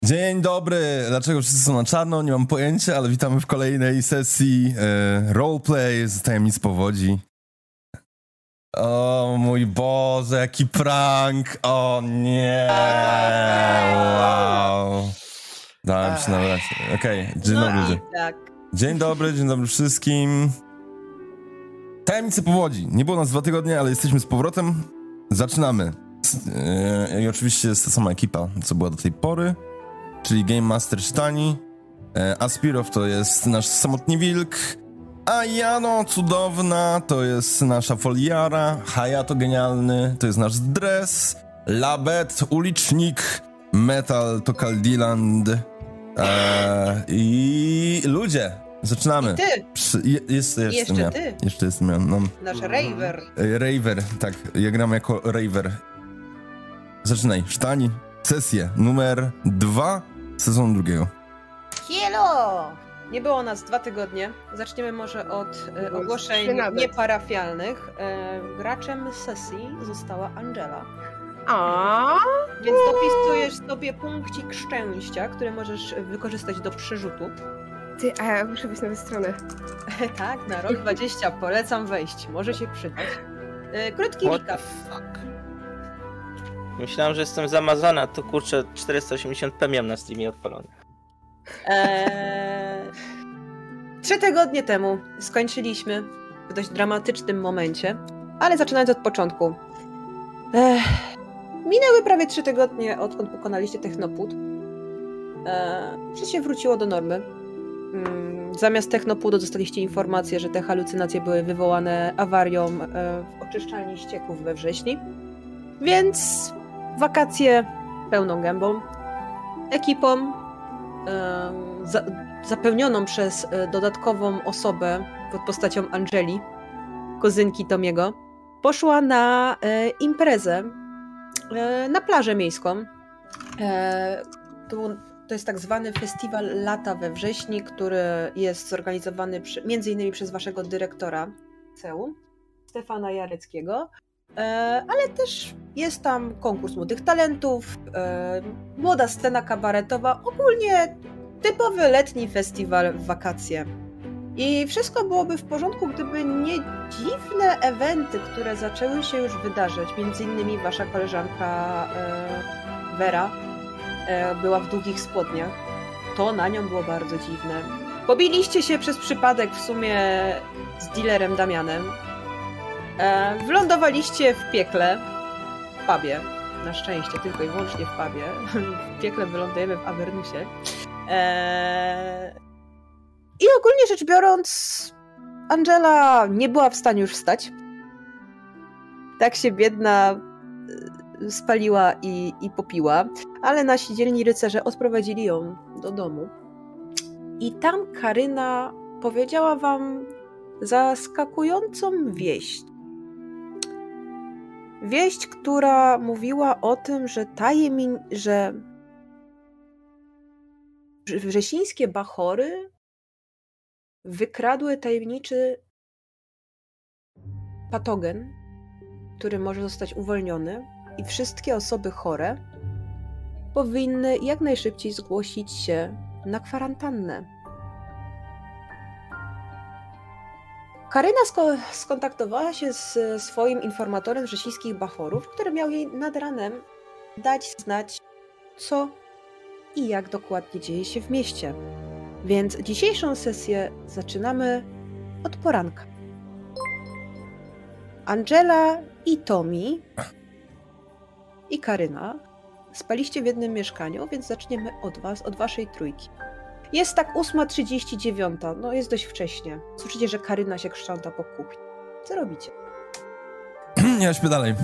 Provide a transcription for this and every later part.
Dzień dobry! Dlaczego wszyscy są na czarno? Nie mam pojęcia, ale witamy w kolejnej sesji roleplay z Tajemnic Powodzi. O mój Boże, jaki prank! O nie! Wow! Dałem się nabrać. Okej, dzień dobry ludzie. Tak. Dzień dobry wszystkim. Tajemnice Powodzi. Nie było nas 2 tygodnie, ale jesteśmy z powrotem. Zaczynamy. I oczywiście jest ta sama ekipa, co była do tej pory. Czyli Game Master Sztani, Aspirow to jest nasz samotny wilk, a Jano cudowna to jest nasza foliara, Hayato genialny to jest nasz dres, Labet ulicznik, Metal to Kaldiland i ludzie, zaczynamy. I ty! Jestem ja. Ty. Jeszcze jestem ja. No. Nasz Raver. Raver, tak, ja gram jako Raver. Zaczynaj, Sztani, sesję numer 2 sezonu 2. Hello! Nie było nas 2 tygodnie. Zaczniemy może od ogłoszeń nieparafialnych. Graczem sesji została Angela. Więc dopisujesz sobie punkcik szczęścia, który możesz wykorzystać do przerzutu. Ty, a ja muszę być na tę stronę. Tak, na rok 20 polecam wejść. Może się przydać. Krótki recap. Myślałem, że jestem zamazana, to kurczę 480p miałem na Steamie odpalony. 3 tygodnie temu skończyliśmy w dość dramatycznym momencie, ale zaczynając od początku. Minęły prawie 3 tygodnie, odkąd pokonaliście Technopód. Życie wróciło do normy. Zamiast Technopudu dostaliście informację, że te halucynacje były wywołane awarią w oczyszczalni ścieków we wrześniu. Więc wakacje pełną gębą, ekipą zapełnioną przez dodatkową osobę pod postacią Angeli, kuzynki Tomiego, poszła na imprezę na plażę miejską. To jest tak zwany festiwal lata we wrześniu, który jest zorganizowany między innymi przez waszego dyrektora CEU, Stefana Jareckiego. Ale też jest tam konkurs młodych talentów, młoda scena kabaretowa, ogólnie typowy letni festiwal w wakacje. I wszystko byłoby w porządku, gdyby nie dziwne eventy, które zaczęły się już wydarzać. Między innymi wasza koleżanka Vera była w długich spodniach. To na nią było bardzo dziwne. Pobiliście się przez przypadek w sumie z dealerem Damianem. Wylądowaliście w piekle, w pubie, na szczęście, tylko i wyłącznie w pubie. W piekle wylądujemy w Avernusie. I ogólnie rzecz biorąc, Angela nie była w stanie już wstać. Tak się biedna spaliła i popiła, ale nasi dzielni rycerze odprowadzili ją do domu. I tam Karyna powiedziała wam zaskakującą wieść. Wieść, która mówiła o tym, że wrzesińskie bachory wykradły tajemniczy patogen, który może zostać uwolniony i wszystkie osoby chore powinny jak najszybciej zgłosić się na kwarantannę. Karyna skontaktowała się z swoim informatorem wrzesińskich bachorów, który miał jej nad ranem dać znać, co i jak dokładnie dzieje się w mieście. Więc dzisiejszą sesję zaczynamy od poranka. Angela i Tommy i Karyna spaliście w jednym mieszkaniu, więc zaczniemy od was, od waszej trójki. Jest tak 8:39, no jest dość wcześnie. Słyszycie, że Karyna się krząta po kuchni. Co robicie? Ja śpię dalej.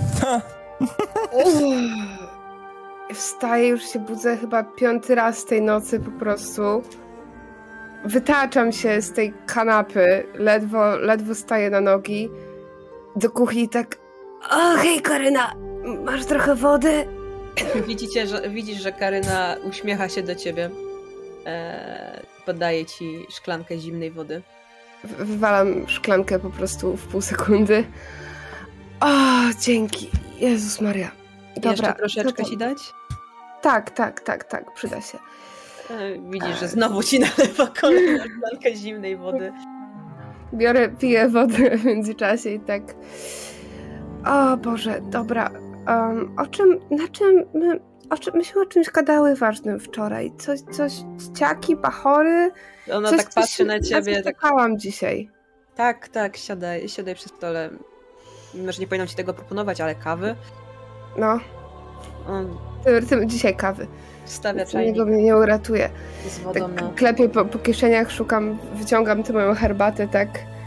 Wstaję, już się budzę chyba 5. raz tej nocy po prostu. Wytaczam się z tej kanapy, ledwo staję na nogi. Do kuchni tak... O, hej Karyna, masz trochę wody? Widzisz, że Karyna uśmiecha się do ciebie. Podaje ci szklankę zimnej wody. Wywalam szklankę po prostu w pół sekundy. O, dzięki. Jezus Maria. Dobra, jeszcze troszeczkę ci dać? Tak, przyda się. Widzisz, że znowu ci nalewa kolejną szklankę zimnej wody. Piję wodę w międzyczasie i tak... O Boże, dobra. Myśmy o czymś gadały ważnym wczoraj. Coś, ciaki, bachory. Ona tak patrzy na ciebie. Tak czekałam dzisiaj. Tak, siadaj przy stole. Mimo, że nie powinnam ci tego proponować, ale kawy. No. Dzisiaj kawy. Wstawia czajnik. Niego mnie nie uratuje. Z wodą tak klepię po kieszeniach, szukam, wyciągam tę moją herbatę, tak.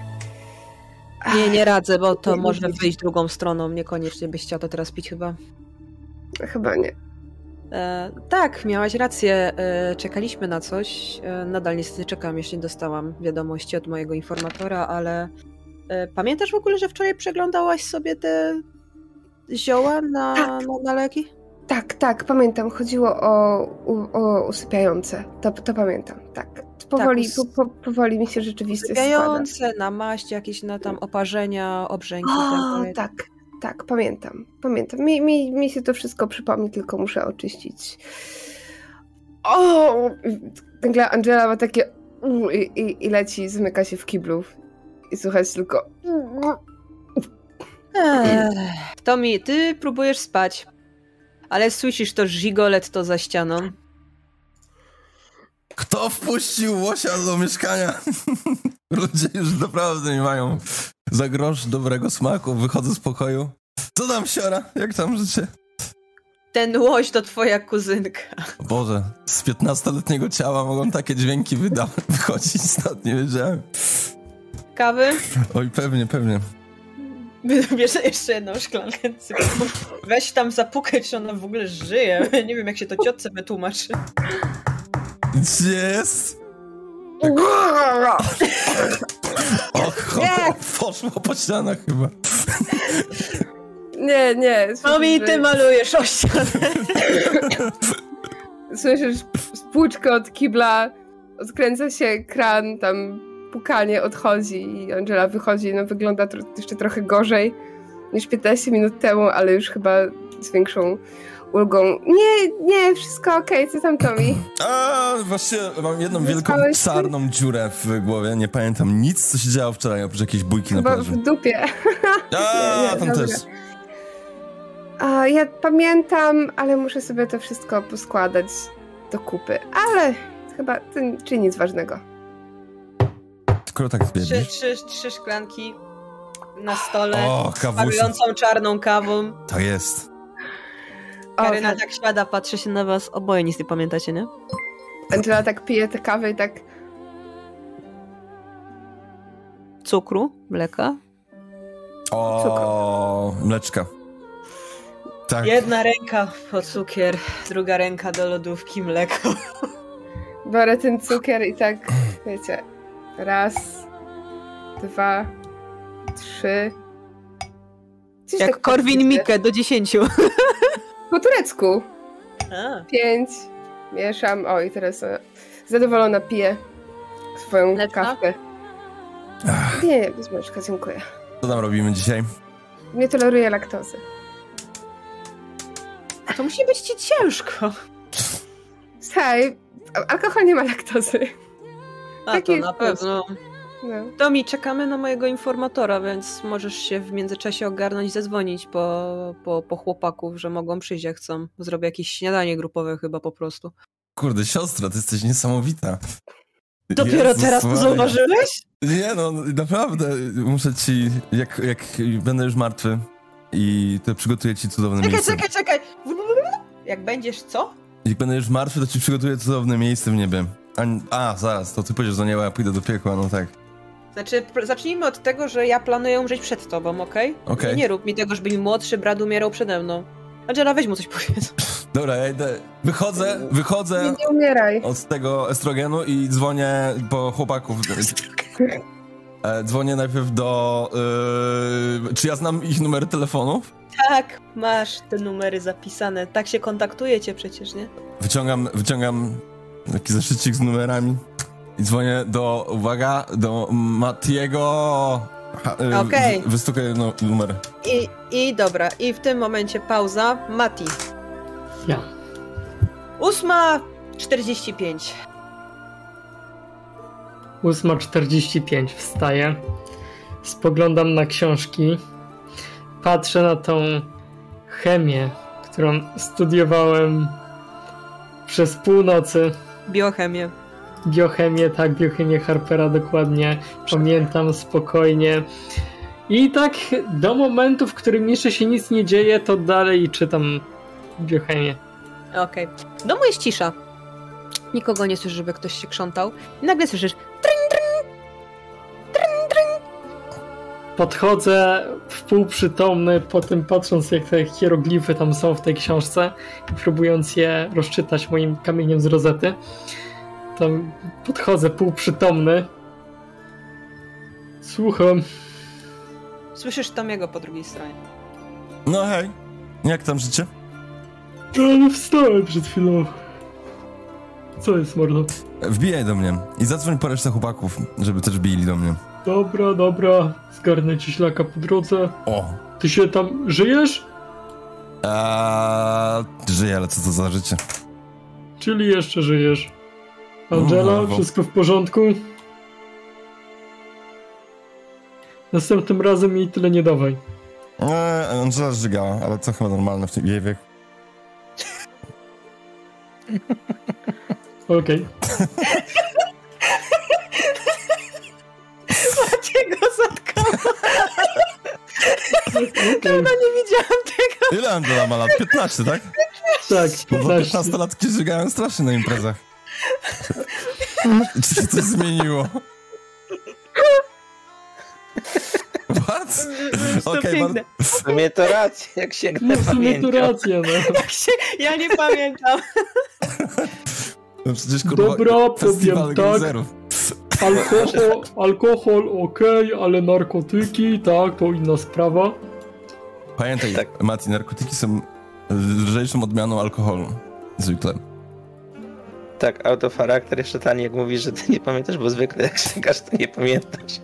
Nie radzę, bo to może wyjść drugą stroną. Niekoniecznie byś chciał to teraz pić chyba. Chyba nie. Tak, miałaś rację. Czekaliśmy na coś. Nadal niestety czekam, jeśli dostałam wiadomości od mojego informatora, ale pamiętasz w ogóle, że wczoraj przeglądałaś sobie te zioła na leki? Tak, pamiętam. Chodziło o usypiające. To pamiętam, tak. Powoli mi się rzeczywistość usypiające, składa. na maść, jakieś na tam oparzenia, obrzęki. Tak, pamiętam. Mi się to wszystko przypomni, tylko muszę oczyścić. Nagle Angela ma takie i leci, zamyka się w kiblu i słuchać tylko... Tommy, ty próbujesz spać, ale słyszysz to żigolet za ścianą. Kto wpuścił łosia do mieszkania? Ludzie już naprawdę nie mają za grosz dobrego smaku. Wychodzę z pokoju. Co tam, siora? Jak tam życie? Ten łoś to twoja kuzynka. O Boże, z 15-letniego ciała mogą takie dźwięki wychodzić. Stąd nie wiedziałem. Kawy? Oj, pewnie. Bierze jeszcze jedną szklankę. Weź tam zapukać, czy ona w ogóle żyje. Nie wiem, jak się to ciotce wytłumaczy. Jest! Poszło po ścianach chyba. Nie. Tommy, ty malujesz o ścianę. Słyszysz spłuczkę od kibla, odkręca się kran, tam pukanie odchodzi i Angela wychodzi. No wygląda jeszcze trochę gorzej niż 15 minut temu, ale już chyba z większą ulgą. Nie, wszystko okej, co tam, Tommy? Właściwie mam jedną wielką czarną dziurę w głowie. Nie pamiętam nic, co się działo wczoraj, oprócz jakiejś bójki na plaży. W dupie. Tam dobra. też. Ja pamiętam, ale muszę sobie to wszystko poskładać do kupy. Ale chyba czy nic ważnego. Skoro tak zbiednisz. Trzy szklanki na stole. Kawusia. Parującą czarną kawą. To jest. Karyna tak siada, patrzy się na was. Oboje nic nie pamiętacie, nie? Angela tak pije tę kawę i tak... Cukru? Mleka? Mleczka. Tak. Jedna ręka po cukier, druga ręka do lodówki, mleko. Biorę ten cukier i tak, wiecie, 1, 2, 3... Coś jak tak Korwin-Mikke do 10. Po turecku. 5. Mieszam. I teraz zadowolona piję swoją kawkę. Nie, bez mleczka, dziękuję. Co tam robimy dzisiaj? Nie toleruję laktozy. To musi być ci ciężko. Słuchaj, alkohol nie ma laktozy. To na pewno. No. Tommy, czekamy na mojego informatora, więc możesz się w międzyczasie ogarnąć i zadzwonić po chłopaków, że mogą przyjść jak chcą. Zrobię jakieś śniadanie grupowe chyba po prostu. Kurde, siostra, ty jesteś niesamowita. Dopiero Jezus teraz to zauważyłeś? Nie, no naprawdę, muszę ci, jak będę już martwy i to przygotuję ci cudowne miejsce. Czekaj! Jak będziesz co? Jak będę już martwy, to ci przygotuję cudowne miejsce w niebie. Zaraz, to ty pójdziesz do nieba, ja pójdę do piekła, no tak. Znaczy, zacznijmy od tego, że ja planuję umrzeć przed tobą, okej? Okej. Nie rób mi tego, żeby mi młodszy brat umierał przede mną. Angela, weź mu coś powiedz. Dobra, ja idę. Wychodzę Nie umieraj. od tego estrogenu i dzwonię po chłopaków. Dzwonię najpierw do... czy ja znam ich numery telefonów? Tak, masz te numery zapisane. Tak się kontaktujecie przecież, nie? Wyciągam taki zeszycik z numerami i dzwonię do Matiego. Okej. Wystukaję numer. I dobra, i w tym momencie pauza. Mati. Ja. 8:45. 8:45 wstaję. Spoglądam na książki. Patrzę na tą chemię, którą studiowałem przez północy. Biochemię. Biochemię Harpera dokładnie. Pamiętam spokojnie. I tak do momentu, w którym jeszcze się nic nie dzieje, to dalej czytam biochemię. Okej. W domu jest cisza. Nikogo nie słyszysz, żeby ktoś się krzątał. I nagle słyszysz tring, tring, tring, tring. Podchodzę wpółprzytomny, potem patrząc jak te hieroglify tam są w tej książce i próbując je rozczytać moim kamieniem z rozety. Tam podchodzę półprzytomny. Słucham. Słyszysz Tomiego po drugiej stronie. No hej, jak tam życie? Ale wstałem przed chwilą. Co jest, mordo? Wbijaj do mnie i zadzwoń po resztę chłopaków, żeby też bili do mnie. Dobra. Zgarnę ci ślaka po drodze. O! Ty się tam żyjesz? Żyję, ale co to za życie? Czyli jeszcze żyjesz. Angela, wszystko w porządku? Następnym razem jej tyle nie dawaj. Angela żygała, ale to chyba normalne w tym jej wieku. Okej. Macie go zatkała. Dawno nie widziałam tego. Ile Angela ma lat? 15, tak? Tak, Bo 15. 15-latki żygają strasznie na imprezach. Czy się coś zmieniło? What? To Okej, piękne. W sumie to racja, jak sięgnę No w sumie to pamięcią. racja, no. Ja nie pamiętam. no przecież kurwa, Dobra, festiwal powiem tak. gejzerów. Alkohol okej, ale narkotyki, tak, to inna sprawa. Pamiętaj, Tak. Mati, narkotyki są lżejszą odmianą alkoholu. Zwykle. Tak, autocharakter jeszcze ten, jak mówisz, że ty nie pamiętasz, bo zwykle jak sięgasz, to nie pamiętasz.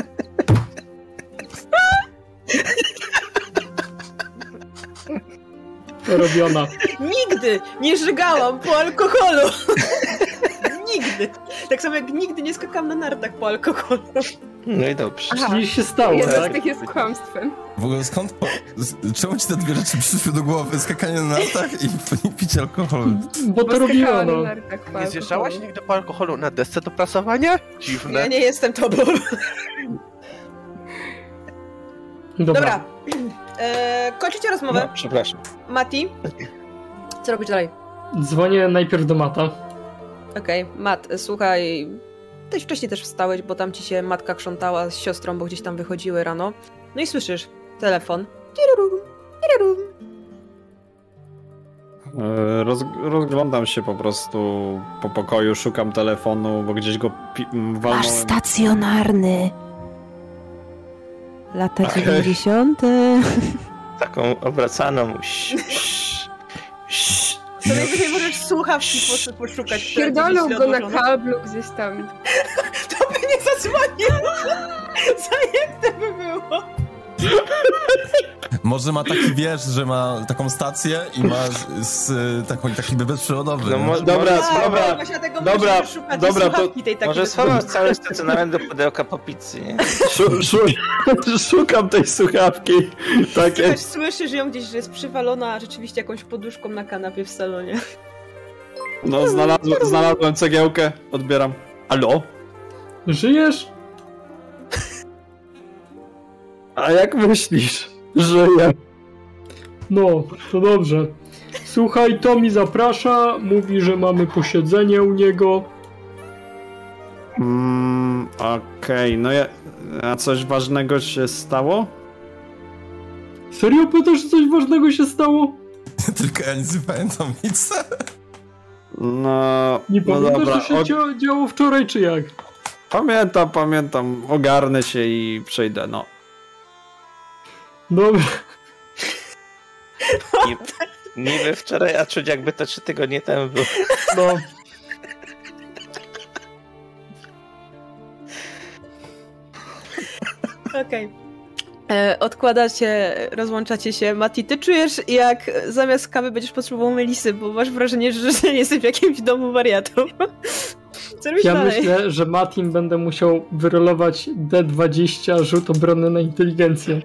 Robiona. Nigdy nie żygałam po alkoholu. Nigdy. Tak samo jak nigdy nie skakałam na nartach po alkoholu. No i dobrze. Aha. Czyli się stało, Jedno z tak? tych jest kłamstwem. W ogóle skąd czemu ci te dwie rzeczy przyszły do głowy? Skakanie na nartach i picie alkoholu. Bo to skakała robiła, na no. nartach po Nie zjeżdżałaś alkoholu. nigdy po alkoholu na desce do prasowania? Dziwne. Ja nie jestem tobą. Dobra. Kończycie rozmowę. No, przepraszam. Mati, co robisz dalej? Dzwonię najpierw do Mata. Okej, Mat, słuchaj, ty wcześniej też wstałeś, bo tam ci się matka krzątała z siostrą, bo gdzieś tam wychodziły rano. No i słyszysz telefon. Tirurum, tirurum. Rozglądam się po prostu po pokoju, szukam telefonu, bo gdzieś go walnąłem. stacjonarny. Lata Okej. 90. Taką obracaną. To najwyżej możesz słuchawki poszukać. które Pierdolą gdzieś go na odłożone. kablu gdzieś tam. To by nie zadzwonił. Zajęte by było. Może ma taki, wiesz, że ma taką stację i ma taki bezprzewodowy. No, nie? Dobra, dobra, Właśnie dlatego dobra, musisz szukać dobra, słuchawki tej takiej. Może schował cały stacjonarem do pudełka po pizzy, nie? Szukam tej słuchawki. Takie. Słyszysz ją gdzieś, że jest przywalona rzeczywiście jakąś poduszką na kanapie w salonie. No, znalazłem cegiełkę, odbieram. Alo? Żyjesz? A jak myślisz? Żyję. No, to dobrze. Słuchaj, to mi zaprasza, mówi, że mamy posiedzenie u niego. Okej, no a coś ważnego się stało? Serio pytasz, czy coś ważnego się stało? Tylko ja nic nie pamiętam, nic. No, Nie no pamiętasz, dobra. co się działo wczoraj, czy jak? Pamiętam. Ogarnę się i przejdę, no. Dobra. Niby wczoraj, a czuć jakby to 3 tygodnie temu było. No. Okej. Odkładacie, rozłączacie się. Mati, ty czujesz, jak zamiast kawy będziesz potrzebował melisy, bo masz wrażenie, że nie jesteś w jakimś domu wariatów. Co robisz dalej? Myślę, że Matim będę musiał wyrolować D20 rzut obronny na inteligencję.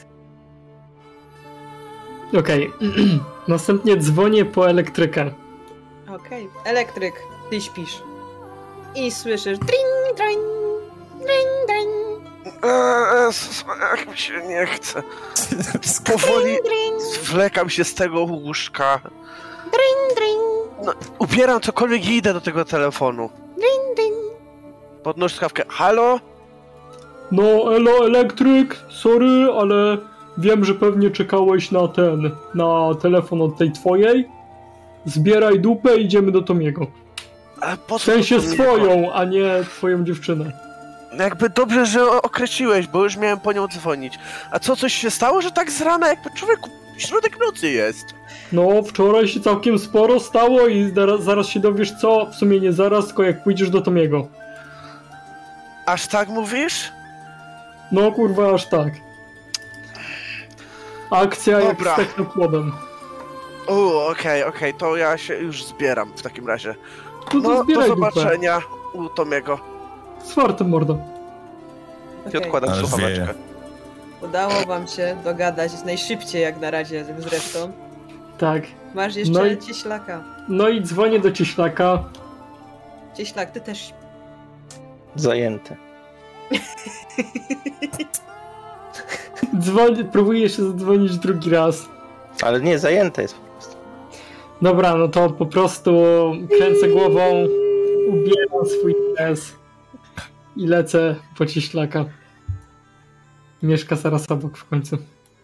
Okej. Następnie dzwonię po elektrykę. Okej. Elektryk, ty śpisz. I słyszysz dring, dring, dring, dring. Jak mi się nie chce. Powoli zwlekam się z tego łóżka. Dring, dring, No, ubieram cokolwiek i idę do tego telefonu. dring, dring. Podnoszę słuchawkę. Halo? No, elo, elektryk, sorry, ale wiem, że pewnie czekałeś na telefon od tej twojej. Zbieraj dupę, idziemy do Tomiego. Ale po W co sensie to mnie swoją, a nie twoją dziewczynę. Jakby dobrze, że określiłeś, bo już miałem po nią dzwonić. A co, coś się stało, że tak z rana, jakby człowieku, środek nocy jest? No, wczoraj się całkiem sporo stało i zaraz się dowiesz co, w sumie nie zaraz, tylko jak pójdziesz do Tomiego. Aż tak mówisz? No kurwa, aż tak. Akcja Dobra. jak stek nad płodem. Okej, to ja się już zbieram w takim razie. To No, do zbieraj dupę. zobaczenia u Tomiego. Z fartem, mordo. I Okej. odkładam Ale słuchaweczkę. wieje. Udało wam się dogadać najszybciej jak na razie zresztą. Tak. Masz jeszcze No i- cieślaka. No i dzwonię do cieślaka. Cieślak, ty też. Zajęte. Próbuję się zadzwonić drugi raz. Ale nie, zajęte jest. Dobra, no to po prostu kręcę głową, ubieram swój dres i lecę po cieślaka. Mieszka zaraz obok w końcu.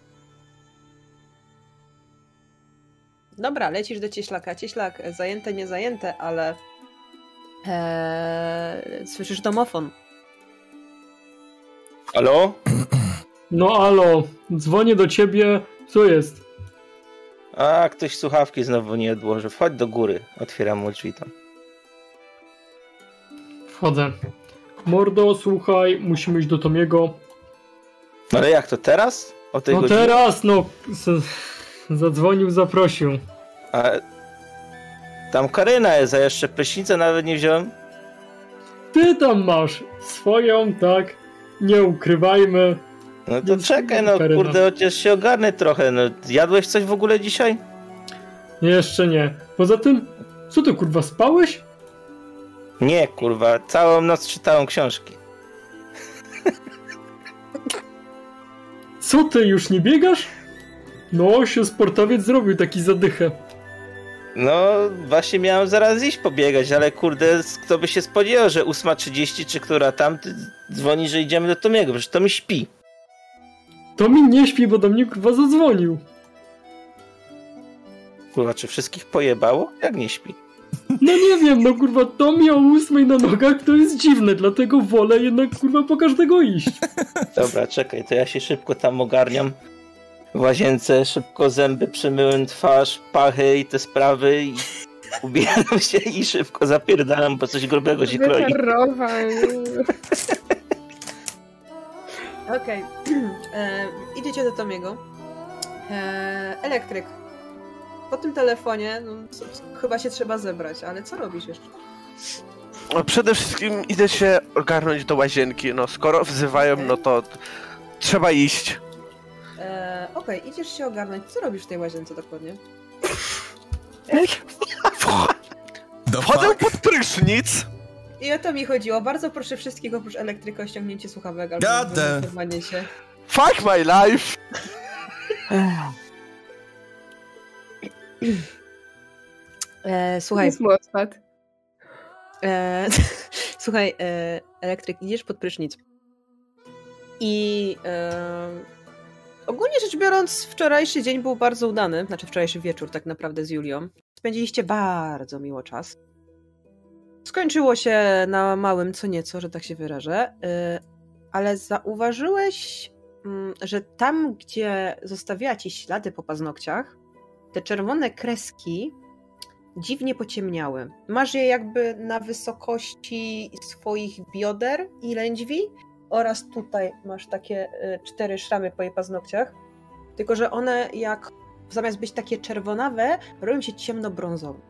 Dobra, lecisz do cieślaka. Cieślak, zajęte, nie zajęte, ale słyszysz domofon. Halo? No alo, dzwonię do ciebie, co jest? A, ktoś słuchawki znowu nie odłożył. Wchodź do góry. Otwieram mu drzwi tam. Wchodzę. Mordo, słuchaj, musimy iść do Tomiego. Ale jak to teraz? O tej No godzinie? teraz, no, zadzwonił, zaprosił. A tam Karyna jest, a jeszcze prysznicę nawet nie wziąłem. Ty tam masz swoją, tak, nie ukrywajmy. No to Więc czekaj, no Karyna. kurde, chociaż się ogarnę trochę. No, jadłeś coś w ogóle dzisiaj? Jeszcze nie. Poza tym, co ty kurwa, spałeś? Nie, kurwa, całą noc czytałem książki. Co ty, już nie biegasz? No, się sportowiec zrobił taki zadychę. No, właśnie miałem zaraz iść pobiegać, ale kurde, kto by się spodziewał, że 8:30 czy która tam ty dzwoni, że idziemy do Tomiego, przecież to mi śpi. To mi nie śpi, bo do mnie kurwa zadzwonił. Kurwa, czy wszystkich pojebało? Jak nie śpi? No nie wiem, no kurwa, to mi o 8 na nogach to jest dziwne, dlatego wolę jednak kurwa po każdego iść. Dobra, czekaj, to ja się szybko tam ogarniam. W łazience szybko zęby przymyłem, twarz, pachy i te sprawy i ubieram się i szybko zapierdalam, bo coś grubego się kroi. Wyczarowań. Okej. Idziecie do Tomiego. Elektryk. Po tym telefonie no, chyba się trzeba zebrać, ale co robisz jeszcze? No, przede wszystkim idę się ogarnąć do łazienki. No, skoro wzywają, no to trzeba iść. Okej, idziesz się ogarnąć. Co robisz w tej łazience dokładnie? Wchodzę pod prysznic. I o to mi chodziło. Bardzo proszę wszystkich oprócz elektryka o ściągnięcie słuchawek albo Jadę. zdenerwowanie się. Fuck my life. Słuchaj, Jest mu odpadł. słuchaj, elektryk, idziesz pod prysznic. I ogólnie rzecz biorąc, wczorajszy dzień był bardzo udany. Znaczy wczorajszy wieczór tak naprawdę z Julią. Spędziliście bardzo miło czas. Skończyło się na małym co nieco, że tak się wyrażę. Ale zauważyłeś, że tam, gdzie zostawiała ci ślady po paznokciach, te czerwone kreski dziwnie pociemniały. Masz je jakby na wysokości swoich bioder i lędźwi oraz tutaj masz takie 4 szramy po jej paznokciach. Tylko że one jak zamiast być takie czerwonawe, robią się ciemnobrązowe.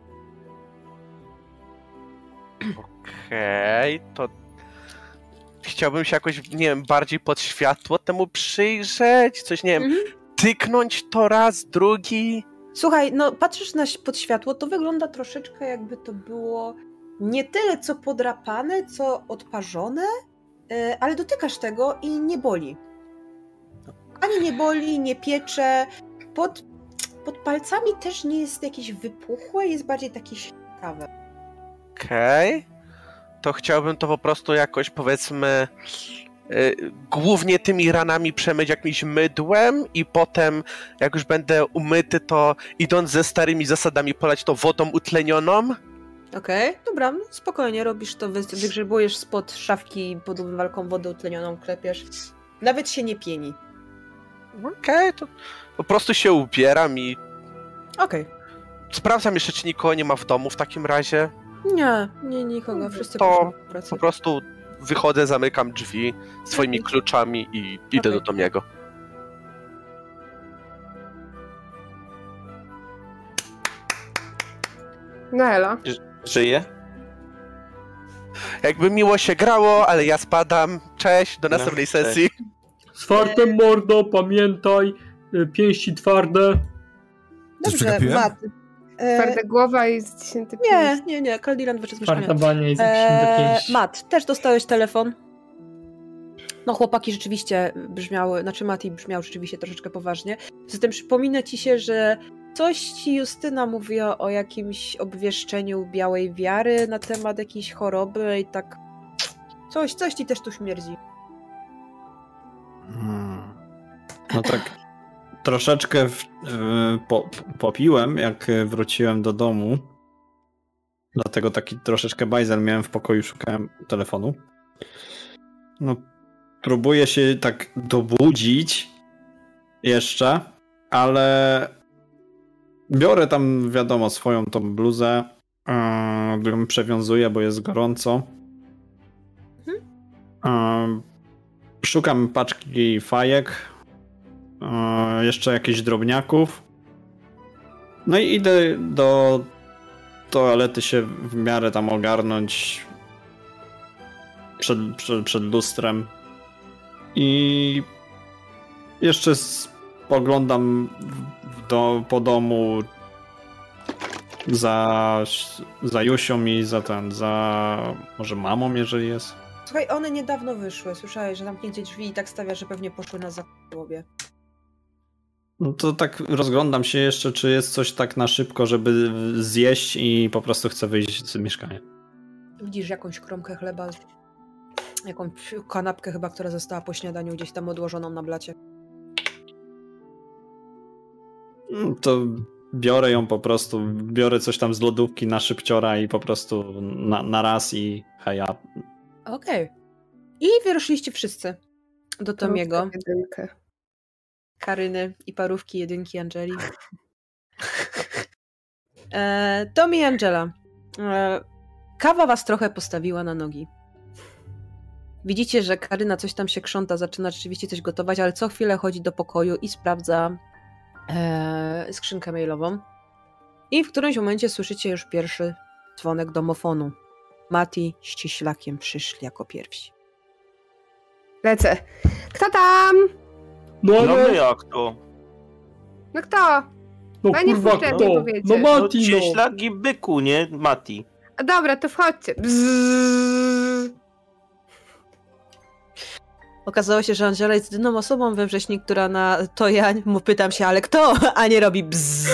Okej, to chciałbym się jakoś, nie wiem, bardziej pod światło temu przyjrzeć, coś, nie wiem, tyknąć to raz, drugi. Słuchaj, no patrzysz pod światło, to wygląda troszeczkę jakby to było nie tyle co podrapane, co odparzone, ale dotykasz tego i nie boli. Ani nie boli, nie piecze. Pod palcami też nie jest jakieś wypuchłe, jest bardziej takie sikawe. Okej. To chciałbym to po prostu jakoś, powiedzmy, głównie tymi ranami przemyć jakimś mydłem i potem, jak już będę umyty, to idąc ze starymi zasadami polać to wodą utlenioną. Okej, dobra, no spokojnie, robisz to, wygrzebujesz spod szafki pod umywalką wodę utlenioną, klepiesz. Nawet się nie pieni. Okej, to po prostu się ubieram i Okej. sprawdzam jeszcze, czy nikogo nie ma w domu w takim razie. Nie, nikogo, wszyscy To poszli do pracy. Po prostu wychodzę, zamykam drzwi swoimi kluczami i idę do Tomiego. Noela. Żyje? Jakby miło się grało, ale ja spadam. Cześć, do następnej cześć. sesji. Z fartem mordo, pamiętaj, pięści twarde. Coś Dobrze, przegapiłem? Mat. Twarda głowa i zcięty pięść. Nie, Kaldiran wyszedł z mieszkania. Farta bania jest 10/5. Mat, też dostałeś telefon. No chłopaki rzeczywiście brzmiały, znaczy Mati brzmiał rzeczywiście troszeczkę poważnie. Zatem przypomina ci się, że coś ci Justyna mówiła o jakimś obwieszczeniu białej wiary na temat jakiejś choroby i tak... Coś ci też tu śmierdzi. No tak, troszeczkę popiłem, jak wróciłem do domu. Dlatego taki troszeczkę bajzel miałem w pokoju, szukałem telefonu. No, próbuję się tak dobudzić jeszcze, ale biorę tam, wiadomo, swoją tą bluzę, ją przewiązuję, bo jest gorąco. Szukam paczki fajek, jeszcze jakichś drobniaków. No i idę do toalety się w miarę tam ogarnąć przed lustrem. I jeszcze spoglądam po domu za Jusią i za może mamą, jeżeli jest. Słuchaj, one niedawno wyszły. Słyszałeś, że zamknięcie drzwi i tak stawia, że pewnie poszły na zakłopie. No to tak rozglądam się jeszcze, czy jest coś tak na szybko, żeby zjeść i po prostu chcę wyjść z mieszkania. Widzisz jakąś kromkę chleba, jakąś kanapkę chyba, która została po śniadaniu gdzieś tam odłożoną na blacie. To biorę ją po prostu, biorę coś tam z lodówki na szybciora i po prostu na raz i heja. Okej. I wyruszyliście wszyscy do Tomiego. Jedynkę. Karyny i parówki jedynki Angeli. Tommy i Angela. Kawa was trochę postawiła na nogi. Widzicie, że Karyna coś tam się krząta, zaczyna rzeczywiście coś gotować, ale co chwilę chodzi do pokoju i sprawdza skrzynkę mailową. I w którymś momencie słyszycie już pierwszy dzwonek domofonu. Mati z Cieślakiem przyszli jako pierwsi. Lecę. Kto tam? No No ale, my jak to? No kto? no a nie kurwa wpuszczę, kto? nie powiecie. No No Mati, no. Cieślak i byku, nie? Mati. A dobra, to wchodźcie. Bzzz. Okazało się, że Angela jest jedyną osobą we wrześniu, która na to ja mu pytam się, ale kto? A nie robi bzz.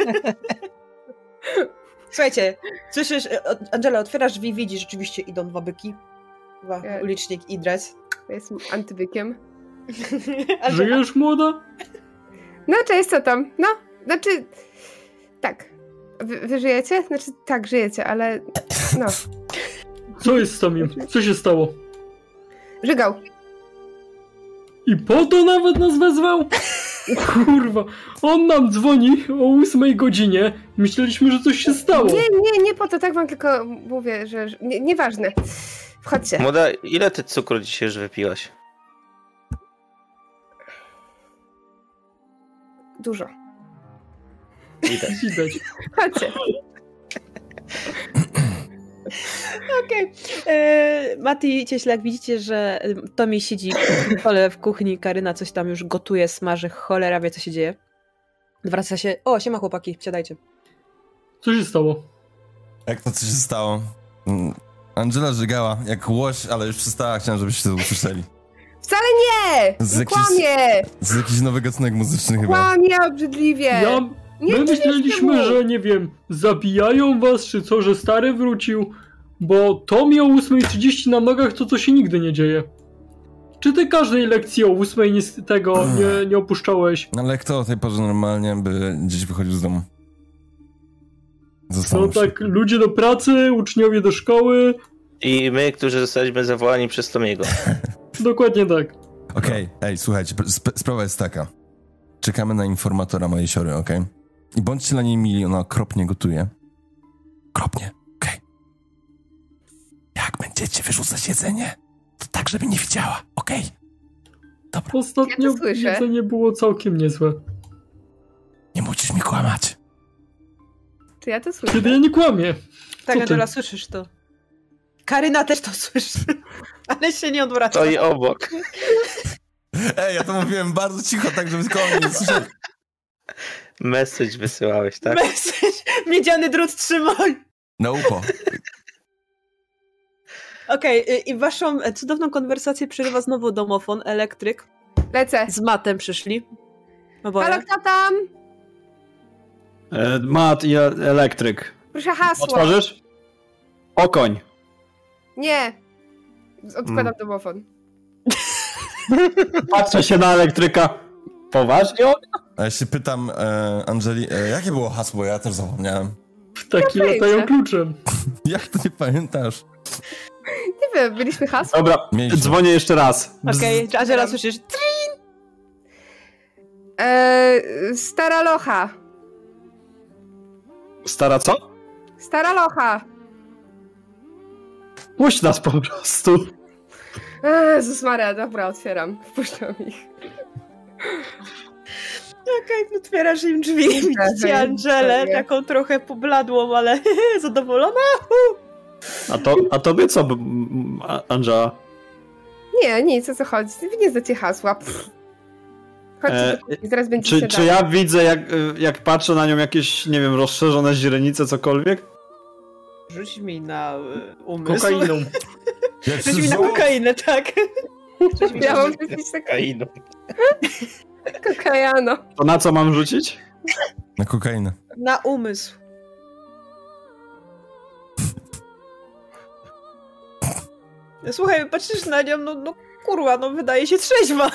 Słuchajcie, słyszysz, Angela, otwierasz drzwi, widzisz, rzeczywiście idą dwa byki. Ulicznik i dres. Ja jestem antybykiem. Żyjesz, młoda? No cześć, co tam? No, znaczy... Tak. Wy żyjecie? Znaczy tak, żyjecie, ale... No. Co jest z Tomim? Co się stało? Żygał. I po to nawet nas wezwał? Kurwa, on nam dzwoni o 8 godzinie. Myśleliśmy, że coś się stało. Nie po to, tak wam tylko mówię, że nieważne. Wchodźcie. Młoda, ile ty cukru dzisiaj już wypiłaś? Dużo. Widać. Chodźcie. Okej. Mati i Cieślak, widzicie, że Tommy siedzi w stole w kuchni, Karyna coś tam już gotuje, smaży, cholera wie, co się dzieje. Wraca się, o, siema chłopaki, siadajcie. Co się stało? Jak to, co się stało? Angela żygała jak łoś, ale już przestała, chciałem, żebyście to usłyszeli. Wcale nie! Z jakiś- Kłamie! Z jakiś nowy gatunek muzyczny chyba. Kłamie obrzydliwie! My myśleliśmy, że nie wiem, zabijają was, czy co, że stary wrócił, bo to miał o 8:30 na nogach, to co się nigdy nie dzieje. Czy ty każdej lekcji o 8 nie opuszczałeś? Ale kto o tej porze normalnie by gdzieś wychodził z domu? No Zastanów się. tak, ludzie do pracy, uczniowie do szkoły. I my, którzy zostaliśmy zawołani przez Tomiego. Dokładnie tak. Okej, słuchajcie, sprawa jest taka. Czekamy na informatora mojej siory, okej? I bądźcie dla niej mili, ona okropnie gotuje. Okropnie, okej? Jak będziecie wyrzucać jedzenie, to tak, żeby nie widziała, okej? Ostatnio Ja to słyszę. jedzenie było całkiem niezłe. Nie musisz mi kłamać. Czy ja to słyszę? Kiedy ja nie kłamię. Tak, Co ty? Angela, słyszysz to. Karyna też to słyszy, ale się nie odwraca. To i obok. Ej, ja to mówiłem bardzo cicho, tak żeby koło mnie nie słyszeli. Message wysyłałeś, tak? Message, miedziany drut trzymaj. Na ucho. Okej, i waszą cudowną konwersację przerywa znowu domofon, elektryk. Lecę. Z Matem przyszli. Oboje. Halo, kto tam? Mat i elektryk. Proszę hasło. Otworzysz? Okoń. Nie. Odkładam domofon. Patrzę się na elektryka. Poważnie? A ja się pytam Angeli, jakie było hasło? Ja też zapomniałem. Ptaki pojęcia. latają kluczem. Jak to nie pamiętasz? Nie wiem, byliśmy hasło. Dobra, Mieliśmy. dzwonię jeszcze raz. Okej, Angela, słyszysz? Stara locha. Stara co? Stara locha. Puść nas po prostu. Jezus Maria, dobra, otwieram. Wpuszczam ich. Okej, otwierasz im drzwi, widzicie Angelę, taką trochę pobladłą, ale zadowolona. A tobie co, Angela? Nie, nic, o co chodzi? Wy nie znacie hasła. Pff. Chodźcie do kuchni, zaraz będzie Czy ja widzę, jak patrzę na nią, jakieś, nie wiem, rozszerzone źrenice, cokolwiek? Rzuć mi na umysł. Kokainą. Rzuć mi na kokainę, tak. Ja mam rzucić taką Kainą. kokajano. To na co mam rzucić? Na kokainę. Na umysł. Słuchaj, patrzysz na nią, no kurwa, no wydaje się trzeźwa.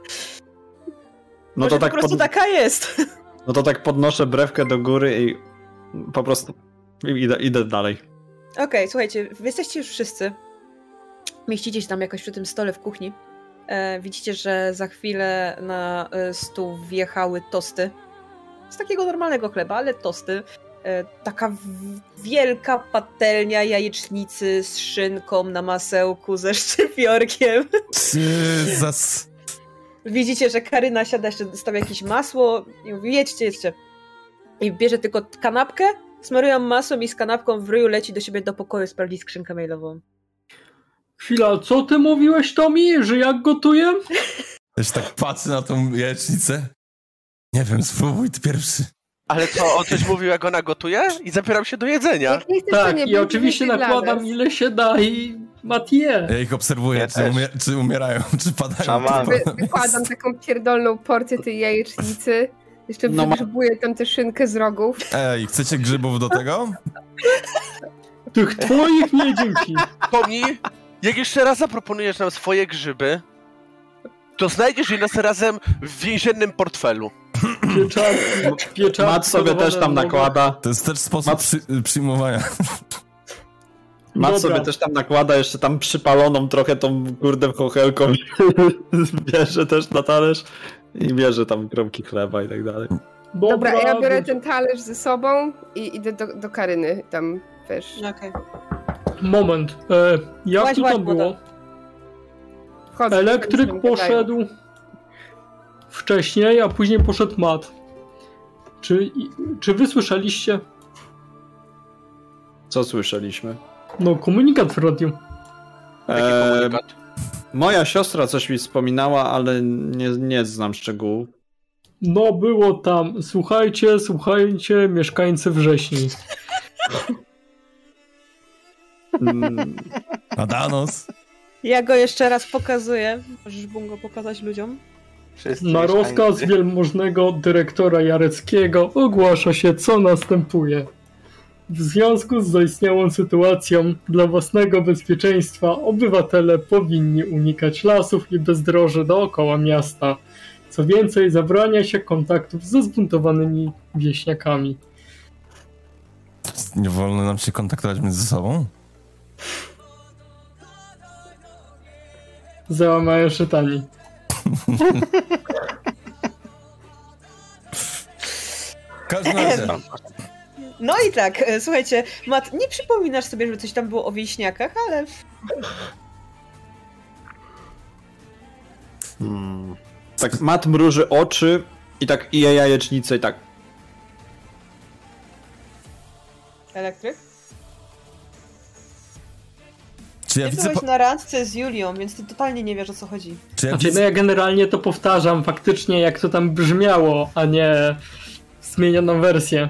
No Może to tak po prostu taka jest. No to tak podnoszę brewkę do góry i po prostu idę dalej. Okej, słuchajcie, wy jesteście już wszyscy. Mieścicie się tam jakoś przy tym stole w kuchni. Widzicie, że za chwilę na stół wjechały tosty. Z takiego normalnego chleba, ale tosty. Taka wielka patelnia jajecznicy z szynką na masełku ze szczypiorkiem. Jezus. Widzicie, że Karyna siada, jeszcze stawia jakieś masło i mówi, jedźcie. I bierze tylko kanapkę, smarują masłem i z kanapką w ryju leci do siebie do pokoju sprawdzić skrzynkę mailową. Chwila, co ty mówiłeś, Tommy? Że jak gotuję? Ja się tak patrzę na tą jajecznicę. Nie wiem, spróbuj ty pierwszy. Ale to on coś mówił, jak ona gotuje? I zabieram się do jedzenia. Jak nie chcesz, to Tak, nie i będzie oczywiście więcej dla nakładam nas. ile się da i Matije. Ja ich obserwuję, Ja też. czy umierają, czy padają. Szaman. Wykładam taką pierdolną porcję tej jajecznicy. Jeszcze No wygrzebuję tam tę szynkę z rogów. Ej, chcecie grzybów do tego? Tych twoich nie dzięki. Tomi, jak jeszcze raz zaproponujesz nam swoje grzyby, to znajdziesz je nas razem w więziennym portfelu. Pieczarki. Mat sobie też tam nakłada. To jest też sposób przyjmowania. Mat Dobra. sobie też tam nakłada jeszcze tam przypaloną trochę tą kurde kochelką. Bierze też na talerz. I bierze tam kromki chleba i tak dalej. Dobra, ja biorę ten talerz ze sobą i idę do Karyny. Tam, wiesz... Okej. Moment. Jak Łaź, to tam woda. było? Wchodzę, Elektryk tam poszedł wcześniej, a później poszedł Matt. Czy wy słyszeliście? Co słyszeliśmy? No, komunikat w radiu. Jaki komunikat? Moja siostra coś mi wspominała, ale nie znam szczegółów. No, było tam. Słuchajcie, mieszkańcy Wrześni. Adanos. Ja go jeszcze raz pokazuję. Możesz go pokazać ludziom? Wszyscy Na rozkaz mieszkańcy. wielmożnego dyrektora Jareckiego ogłasza się, co następuje. W związku z zaistniałą sytuacją, dla własnego bezpieczeństwa obywatele powinni unikać lasów i bezdroży dookoła miasta. Co więcej, zabrania się kontaktów ze zbuntowanymi wieśniakami. Nie wolno nam się kontaktować między sobą? Załamają szytani. W każdym razie, No i tak, słuchajcie, Matt, nie przypominasz sobie, żeby coś tam było o wieśniakach, ale... Tak Matt mruży oczy i je jajecznicę i tak. Elektryk? czy ja Ty widzę... byłeś na randce z Julią, więc ty totalnie nie wiesz, o co chodzi. Czy ja Znaczy, no widzę... ja generalnie to powtarzam faktycznie, jak to tam brzmiało, a nie zmienioną wersję.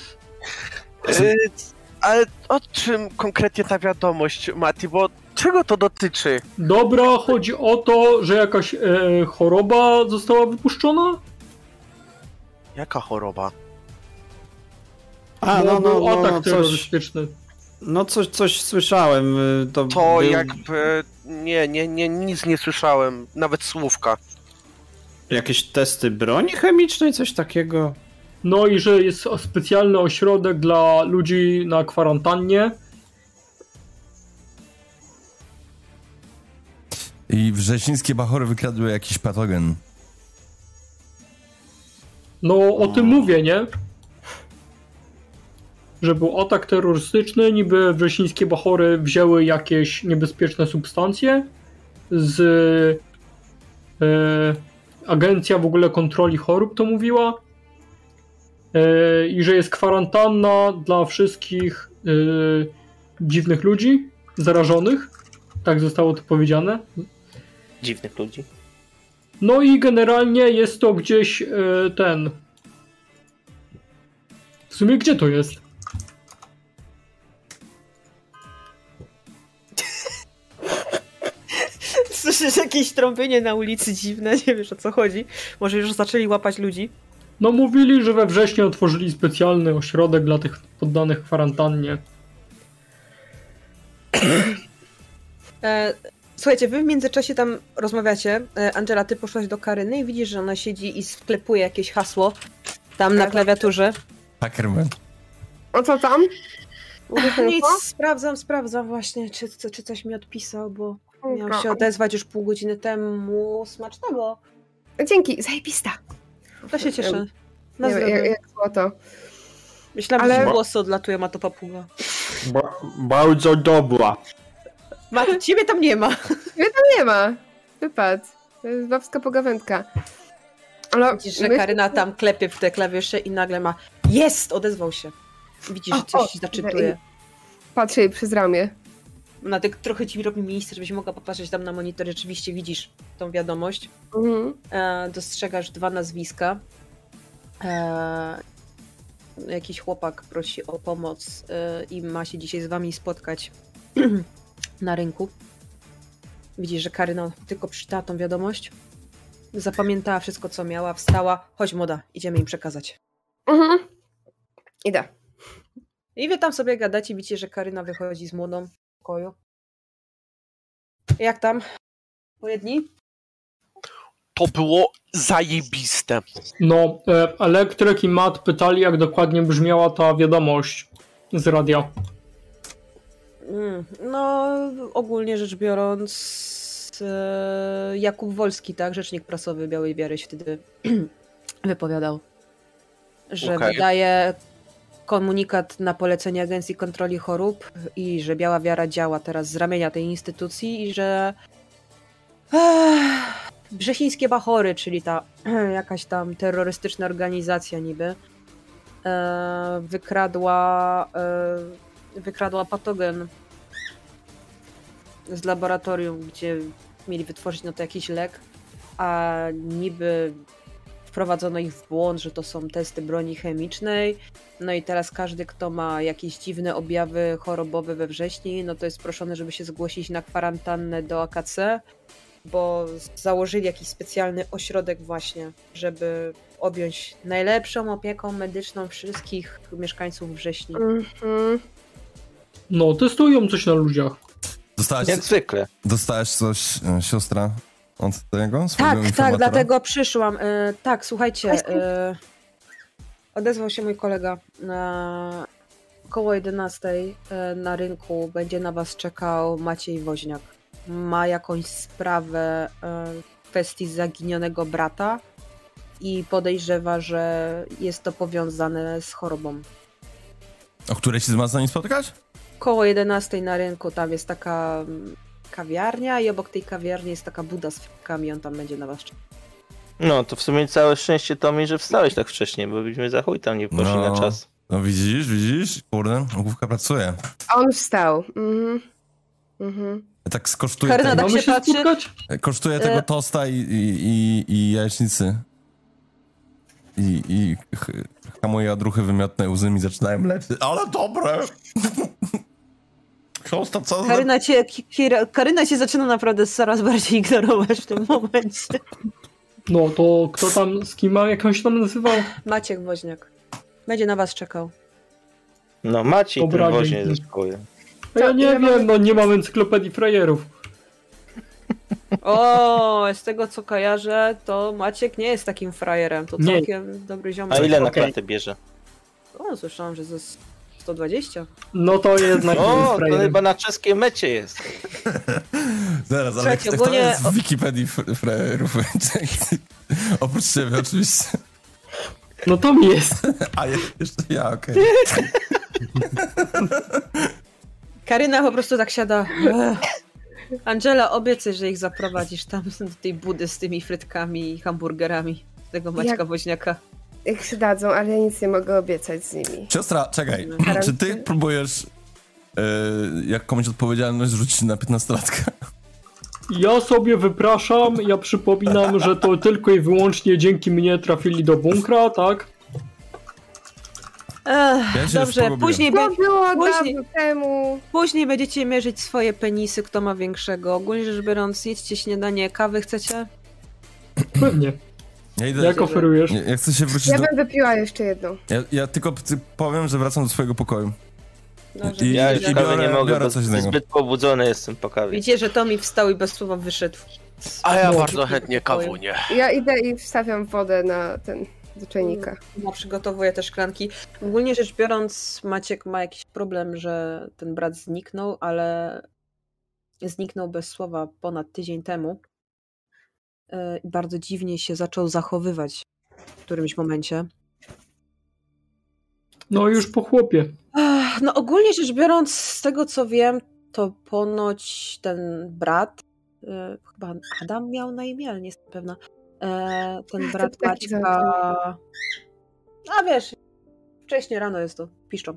Ale o czym konkretnie ta wiadomość, Mati, bo czego to dotyczy? Dobra, chodzi o to, że jakaś choroba została wypuszczona? Jaka choroba? A, Był atak coś, terrorystyczny. coś słyszałem. To był... jakby... Nie, nic nie słyszałem. Nawet słówka. Jakieś testy broni chemicznej, coś takiego? No i że jest specjalny ośrodek dla ludzi na kwarantannie. I wrześnińskie bachory wykradły jakiś patogen. No o tym mówię, nie? Że był atak terrorystyczny, niby wrześnińskie bachory wzięły jakieś niebezpieczne substancje z... Agencja w ogóle kontroli chorób to mówiła. I że jest kwarantanna dla wszystkich dziwnych ludzi, zarażonych. Tak zostało to powiedziane. Dziwnych ludzi. No i generalnie jest to gdzieś W sumie gdzie to jest? Słyszysz jakieś trąbienie na ulicy dziwne, nie wiesz, o co chodzi. Może już zaczęli łapać ludzi. No mówili, że we wrześniu otworzyli specjalny ośrodek dla tych poddanych kwarantannie. Słuchajcie, wy w międzyczasie tam rozmawiacie. Angela, ty poszłaś do Karyny i widzisz, że ona siedzi i sklepuje jakieś hasło tam na klawiaturze. Hackerman. O co tam? Nic, sprawdzam właśnie, czy coś mi odpisał, bo miał się odezwać już pół godziny temu. Smacznego. Dzięki, zajebista. To się cieszę. Na Nie, zdrowie. jak złoto. Myślałam, ale- że włosy odlatuje, ma to papuga. Bardzo dobra. Ciebie tam nie ma. Mnie tam nie ma. Wypad. To jest babska pogawędka. Ale Widzisz, że Karyna tam klepie w te klawisze i nagle ma jest! Odezwał się. Widzisz, że coś zaczytuje. Patrzę jej przez ramię. Ona tak trochę ci robi miejsce, żebyś mogła popatrzeć tam na monitor. Rzeczywiście widzisz tą wiadomość. Mhm. Dostrzegasz 2 nazwiska. Jakiś chłopak prosi o pomoc i ma się dzisiaj z wami spotkać na rynku. Widzisz, że Karyna tylko przeczytała tą wiadomość. Zapamiętała wszystko, co miała, wstała. Chodź, młoda, idziemy im przekazać. Mhm. Idę. I wy tam sobie gadacie, widzicie, że Karyna wychodzi z młodą w pokoju. Jak tam? Pojedni? To było zajebiste. No, Elektryk i Matt pytali, jak dokładnie brzmiała ta wiadomość z radia. No, ogólnie rzecz biorąc, Jakub Wolski, tak, rzecznik prasowy Białej Wiary się wtedy wypowiadał, że wydaje komunikat na polecenie Agencji Kontroli Chorób i że Biała Wiara działa teraz z ramienia tej instytucji i że Brzechińskie Bachory, czyli ta jakaś tam terrorystyczna organizacja niby, wykradła patogen z laboratorium, gdzie mieli wytworzyć na to jakiś lek, a niby wprowadzono ich w błąd, że to są testy broni chemicznej. No i teraz każdy, kto ma jakieś dziwne objawy chorobowe we wrześniu, no to jest proszony, żeby się zgłosić na kwarantannę do AKC, bo założyli jakiś specjalny ośrodek właśnie, żeby objąć najlepszą opieką medyczną wszystkich mieszkańców Wrześni. No, testują coś na ludziach. Jak zwykle. Dostałeś coś, siostra, od tego? swojego Tak, dlatego przyszłam. Tak, słuchajcie, odezwał się mój kolega. Koło 11 na rynku będzie na was czekał Maciej Woźniak. Ma jakąś sprawę w kwestii zaginionego brata i podejrzewa, że jest to powiązane z chorobą. O której się ma z nami spotkać? Koło 11 na rynku tam jest taka kawiarnia i obok tej kawiarni jest taka buda z frytkami, on tam będzie na was czekał. No, to w sumie całe szczęście Tomi, że wstałeś tak wcześnie, bo byśmy za chuj tam nie poszli na czas. No widzisz? Kurde, główka pracuje. A on wstał. Tak skosztuje Karyna tak się patrzy. Kosztuje tego tosta i jajecznicy. I hamuje odruchy wymiotne, łzy mi zaczynają lecieć. Ale dobre! Siostra, co? Karyna cię zaczyna naprawdę coraz bardziej ignorować w tym momencie. No to kto tam, z kim jak on się tam nazywał? Maciek Woźniak. Będzie na was czekał. No Maciej Dobra, ten woźnie dzięki. zespołuje. Ja nie wiem, no nie mam encyklopedii frajerów. O, z tego co kojarzę, to Maciek nie jest takim frajerem. To Nie. całkiem dobry ziomek. A ile na Okej. klatę bierze? O, słyszałam, że ze 120. No to jednak nie jest O, to frajerem. chyba na czeskiej mecie jest. Zaraz, ale Słuchajcie, kto ogólnie- jest w Wikipedii frajerów? Oprócz ciebie oczywiście. No to mi jest. A jeszcze ja, okej. Karyna po prostu tak siada. Angela, obiecaj, że ich zaprowadzisz tam do tej budy z tymi frytkami i hamburgerami tego Maćka Woźniaka. Jak się dadzą, ale ja nic nie mogę obiecać z nimi. Siostra, czekaj. Karanty- Czy ty próbujesz jak komuś odpowiedzialność rzucić na 15-latka? Ja sobie wypraszam, ja przypominam, że to tylko i wyłącznie dzięki mnie trafili do bunkra, tak? Ja się Dobrze, już później, To było później- dawno temu. później będziecie mierzyć swoje penisy, kto ma większego. Ogólnie rzecz biorąc, jedźcie śniadanie, kawy chcecie? Pewnie. Ja idę. Jak oferujesz? Ja chcę się wrócić Ja do... bym wypiła jeszcze jedną. Ja tylko powiem, że wracam do swojego pokoju. Dobrze, Ja już I kawy nie mogę, biorę bo coś innego. zbyt pobudzony jestem po kawie. Widzicie, że Tomi wstał i bez słowa wyszedł. A ja No. bardzo chętnie kawunię. Ja idę i wstawiam wodę na ten, do czajnika. No, przygotowuję te szklanki. Ogólnie rzecz biorąc, Maciek ma jakiś problem, że ten brat zniknął, ale zniknął bez słowa ponad tydzień temu. I bardzo dziwnie się zaczął zachowywać w którymś momencie. No już po chłopie. No ogólnie rzecz biorąc, z tego co wiem, to ponoć ten brat, chyba Adam miał na imię, ale nie jestem pewna, ten brat taki Maćka, a wiesz, wcześniej rano jest to, piszczą,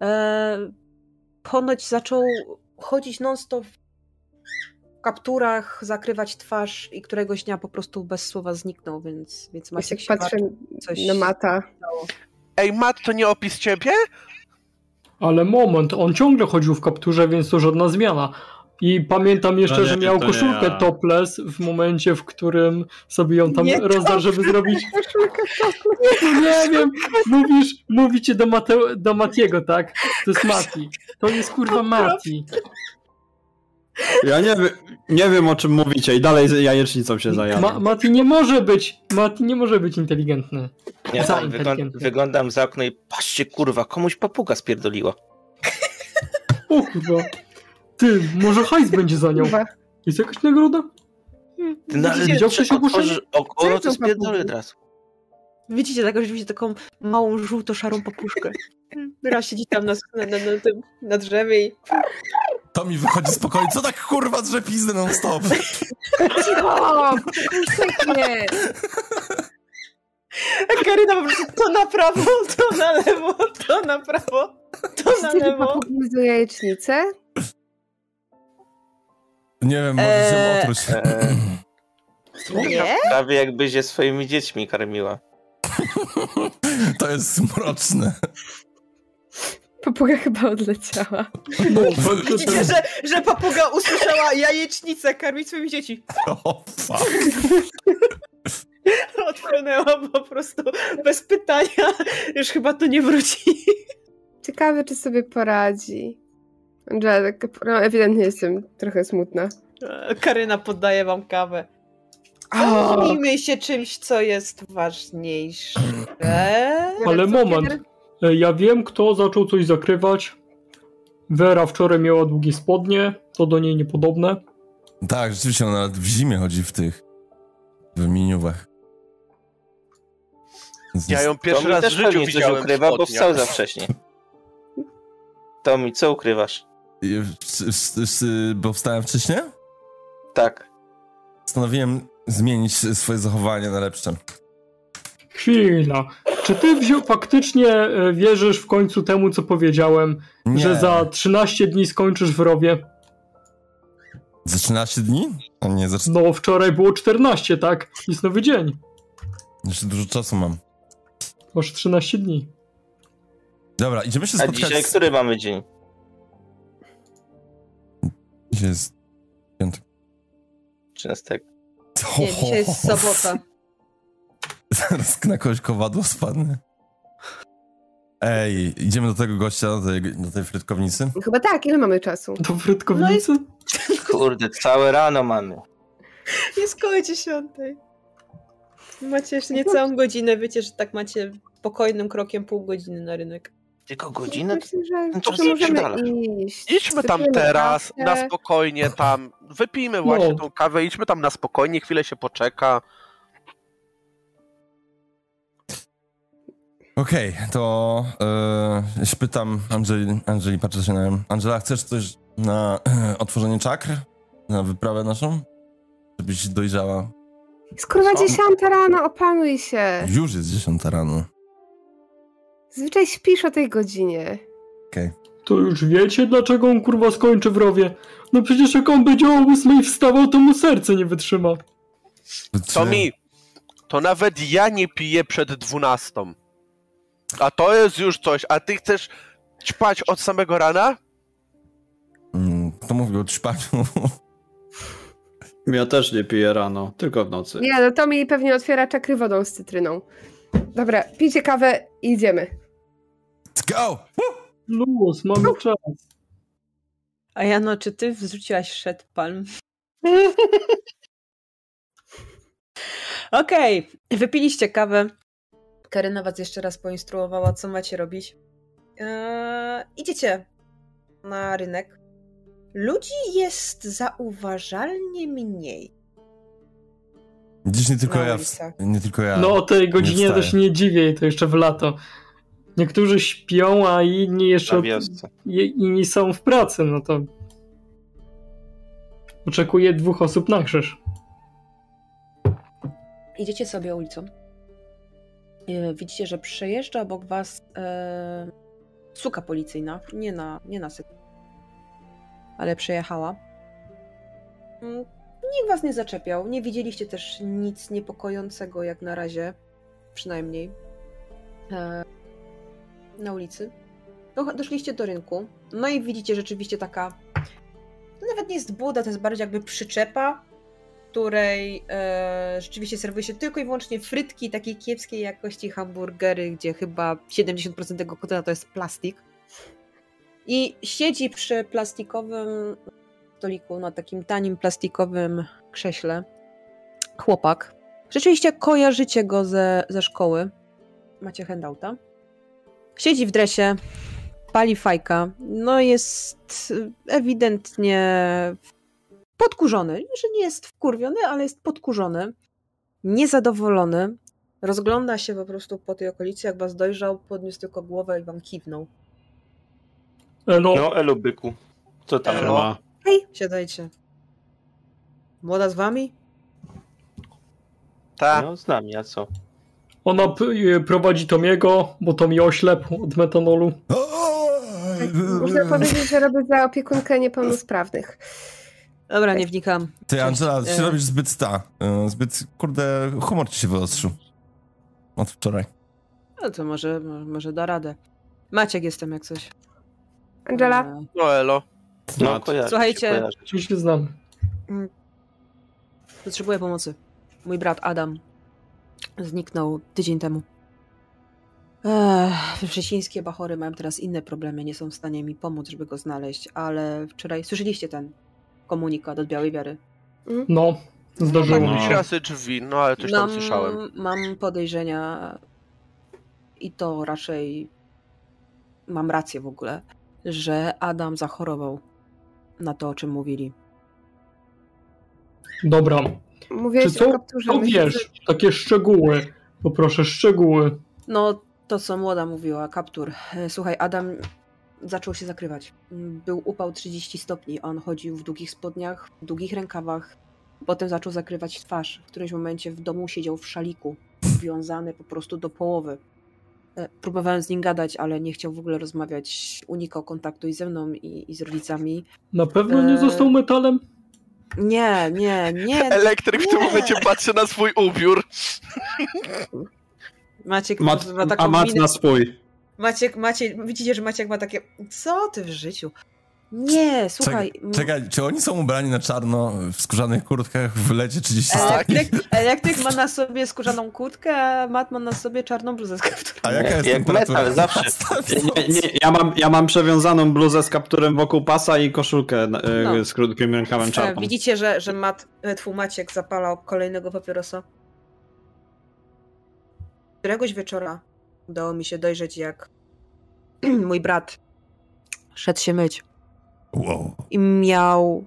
ponoć zaczął chodzić non-stop w kapturach, zakrywać twarz i któregoś dnia po prostu bez słowa zniknął, więc Maciek się Patrzę coś na Mata. stało. Ej, Matt, to nie opis ciebie? Ale moment, on ciągle chodził w kapturze, więc to żadna zmiana. I pamiętam jeszcze, No nie, że miał to nie koszulkę ja. topless w momencie, w którym sobie ją tam Nie rozdał, żeby zrobić... Nie wiem, mówicie do Matiego, tak? To jest Mati. To jest kurwa Mati. Ja nie wiem o czym mówicie i dalej jajecznicą się zajadam. Mati nie może być inteligentny. Ja Za tam inteligentny. wyglądam za okno i patrzcie, kurwa, komuś papuga spierdoliła. O kurwa. Ty, może hajs będzie za nią. Kurwa. Jest jakaś nagroda? No ale Widział ktoś otworzysz oko, no Co to są spierdolę papugi? od razu. Widzicie rzeczywiście taką małą, żółto-szarą papuszkę. Raz siedzi tam na drzewie i... To mi wychodzi z pokoju. Co tak kurwa drze pizdę non stop? Cicho! Ucieknie! Karyna po prostu to na prawo, to na lewo, to na prawo, to na Czy lewo. papugi do jajecznicę? Nie wiem, może się otruć. Nie? Prawie jakby się swoimi dziećmi karmiła. To jest mroczne. Papuga chyba odleciała. Widzicie, że papuga usłyszała jajecznicę karmić swoimi dzieci. O, fuck. Odpłynęła po prostu bez pytania. Już chyba tu nie wróci. Ciekawe, czy sobie poradzi. Angela, no, ewidentnie jestem trochę smutna. Karyna poddaje wam kawę. Zajmijmy się czymś, co jest ważniejsze. Ale moment. Ja wiem, kto zaczął coś zakrywać. Vera wczoraj miała długie spodnie, to do niej niepodobne. Tak, rzeczywiście ona nawet w zimie chodzi w miniówach. Ja ją To pierwszy mi raz w też życiu pewnie coś widziałem ukrywa, bo spodniach. wstał za wcześnie. Tomi, co ukrywasz? Bo wstałem wcześniej? Tak. Postanowiłem zmienić swoje zachowanie na lepsze. Chwila. Czy ty faktycznie wierzysz w końcu temu, co powiedziałem, Nie. że za 13 dni skończysz w rowie? Za 13 dni? A nie, za No wczoraj było 14, tak? Jest nowy dzień. jeszcze dużo czasu mam. Masz 13 dni. Dobra, idziemy się A spotkać. dzisiaj który mamy dzień? Dzisiaj jest piątek. 13. Nie, dzisiaj jest sobota. Zaraz na kogoś kowadło spadnie. Ej, idziemy do tego gościa, do tej frytkownicy? Chyba tak, ile mamy czasu? Do frytkownicy? Kurde, całe rano mamy. Jest koło 10. Macie jeszcze niecałą godzinę. Wiecie, że tak macie spokojnym krokiem pół godziny na rynek. Tylko godzinę? Myślę, że Ten czas to możemy przypala. iść. Idźmy tam Wypijemy teraz, kawę. na spokojnie tam. Wypijmy właśnie tą kawę, idźmy tam na spokojnie, chwilę się poczeka. Okej, to ja się pytam Angeli, patrzę się na nią. Angela, chcesz coś na otworzenie czakr? Na wyprawę naszą? Żebyś dojrzała. Skurwa, Co? 10 rano, opanuj się. Już jest 10 rano. Zwyczaj śpisz o tej godzinie. Okej. To już wiecie, dlaczego on kurwa skończy w rowie? No przecież jak on będzie o 8 wstawał, to mu serce nie wytrzyma. Tomi, to nawet ja nie piję przed 12. A to jest już coś, a ty chcesz ćpać od samego rana? Kto mówił o ćpaniu? Ja też nie piję rano, tylko w nocy. Nie, no to mi pewnie otwiera czakry wodą z cytryną. Dobra, pijcie kawę i idziemy. Let's go! Luz, mamy czas. A Jano, czy ty wrzuciłaś Shed Palm? Okej, wypiliście kawę. Karyna was jeszcze raz poinstruowała, co macie robić. Idziecie na rynek. Ludzi jest zauważalnie mniej. Dziś nie tylko Na ja. ulicach. Nie tylko ja. No o tej godzinie wstaję. też nie dziwię, to jeszcze w lato. Niektórzy śpią, a inni jeszcze Na wiosce. inni są w pracy, no to oczekuję 2 osób na krzyż. Idziecie sobie ulicą. Widzicie, że przejeżdża obok was suka policyjna. Nie na sekund, ale przejechała. Nikt was nie zaczepiał. Nie widzieliście też nic niepokojącego jak na razie. Przynajmniej. Na ulicy. Doszliście do rynku. No i widzicie rzeczywiście taka... To nawet nie jest buda, to jest bardziej jakby przyczepa, w której rzeczywiście serwuje się tylko i wyłącznie frytki takiej kiepskiej jakości hamburgery, gdzie chyba 70% tego koteta to jest plastik. I siedzi przy plastikowym stoliku, na takim tanim plastikowym krześle chłopak. Rzeczywiście kojarzycie go ze szkoły. Macie handouta. Siedzi w dresie, pali fajka. No jest ewidentnie podkurzony. Że nie jest wkurwiony, ale jest podkurzony. Niezadowolony. Rozgląda się po prostu po tej okolicy, jak was dojrzał, podniósł tylko głowę i wam kiwnął. No, elo byku. Co tam? Elo. Hej, siadajcie. Młoda z wami? Tak. No, z nami, a co? Ona prowadzi Tomiego, bo Tomi oślepł od metanolu. Tak, można powiedzieć, że robię za opiekunkę niepełnosprawnych. Dobra, nie wnikam. Ty, Angela, ty E. się robisz zbyt, kurde, humor ci się wyostrzył. Od wczoraj. No to może da radę. Maciek jestem jak coś. Angela? No elo. No, kojarzę, Słuchajcie. kojarzę. Oczywiście znam. Potrzebuję pomocy. Mój brat Adam zniknął tydzień temu. Wrzesińskie bachory mają teraz inne problemy, nie są w stanie mi pomóc, żeby go znaleźć, ale wczoraj słyszeliście ten komunikat od Białej Wiary. No, zdarzyło mi się. Razy drzwi, no ale coś tam słyszałem. Mam podejrzenia i to raczej mam rację w ogóle, że Adam zachorował na to, o czym mówili. Dobra. Mówiłeś Czy o kapturze. co wiesz? Takie szczegóły. Poproszę szczegóły. No, to co młoda mówiła, kaptur. Słuchaj, Adam zaczął się zakrywać. Był upał 30 stopni, on chodził w długich spodniach, w długich rękawach. Potem zaczął zakrywać twarz. W którymś momencie w domu siedział w szaliku, wiązany po prostu do połowy. Próbowałem z nim gadać, ale nie chciał w ogóle rozmawiać. Unikał kontaktu i ze mną, i z rodzicami. Na pewno nie został metalem? Nie. Elektryk w tym Nie. momencie patrzy na swój ubiór. Maciek Mat ma taką na minę. swój. Maciek, widzicie, że Maciek ma takie, co ty w życiu? Nie, słuchaj. Czekaj, czy oni są ubrani na czarno w skórzanych kurtkach w lecie 30 stopni? Elektryk ma na sobie skórzaną kurtkę, a Matt ma na sobie czarną bluzę z kapturem. A jaka jest Jak temperatura? metal, zawsze. Ja mam przewiązaną bluzę z kapturem wokół pasa i koszulkę No. z krótkim rękawem czarną. Widzicie, że Maciek zapalał kolejnego papierosa? Któregoś wieczora udało mi się dojrzeć, jak mój brat szedł się myć Wow. i miał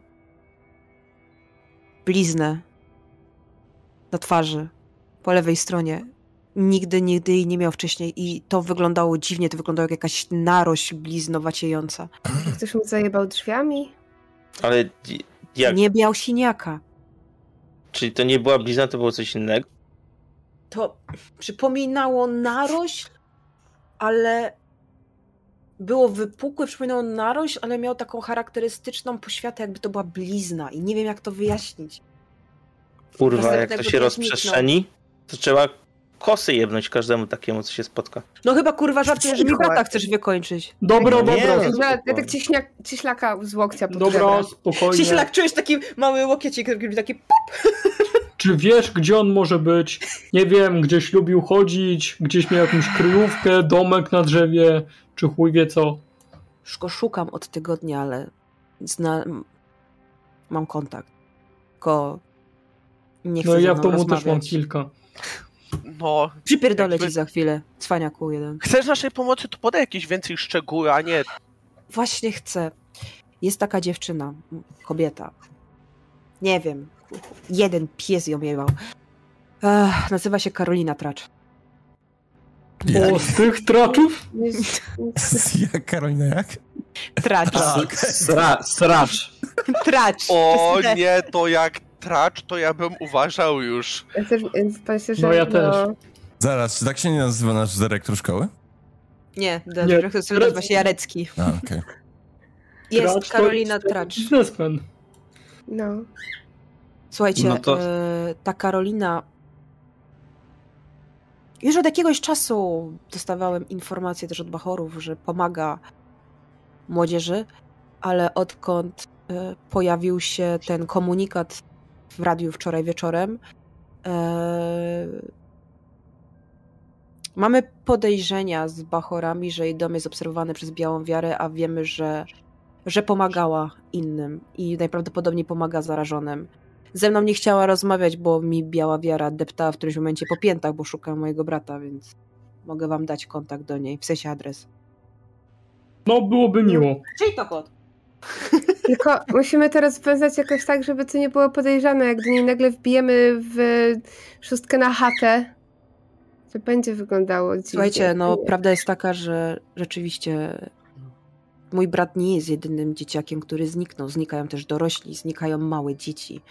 bliznę na twarzy po lewej stronie. Nigdy jej nie miał wcześniej i to wyglądało dziwnie, to wyglądało jak jakaś narośl bliznowaciejąca. Ktoś mu zajebał drzwiami? Ale jak? Nie miał siniaka. Czyli to nie była blizna, to było coś innego? To przypominało narośl, ale było wypukłe, przypominało narośl, ale miał taką charakterystyczną poświatę, jakby to była blizna i nie wiem, jak to wyjaśnić. Kurwa, jak Następnego to się dnia rozprzestrzeni, to trzeba kosy jebnąć każdemu takiemu, co się spotka. No chyba kurwa żartujesz, że mi brata chcesz wykończyć. Dobra, Nie, dobra. no. Angela, ja tak cieślaka z łokcia pod Dobra, żebra. spokojnie. Cieślak, czujesz taki mały łokiecik, taki Czy wiesz, gdzie on może być? Nie wiem, gdzieś lubił chodzić, gdzieś miał jakąś kryjówkę, domek na drzewie, czy chuj wie co. Już go szukam od tygodnia, ale mam kontakt. Tylko nie chcę No ze ja mną w domu też mam rozmawiać. kilka. No, Przypierdolę jakby- ci za chwilę, cwaniaku jeden. chcesz naszej pomocy, to podaj jakieś więcej szczegóły, a nie... Właśnie chcę. Jest taka dziewczyna, kobieta. Nie wiem, jeden pies ją jebał. Nazywa się Karolina Tracz. O, z tych traczów? Jak Karolina, jak? Tracz. Tak. Sracz. Tracz. O nie, to jak tracz, to ja bym uważał już. Ja też, myślę, że No ja też. Zaraz, czy tak się nie nazywa nasz dyrektor szkoły? Nie, Nie, dyrektor sobie nazywa się Jarecki. A, okej. Jest Tracz to Karolina jest Tracz. Biznesmen. No. Słuchajcie, No to- ta Karolina... Już od jakiegoś czasu dostawałem informacje też od bachorów, że pomaga młodzieży, ale odkąd pojawił się ten komunikat w radiu wczoraj wieczorem, mamy podejrzenia z bachorami, że jej dom jest obserwowany przez Białą Wiarę, a wiemy, że pomagała innym i najprawdopodobniej pomaga zarażonym. Ze mną nie chciała rozmawiać, bo mi Biała Wiara deptała w którymś momencie po piętach, bo szukam mojego brata, więc mogę wam dać kontakt do niej, w sensie adres. No, byłoby miło. Czyli to kot. Tylko musimy to rozwiązać jakoś tak, żeby to nie było podejrzane. Jak do niej nagle wbijemy w 6 na chatę, to będzie wyglądało dziwnie. Słuchajcie, no prawda jest taka, że rzeczywiście mój brat nie jest jedynym dzieciakiem, który zniknął. Znikają też dorośli, znikają małe dzieci.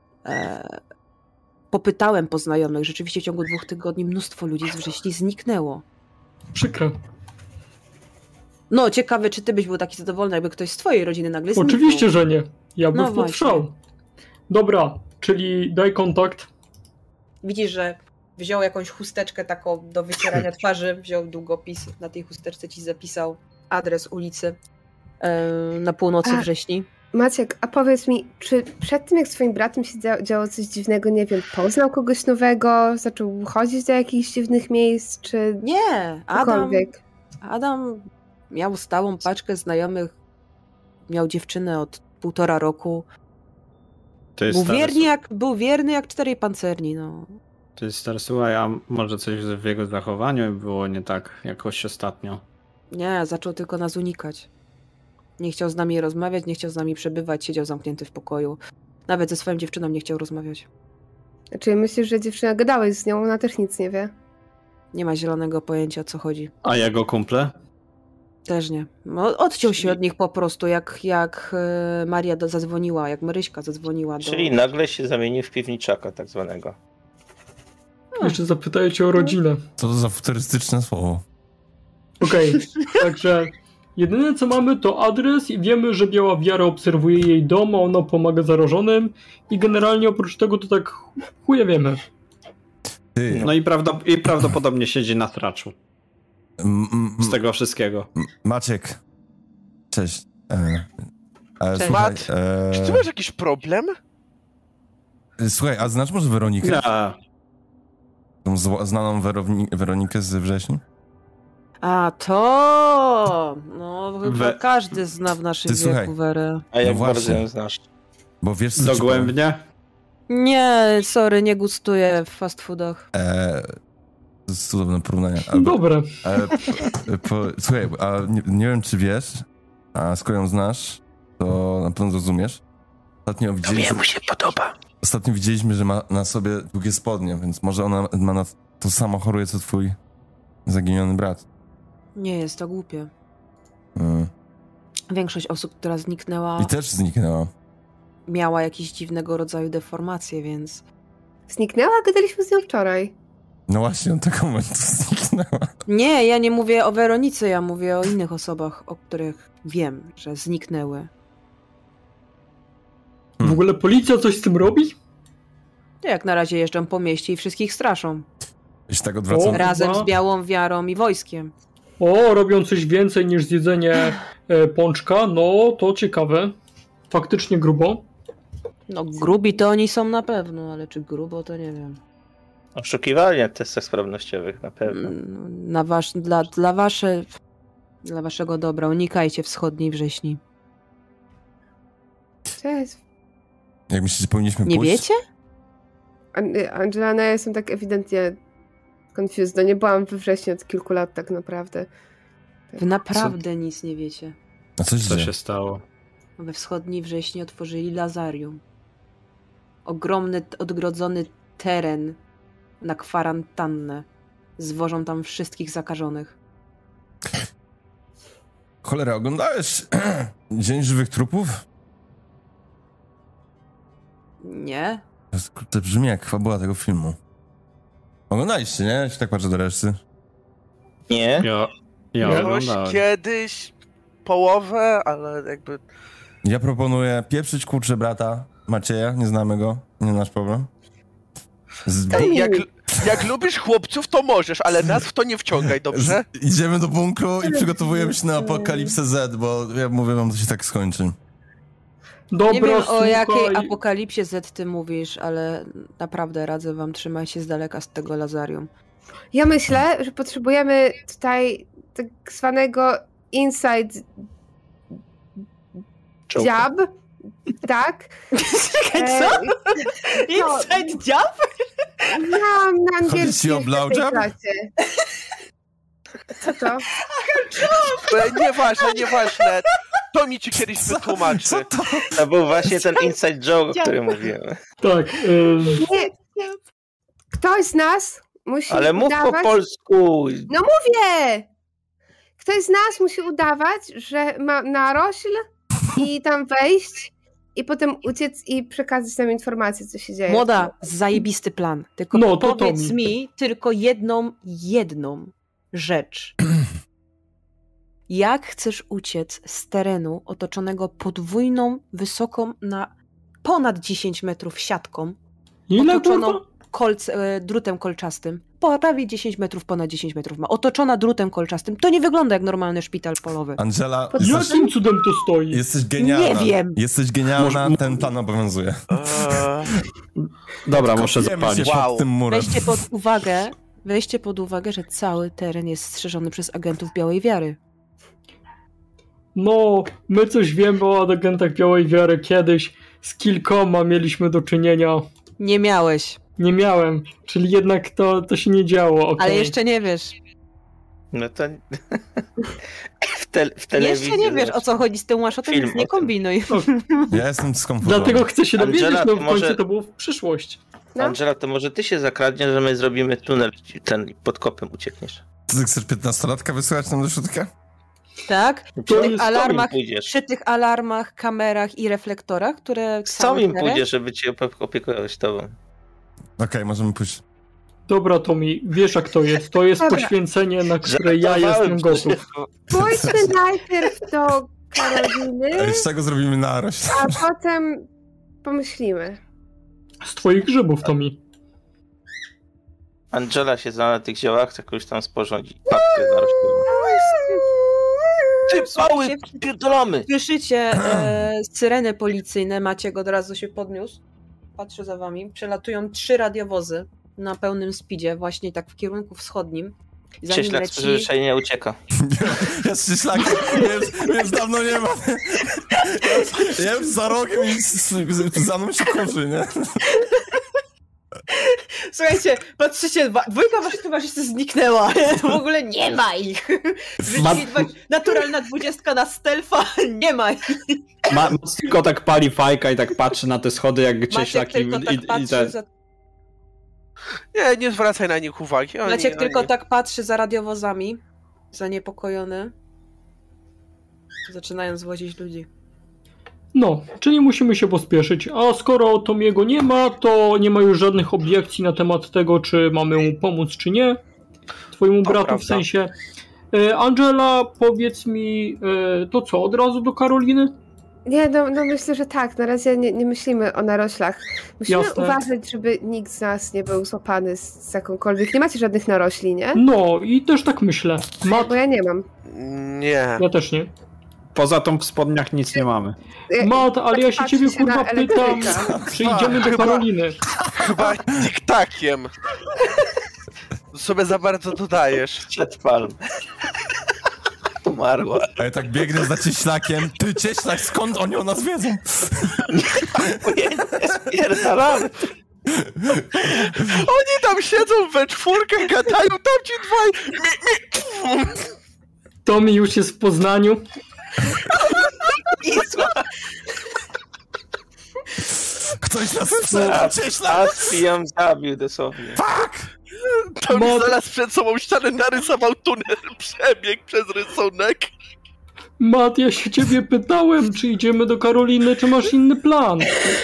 Popytałem po znajomych, rzeczywiście w ciągu 2 tygodni mnóstwo ludzi z Wrześni zniknęło. Przykro. No, ciekawe, czy ty byś był taki zadowolony, jakby ktoś z twojej rodziny nagle zniknął. Oczywiście, że nie. Ja bym No pod strzał. Dobra, czyli daj kontakt. Widzisz, że wziął jakąś chusteczkę taką do wycierania twarzy, wziął długopis, na tej chusteczce ci zapisał adres ulicy na północy Wrześni. Maciek, a powiedz mi, czy przed tym, jak z twoim bratem się działo coś dziwnego, nie wiem, poznał kogoś nowego, zaczął chodzić do jakichś dziwnych miejsc, czy Nie, Adam miał stałą paczkę znajomych, miał dziewczynę od 1,5 roku. Był wierny jak 4 pancerni, no. To jest stary, słuchaj, a może coś w jego zachowaniu było nie tak jakoś ostatnio? Nie, zaczął tylko nas unikać. Nie chciał z nami rozmawiać, nie chciał z nami przebywać, siedział zamknięty w pokoju. Nawet ze swoją dziewczyną nie chciał rozmawiać. Znaczy myślisz, że dziewczyna gadałeś z nią, ona też nic nie wie? Nie ma zielonego pojęcia, o co chodzi. A jego kumple? Też nie. No, odciął się od nich po prostu, jak Maria zadzwoniła, jak Maryśka zadzwoniła. Czyli nagle się zamienił w piwniczaka tak zwanego. Jeszcze zapytaję cię o rodzinę. Co to za futurystyczne słowo? Okej, także jedyne co mamy to adres i wiemy, że Biała Wiara obserwuje jej dom, a ona pomaga zarażonym i generalnie oprócz tego to tak chuje wiemy. Ty. No i prawdopodobnie siedzi na straczu. Z tego wszystkiego. Maciek. Cześć. Cześć. Słuchaj, Czy ty masz jakiś problem? słuchaj, a znasz może Weronikę? Nie. Tą znaną Weronikę z Wrześni? A to! No chyba każdy zna w naszym wieku Werę. A jak No bardzo właśnie. ją znasz? Bo wiesz co ci powiem? Dogłębnie? Nie, sorry, nie gustuję w fast foodach. To jest cudowne porównanie. Dobre. Słuchaj, a nie wiem czy wiesz, a skoro ją znasz, to na pewno zrozumiesz. Mu się podoba. Ostatnio widzieliśmy, że ma na sobie długie spodnie, więc może ona ma na to samo choruje, co twój zaginiony brat. Nie jest to głupie. Większość osób, która zniknęła, I też zniknęła. miała jakieś dziwnego rodzaju deformacje, więc... Zniknęła? Gadaliśmy z nią wczoraj. No właśnie, od tego momentu zniknęła. Nie, ja nie mówię o Weronice, ja mówię o innych osobach, o których wiem, że zniknęły. W ogóle policja coś z tym robi? Jak na razie jeżdżą po mieście i wszystkich straszą. Jeśli tak odwracam... Razem z Białą Wiarą i wojskiem. O, robią coś więcej niż zjedzenie pączka, no to ciekawe. Faktycznie grubo. No grubi to oni są na pewno, ale czy grubo to nie wiem. Oszukiwali na testach sprawnościowych na pewno. Dla waszego dobra unikajcie wschodniej Wrześni. Cześć. Jak myślicie, powinniśmy Nie pójść? wiecie? Angela, no ja jestem tak ewidentnie confused. No nie byłam we Wrześniu od kilku lat tak naprawdę. Wy naprawdę nic nie wiecie. A co się stało? We wschodniej Wrześni otworzyli lazarium. Ogromny, odgrodzony teren na kwarantannę. Zwożą tam wszystkich zakażonych. Cholera, oglądałeś Dzień Żywych Trupów? Nie? To brzmi jak fabuła tego filmu. Oglądaliście, nie? Ja się tak patrzę do reszty. Nie? Ja Coś oglądałem. kiedyś, połowę, ale jakby... Ja proponuję pieprzyć kurczę brata Macieja, nie znamy go, nie nasz problem. Jak lubisz chłopców, to możesz, ale nas w to nie wciągaj, dobrze? Idziemy do bunkru i przygotowujemy się na apokalipsę Z, bo ja mówię wam, to się tak skończy. Dobra, Nie wiem, o słuchaj. jakiej apokalipsie Z ty mówisz, ale naprawdę radzę wam, trzymaj się z daleka z tego lazarium. Ja myślę, że potrzebujemy tutaj tak zwanego inside job. Tak. Czekaj, co? Inside job? Miałam na Chodzi ci angielskim o w blowjob? tej klasie. Co to? Nieważne. To mi ci kiedyś wytłumaczy. To był właśnie ten inside joke, o którym mówiłem. Tak. Nie. Ktoś z nas musi Ale mów udawać... po polsku. No mówię! Ktoś z nas musi udawać, że ma narośl i tam wejść i potem uciec i przekazać nam informację, co się dzieje. Młoda, zajebisty plan. Tylko No, to powiedz mi. mi tylko jedną rzecz. Jak chcesz uciec z terenu otoczonego podwójną, wysoką na ponad 10 metrów siatką, Ile otoczoną kurwa? drutem kolczastym? Prawie 10 metrów, ponad 10 metrów ma. Otoczona drutem kolczastym. To nie wygląda jak normalny szpital polowy. Angela, Jakim cudem to stoi? jesteś genialna. Nie wiem. Jesteś genialna, ten plan obowiązuje. Dobra, muszę Kopiemy zapalić. się pod tym murem. Weźcie pod uwagę, że cały teren jest strzeżony przez agentów Białej Wiary. No, my coś wiemy o agentach Białej Wiary kiedyś. Z kilkoma mieliśmy do czynienia. Nie miałeś, Nie miałem, czyli jednak to się nie działo. Okay. ale jeszcze nie wiesz. No to... w telewizji... Jeszcze nie wiesz, o co chodzi z tym łaszotem, Film więc nie o tym. kombinuj. Ja jestem skonfuzowany. Dlatego chcę się dowiedzieć, Angela, no w to końcu może- to było w przyszłość. No. Angela, to może ty się zakradniesz, że my zrobimy tunel, ten pod kopem uciekniesz. Ty chcesz 15-latka wysyłać nam do środka? Tak? To Przy tych jest- alarmach, pójdziesz? przy tych alarmach, kamerach i reflektorach, które... Z cały co im teren- pójdziesz, żeby cię opiekować tobą? Okej, możemy pójść. Dobra, Tomi, wiesz jak to jest. To jest Dobra. poświęcenie, na które ja Żartowałem jestem przecież. gotów. Pójdźmy najpierw do Karoliny, Ej, z czego zrobimy narość? a potem pomyślimy. Z twoich grzybów, Tomi. Angela się zna na tych ziołach, tak już tam sporządzi papkę na roślinę. Ty mały, pierdolamy! Słyszycie syreny policyjne, Maciek od razu się podniósł. Patrzę za wami. Przelatują 3 radiowozy na pełnym speedzie, właśnie tak w kierunku wschodnim. Za nim Cieślak z leci... przyzwyczajenia ucieka. Ja z szlakiem, więc dawno nie ma. Ja już za rogiem i za mną się kurzy, nie? Słuchajcie, patrzycie, dwójka waszych towarzyszy zniknęła. W ogóle nie ma ich. Naturalna 20 na stealtha, nie ma ich. Mac tylko tak pali fajka i tak patrzy na te schody, jak Maciek cieślaki tylko tak i patrzy ten. za... Nie zwracaj na nich uwagi. Maciek tylko tak patrzy za radiowozami, zaniepokojony. Zaczynają zwozić ludzi. No, czyli musimy się pospieszyć. A skoro Tomiego nie ma, to nie ma już żadnych obiekcji na temat tego, czy mamy mu pomóc, czy nie. Twojemu To bratu prawda. w sensie. Angela, powiedz mi, to co, od razu do Karoliny? Nie, no myślę, że tak. Na razie nie myślimy o naroślach. Musimy Jasne. uważać, żeby nikt z nas nie był złapany z jakąkolwiek. Nie macie żadnych narośli, nie? No, i też tak myślę. Mat, Bo ja nie mam. Nie. ja też nie. Poza tą w spodniach nic nie mamy. Mat, ale ja się Patrzy ciebie się na kurwa pytam, elektryka. czy idziemy do Chyba- Karoliny. Chyba tiktakiem. Sobie za bardzo dodajesz. Przed palm. Umarła. A ja tak biegnę za cieślakiem. Ty, cieślak, skąd oni o nas wiedzą? Spierdalamy. Oni tam siedzą we czwórkę, gadają, tam ci dwaj. Tomi już jest w Poznaniu. Ktoś nas strzela, cieślak! A ją zabił dosłownie. Tam Mod- zaraz przed sobą ścianę narysował tunel, przebieg przez rysunek. Mat, ja się ciebie pytałem, czy idziemy do Karoliny, czy masz inny plan?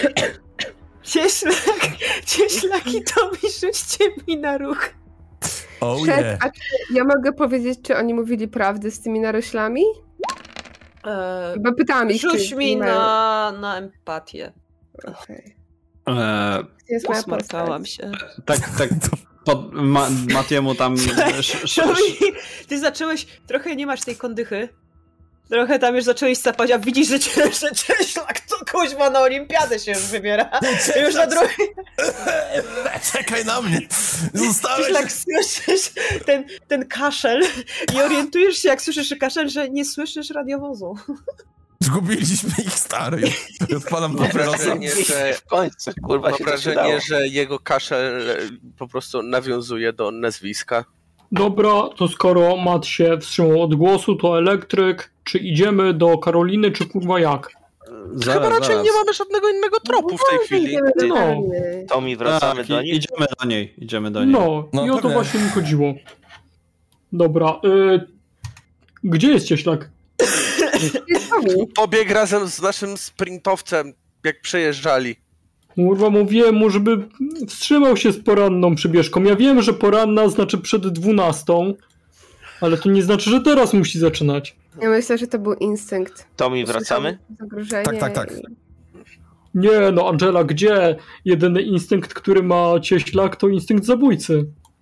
Cieślaki to mi rzućcie mi na ruch. Oh Przed, yeah. a czy ja mogę powiedzieć, czy oni mówili prawdę z tymi naroślami? Bo pytałam ich, Rzuć czy mi nie mają... na empatię. Okej. Gdzie Jest moja Usmarkałam postać. się. Tak Matiemu tam... Ty zacząłeś, trochę nie masz tej kondychy. Trochę tam już zacząłeś sapać, a widzisz, że cieślak to kuźma na olimpiadę się już wybiera. Już na drugi. Czekaj na mnie! Zostałeś! Cieślak słyszysz ten kaszel i orientujesz się, jak słyszysz kaszel, że nie słyszysz radiowozu. Zgubiliśmy ich, stary. I odpalam papierosa. wrażenie, że- W końcu, kurwa, Mam się to wrażenie, udało. że jego kaszel po prostu nawiązuje do nazwiska. Dobra, to skoro Mat się wstrzymał od głosu, to elektryk. Czy idziemy do Karoliny, czy kurwa jak? Chyba raczej nie mamy żadnego innego tropu w tej chwili. No. To mi wracamy do nich. Idziemy do niej. No, i o to pewnie. właśnie mi chodziło. Dobra, gdzie jest cieślak? Pobiegł razem z naszym sprintowcem, jak przejeżdżali. Kurwa, mówiłem mu, żeby wstrzymał się z poranną przybieżką. Ja wiem, że poranna znaczy przed 12, ale to nie znaczy, że teraz musi zaczynać. Ja myślę, że to był instynkt. To mi wracamy? Zagrożenie. Tak. Nie no, Angela, gdzie? Jedyny instynkt, który ma cieślak, to instynkt zabójcy.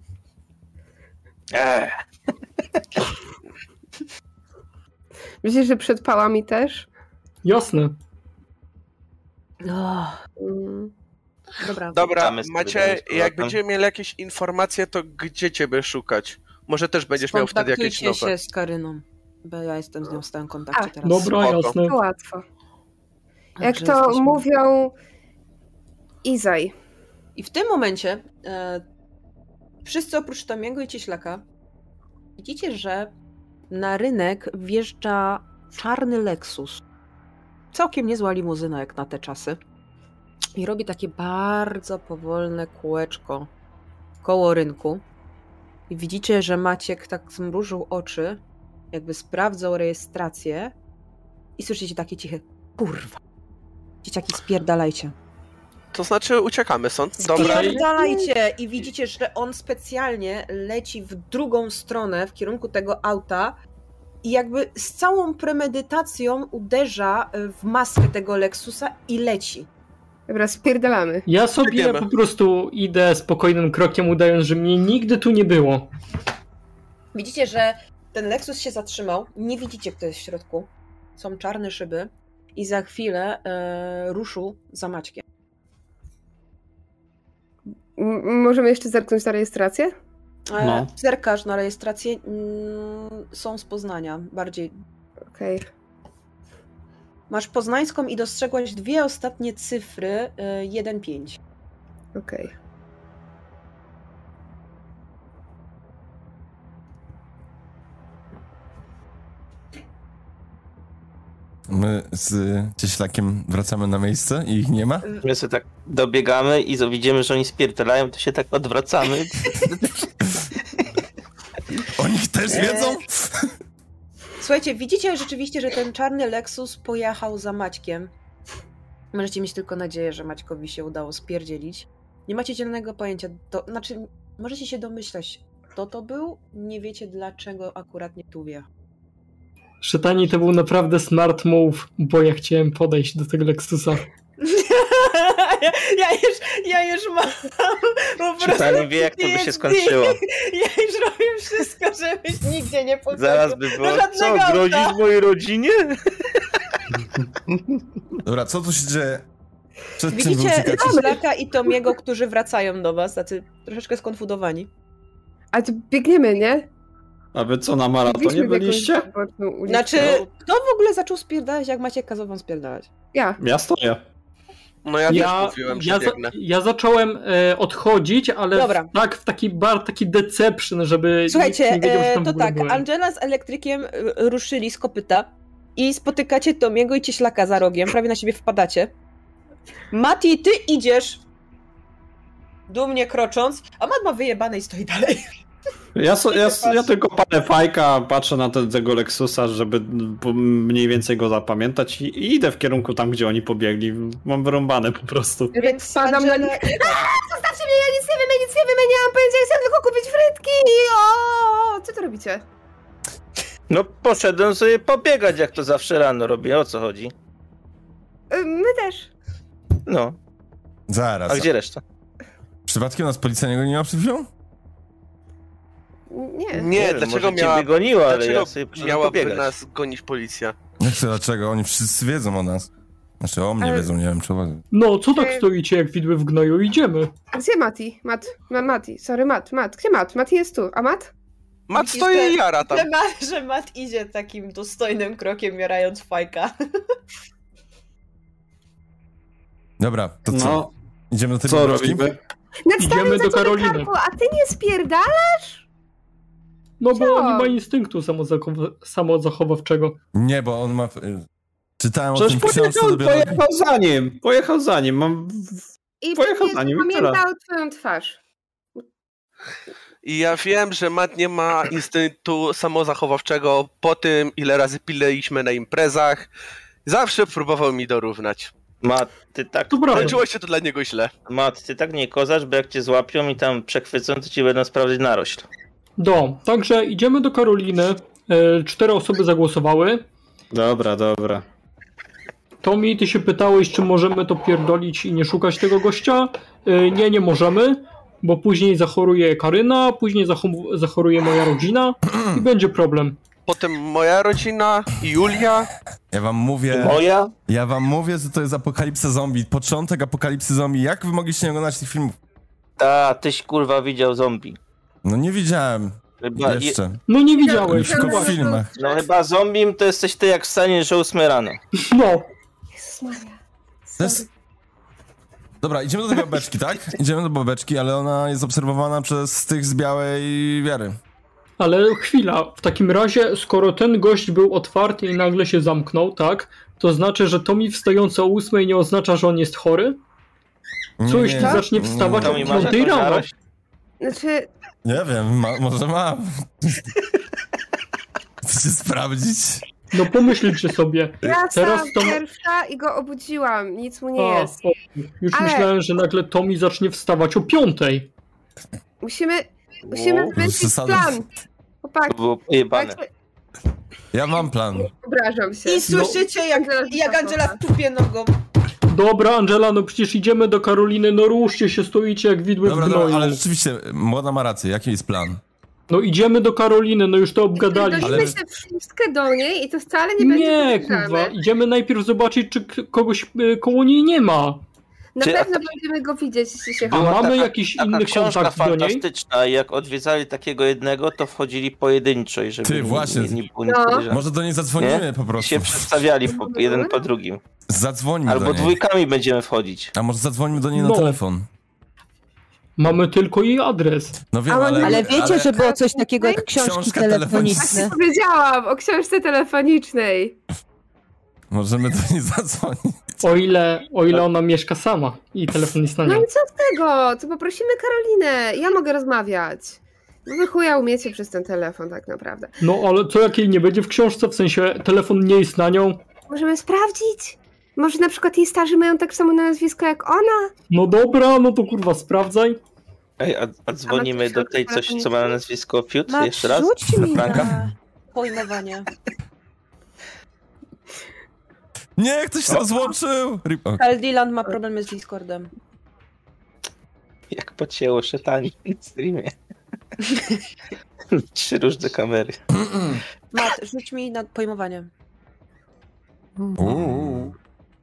Myślisz, że przed pałami też? Jasne. Dobra. Dobra, Wracamy z Macie, powrotem. jak będziemy mieli jakieś informacje, to gdzie ciebie szukać? Może też będziesz miał wtedy jakieś Skontaktujcie nowe. się z Karyną, bo ja jestem z nią w stałym kontakcie teraz. Dobra, Spoko. jasne. To łatwo. Jak Także to jesteśmy- mówią Izaj. I w tym momencie wszyscy oprócz Tomiego i Cieślaka widzicie, że na rynek wjeżdża czarny Lexus. Całkiem niezła limuzyna jak na te czasy. I robi takie bardzo powolne kółeczko koło rynku. I widzicie, że Maciek tak zmrużył oczy, jakby sprawdzał rejestrację. I słyszycie takie ciche kurwa. Dzieciaki, spierdalajcie. To znaczy uciekamy stąd. Dobra. Spierdalajcie! I widzicie, że on specjalnie leci w drugą stronę, w kierunku tego auta i jakby z całą premedytacją uderza w maskę tego Lexusa i leci. Dobra, spierdalamy. Ja sobie Biegniemy. po prostu idę spokojnym krokiem, udając, że mnie nigdy tu nie było. Widzicie, że ten Lexus się zatrzymał. Nie widzicie, kto jest w środku. Są czarne szyby i za chwilę ruszył za Maćkiem. Możemy jeszcze zerknąć na rejestrację? No. Zerkasz na rejestrację. Są z Poznania. Bardziej. Okej. Masz poznańską i dostrzegłaś dwie ostatnie cyfry 1-5. Okej. My z cieślakiem wracamy na miejsce i ich nie ma? My sobie tak dobiegamy i widzimy, że oni spierdalają, to się tak odwracamy. Oni też wiedzą? Słuchajcie, widzicie rzeczywiście, że ten czarny Lexus pojechał za Maćkiem. Możecie mieć tylko nadzieję, że Maćkowi się udało spierdzielić. Nie macie zielonego pojęcia. Znaczy, możecie się domyślać, kto to był. Nie wiecie, dlaczego akurat nie tu wjechał. Szytani, to był naprawdę smart move, bo ja chciałem podejść do tego Lexusa. ja już mam po prostu... Czytanie wie, jak to by się skończyło. Ja już robię wszystko, żebyś nigdzie nie podchodził. Zaraz by było, żadnego co, grozisz auta. mojej rodzinie? Dobra, co tu się dzieje? Przed czym wy Widzicie uciekacie? Cieślaka i Tomiego, którzy wracają do was, tacy troszeczkę skonfudowani. A to biegniemy, nie? A wy co, na maratonie Biegliśmy w jakąś byliście? boczną ulicę. Znaczy, kto w ogóle zaczął spierdalać, jak Maciek kazał wam spierdalać? Ja. Ja stoję. No ja też mówiłem, że biegnę. Ja zacząłem odchodzić, ale Dobra. w taki deception, żeby Słuchajcie, nikt nie wiedział, że tam w to ogóle tak, byłem. Angela z elektrykiem ruszyli z kopyta i spotykacie Tomiego i Cieślaka za rogiem, prawie na siebie wpadacie. Mati, ty idziesz dumnie krocząc, a Mat ma wyjebane i stoi dalej. Ja tylko palę fajka, patrzę na tego Lexusa, żeby mniej więcej go zapamiętać i idę w kierunku tam, gdzie oni pobiegli. Mam wyrąbane po prostu. Więc Spadam na nich. Zostawcie mnie, ja nic nie wiem, nie mam pojęcia, chcę tylko kupić frytki. O, co to robicie? No poszedłem sobie pobiegać, jak to zawsze rano robię. O co chodzi? My też. No, Zaraz. a gdzie reszta? Przypadkiem nas policja nie ma przed chwilą? Nie. Nie, wiem, dlaczego może cię wygoniła, ale dlaczego ja sobie poszedłem miałaby pobiegać. nas gonić policja? Jak to dlaczego? Oni wszyscy wiedzą o nas. Znaczy o mnie Ale- wiedzą, nie wiem czy o was. No, co tak stoicie jak widły w gnoju? Idziemy. Gdzie Mati? Mati, sorry, Mat. Gdzie Mat? Mati jest tu, a Mat? Mat Widzisz, stoi że- i jara tam. Że Mat idzie takim dostojnym krokiem, mierając fajka. Dobra, to co? No, Idziemy do tej co biblioteki? robimy? Idziemy do Karoliny. A ty nie spierdalasz? No bo Co? nie ma instynktu samozachowawczego. Nie, bo on ma... Czytałem o Przecież tym w książce dopiero... pojechał za nim. I Pojechał za nim, pamiętał twoją twarz. I ja wiem, że Matt nie ma instynktu samozachowawczego po tym, ile razy pileliśmy na imprezach. Zawsze próbował mi dorównać. Mat, ty tak... To prawda. Kończyło się to dla niego źle. Mat, ty tak nie kozasz, bo jak cię złapią i tam przechwycą, to ci będą sprawdzać narośl. Także idziemy do Karoliny. 4 osoby zagłosowały. Dobra. Tommy, ty się pytałeś, czy możemy to pierdolić i nie szukać tego gościa? Nie możemy, bo później zachoruje Karyna, później zachoruje moja rodzina i będzie problem. Potem moja rodzina i Julia. Ja wam mówię, że to jest apokalipsa zombie. Początek apokalipsy zombie. Jak wy mogliście nie oglądać tych filmów? Tyś kurwa widział zombie. No nie widziałem. Chyba Jeszcze. No nie widziałeś. Tylko w filmach. No chyba zombie to jesteś ty jak wstaniesz o 8 rano. No. Jezus Maria. To jest... Dobra, idziemy do tej babeczki, tak? Idziemy do babeczki, ale ona jest obserwowana przez tych z Białej Wiary. Ale chwila, w takim razie, skoro ten gość był otwarty i nagle się zamknął, tak? To znaczy, że Tommy wstający o 8 nie oznacza, że on jest chory? Co jeśli zacznie wstawać o 5 rano? Znaczy, Nie wiem, może ma. Chcecie sprawdzić? No pomyślcie sobie. ja Teraz sam to... pierwsza i go obudziłam. Nic mu nie jest. Już Ale- myślałem, że nagle Tommy zacznie wstawać o 5. Musimy Bez zmyślić przesady. plan. Chłopaki, To było pojebane. słuchajcie, Ja mam plan. wyobrażam się. I słyszycie, jak Angela tupie nogą. Dobra, Angela, no przecież idziemy do Karoliny, no ruszcie się, stoicie jak widły w gnoju. ale rzeczywiście, młoda ma rację. Jaki jest plan? No idziemy do Karoliny, no już to obgadaliśmy. Dolimy się wszystkie do niej i to wcale nie będzie Nie, podejrzane. kurwa, idziemy najpierw zobaczyć, czy kogoś koło niej nie ma. Na Czy- pewno będziemy go widzieć, jeśli się A chowa. mamy jakiś Taka inny książka kontakt do niej? fantastyczna i jak odwiedzali takiego jednego, to wchodzili pojedynczo i żeby Ty, właśnie. nie było nic No. podejrzanego. Może do niej zadzwonimy Nie? po prostu. Się przedstawiali jeden po drugim. Zadzwonimy do Albo niej. dwójkami będziemy wchodzić. A może zadzwonimy do niej na No. telefon? Mamy tylko jej adres. No wiem, Ale wiecie, że było coś takiego jak książki Książka telefoniczne. Powiedziałam o książce telefonicznej. Możemy do niej zadzwonić. O ile ona mieszka sama i telefon jest na No nią. i co z tego? To poprosimy Karolinę. Ja mogę rozmawiać. No wy chuja umiecie przez ten telefon tak naprawdę. No ale co jak jej nie będzie w książce, w sensie telefon nie jest na nią? Możemy sprawdzić. Może na przykład jej starzy mają tak samo nazwisko jak ona? No dobra, no to kurwa sprawdzaj. Ej, a dzwonimy do tej coś, co ma na nazwisko Fiut? Max, Jeszcze raz? rzuć mi Franka? na pojmowanie. Nie, ktoś się rozłączył! Kaldiland ma problemy z Discordem. Jak pocięło szetani w streamie. 3 różne kamery. Mat, rzuć mi na pojmowanie. Uuu.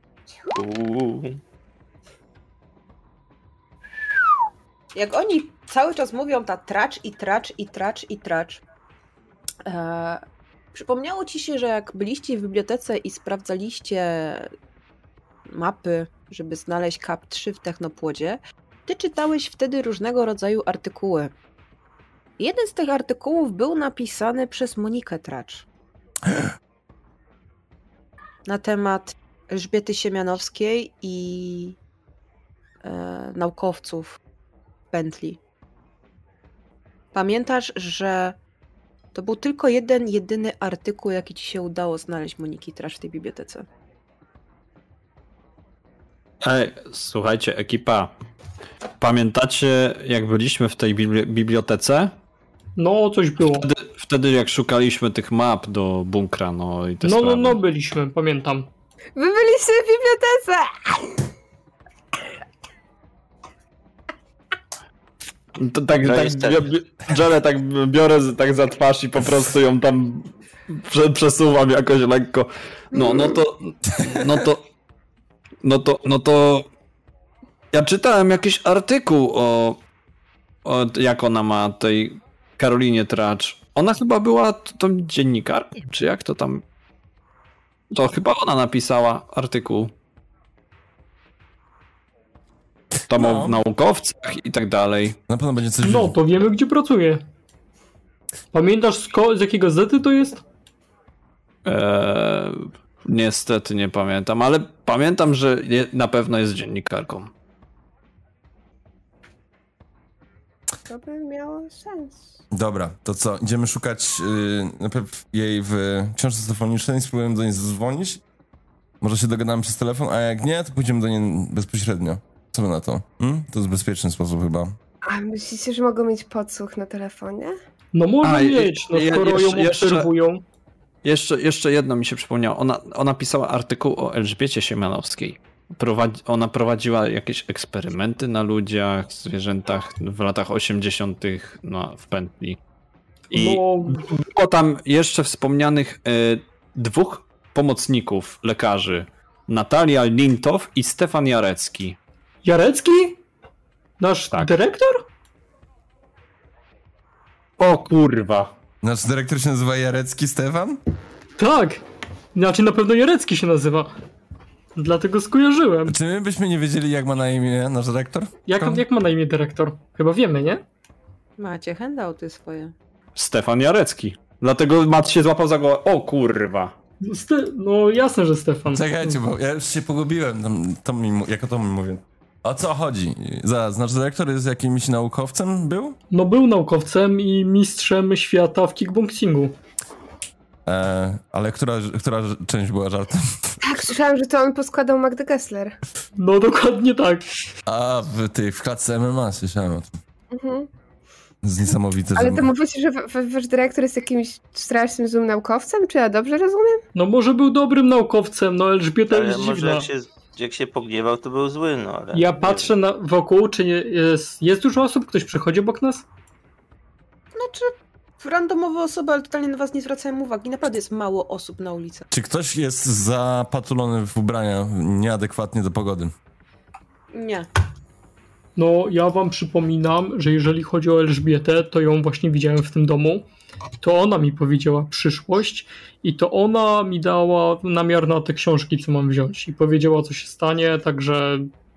Jak oni cały czas mówią ta tracz i tracz. Przypomniało ci się, że jak byliście w bibliotece i sprawdzaliście mapy, żeby znaleźć KAP 3 w Technopłodzie, ty czytałeś wtedy różnego rodzaju artykuły. Jeden z tych artykułów był napisany przez Monikę Tracz. Na temat Elżbiety Siemianowskiej i naukowców Bentley. Pamiętasz, że to był tylko jeden, jedyny artykuł, jaki ci się udało znaleźć Moniki Tracz w tej bibliotece. Ej, słuchajcie, ekipa. Pamiętacie, jak byliśmy w tej bibliotece? No, coś było. Wtedy jak szukaliśmy tych map do bunkra, no i te sprawy. No, byliśmy, pamiętam. Wy byliście w bibliotece! To tak, Johnny tak biorę tak za twarz i po prostu ją tam przesuwam jakoś lekko. No to ja czytałem jakiś artykuł o jak ona ma tej Karolinie Tracz. Ona chyba była tą dziennikarką, czy jak to tam? To chyba ona napisała artykuł. Tam o naukowcach i tak dalej. Na pewno będzie coś... No, to wiemy, gdzie pracuje. Pamiętasz z jakiej gazety to jest? Niestety nie pamiętam, ale pamiętam, że na pewno jest dziennikarką. To by miało sens. Dobra, to co? Idziemy szukać najpierw jej w książce telefonicznej, spróbujemy do niej zadzwonić. Może się dogadamy przez telefon, a jak nie, to pójdziemy do niej bezpośrednio. Co wy na to? To jest bezpieczny sposób chyba. A myślicie, że mogą mieć podsłuch na telefonie? No może mieć, no skoro ją obserwują. Jeszcze jedno mi się przypomniało. Ona pisała artykuł o Elżbiecie Siemanowskiej. Ona prowadziła jakieś eksperymenty na ludziach, zwierzętach w latach 80. w pętli. I było tam jeszcze wspomnianych 2 pomocników lekarzy. Natalia Lintow i Stefan Jarecki. Jarecki? Nasz dyrektor? O kurwa. Nasz dyrektor się nazywa Jarecki Stefan? Tak. Znaczy na pewno Jarecki się nazywa. Dlatego skojarzyłem. Czy my byśmy nie wiedzieli, jak ma na imię nasz dyrektor? Jak ma na imię dyrektor? Chyba wiemy, nie? Macie handouty swoje. Stefan Jarecki. Dlatego Mat się złapał za głowę. O kurwa. No jasne, że Stefan. Czekajcie, bo ja już się pogubiłem, jako to mi mówię. O co chodzi? Zaraz, nasz dyrektor jest jakimś naukowcem był? No był naukowcem i mistrzem świata w kickboxingu. Ale która część była żartem? Tak, słyszałam, że to on poskładał Magdę Gessler. No dokładnie tak. A, w klatce MMA słyszałem o tym. Mhm. To jest niesamowite. Ale to mówicie, że wasz dyrektor jest jakimś strasznym złym naukowcem? Czy ja dobrze rozumiem? No może był dobrym naukowcem, no Elżbieta Ale jest może dziwna. jak się pogniewał, to był zły, no ale... Ja patrzę wokół, czy jest dużo osób? Ktoś przychodzi obok nas? Znaczy, randomowe osoby, ale totalnie na was nie zwracają uwagi. Naprawdę jest mało osób na ulicy. Czy ktoś jest zapatulony w ubrania nieadekwatnie do pogody? Nie. No ja wam przypominam, że jeżeli chodzi o Elżbietę, to ją właśnie widziałem w tym domu. To ona mi powiedziała przyszłość i to ona mi dała namiar na te książki, co mam wziąć. I powiedziała, co się stanie, także...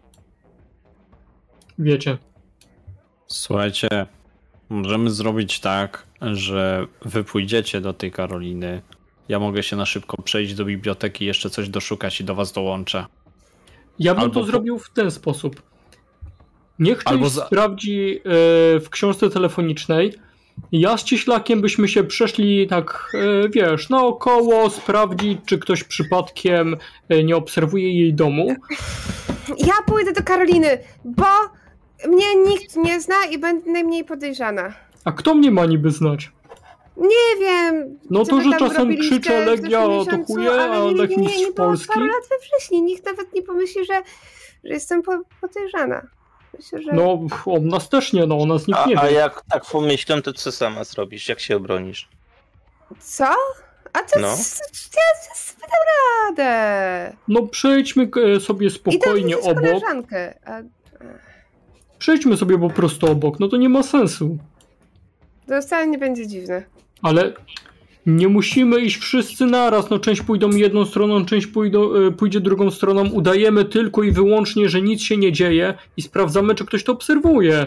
Wiecie. Słuchajcie, możemy zrobić tak, że wy pójdziecie do tej Karoliny. Ja mogę się na szybko przejść do biblioteki, jeszcze coś doszukać i do was dołączę. Ja bym to zrobił w ten sposób. Niech część sprawdzi w książce telefonicznej. Ja z Cieślakiem byśmy się przeszli tak, wiesz, naokoło, sprawdzić, czy ktoś przypadkiem nie obserwuje jej domu. Ja pójdę do Karoliny, bo mnie nikt nie zna i będę najmniej podejrzana. A kto mnie ma niby znać? Nie wiem. No to, że czasem krzyczę Legia to chuje, a Lech mistrz Polski. Paru lat we wrześniu. Nikt nawet nie pomyśli, że jestem podejrzana. Myślę, że... No, o nas też nie, no o nas nikt nie wie. A jak tak pomyślę, to co sama zrobisz? Jak się obronisz? Co? A to No. Ja dam radę. No przejdźmy sobie spokojnie obok. Koleżankę. Przejdźmy sobie po prostu obok, no to nie ma sensu. To wcale nie będzie dziwne. Ale nie musimy iść wszyscy naraz, no część pójdą jedną stroną, część pójdzie drugą stroną. Udajemy tylko i wyłącznie, że nic się nie dzieje i sprawdzamy, czy ktoś to obserwuje.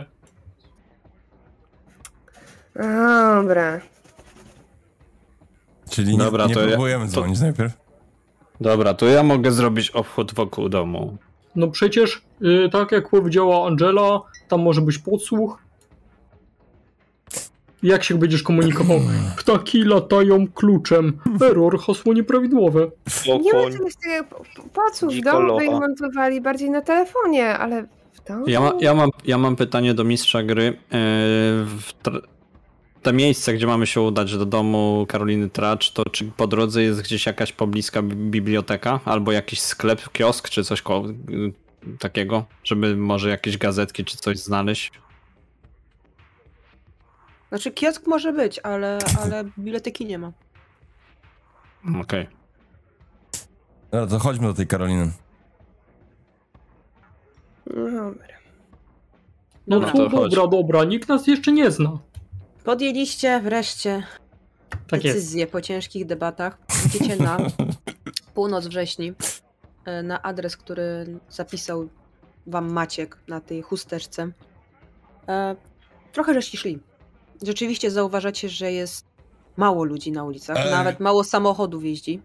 Dobra. Czyli Dobra, nie to próbujemy dzwonić najpierw? Dobra, to ja mogę zrobić obchód wokół domu. No przecież, tak jak powiedziała Angela, tam może być podsłuch. Jak się będziesz komunikował? Ptaki latają kluczem. Error, hasło nieprawidłowe. Nie ma czegoś takiego. Podsłuch w domu by montowali bardziej na telefonie, ale w domu? Ja mam pytanie do mistrza gry. To miejsce, gdzie mamy się udać do domu Karoliny Tracz, to czy po drodze jest gdzieś jakaś pobliska biblioteka? Albo jakiś sklep, kiosk, czy coś takiego? Żeby może jakieś gazetki, czy coś znaleźć? Znaczy kiosk może być, ale biblioteki nie ma. Okej. Dobra, to chodźmy do tej Karoliny. No to dobra, nikt nas jeszcze nie zna. Podjęliście wreszcie decyzję po ciężkich debatach. Idziecie na północ wrześni, na adres, który zapisał wam Maciek na tej chusteczce. Trochę żeście szli. Rzeczywiście zauważacie, że jest mało ludzi na ulicach, nawet mało samochodów jeździ.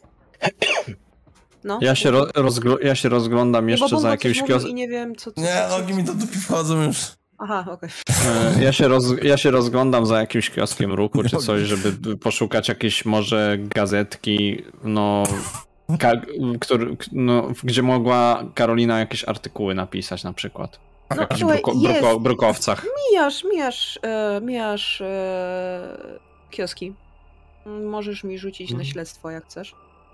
No. Ja się rozglądam jeszcze za jakimś kioskiem. I nie wiem, co nogi mi do dupy wchodzą już. Aha, okej. Ja się rozglądam za jakimś kioskiem ruchu czy coś, żeby poszukać jakieś może gazetki, gdzie mogła Karolina jakieś artykuły napisać na przykład. W jakichś brukowcach. Mijasz kioski. Możesz mi rzucić na śledztwo, jak chcesz.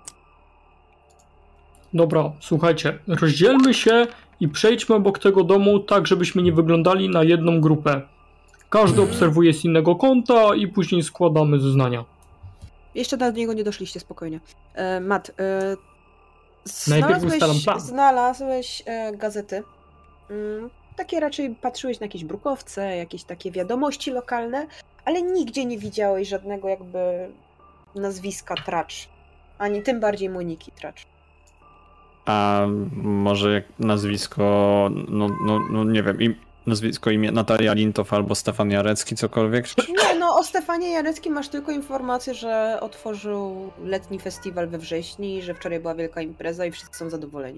Dobra, słuchajcie, rozdzielmy się i przejdźmy obok tego domu tak, żebyśmy nie wyglądali na jedną grupę. Każdy obserwuje z innego kąta i później składamy zeznania. Jeszcze do niego nie doszliście, spokojnie. Matt, najpierw ustalam plan. Znalazłeś gazety. Takie raczej patrzyłeś na jakieś brukowce, jakieś takie wiadomości lokalne, ale nigdzie nie widziałeś żadnego jakby nazwiska Tracz. Ani tym bardziej Moniki Tracz. A może jak nazwisko, nie wiem, nazwisko, imię Natalia Lintow albo Stefan Jarecki, cokolwiek? Nie, o Stefanie Jareckim masz tylko informację, że otworzył letni festiwal we wrześniu, że wczoraj była wielka impreza i wszyscy są zadowoleni.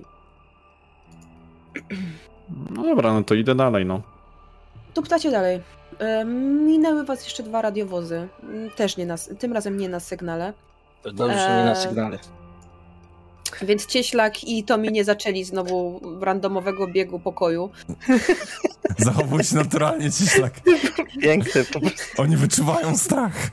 No dobra, to idę dalej, Tu ptacie dalej. Minęły was jeszcze 2 radiowozy. Też tym razem nie na sygnale. To dobrze, że nie na sygnale. Więc Cieślak i Tomi nie zaczęli znowu randomowego biegu pokoju. Zachowuj się naturalnie, Cieślak. Piękne po prostu. Oni wyczuwają strach.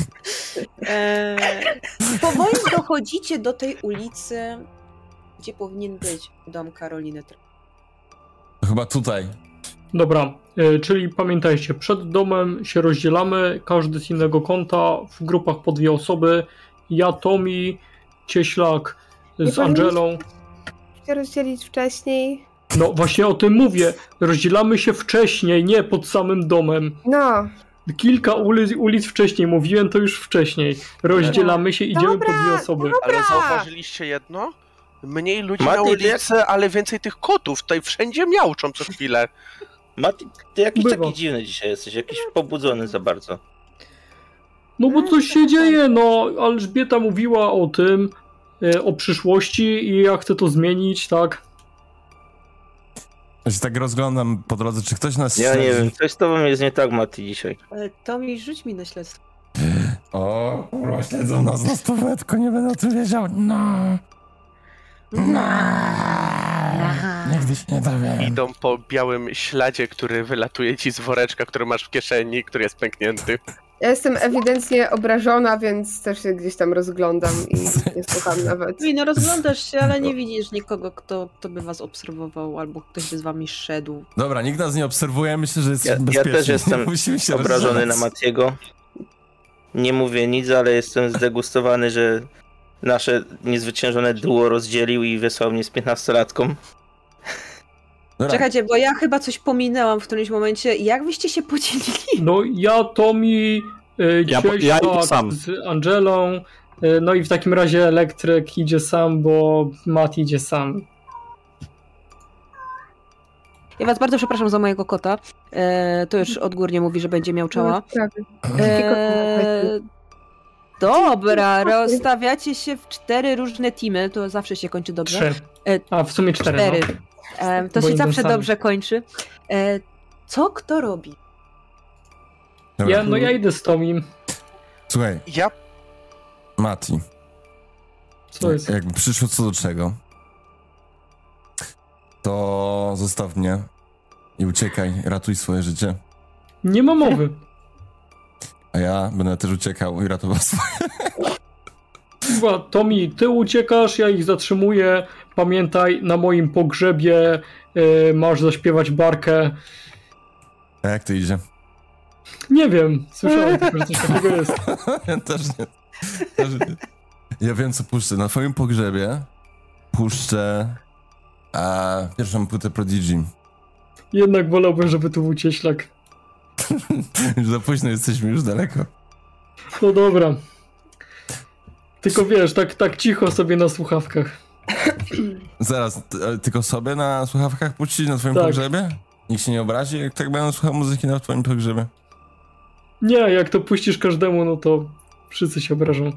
Powoli dochodzicie do tej ulicy, gdzie powinien być dom Karoliny. To chyba tutaj. Dobra, czyli pamiętajcie, przed domem się rozdzielamy, każdy z innego kąta, w grupach po 2 osoby. Ja, Tomi, Cieślak z Angelą. Się rozdzielić wcześniej. No właśnie o tym mówię. Rozdzielamy się wcześniej, nie pod samym domem. No. Kilka ulic wcześniej, mówiłem to już wcześniej. Rozdzielamy się, idziemy po 2 osoby. Ale zauważyliście jedno? Mniej ludzi na ulicy, ale więcej tych kotów. Tutaj wszędzie miauczą co chwilę. Mati, ty jakiś taki dziwny dzisiaj jesteś, jakiś pobudzony za bardzo. No bo coś się dzieje, Elżbieta mówiła o tym, o przyszłości i ja chcę to zmienić, tak? Ja się tak rozglądam po drodze, czy ktoś nas Ja nie wiem, coś z tobą jest nie tak, Mati, dzisiaj. Tomi, rzuć mi na śledztwo. O, kurwa, śledzą nas na stówetko, nie będę o tym wiedział. Nigdy się nie dowiem. Idą po białym śladzie, który wylatuje ci z woreczka, który masz w kieszeni, który jest pęknięty. Ja jestem ewidentnie obrażona, więc też się gdzieś tam rozglądam i nie słucham nawet. Rozglądasz się, ale nie widzisz nikogo, kto by was obserwował, albo ktoś by z wami szedł. Dobra, nikt nas nie obserwuje, myślę, że jest bezpieczny. Ja też jestem obrażony na Matiego. Nie mówię nic, ale jestem zdegustowany, że nasze niezwyciężone duo rozdzielił i wysłał mnie z 15-latką. Dobra. Czekajcie, bo ja chyba coś pominęłam w którymś momencie. Jak wyście się podzielili? No ja, Tomi, ja idę sam z Angelą, no i w takim razie Elektryk idzie sam, bo Matt idzie sam. Ja was bardzo przepraszam za mojego kota. To już odgórnie mówi, że będzie miał czała. Dobra, rozstawiacie się w 4 różne teamy, to zawsze się kończy dobrze. 3. A w sumie 4. To się zawsze dobrze kończy. Co kto robi? Dobra. Ja idę z Tomim. Słuchaj, Mati. Co jest? Jakby przyszło co do czego, to zostaw mnie i uciekaj, ratuj swoje życie. Nie ma mowy. A ja będę też uciekał i ratował swoje. Chyba, Tomi, ty uciekasz, ja ich zatrzymuję. Pamiętaj, na moim pogrzebie masz zaśpiewać barkę. A jak to idzie? Nie wiem, słyszałem tylko, że coś takiego jest. Ja też nie. Ja wiem, co puszczę. Na twoim pogrzebie puszczę pierwszą płytę Prodigy. Jednak wolałbym, żeby tu był Cieślak. Już za późno, jesteśmy już daleko. No dobra. Tylko wiesz, tak cicho sobie na słuchawkach. Zaraz, tylko sobie na słuchawkach puścić na twoim pogrzebie? Nikt się nie obrazi, jak tak będą słuchał muzyki na twoim pogrzebie? Nie, jak to puścisz każdemu, no to wszyscy się obrażą.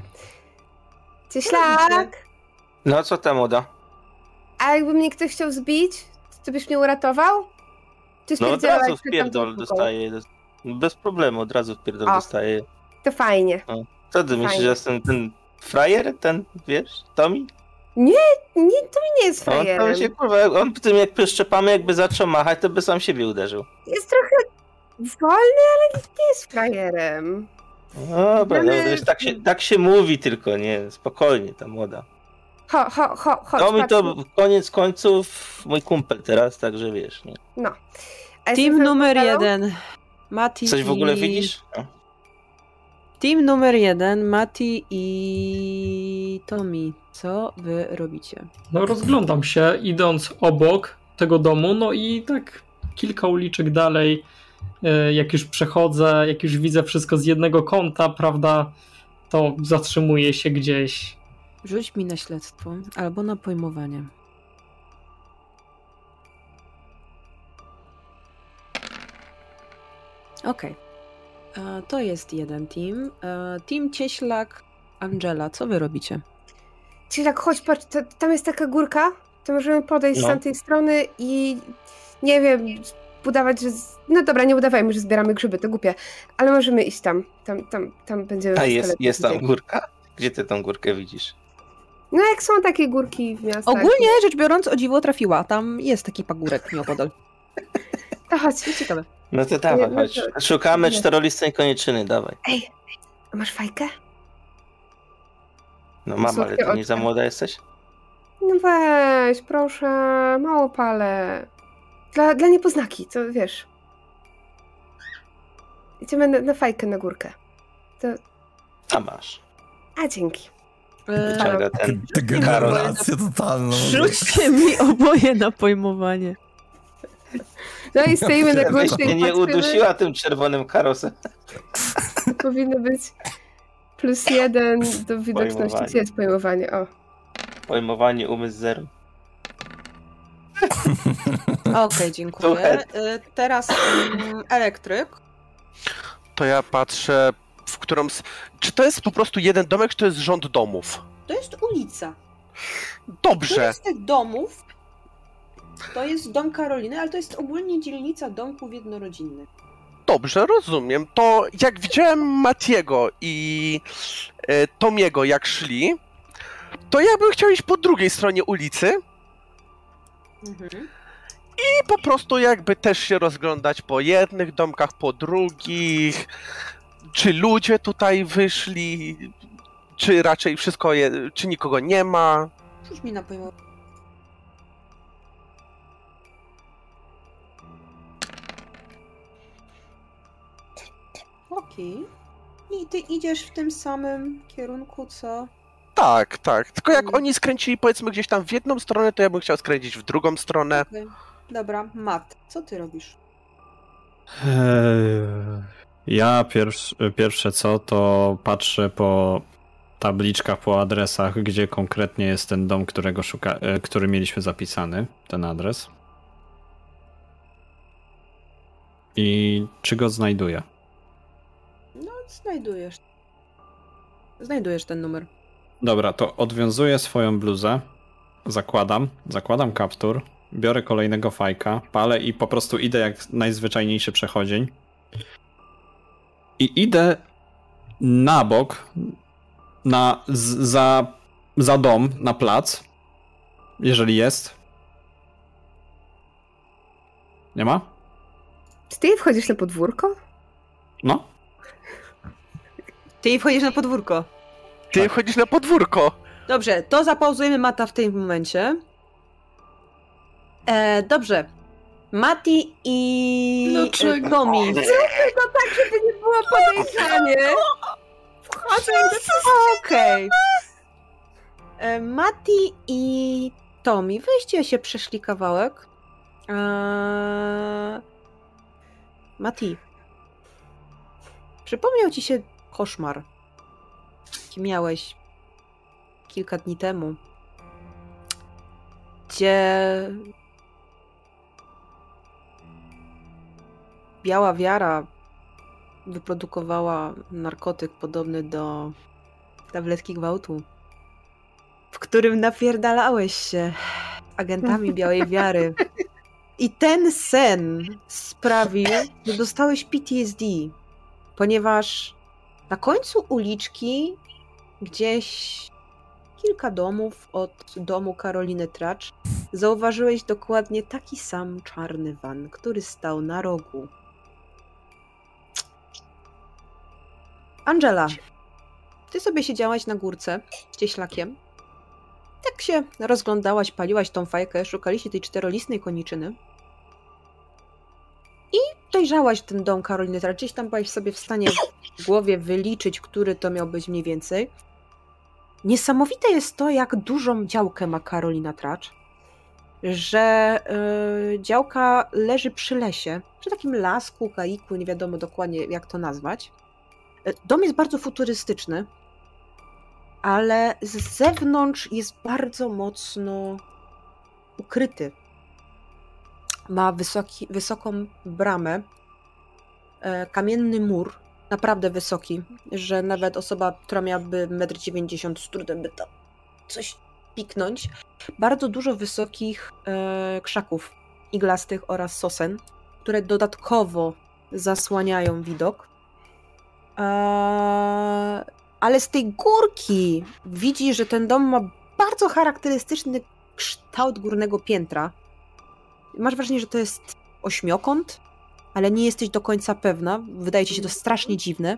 Cieślak! No co tam, Oda? A jakby mnie ktoś chciał zbić, to byś mnie uratował? Czy No od spierdzielałeś razu przed wpierdol tamtą sztuką? dostaję. Bez problemu, od razu wpierdol O. dostaję. To fajnie. Co ty myślisz, Fajnie. że jestem ten frajer? Ten, wiesz, Tommy? Nie, to mi nie jest On frajerem. tam się, kurwa, on po tym jak przeszczepamy, jakby zaczął machać, to by sam siebie uderzył. Jest trochę wolny, ale nie jest frajerem. No dobra, Mamy- no, wiesz, tak się mówi tylko, nie, spokojnie, ta młoda. Chodź, To mi patrz. to koniec końców mój kumpel teraz, także wiesz, nie. No. A jestem Team numer fenomenalną? 1. Mati Coś w ogóle i... widzisz? No. Team numer 1, Mati i Tommy. Co wy robicie? No rozglądam się, idąc obok tego domu, no i tak kilka uliczek dalej, jak już przechodzę, jak już widzę wszystko z jednego kąta, prawda, to zatrzymuję się gdzieś. Rzuć mi na śledztwo albo na pojmowanie. Okej. To jest jeden team. Team Cieślak, Angela. Co wy robicie? Cieślak, chodź, patrz, tam jest taka górka, to możemy podejść z No. tamtej strony i nie wiem, udawać, że... No dobra, nie udawajmy, że zbieramy grzyby, to głupie, ale możemy iść tam. Tam będziemy... A wszystko lepiej jest tam widzieć. górka? Gdzie ty tą górkę widzisz? No jak są takie górki w miastach. Ogólnie rzecz biorąc, o dziwo trafiła. Tam jest taki pagórek nieopodal. To chodź. Ciekawe. No to dawaj, no chodź. to- Szukamy nie. czterolistnej koniczyny, dawaj. A masz fajkę? No mam, ale Słodkie ty nie za oczka. młoda jesteś? No weź, proszę, mało palę. Dla niepoznaki, to wiesz. Idziemy na fajkę na górkę. A masz. A dzięki. Wyciąga ten. Degeneracja totalna. Rzućcie mi oboje na pojmowanie. No i stoimy na Żebyś górce mnie i nie patrzymy. udusiła tym czerwonym karosem. Powinno być +1 do widoczności. Pojmowanie. Gdzie jest pojmowanie? O. Pojmowanie umysł zero. Okej, dziękuję. Teraz elektryk. To ja patrzę, w którą... Czy to jest po prostu jeden domek, czy to jest rząd domów? To jest ulica. Dobrze. Któryś z tych domów to jest dom Karoliny, ale to jest ogólnie dzielnica domków jednorodzinnych. Dobrze, rozumiem. To jak widziałem Matiego i Tomiego jak szli, to ja bym chciał iść po drugiej stronie ulicy Mhm. i po prostu jakby też się rozglądać po jednych domkach, po drugich, czy ludzie tutaj wyszli, czy raczej wszystko, czy nikogo nie ma. Rzuć mi na pojmowanie. Okej. I ty idziesz w tym samym kierunku, co... Tak, tak. Tylko jak Mm. oni skręcili powiedzmy gdzieś tam w jedną stronę, to ja bym chciał skręcić w drugą stronę. Okej. Dobra, Matt, co ty robisz? Ja pierwsze co, to patrzę po tabliczkach, po adresach, gdzie konkretnie jest ten dom, który mieliśmy zapisany, ten adres. I czy go znajduję? No, Znajdujesz ten numer. Dobra, to odwiązuję swoją bluzę, zakładam kaptur, biorę kolejnego fajka, palę i po prostu idę jak najzwyczajniejszy przechodzień. I idę na bok, za dom, na plac, jeżeli jest. Nie ma? Czy ty wchodzisz na podwórko? No. Ty wchodzisz na podwórko. Ty wchodzisz na podwórko. Dobrze, to zapauzujemy Mata w tym momencie. Dobrze. Mati i Tommy. Tylko tak, żeby nie było podejrzanie. Wchodzę i Okej. Mati i Tommy, weźcie się przeszli kawałek. Mati, przypomniał ci się koszmar, jaki miałeś kilka dni temu, gdzie biała wiara wyprodukowała narkotyk podobny do tabletki gwałtu, w którym napierdalałeś się agentami Białej Wiary. I ten sen sprawił, że dostałeś PTSD, ponieważ na końcu uliczki, gdzieś kilka domów od domu Karoliny Tracz, zauważyłeś dokładnie taki sam czarny van, który stał na rogu. Angela, ty sobie siedziałaś na górce z cieślakiem. Tak się rozglądałaś, paliłaś tą fajkę, szukaliście tej czterolistnej koniczyny. I dojrzałaś ten dom Karoliny Tracz. Gdzieś tam byłaś sobie w stanie w głowie wyliczyć, który to miał być mniej więcej. Niesamowite jest to, jak dużą działkę ma Karolina Tracz, że działka leży przy lesie, przy takim lasku, kaiku, nie wiadomo dokładnie jak to nazwać. Dom jest bardzo futurystyczny, ale z zewnątrz jest bardzo mocno ukryty. Ma wysoką bramę, kamienny mur, naprawdę wysoki, że nawet osoba, która miałaby 1,90 m z trudem by tam coś piknąć. Bardzo dużo wysokich krzaków iglastych oraz sosen, które dodatkowo zasłaniają widok. Ale z tej górki widzi, że ten dom ma bardzo charakterystyczny kształt górnego piętra. Masz wrażenie, że to jest ośmiokąt, ale nie jesteś do końca pewna. Wydaje ci się to strasznie dziwne.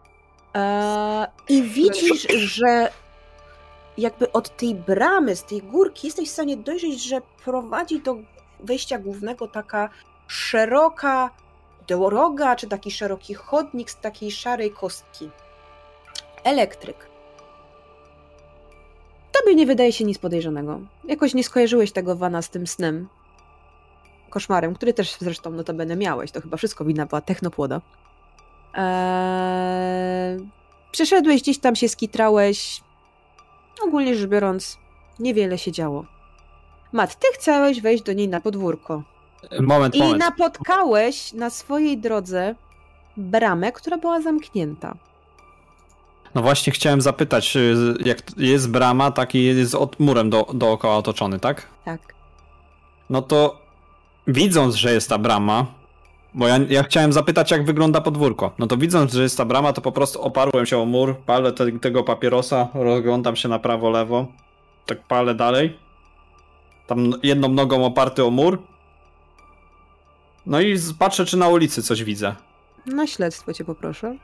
I widzisz, że jakby od tej bramy, z tej górki jesteś w stanie dojrzeć, że prowadzi do wejścia głównego taka szeroka droga, czy taki szeroki chodnik z takiej szarej kostki. Elektryk. Tobie nie wydaje się nic podejrzanego. Jakoś nie skojarzyłeś tego vana z tym snem. Koszmarem, który też zresztą notabene miałeś. To chyba wszystko wina była technopłoda. Przeszedłeś, gdzieś tam się skitrałeś. Ogólnie rzecz biorąc, niewiele się działo. Matt, ty chciałeś wejść do niej na podwórko. Moment. I napotkałeś na swojej drodze bramę, która była zamknięta. No właśnie chciałem zapytać, jak jest brama, taki jest murem dookoła otoczony, tak? Tak. No to widząc, że jest ta brama, bo ja chciałem zapytać, jak wygląda podwórko. No to widząc, że jest ta brama, to po prostu oparłem się o mur, palę tego papierosa, rozglądam się na prawo, lewo, tak palę dalej. Tam jedną nogą oparty o mur. No i patrzę, czy na ulicy coś widzę. Na śledztwo cię poproszę.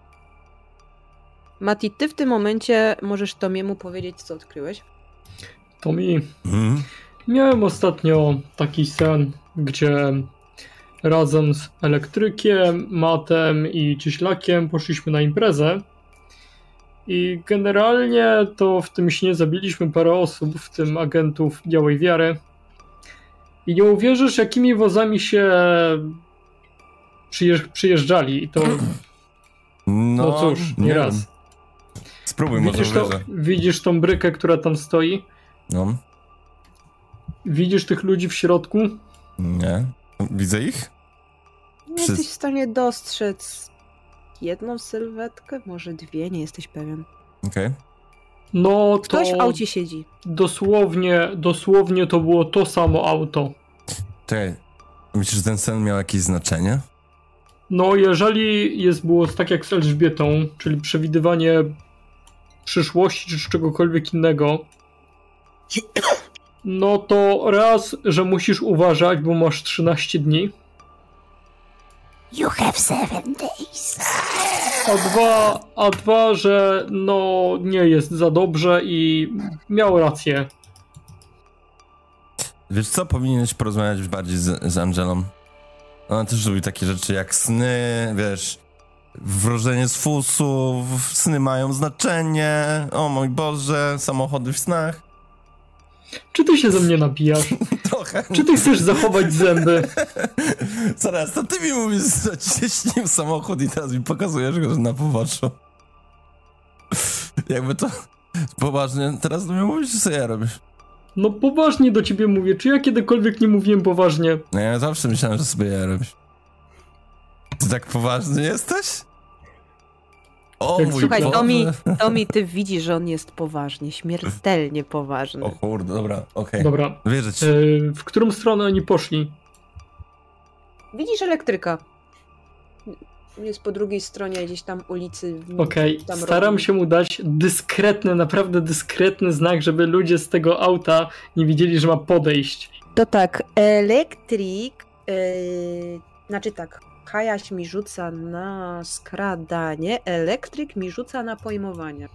Mati, ty w tym momencie możesz Tomiemu powiedzieć, co odkryłeś. Tomi, miałem ostatnio taki sen, gdzie razem z elektrykiem, Matem i cieślakiem poszliśmy na imprezę i generalnie to w tym śnie zabiliśmy parę osób, w tym agentów Białej Wiary. I nie uwierzysz, jakimi wozami się przyjeżdżali. I to no cóż, nie raz. Wiem. Spróbuj, może uwierzę. Widzisz tą brykę, która tam stoi? No. Widzisz tych ludzi w środku? Nie. Widzę ich? Jesteś w stanie dostrzec jedną sylwetkę, może dwie, nie jesteś pewien. Okej. No to... Ktoś w aucie siedzi. Dosłownie to było to samo auto. Czekaj, myślisz, że ten sen miał jakieś znaczenie? No jeżeli było tak jak z Elżbietą, czyli przewidywanie przyszłości czy czegokolwiek innego, no to raz, że musisz uważać, bo masz 13 dni. You have 7 days. A dwa, że no nie jest za dobrze i miał rację. Wiesz co, powinieneś porozmawiać bardziej z Angelą. Ona też lubi takie rzeczy jak sny, wiesz, wrożenie z fusów, sny mają znaczenie, o mój Boże, samochody w snach. Czy ty się ze mnie napijasz? Trochę. Czy ty chcesz zachować zęby? Zaraz, to ty mi mówisz, że ci się śnił samochód i teraz mi pokazujesz go, że na poboczu. Jakby to poważnie, teraz do mnie mówisz, czy co ja robisz? No poważnie do ciebie mówię, czy ja kiedykolwiek nie mówiłem poważnie? No ja zawsze myślałem, że sobie ja robisz. Ty tak poważny jesteś? O Tak, mój Słuchaj, Boże. Tomi, ty widzisz, że on jest poważny, śmiertelnie poważny. O kurde, dobra, okej. Dobra. Wierzę ci. W którą stronę oni poszli? Widzisz elektryka. Jest po drugiej stronie gdzieś tam ulicy. Okej, tam staram robi. się mu dać dyskretny, naprawdę dyskretny znak, żeby ludzie z tego auta nie widzieli, że ma podejść. To tak, elektryk, znaczy tak, Kajaś mi rzuca na skradanie, elektryk mi rzuca na pojmowanie.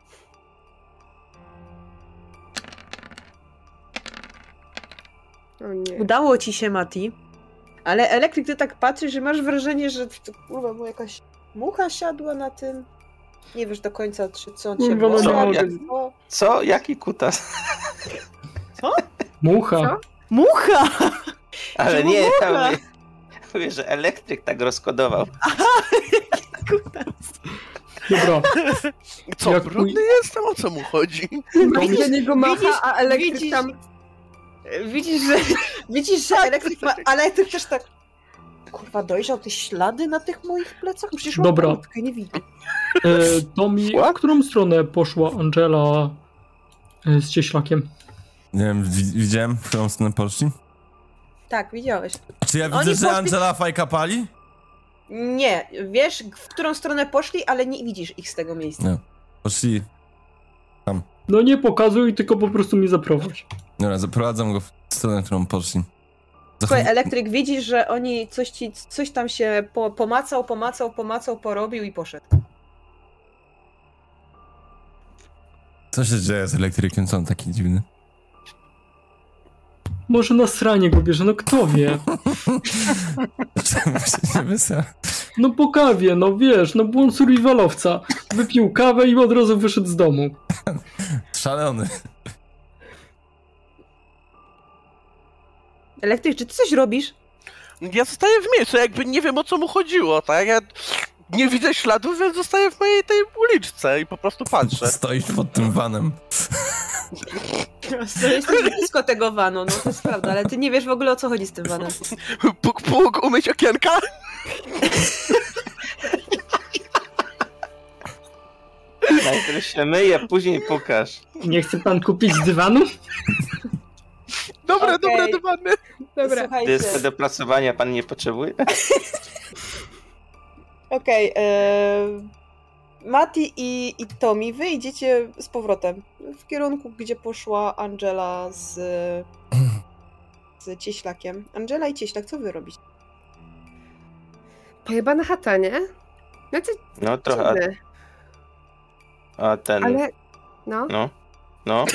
O nie. Udało ci się, Mati, ale elektryk, ty tak patrzysz, że masz wrażenie, że kurwa, mu jakaś mucha siadła na tym. Nie wiesz do końca, czy co cię Kurwa, no boli, nie albo mogę. co. Co? Jaki kutas? Mucha. Co? Mucha! Ale Że nie, mucha! ja mówię, że elektryk tak rozkodował. Dobra. Co, Jak brudny jestem? O co mu chodzi? Mati do niego macha, widzisz- a elektryk widzisz- tam... Widzisz, że elektryk ma, ale elektryk też tak, kurwa, dojrzał te ślady na tych moich plecach? Przecież mam Dobra. kurtkę, nie widzę. Tommy, w którą stronę poszła Angela z cieślakiem? Nie wiem, widziałem, w którą stronę poszli? Tak, widziałeś. Czy ja Oni widzę, że poszli- Angela fajka pali? Nie, wiesz, w którą stronę poszli, ale nie widzisz ich z tego miejsca. Nie. Poszli. No nie pokazuj, tylko po prostu mi zaprowadź. Dobra, zaprowadzam go w stronę, w którą poszli. Słuchaj, elektryk, widzisz, że oni coś tam się pomacał, porobił i poszedł. Co się dzieje z elektrykiem? Co on taki dziwny? Może na sranie go bierze, no kto wie? Czemu się nie wysra? No po kawie, no wiesz, no błąd survivalowca. Wypił kawę i od razu wyszedł z domu. Szalony. Elektryk, czy ty coś robisz? Ja zostaję w miejscu, jakby nie wiem o co mu chodziło, tak? Ja nie widzę śladów, więc zostaję w mojej tej uliczce i po prostu patrzę. Stoisz pod tym vanem. Jesteś blisko tego vanu, no to jest prawda, ale ty nie wiesz w ogóle o co chodzi z tym vanem. Puk, umyć okienka? Najpierw się myje, później pukasz. Nie chce pan kupić dywanu? Dobre, Okej. dobre dywany. Dobra. Słuchajcie, Dyskę do pracowania pan nie potrzebuje? okej, Mati i Tommy, wy idziecie z powrotem w kierunku, gdzie poszła Angela z cieślakiem. Angela i cieślak, co wy robicie? Pojebana chata, nie? No to No trochę, dziwne, a ten... ale... No. No.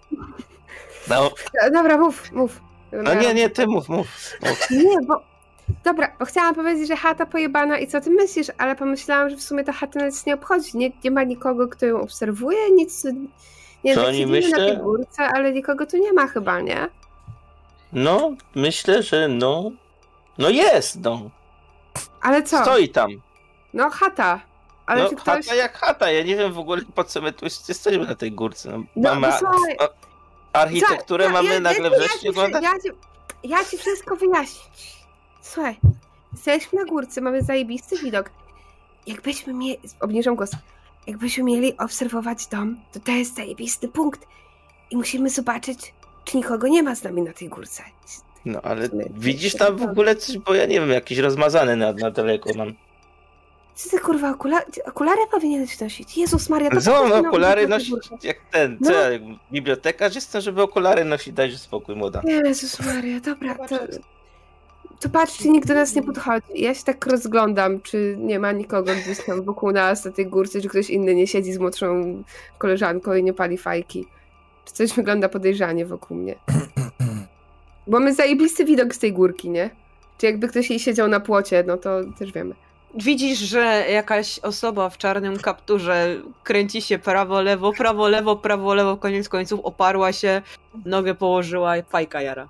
Dobra, mów. No Dobra. nie, ty mów. Nie, bo... Dobra, bo chciałam powiedzieć, że chata pojebana i co ty myślisz, ale pomyślałam, że w sumie ta chata nas nie obchodzi. Nie ma nikogo, kto ją obserwuje, nic... Nie Co wiem, oni siedzimy na myślę? tej górce, ale nikogo tu nie ma chyba, nie? No, myślę, że no jest, no. Ale co? Stoi tam. No chata. Ale No czy ktoś... chata jak chata, ja nie wiem w ogóle po co my tu jesteśmy na tej górce. No, No, mamy bo słuchaj, architekturę, mamy nagle wreszcie oglądać. Ja ci wszystko wyjaśnię. Słuchaj, jesteśmy na górce, mamy zajebisty widok. Jakbyśmy mieli... Obniżam głos. Jakbyśmy mieli obserwować dom, to jest zajebisty punkt. I musimy zobaczyć, czy nikogo nie ma z nami na tej górce. No ale widzisz tam w ogóle coś, bo ja nie wiem, jakiś rozmazany na daleko mam. Co ty kurwa, okulary powinieneś nosić? Jezus Maria, to Co po co mam na okulary górkę? nosić jak ten, No. co ja, jak bibliotekarz jestem, żeby okulary nosić, dajże spokój, młoda. Jezus Maria, dobra, to patrz, czy nikt do nas nie podchodzi. Ja się tak rozglądam, czy nie ma nikogo gdzieś tam wokół nas na tej górce, czy ktoś inny nie siedzi z młodszą koleżanką i nie pali fajki. Czy coś wygląda podejrzanie wokół mnie. Bo mamy zajebisty widok z tej górki, nie? Czy jakby ktoś jej siedział na płocie, no to też wiemy. Widzisz, że jakaś osoba w czarnym kapturze kręci się prawo, lewo, koniec końców oparła się, nogę położyła i fajka jara.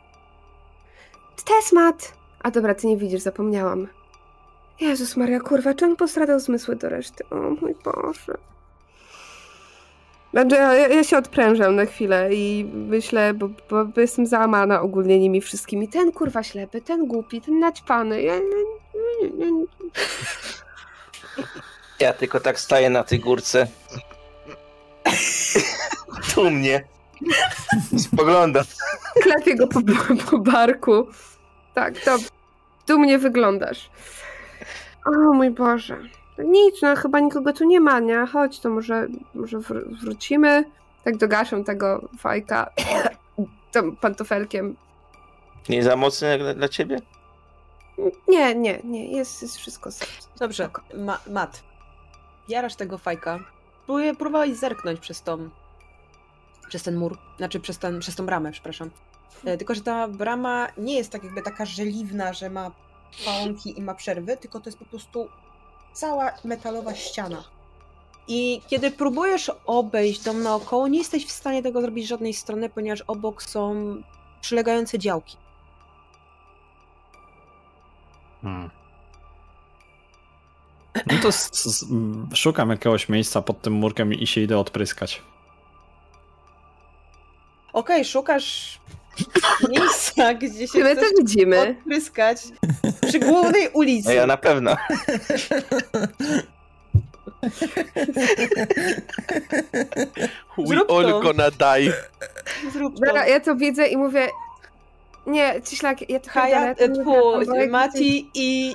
Tesmat! A dobra, ty nie widzisz, zapomniałam. Jezus Maria, kurwa, czy on postradał zmysły do reszty? O mój Boże. Znaczy, ja się odprężam na chwilę i myślę, bo jestem załamana ogólnie nimi wszystkimi. Ten kurwa ślepy, ten głupi, ten naćpany. Ja tylko tak staję na tej górce. Tu mnie. Spoglądam. Klepię go po barku. Tak, dobrze. Dumnie wyglądasz. O mój Boże. Nic, no chyba nikogo tu nie ma, nie? Chodź, to może wrócimy. Tak dogaszam tego fajka tym pantofelkiem. Nie za mocny dla ciebie? Nie, jest wszystko. Dobrze, Mat. Jarasz tego fajka. Próbowałeś zerknąć przez ten mur, znaczy przez tą bramę, przepraszam. Tylko że ta brama nie jest tak jakby taka żeliwna, że ma pałąki i ma przerwy, tylko to jest po prostu cała metalowa ściana. I kiedy próbujesz obejść dom naokoło, nie jesteś w stanie tego zrobić z żadnej strony, ponieważ obok są przylegające działki. No to szukam jakiegoś miejsca pod tym murkiem i się idę odpryskać. Okej, szukasz miejsca, gdzie się My to chcesz widzimy. odpryskać przy głównej ulicy. No ja na pewno. We Zrób all to. gonna die. Zrób to. Dobra, ja to widzę i mówię... Nie, Cieślak, ja to Mati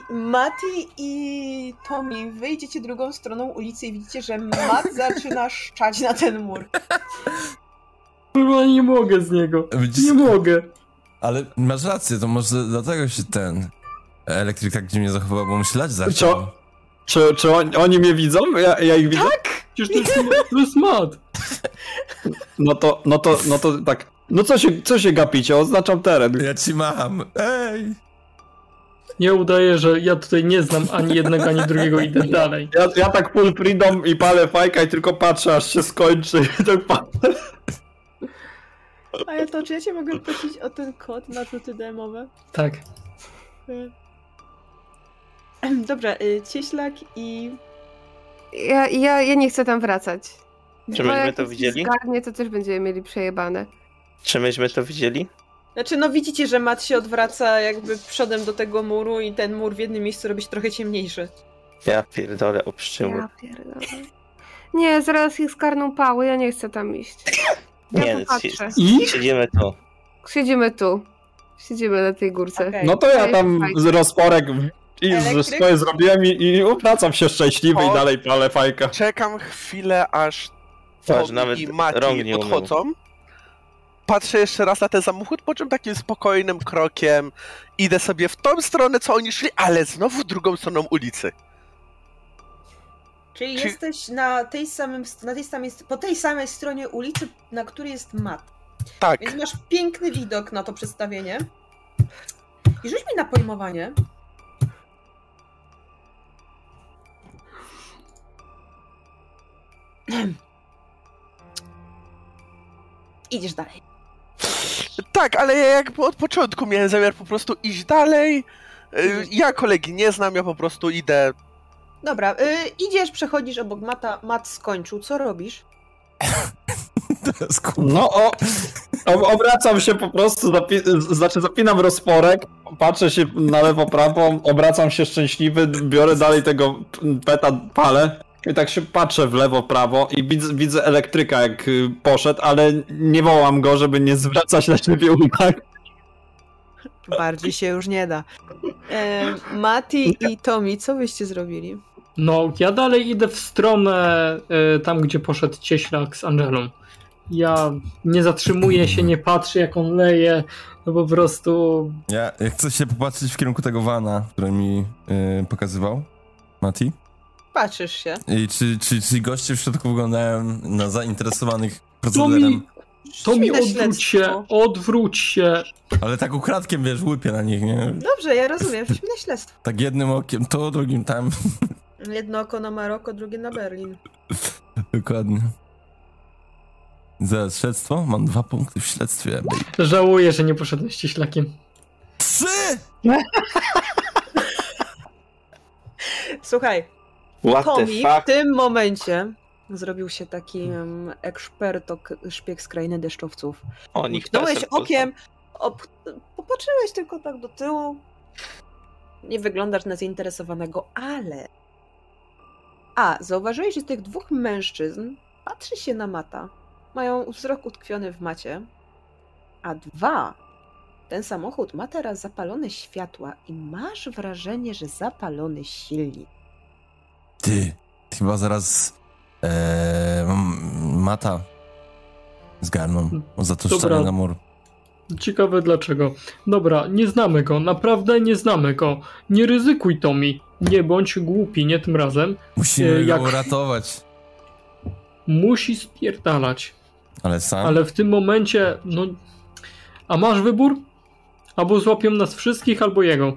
i Tommy, wyjdziecie drugą stroną ulicy i widzicie, że Matt zaczyna szczać na ten mur. Chyba nie mogę z niego. Widzisz? Nie mogę. Ale masz rację, to może dlatego się ten elektryk tak dziwnie zachował, bo myśleć zaczął. Czy oni mnie widzą? Ja ich widzę? Tak! Przecież to jest mat. No to tak. No co się gapicie? Oznaczam teren. Ja ci macham. Ej! Ja udaję, że ja tutaj nie znam ani jednego, ani drugiego, idę dalej. Ja tak full freedom i palę fajka i tylko patrzę, aż się skończy. I tak patrzę. A ja to, czy ja cię mogę prosić o ten kod na rzuty demowe? Tak. Dobrze, Cieślak i... Ja nie chcę tam wracać. Czy Bo myśmy jak to nas widzieli? zgarnie, to też będziemy mieli przejebane. Czy myśmy to widzieli? Znaczy, no widzicie, że Matt się odwraca jakby przodem do tego muru i ten mur w jednym miejscu robi się trochę ciemniejszy. Ja pierdolę obszczyły. Ja pierdolę. Nie, zaraz ich zgarną pały, ja nie chcę tam iść. Ja Nie, popatrzę. siedzimy tu. Siedzimy tu. Siedzimy na tej górce. Okej. No to ja tam Fajnie. z rozporek i Elektryk? swoje zrobiłem i wracam się szczęśliwy i dalej palę fajka. Czekam chwilę, aż Patrz, Tommy nawet i rąk Mati nie umył. odchodzą. Patrzę jeszcze raz na ten samochód, po czym takim spokojnym krokiem idę sobie w tą stronę, co oni szli, ale znowu drugą stroną ulicy. Czyli Czy- jesteś po tej samej stronie ulicy, na której jest Matt. Tak. Więc masz piękny widok na to przedstawienie. I rzuć mi na pojmowanie. Idziesz dalej. Tak, ale ja jakby od początku miałem zamiar po prostu iść dalej. Ja kolegi nie znam, ja po prostu idę. Dobra, idziesz, przechodzisz obok Matta. Matt skończył. Co robisz? Teraz No obracam się po prostu, zapinam rozporek, patrzę się na lewo, prawo, obracam się szczęśliwy, biorę dalej tego peta, palę i tak się patrzę w lewo, prawo i widzę elektryka jak poszedł, ale nie wołam go, żeby nie zwracać na siebie uwagi. Bardziej się już nie da. Mati i Tommy, co byście zrobili? No, ja dalej idę w stronę tam, gdzie poszedł Cieślak z Angelą. Ja nie zatrzymuję się, nie patrzę jak on leje, no po prostu... Ja chcę się popatrzeć w kierunku tego vana, który mi pokazywał Mati. Patrzysz się. I czy goście w środku wyglądają na zainteresowanych procederem? To mi na odwróć się. Ale tak ukradkiem, wiesz, łypię na nich, nie? Dobrze, ja rozumiem. Rzuć mi na śledztwo. Tak jednym okiem to, drugim tam. Jedno oko na Maroko, drugie na Berlin. Dokładnie. Za śledztwo? Mam 2 punkty w śledztwie. Baby. Żałuję, że nie poszedłem z Cieślakiem. 3! Słuchaj, What the Tommy w fuck? tym momencie zrobił się taki ekspertok, szpieg z krainy deszczowców. O nich Mknąłeś okiem, popatrzyłeś tylko tak do tyłu. Nie wyglądasz na zainteresowanego, A, zauważyłeś, że z tych dwóch mężczyzn patrzy się na Mata. Mają wzrok utkwiony w macie. A dwa, ten samochód ma teraz zapalone światła i masz wrażenie, że zapalony silnik. Ty chyba zaraz Mata zgarną za to szczanie na mur. Ciekawe dlaczego. Dobra, nie znamy go, naprawdę nie znamy go. Nie ryzykuj, Tommy. Nie bądź głupi, nie tym razem. Musimy go uratować. Musi spierdalać. Ale sam? Ale w tym momencie, no... A masz wybór? Albo złapią nas wszystkich, albo jego.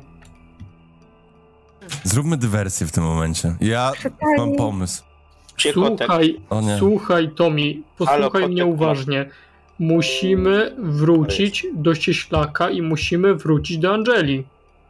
Zróbmy dywersję w tym momencie. Ja mam pomysł. Słuchaj, Tommy, posłuchaj mnie uważnie. Musimy wrócić do Cieślaka i musimy wrócić do Angeli.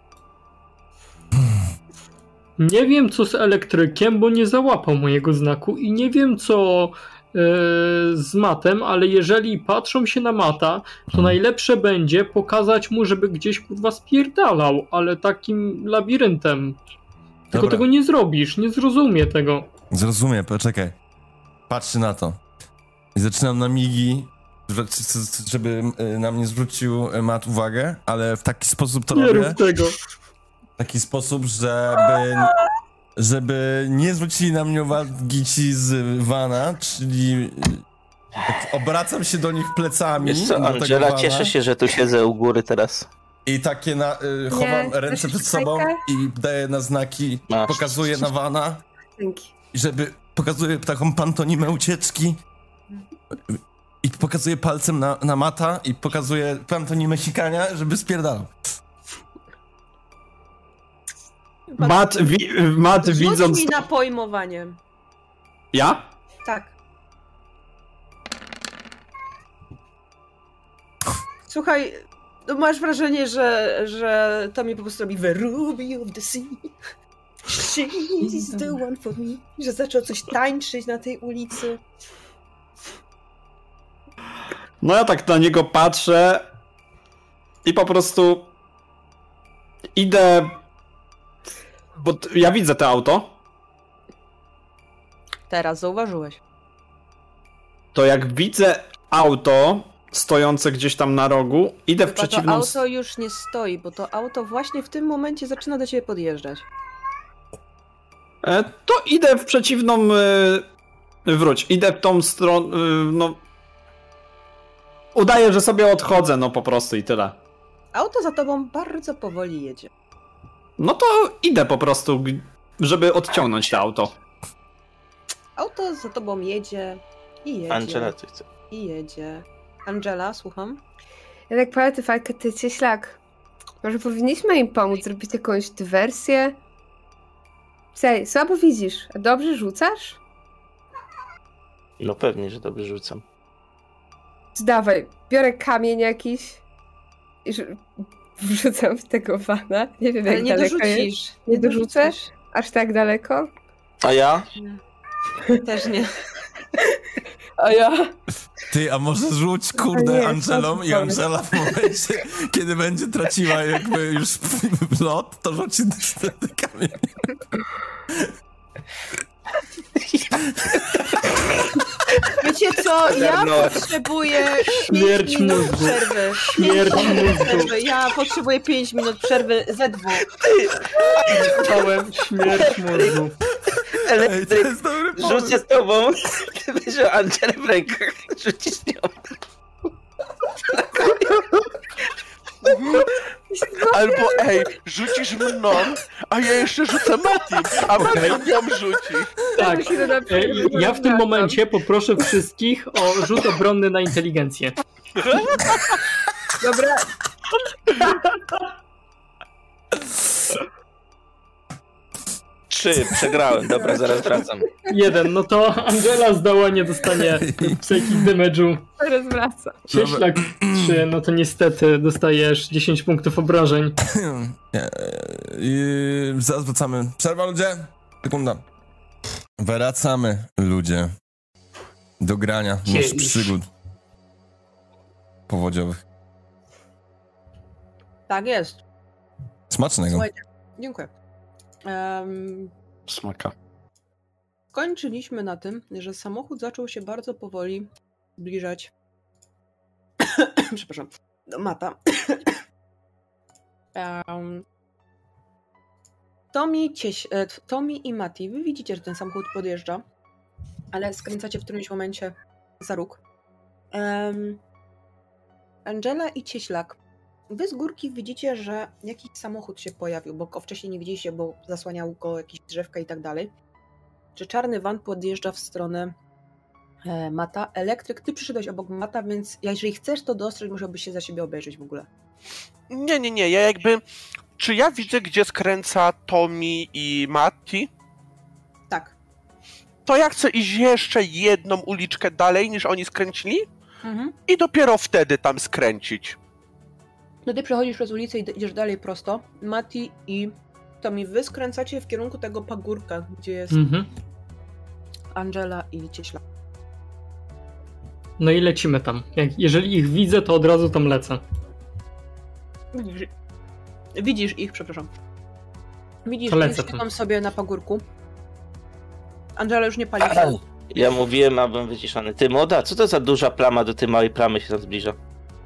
Nie wiem co z elektrykiem, bo nie załapał mojego znaku i nie wiem co z Matem, ale jeżeli patrzą się na Mata, to najlepsze będzie pokazać mu, żeby gdzieś kurwa spierdalał, ale takim labiryntem. Tylko tego nie zrobisz, nie zrozumie tego. Zrozumie, poczekaj. Patrzę na to. I zaczynam na migi, żeby na mnie zwrócił Mat uwagę, ale w taki sposób to robię. Nie rób tego. W taki sposób, żeby nie zwrócili na mnie uwagi ci z vana, czyli obracam się do nich plecami. Wiesz co, Angela, cieszę się, że tu siedzę u góry teraz. I takie chowam ręce przed sobą i daję na znaki, pokazuję na vana. Dzięki. Żeby pokazuję taką pantonimę ucieczki i pokazuję palcem na Mata i pokazuję pantonimę sikania, żeby spierdalał. Mat widząc... Rzuć mi na pojmowanie. Ja? Tak. Słuchaj, no masz wrażenie, że to mi po prostu robi The Ruby of the Sea. She's the one for me. Że zaczął coś tańczyć na tej ulicy. No ja tak na niego patrzę i po prostu idę, bo ja widzę to auto. Teraz zauważyłeś. To jak widzę auto stojące gdzieś tam na rogu, idę w przeciwną... To auto już nie stoi, bo to auto właśnie w tym momencie zaczyna do ciebie podjeżdżać. To idę w przeciwną... Idę w tą stronę... No... Udaję, że sobie odchodzę, no po prostu i tyle. Auto za tobą bardzo powoli jedzie. No to idę po prostu, żeby odciągnąć to auto. Auto za tobą jedzie i jedzie. Angela, ty chce. I jedzie. Angela, słucham? Ja tak powiem, Falka, ty Cieślak. Może powinniśmy im pomóc zrobić jakąś dywersję? Słuchaj, słabo widzisz, a dobrze rzucasz? No pewnie, że dobrze rzucam. Dawaj, biorę kamień jakiś i wrzucam w tego vana. Nie wiem, ale jak nie daleko dorzucisz. jest. Nie dorzucasz? Aż tak daleko? A ja? Nie. Też nie. A ja? Ty, a może rzuć, kurde, Angelą i Angela w momencie, kiedy będzie traciła jakby już lot, to rzuci ten kamień. Wiecie co? Ja potrzebuję 5 minut przerwy. Śmierć mózgu. Ja potrzebuję 5 minut przerwy ze dwóch. Dostałem śmierć mózgu. Ej, to jest dobry pomysł. Rzucę z tobą, ty będziesz Angelę w rękach, rzucisz z nią. Albo rzucisz mną, a ja jeszcze rzucę Matim, a Matim ją rzuci. Tak, ja w tym momencie poproszę wszystkich o rzut obronny na inteligencję. Dobra. 3, przegrałem, dobra, zaraz wracam. 1, no to Angela zdała, nie dostanie psychic damage'u. Zaraz wracam. Cieślak 3, no to niestety dostajesz 10 punktów obrażeń. Zaraz wracamy. Przerwa, ludzie? Sekunda. Wracamy, ludzie. Do grania naszych przygód powodziowych. Tak jest. Smacznego. Słuchajcie, dziękuję. Smaka. skończyliśmy na tym, że samochód zaczął się bardzo powoli zbliżać przepraszam, do Mata. Tommy i Mati, wy widzicie, że ten samochód podjeżdża, ale skręcacie w którymś momencie za róg. Angela i Cieślak, wy z górki widzicie, że jakiś samochód się pojawił, bo go wcześniej nie widzieliście, bo zasłaniał go jakieś drzewka i tak dalej. Czy czarny van podjeżdża w stronę Mata? Elektryk, ty przyszedłeś obok Mata, więc jeżeli chcesz to dostrzec, musiałbyś się za siebie obejrzeć w ogóle. Nie, ja jakby... Czy ja widzę, gdzie skręca Tommy i Matti? Tak. To ja chcę iść jeszcze jedną uliczkę dalej, niż oni skręcili i dopiero wtedy tam skręcić. No ty przechodzisz przez ulicę i idziesz dalej prosto. Mati i Tommy, wy skręcacie w kierunku tego pagórka, gdzie jest Angela i Cieślak. No i lecimy tam. Jeżeli ich widzę, to od razu tam lecę. Widzisz ich, przepraszam. Widzisz, że siedzą sobie na pagórku. Angela już nie pali. Ja mówiłem, abym wyciszony. Ty, młoda, co to za duża plama do tej małej plamy się tam zbliża?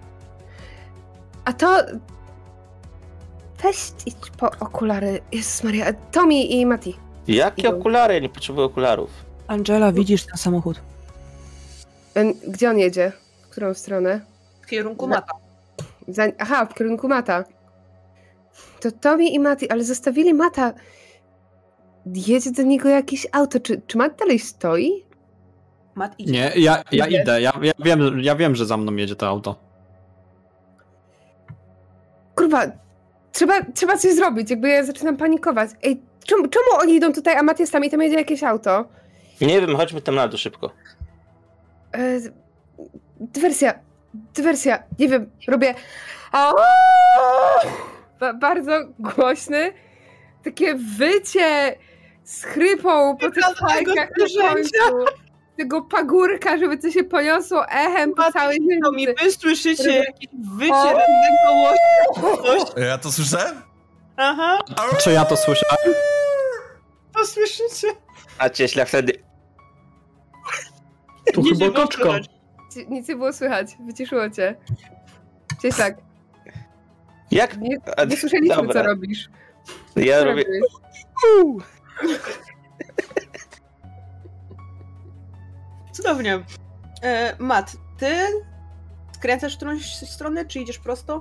A to... Weź idź po okulary. Jezus Maria. Tommy i Mati. Jakie okulary? Ja nie potrzebuję okularów. Angela, widzisz ten samochód? Gdzie on jedzie? W którą stronę? W kierunku Mata. Aha, w kierunku Mata. To Tommy i Mati, ale zostawili Mata. Jedzie do niego jakieś auto. Czy Matt dalej stoi? Matt idzie. Nie, ja idę. Ja wiem, że za mną jedzie to auto. Kurwa, trzeba coś zrobić. Jakby ja zaczynam panikować. Ej, czemu oni idą tutaj, a Matt jest tam i tam jedzie jakieś auto? Nie wiem, chodźmy tam na dół szybko. Dywersja. Nie wiem, robię... Bardzo głośny. Takie wycie z chrypą po tych fajkach na końcu. Tego pagórka, żeby to się poniosło echem po całej ziemi. Wy słyszycie jakieś wycie tego łosia. Ja to słyszę? Aha. Czy ja to słyszałem? To słyszycie? A Cieślak wtedy... Tu chyba toczko. Nic nie było słychać, wyciszyło cię. Cieślak. Jak? Nie słyszeliśmy, dobra. Co robisz. Ja robię... Cudownie. Matt, ty skręcasz w którąś stronę, czy idziesz prosto?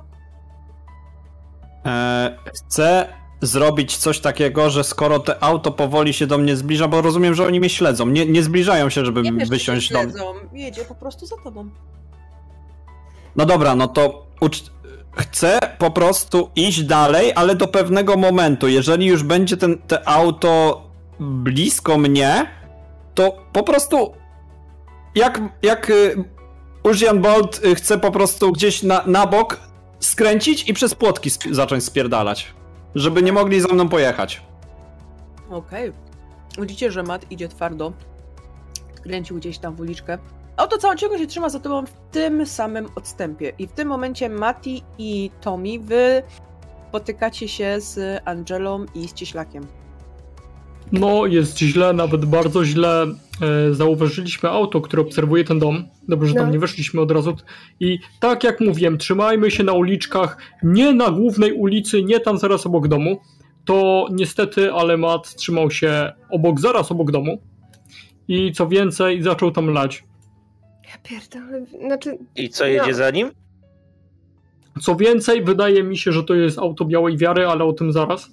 Chcę zrobić coś takiego, że skoro to auto powoli się do mnie zbliża, bo rozumiem, że oni mnie śledzą. Nie zbliżają się, żeby wysiąść do mnie. Jedzie po prostu za tobą. No dobra, no to chcę po prostu iść dalej, ale do pewnego momentu. Jeżeli już będzie te auto blisko mnie, to po prostu jak Usain Bolt chce po prostu gdzieś na bok skręcić i przez płotki zacząć spierdalać, żeby nie mogli za mną pojechać. Okej. Widzicie, że Matt idzie twardo. Kręcił gdzieś tam w uliczkę. Auto całego się trzyma za tobą w tym samym odstępie. I w tym momencie Mati i Tommy, wy potykacie się z Angelą i z Cieślakiem. No, jest źle, nawet bardzo źle. Zauważyliśmy auto, które obserwuje ten dom. Dobrze, że tam nie weszliśmy od razu. I tak jak mówiłem, trzymajmy się na uliczkach, nie na głównej ulicy, nie tam zaraz obok domu. To niestety, ale Matt trzymał się zaraz obok domu. I co więcej, zaczął tam lać. Ja pierdolę, znaczy... I co jedzie za nim? Co więcej, wydaje mi się, że to jest auto białej wiary, ale o tym zaraz.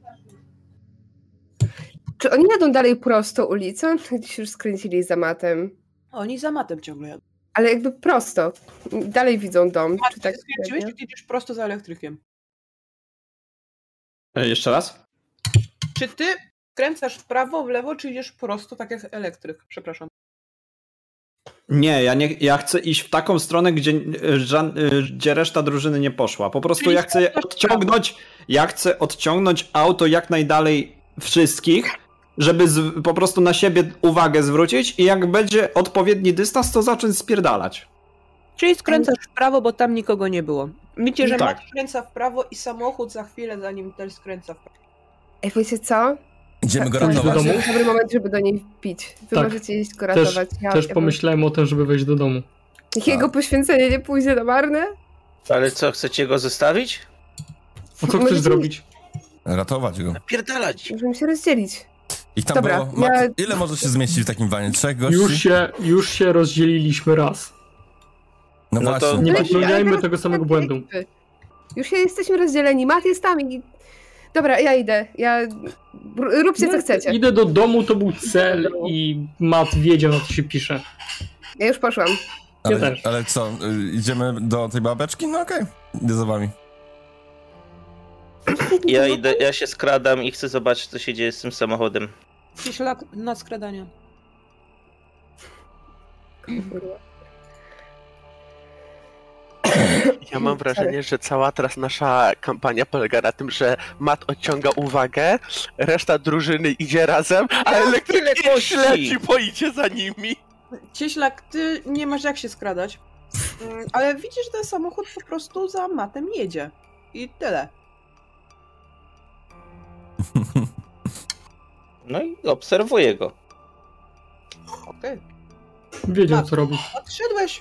Czy oni jadą dalej prosto ulicą? Gdzieś już skręcili za Mattem. Oni za Mattem ciągle jadą. Ale jakby prosto. Dalej widzą dom. A czy tak skręciłeś, czy idziesz prosto za elektrykiem? Jeszcze raz? Czy ty kręcasz w prawo, w lewo, czy idziesz prosto, tak jak elektryk? Przepraszam. Nie, ja chcę iść w taką stronę, gdzie reszta drużyny nie poszła. Po prostu ja chcę odciągnąć auto jak najdalej wszystkich, żeby po prostu na siebie uwagę zwrócić i jak będzie odpowiedni dystans, to zacząć spierdalać. Czyli skręcasz w prawo, bo tam nikogo nie było. Wiecie, że tak. Matt skręca w prawo i samochód za chwilę za nim też skręca w prawo. Ej, wiecie co? Idziemy go To jest ratować. dobry moment, żeby do niej wpić. Wy Tak. możecie iść go ratować. Też pomyślałem o tym, żeby wejść do domu. Niech jego poświęcenie nie pójdzie na marne. Ale co, chcecie go zostawić? A co chcesz Możecie zrobić? Ratować go. Napierdalać. Możemy się rozdzielić. Ich tam Dobra, było... Max, ja- ile może się zmieścić w takim wanie? 3 gości? Już się rozdzieliliśmy raz. No No to- właśnie. Nie Ale popełniajmy teraz tego samego tak błędu. ekipy. Już jesteśmy rozdzieleni. Mat jest tam i... Dobra, ja idę. Róbcie co chcecie. Idę do domu, to był cel i Matt wiedział, na co się pisze. Ja już poszłam. Ja też. Ale co, idziemy do tej babeczki? No okej, idę za wami. Ja idę, ja się skradam i chcę zobaczyć, co się dzieje z tym samochodem. Szlak na skradanie. Ja mam wrażenie, że cała teraz nasza kampania polega na tym, że Matt odciąga uwagę, reszta drużyny idzie razem, a elektryk tyle śledzi, bo idzie za nimi. Cieślak, ty nie masz jak się skradać, ale widzisz, że ten samochód po prostu za Matem jedzie. I tyle. No i obserwuję go. Okej. Wiedział, co robi. Odszedłeś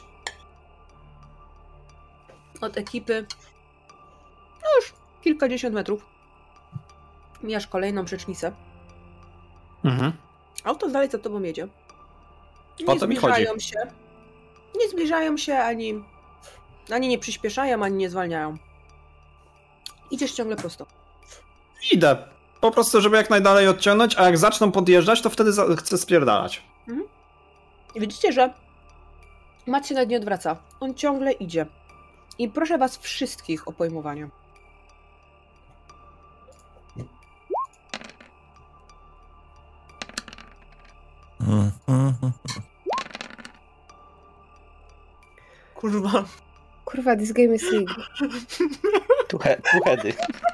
od ekipy no już kilkadziesiąt metrów. Mijasz kolejną przecznicę. Mhm. Auto dalej za tobą jedzie. O to mi chodzi. Nie zbliżają się ani nie przyspieszają, ani nie zwalniają. Idziesz ciągle prosto. Idę. Po prostu, żeby jak najdalej odciągnąć, a jak zaczną podjeżdżać, to wtedy chcę spierdalać. I widzicie, że Matt się nawet nie odwraca. On ciągle idzie. I proszę was wszystkich o pojmowanie. Kurwa. Kurwa, this game is rigged. Tu heady.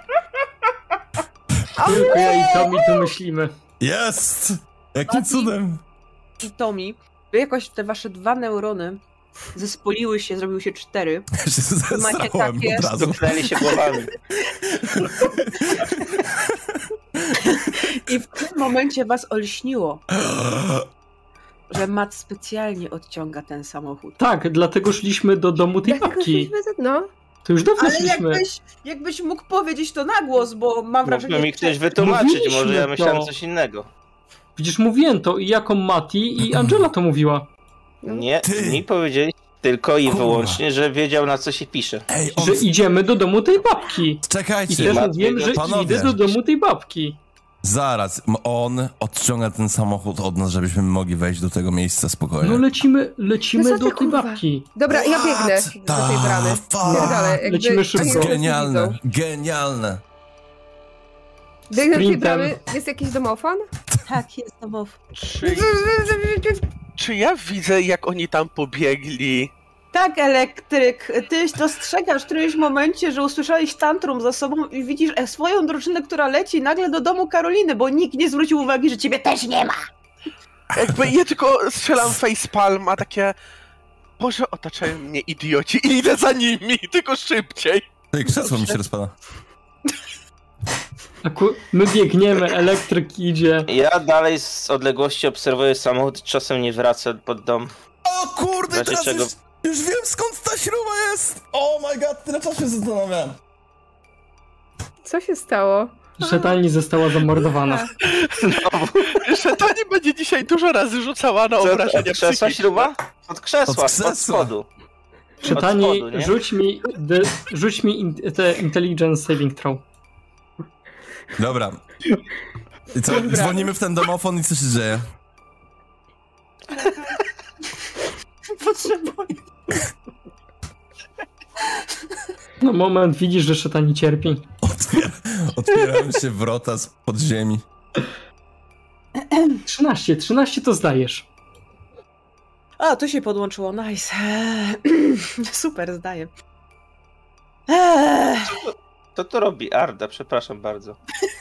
Tylko ja i Tommy tu myślimy. Jest! Jakim cudem! I Tommy, wy jakoś te wasze 2 neurony zespoliły się, zrobiły się 4. Ja się zesrałem takie- od razu. Stuknęli się głowami. I w tym momencie was olśniło, że Matt specjalnie odciąga ten samochód. Tak, dlatego szliśmy do domu tej Dlatego babki. szliśmy no. To już dawno Ale szliśmy. jakbyś mógł powiedzieć to na głos, bo mam wrażenie, Mógłby mi ktoś wytłumaczyć, Mówiliśmy może ja to. myślałem coś innego. Przecież mówiłem to i jako Mati i Angela to mówiła. No. Nie, Ty! mi powiedzieli tylko i Kurwa. wyłącznie, że wiedział, na co się pisze. Ej, on... Że idziemy do domu tej babki. I Czekajcie, też Matt mówiłem, że panowie. idę do domu tej babki. zaraz. On odciąga ten samochód od nas, żebyśmy mogli wejść do tego miejsca spokojnie. No lecimy No co ty, do tej kurwa? babki. Dobra, ja biegnę do tej bramy. Pierdolę, jakby Lecimy szybko. oni nas nie Genialne, widzą. genialne. Biegnę do tej Sprintem. bramy. Jest jakiś domofon? Tak, jest domów. Czy ja widzę, jak oni tam pobiegli? Tak, elektryk, ty dostrzegasz w którymś momencie, że usłyszałeś tantrum za sobą i widzisz swoją drużynę, która leci nagle do domu Karoliny, bo nikt nie zwrócił uwagi, że ciebie też nie ma. Jakby ja tylko strzelam facepalm, a takie... Boże, otaczają mnie idioci i idę za nimi, tylko szybciej. Ej, krzesło mi się rozpada. My biegniemy, elektryk idzie. Ja dalej z odległości obserwuję samochód, czasem nie wraca pod dom. O kurde, razie teraz czego- już wiem skąd ta śruba jest! Oh my god, tyle czasu się zastanawiałem. Co się stało? Szatani została zamordowana. Że to nie będzie dzisiaj dużo razy rzucała na obrażenia Od krzesła psychiczne. śruba? Od krzesła, Od krzesła. od spodu. Szatani, Od spodu, nie? rzuć mi te intelligence saving throw. Dobra. I co, dzwonimy w ten domofon i co się dzieje? Potrzebuję. No moment, widzisz, że szatani cierpi. Otwierają się wrota z podziemi. 13 to zdajesz. A, to się podłączyło, nice. Super, zdaję. To robi Arda, przepraszam bardzo.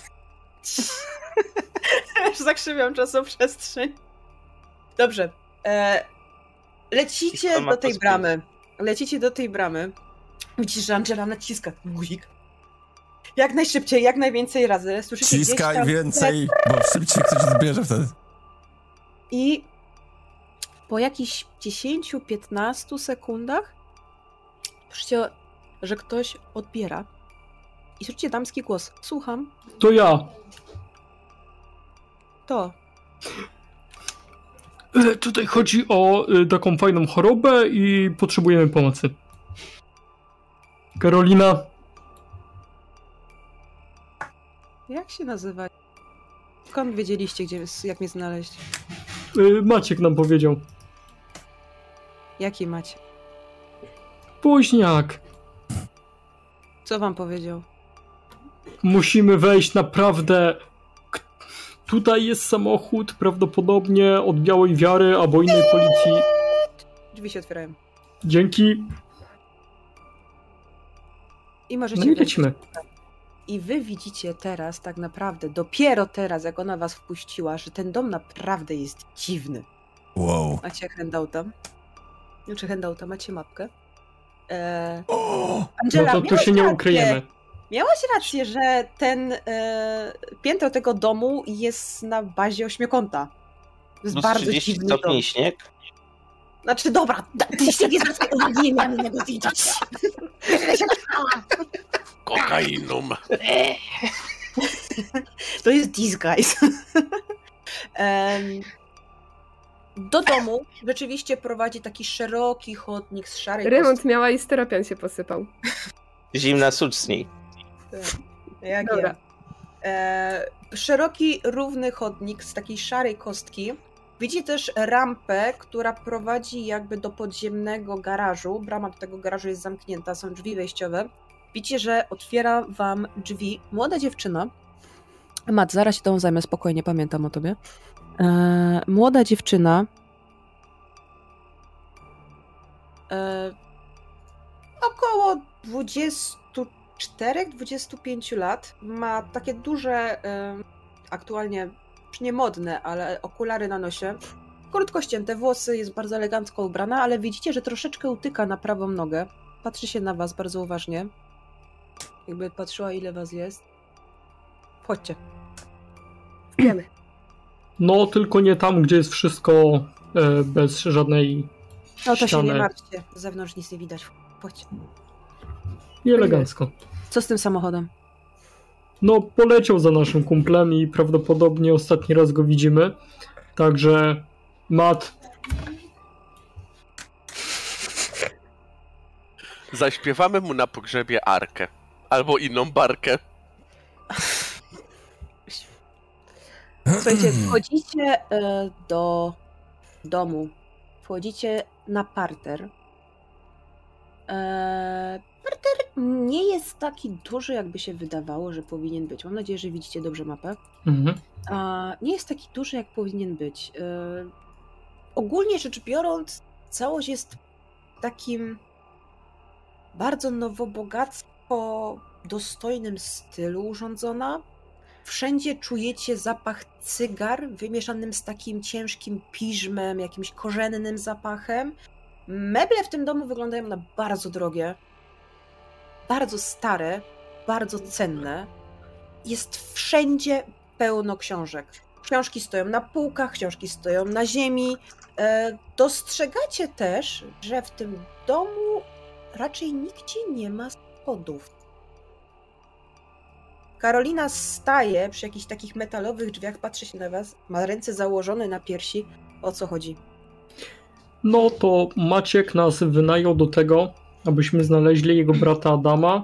Już zakrzywiam czasoprzestrzeń. Dobrze. Lecicie I to ma do tej to bramy. Lecicie do tej bramy. Widzisz, że Angela naciska ten guzik. Jak najszybciej, jak najwięcej razy. Słyszycie gdzieś Ciskaj tam więcej, bo szybciej ktoś zbierze wtedy. I po jakichś 10-15 sekundach słyszycie, że ktoś odbiera. I słyszycie damski głos. Słucham. To ja. To. Tutaj chodzi o taką fajną chorobę i potrzebujemy pomocy. Karolina. Jak się nazywa? Skąd wiedzieliście, jak mnie znaleźć? Maciek nam powiedział. Jaki macie? Woźniak. Co wam powiedział? Musimy wejść naprawdę. Tutaj jest samochód, prawdopodobnie od Białej Wiary albo innej policji. Drzwi się otwierają. Dzięki. I możecie No i wejść. lecimy. I wy widzicie teraz, tak naprawdę, dopiero teraz, jak ona was wpuściła, że ten dom naprawdę jest dziwny. Wow. Macie handouta. Znaczy handouta, macie mapkę. O! Angela, No to tu się nie ukryjemy. Miałaś rację, że ten piętro tego domu jest na bazie ośmiokąta. To jest Plus bardzo 30 dziwny dom. stopni śnieg. Znaczy, dobra, ty się nie zwracaj uwagi, nie miałam innego widzieć. Kokainum. To jest disguise. Do domu rzeczywiście prowadzi taki szeroki chodnik z szarej Remont miała i steropian się posypał. Zimna sucz z niej. Jak Dobra. ja. Szeroki, równy chodnik z takiej szarej kostki. Widzicie też rampę, która prowadzi jakby do podziemnego garażu. Brama do tego garażu jest zamknięta, są drzwi wejściowe. Widzicie, że otwiera wam drzwi młoda dziewczyna. Mat, zaraz się tą zajmę, spokojnie, pamiętam o tobie. Młoda dziewczyna. Około 24-25 lat. Ma takie duże, aktualnie już nie modne, ale okulary na nosie. Krótko ścięte włosy, jest bardzo elegancko ubrana, ale widzicie, że troszeczkę utyka na prawą nogę. Patrzy się na was bardzo uważnie. Jakby patrzyła, ile was jest. Chodźcie. Wiemy. No, tylko nie tam, gdzie jest wszystko bez żadnej No to ściany. się nie martwcie. Z zewnątrz nic nie widać. Chodźcie. I elegancko. Co z tym samochodem? No, poleciał za naszym kumplem i prawdopodobnie ostatni raz go widzimy. Także Matt, Zaśpiewamy mu na pogrzebie arkę. Albo inną barkę. Słuchajcie, wchodzicie do domu. Wchodzicie na parter. Parter nie jest taki duży, jakby się wydawało, że powinien być. Mam nadzieję, że widzicie dobrze mapę. Nie jest taki duży, jak powinien być. Ogólnie rzecz biorąc, całość jest takim bardzo nowobogacko dostojnym stylu urządzona. Wszędzie czujecie zapach cygar wymieszanym z takim ciężkim piżmem, jakimś korzennym zapachem. Meble w tym domu wyglądają na bardzo drogie, bardzo stare, bardzo cenne. Jest wszędzie pełno książek. Książki stoją na półkach, książki stoją na ziemi. Dostrzegacie też, że w tym domu raczej nigdzie nie ma schodów. Karolina staje przy jakichś takich metalowych drzwiach, patrzy się na was, ma ręce założone na piersi. O co chodzi? no to Maciek nas wynajął do tego, abyśmy znaleźli jego brata Adama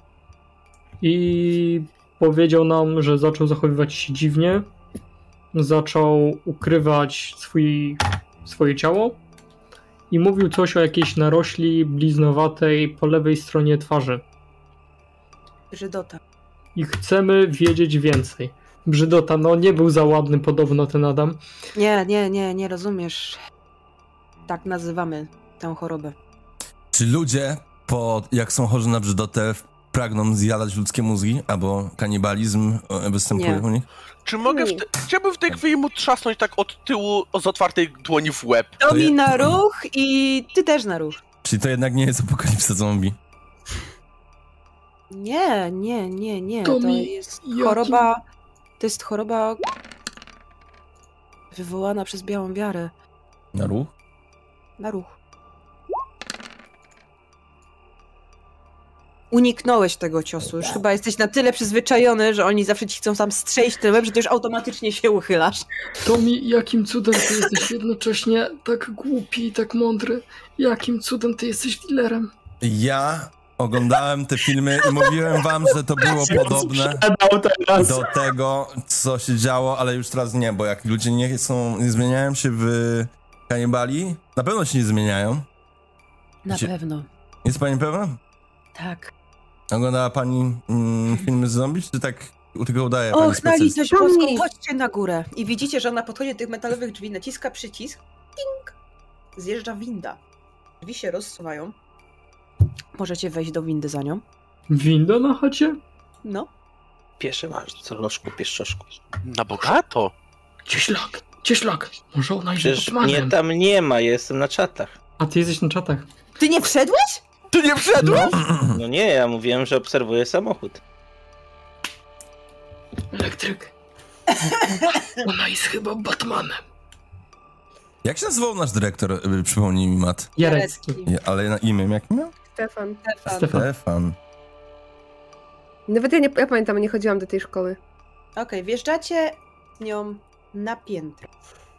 i powiedział nam, że zaczął zachowywać się dziwnie, zaczął ukrywać swoje ciało i mówił coś o jakiejś narośli bliznowatej po lewej stronie twarzy. Brzydota. I chcemy wiedzieć więcej. Brzydota, no nie był za ładny podobno ten Adam. Nie rozumiesz. Tak nazywamy tę chorobę. Czy ludzie, jak są chorzy na brzydotę, pragną zjadać ludzkie mózgi? Albo kanibalizm występuje Nie. u nich? Czy mogę chciałbym w tej chwili mu trzasnąć tak od tyłu z otwartej dłoni w łeb. To mi na ruch i ty też na ruch. Czyli to jednak nie jest apokalipsa zombie. Nie. To To mi jest jakim- choroba... To jest choroba wywołana przez białą wiarę. Na ruch? Na ruch. Uniknąłeś tego ciosu. Już chyba jesteś na tyle przyzwyczajony, że oni zawsze ci chcą tam strzelić tyłem, że ty już automatycznie się uchylasz. Tomi, jakim cudem ty jesteś jednocześnie tak głupi i tak mądry? Jakim cudem ty jesteś dealerem? Ja oglądałem te filmy i mówiłem wam, że to było podobne do tego, co się działo, ale już teraz nie, bo jak ludzie nie zmieniają się w kanibali, na pewno się nie zmieniają. Na pewno. Jest pani pewna? Tak. Oglądała pani filmy z zombie, czy tak tylko udaje pani Och, na specjalnie? litość boską, chodźcie na górę. I widzicie, że ona podchodzi do tych metalowych drzwi, naciska przycisk, ping! Zjeżdża winda. Drzwi się rozsuwają. Możecie wejść do windy za nią. Winda na chacie? No. Piesze masz, co lożku, pieszczoszku. Na bogato. Cieślak. Może ona idzie Przecież pod mnie magiem. tam nie ma, ja jestem na czatach. A ty jesteś na czatach. Ty nie wszedłeś? Ty nie wszedłeś? No nie, ja mówiłem, że obserwuję samochód. Elektryk. Ona jest chyba Batmanem. Jak się nazywał nasz dyrektor? Przypomnij mi, Mat. Jarecki. Ale na imię jakim miał? Stefan. Stefan. Stefan. Nawet ja pamiętam, nie chodziłam do tej szkoły. Okej, wjeżdżacie z nią na piętro.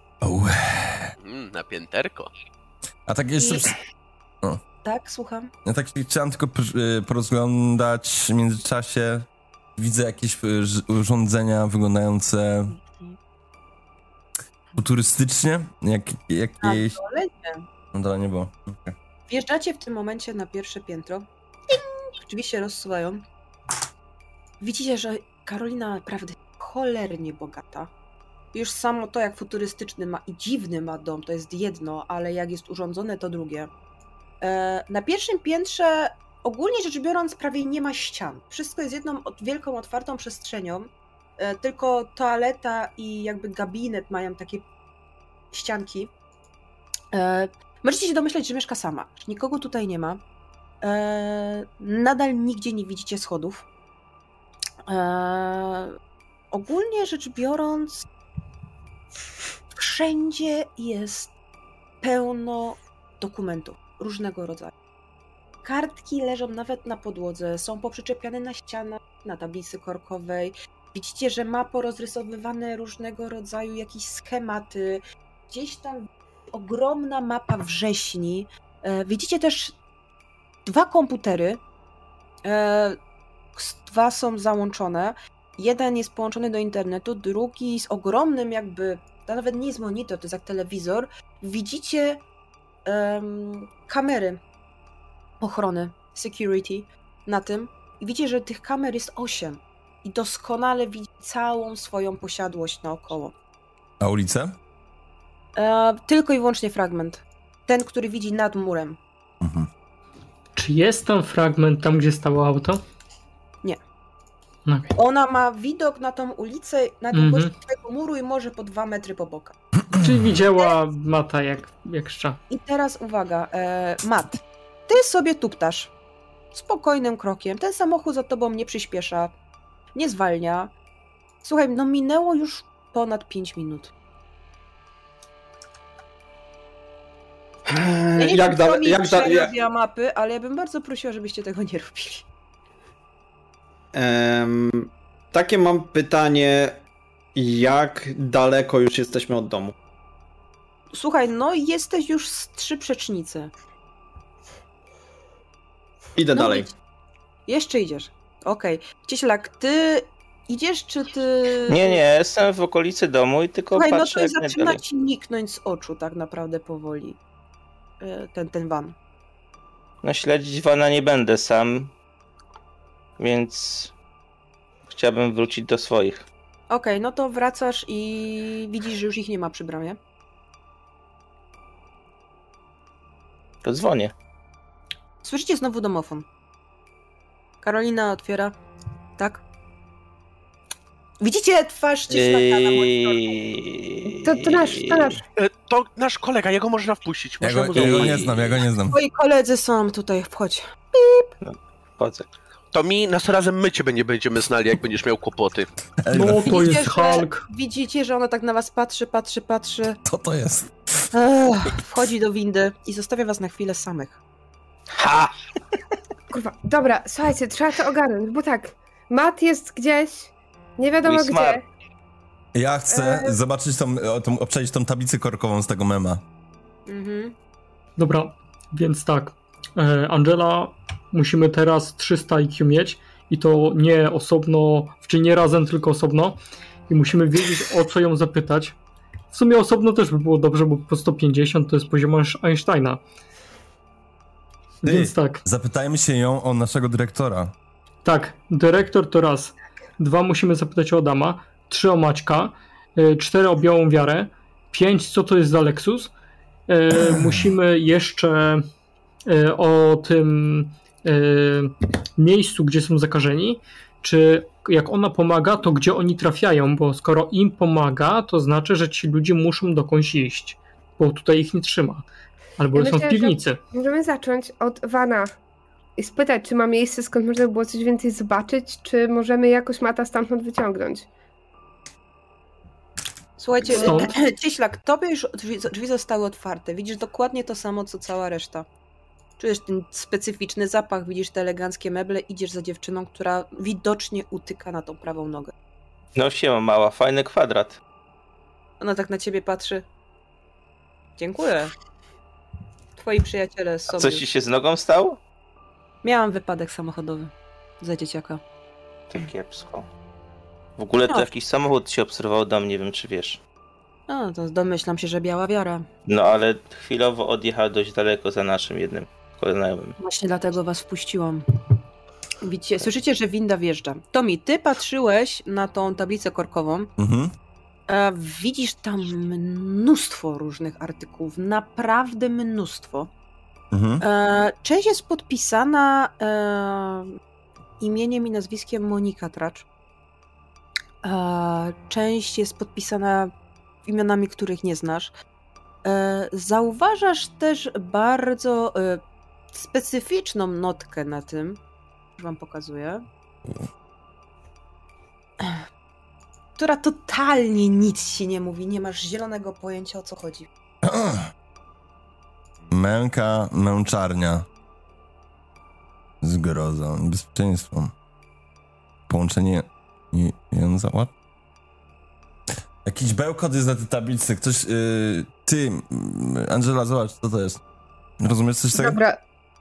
Na pięterko. A tak jeszcze... Tak, słucham? Ja tak chciałem tylko porozglądać w międzyczasie. Widzę jakieś urządzenia wyglądające futurystycznie. Jakieś... Na dole nie. No dole nie było. Okay. Wjeżdżacie w tym momencie na pierwsze piętro. Ding! Drzwi się rozsuwają. Widzicie, że Karolina naprawdę cholernie bogata. Już samo to, jak futurystyczny ma i dziwny ma dom, to jest jedno, ale jak jest urządzone, to drugie. Na pierwszym piętrze, ogólnie rzecz biorąc, prawie nie ma ścian. Wszystko jest jedną wielką, otwartą przestrzenią. Tylko toaleta i jakby gabinet mają takie ścianki. Możecie się domyśleć, że mieszka sama. Że nikogo tutaj nie ma. Nadal nigdzie nie widzicie schodów. Ogólnie rzecz biorąc, wszędzie jest pełno dokumentów różnego rodzaju. Kartki leżą nawet na podłodze, są poprzyczepiane na ścianach, na tablicy korkowej. Widzicie, że ma porozrysowywane różnego rodzaju jakieś schematy. Gdzieś tam ogromna mapa wrześni. Widzicie też 2 komputery. 2 są załączone. Jeden jest połączony do internetu, drugi z ogromnym jakby, to nawet nie jest monitor, to jest jak telewizor. Widzicie kamery ochrony, security na tym. I widzicie, że tych kamer jest 8. I doskonale widzi całą swoją posiadłość naokoło. A ulicę? Tylko i wyłącznie fragment. Ten, który widzi nad murem. Mhm. Czy jest tam fragment tam, gdzie stało auto? Nie. Okay. Ona ma widok na tą ulicę, na długość tego muru i może po 2 metry po bokach. Czyli widziała Mata jak szcza. I teraz uwaga, Matt, ty sobie tuptasz spokojnym krokiem, ten samochód za tobą nie przyspiesza, nie zwalnia. Słuchaj, no minęło już ponad 5 minut. Ja nie wiem, kto mi przerabia mapy, ale ja bym bardzo prosiła, żebyście tego nie robili. Takie mam pytanie, jak daleko już jesteśmy od domu? Słuchaj, no jesteś już z 3 przecznicy. Idę No dalej. idź. Jeszcze idziesz. Okej. Cieślak, ty idziesz, czy ty... Nie, jestem w okolicy domu i tylko Słuchaj, no patrzę to jak zaczyna najdalej. ci niknąć z oczu tak naprawdę powoli. Ten van. No śledzić wana nie będę sam, więc chciałbym wrócić do swoich. Okej, no to wracasz i widzisz, że już ich nie ma przy bramie. To dzwonię. Słyszycie znowu domofon. Karolina otwiera. Tak? Widzicie twarz Cieślaka na monitorze. To nasz. To nasz kolega, jego można wpuścić. Ja Można go mu zaufać. nie znam. Twoi koledzy są tutaj, wchodź. Chodzę. To następnym razem my ciebie nie będziemy znali, jak będziesz miał kłopoty. No to Widzicie, jest Hulk. Widzicie, że ona tak na was patrzy. Co to jest? Wchodzi do windy i zostawia was na chwilę samych. Ha! Kurwa, dobra, słuchajcie, trzeba to ogarnąć, bo tak, Matt jest gdzieś, nie wiadomo Mój gdzie. smart. Ja chcę zobaczyć obczaić tą tablicę korkową z tego mema. Mhm. Dobra, więc tak. Angela, musimy teraz 300 IQ mieć i to nie osobno, czy nie razem, tylko osobno. I musimy wiedzieć, o co ją zapytać. W sumie osobno też by było dobrze, bo po 150 to jest poziom Einsteina. Więc tak. Zapytajmy się ją o naszego dyrektora. Tak, dyrektor to raz. 2 musimy zapytać o Adama. 3 o Maćka. 4 o Białą Wiarę. 5 co to jest za Lexus. Musimy jeszcze o tym miejscu, gdzie są zakażeni. Czy jak ona pomaga, to gdzie oni trafiają? Bo skoro im pomaga, to znaczy, że ci ludzie muszą dokądś iść. Bo tutaj ich nie trzyma. Albo są w piwnicy. Możemy zacząć od Vana i spytać, czy ma miejsce, skąd można było coś więcej zobaczyć, czy możemy jakoś Mata stamtąd wyciągnąć. Słuchajcie, Stąd? Cieślak, tobie już drzwi zostały otwarte. Widzisz dokładnie to samo, co cała reszta. Czujesz ten specyficzny zapach, widzisz te eleganckie meble, idziesz za dziewczyną, która widocznie utyka na tą prawą nogę. No siema mała, fajny kwadrat. Ona tak na ciebie patrzy. Dziękuję. Twoi przyjaciele są... Coś ci się z nogą stało? Miałam wypadek samochodowy. Za dzieciaka. To kiepsko. W ogóle to No. jakiś samochód się obserwował dom, nie wiem czy wiesz. No, to domyślam się, że Biała Wiara. No ale chwilowo odjechał dość daleko za naszym jednym znajomym. Właśnie dlatego was wpuściłam. Widzicie, słyszycie, że winda wjeżdża. Tomi, ty patrzyłeś na tą tablicę korkową. Mhm. Widzisz tam mnóstwo różnych artykułów. Naprawdę mnóstwo. Mhm. Część jest podpisana imieniem i nazwiskiem Monika Tracz. Część jest podpisana imionami, których nie znasz. Zauważasz też bardzo specyficzną notkę na tym, już wam pokazuję, która totalnie nic ci nie mówi. Nie masz zielonego pojęcia, o co chodzi. Męka, męczarnia. Zgroza, bezpieczeństwo. Połączenie języka. What? Jakiś bełkot jest na tej tablicy. Ktoś, ty, Angela, zobacz, co to jest. Rozumiesz coś takiego? Dobra.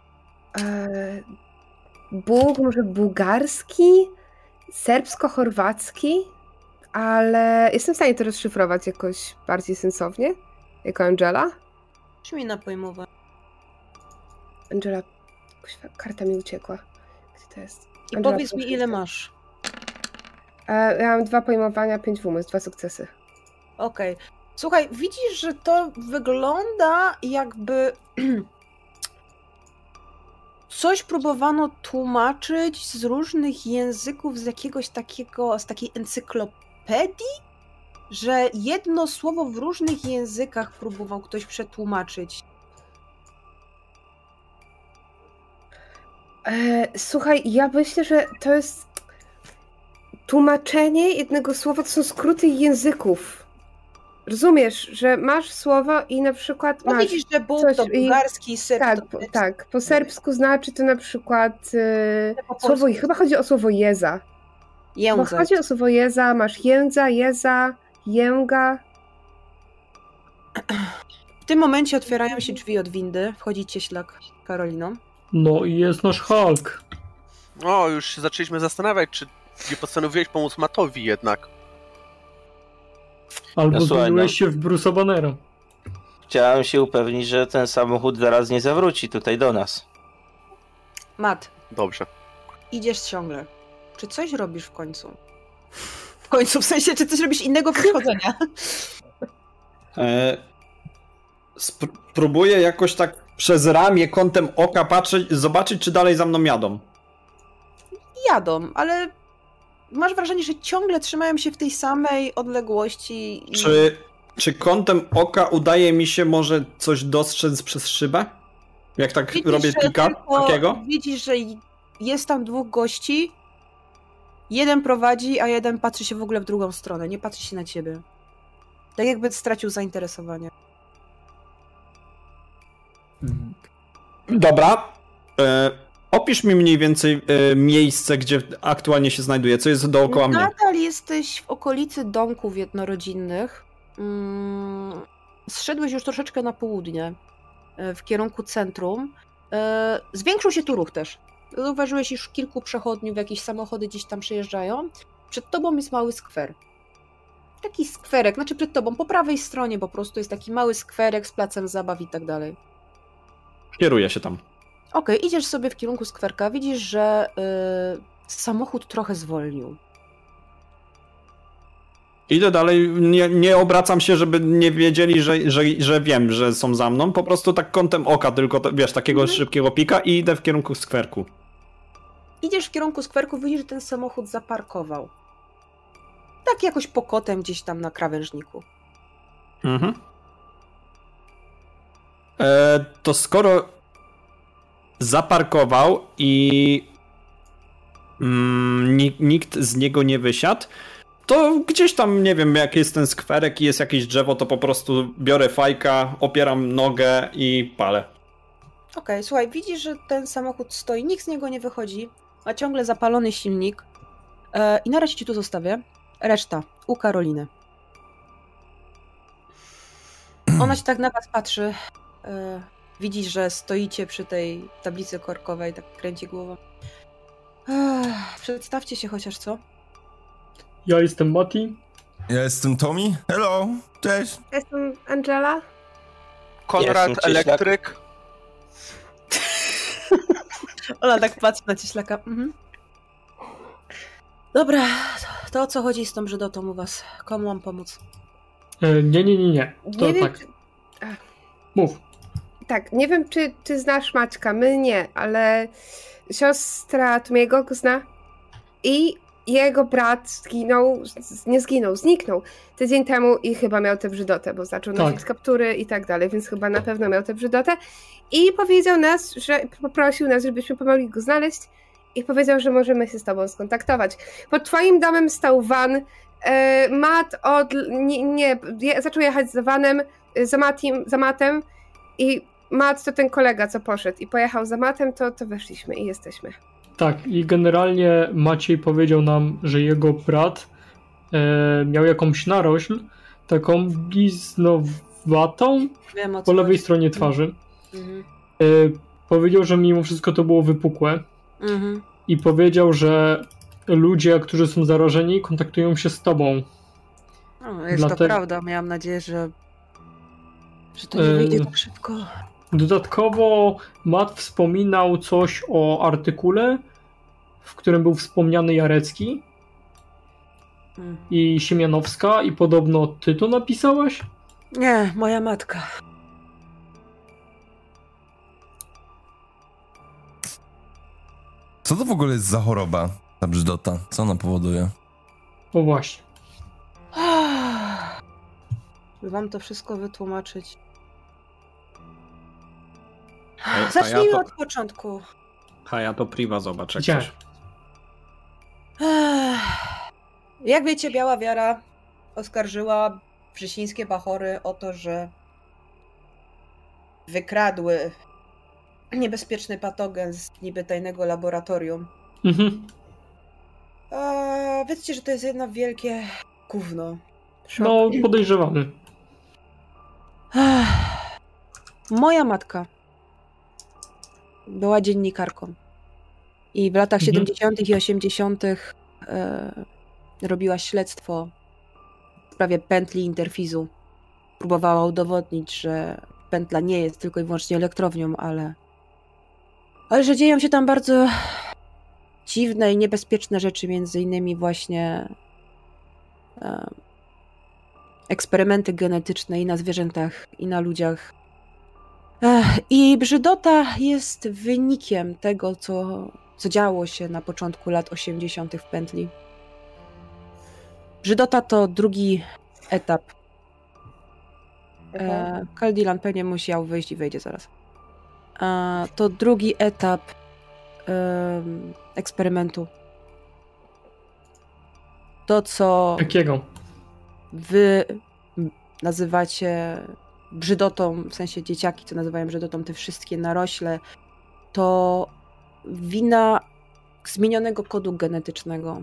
Bóg może bułgarski, serbsko-chorwacki, ale jestem w stanie to rozszyfrować jakoś bardziej sensownie, jako Angela. Rzuć mi na pojmowe. Angela, karta mi uciekła. Gdzie to jest? I Angela, powiedz mi, proszę. ile masz. Ja mam 2 pojmowania, 5 wumysł, 2 sukcesy. Okej. Słuchaj, widzisz, że to wygląda jakby coś próbowano tłumaczyć z różnych języków, z jakiegoś takiego, z takiej encyklopedii, że jedno słowo w różnych językach próbował ktoś przetłumaczyć. Słuchaj, ja myślę, że to jest tłumaczenie jednego słowa, to są skróty języków. Rozumiesz, że masz słowo i na przykład No masz widzisz, że Bóg coś to bułgarski, Syrp tak, to... tak, po serbsku znaczy to na przykład Po słowo, polsku. chyba chodzi o słowo jeza. Bo Język. chodzi o słowo jeza, masz jędza, jeza, jęga. W tym momencie otwierają się drzwi od windy, wchodzi Cieślak Karoliną. No i jest nasz Hulk. O, już się zaczęliśmy zastanawiać, czy nie postanowiłeś pomóc Matowi jednak. Albo No, słuchaj, zmieniłeś się w Bruce'a Bannera. Chciałem się upewnić, że ten samochód zaraz nie zawróci tutaj do nas. Mat, Dobrze. idziesz ciągle. Czy coś robisz w końcu? W końcu, w sensie, czy coś robisz innego oprócz chodzenia? Spróbuję jakoś tak przez ramię, kątem oka patrzeć, zobaczyć, czy dalej za mną jadą. Jadą, ale masz wrażenie, że ciągle trzymają się w tej samej odległości. I... Czy kątem oka udaje mi się może coś dostrzec przez szybę? Jak tak Widzisz, robię że pika tylko- takiego? Widzisz, że jest tam 2 gości. Jeden prowadzi, a jeden patrzy się w ogóle w drugą stronę. Nie patrzy się na ciebie. Tak jakby stracił zainteresowanie. Dobra. Opisz mi mniej więcej miejsce, gdzie aktualnie się znajduję. Co jest dookoła mnie? Nadal jesteś w okolicy domków jednorodzinnych. Zszedłeś już troszeczkę na południe, w kierunku centrum. Zwiększył się tu ruch też. Zauważyłeś, iż kilku przechodniów, jakieś samochody gdzieś tam przejeżdżają. Przed tobą jest mały skwer. Taki skwerek, znaczy przed tobą, po prawej stronie po prostu jest taki mały skwerek z placem zabaw i tak dalej. Kieruję się tam. Okej, idziesz sobie w kierunku skwerka, widzisz, że samochód trochę zwolnił. Idę dalej, nie obracam się, żeby nie wiedzieli, że wiem, że są za mną. Po prostu tak kątem oka, tylko wiesz, takiego szybkiego pika i idę w kierunku skwerku. Idziesz w kierunku skwerku, widzisz, że ten samochód zaparkował. Tak jakoś pokotem gdzieś tam na krawężniku. Mhm. To skoro zaparkował i nikt z niego nie wysiadł, to gdzieś tam, nie wiem, jak jest ten skwerek i jest jakieś drzewo, to po prostu biorę fajka, opieram nogę i palę. Okej, słuchaj, widzisz, że ten samochód stoi, nikt z niego nie wychodzi, ma ciągle zapalony silnik i na razie ci tu zostawię. Reszta u Karoliny. Ona się tak na was patrzy. Widzisz, że stoicie przy tej tablicy korkowej, tak kręci głową. Przedstawcie się chociaż, co? Ja jestem Mati. Ja jestem Tommy. Hello, cześć. Jestem Angela. Konrad, Jestem elektryk. Ona tak patrzy na cieślaka. Mhm. Dobra, to o co chodzi z tą brzydotą u was? Komu mam pomóc? Nie. To Nie wiem, tak. Mów. Tak, nie wiem, czy znasz Maćka, my nie, ale siostra Tomiego go zna i jego brat zniknął tydzień temu i chyba miał tę brzydotę, bo zaczął nosić kaptury i tak dalej, więc chyba na pewno miał tę brzydotę i poprosił nas, żebyśmy pomogli go znaleźć i powiedział, że możemy się z tobą skontaktować. Pod twoim domem stał van, Matt zaczął jechać za vanem, za Mattem i Matt to ten kolega, co poszedł i pojechał za Mattem, to weszliśmy i jesteśmy. Tak, i generalnie Maciej powiedział nam, że jego brat miał jakąś narośl, taką bliznowatą po lewej stronie twarzy. Mhm. Powiedział, że mimo wszystko to było wypukłe i powiedział, że ludzie, którzy są zarażeni, kontaktują się z tobą. To prawda, miałam nadzieję, że to nie wyjdzie tak szybko. Dodatkowo Matt wspominał coś o artykule, w którym był wspomniany Jarecki i Siemianowska i podobno ty to napisałaś? Nie, moja matka. Co to w ogóle jest za choroba, ta brzydota? Co ona powoduje? O właśnie. By wam to wszystko wytłumaczyć. A Zacznijmy ja od początku. ja to priwa zobaczę. Gdzie? Jak wiecie, Biała Wiara oskarżyła wrzesińskie bachory o to, że wykradły niebezpieczny patogen z niby tajnego laboratorium. Wiedzcie, że to jest jedno wielkie gówno. Szok. No, podejrzewamy. Moja matka była dziennikarką i w latach 70. i 80. Robiła śledztwo w sprawie pętli Interfizu. Próbowała udowodnić, że pętla nie jest tylko i wyłącznie elektrownią, ale że dzieją się tam bardzo dziwne i niebezpieczne rzeczy, między innymi właśnie eksperymenty genetyczne i na zwierzętach, i na ludziach. I brzydota jest wynikiem tego, co działo się na początku lat 80. w pętli. Brzydota to drugi etap. Kaldilan pewnie musiał wyjść i wejdzie zaraz. To drugi etap eksperymentu. To, co Jakiego? wy nazywacie brzydotą, w sensie dzieciaki, co nazywają brzydotą, te wszystkie narośle, to wina zmienionego kodu genetycznego.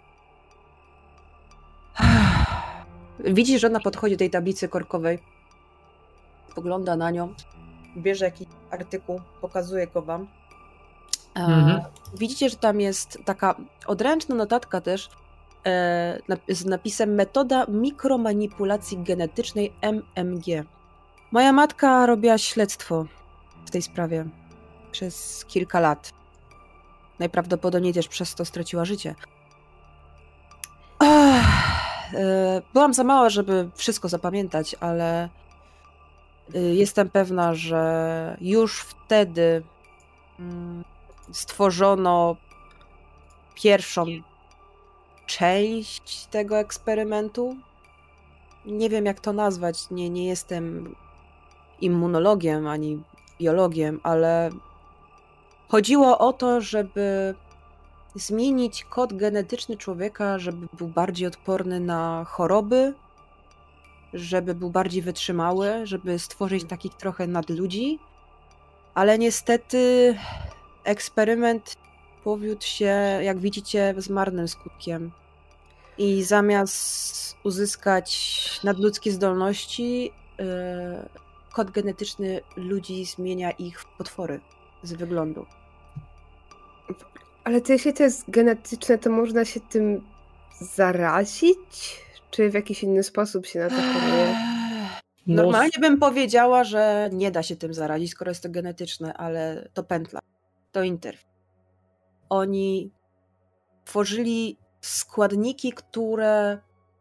Widzisz, że ona podchodzi do tej tablicy korkowej, spogląda na nią, bierze jakiś artykuł, pokazuje go wam. Widzicie, że tam jest taka odręczna notatka też z napisem Metoda mikromanipulacji genetycznej MMG. Moja matka robiła śledztwo w tej sprawie przez kilka lat. Najprawdopodobniej też przez to straciła życie. Byłam za mała, żeby wszystko zapamiętać, ale jestem pewna, że już wtedy stworzono pierwszą część tego eksperymentu. Nie wiem, jak to nazwać. Nie jestem immunologiem ani biologiem, ale chodziło o to, żeby zmienić kod genetyczny człowieka, żeby był bardziej odporny na choroby, żeby był bardziej wytrzymały, żeby stworzyć takich trochę nadludzi. Ale niestety eksperyment powiódł się, jak widzicie, z marnym skutkiem. I zamiast uzyskać nadludzkie zdolności, kod genetyczny ludzi zmienia ich w potwory z wyglądu. Ale to jeśli to jest genetyczne, to można się tym zarazić? Czy w jakiś inny sposób się na to choruje? Normalnie bym powiedziała, że nie da się tym zarazić, skoro jest to genetyczne, ale to pętla. To interw. Oni tworzyli składniki, które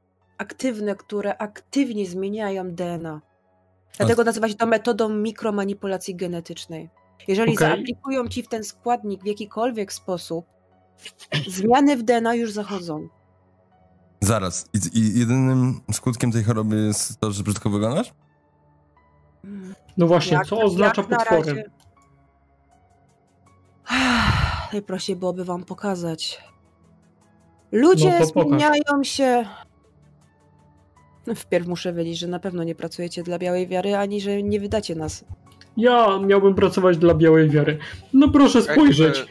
aktywnie zmieniają DNA. Dlatego nazywa się to metodą mikromanipulacji genetycznej. Jeżeli zaaplikują ci w ten składnik w jakikolwiek sposób, zmiany w DNA już zachodzą. Zaraz. I jedynym skutkiem tej choroby jest to, że brzydko wyglądasz? No właśnie, co oznacza potwory? Najprościej byłoby wam pokazać. Ludzie zmieniają się... Wpierw muszę wiedzieć, że na pewno nie pracujecie dla Białej Wiary, ani że nie wydacie nas. Ja miałbym pracować dla Białej Wiary. No proszę spojrzeć.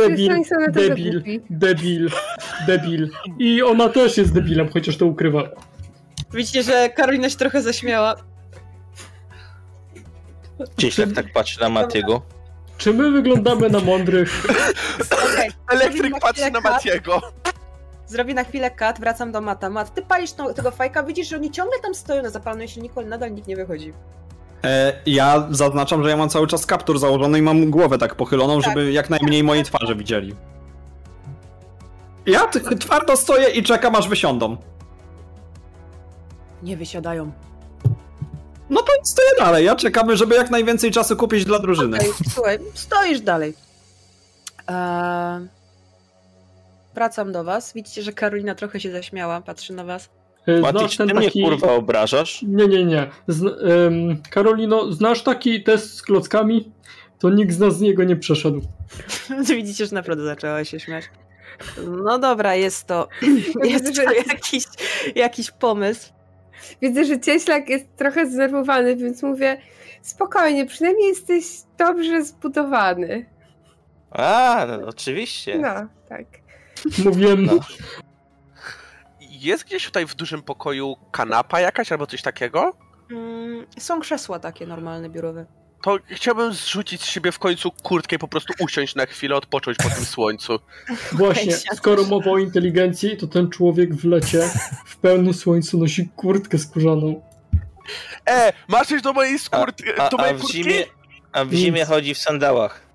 Debil. I ona też jest debilem, chociaż to ukrywa. Widzicie, że Karolina się trochę zaśmiała. Cieślak tak patrzy na Matiego. Czy my wyglądamy na mądrych? Okay. Elektryk patrzy na Matiego. Zrobię na chwilę kat, wracam do Mata. Mat, ty palisz tego fajka, widzisz, że oni ciągle tam stoją na zapalonym silniku, ale nadal nikt nie wychodzi. Ja zaznaczam, że ja mam cały czas kaptur założony i mam głowę tak pochyloną, żeby jak najmniej mojej twarzy widzieli. Ja twardo stoję i czekam, aż wysiądą. Nie wysiadają. No to stoję dalej, ja czekamy, żeby jak najwięcej czasu kupić dla drużyny. Okay, słuchaj, stoisz dalej. Wracam do was. Widzicie, że Karolina trochę się zaśmiała, patrzy na was. Mati, czy ty mnie kurwa obrażasz? Nie. Karolino, znasz taki test z klockami? To nikt z nas z niego nie przeszedł. Widzicie, że naprawdę zaczęła się śmiać. No dobra, jest to jakiś pomysł. Widzę, że Cieślak jest trochę zdenerwowany, więc mówię, spokojnie, przynajmniej jesteś dobrze zbudowany. No oczywiście. No, tak. Mówiłem... No. Jest gdzieś tutaj w dużym pokoju kanapa jakaś albo coś takiego? Są krzesła takie normalne, biurowe. To chciałbym zrzucić z siebie w końcu kurtkę i po prostu usiąść na chwilę, odpocząć po tym słońcu. Właśnie, skoro mowa o inteligencji, to ten człowiek w lecie w pełnym słońcu nosi kurtkę skórzaną. Masz coś do mojej kurtki? A w zimie chodzi w sandałach.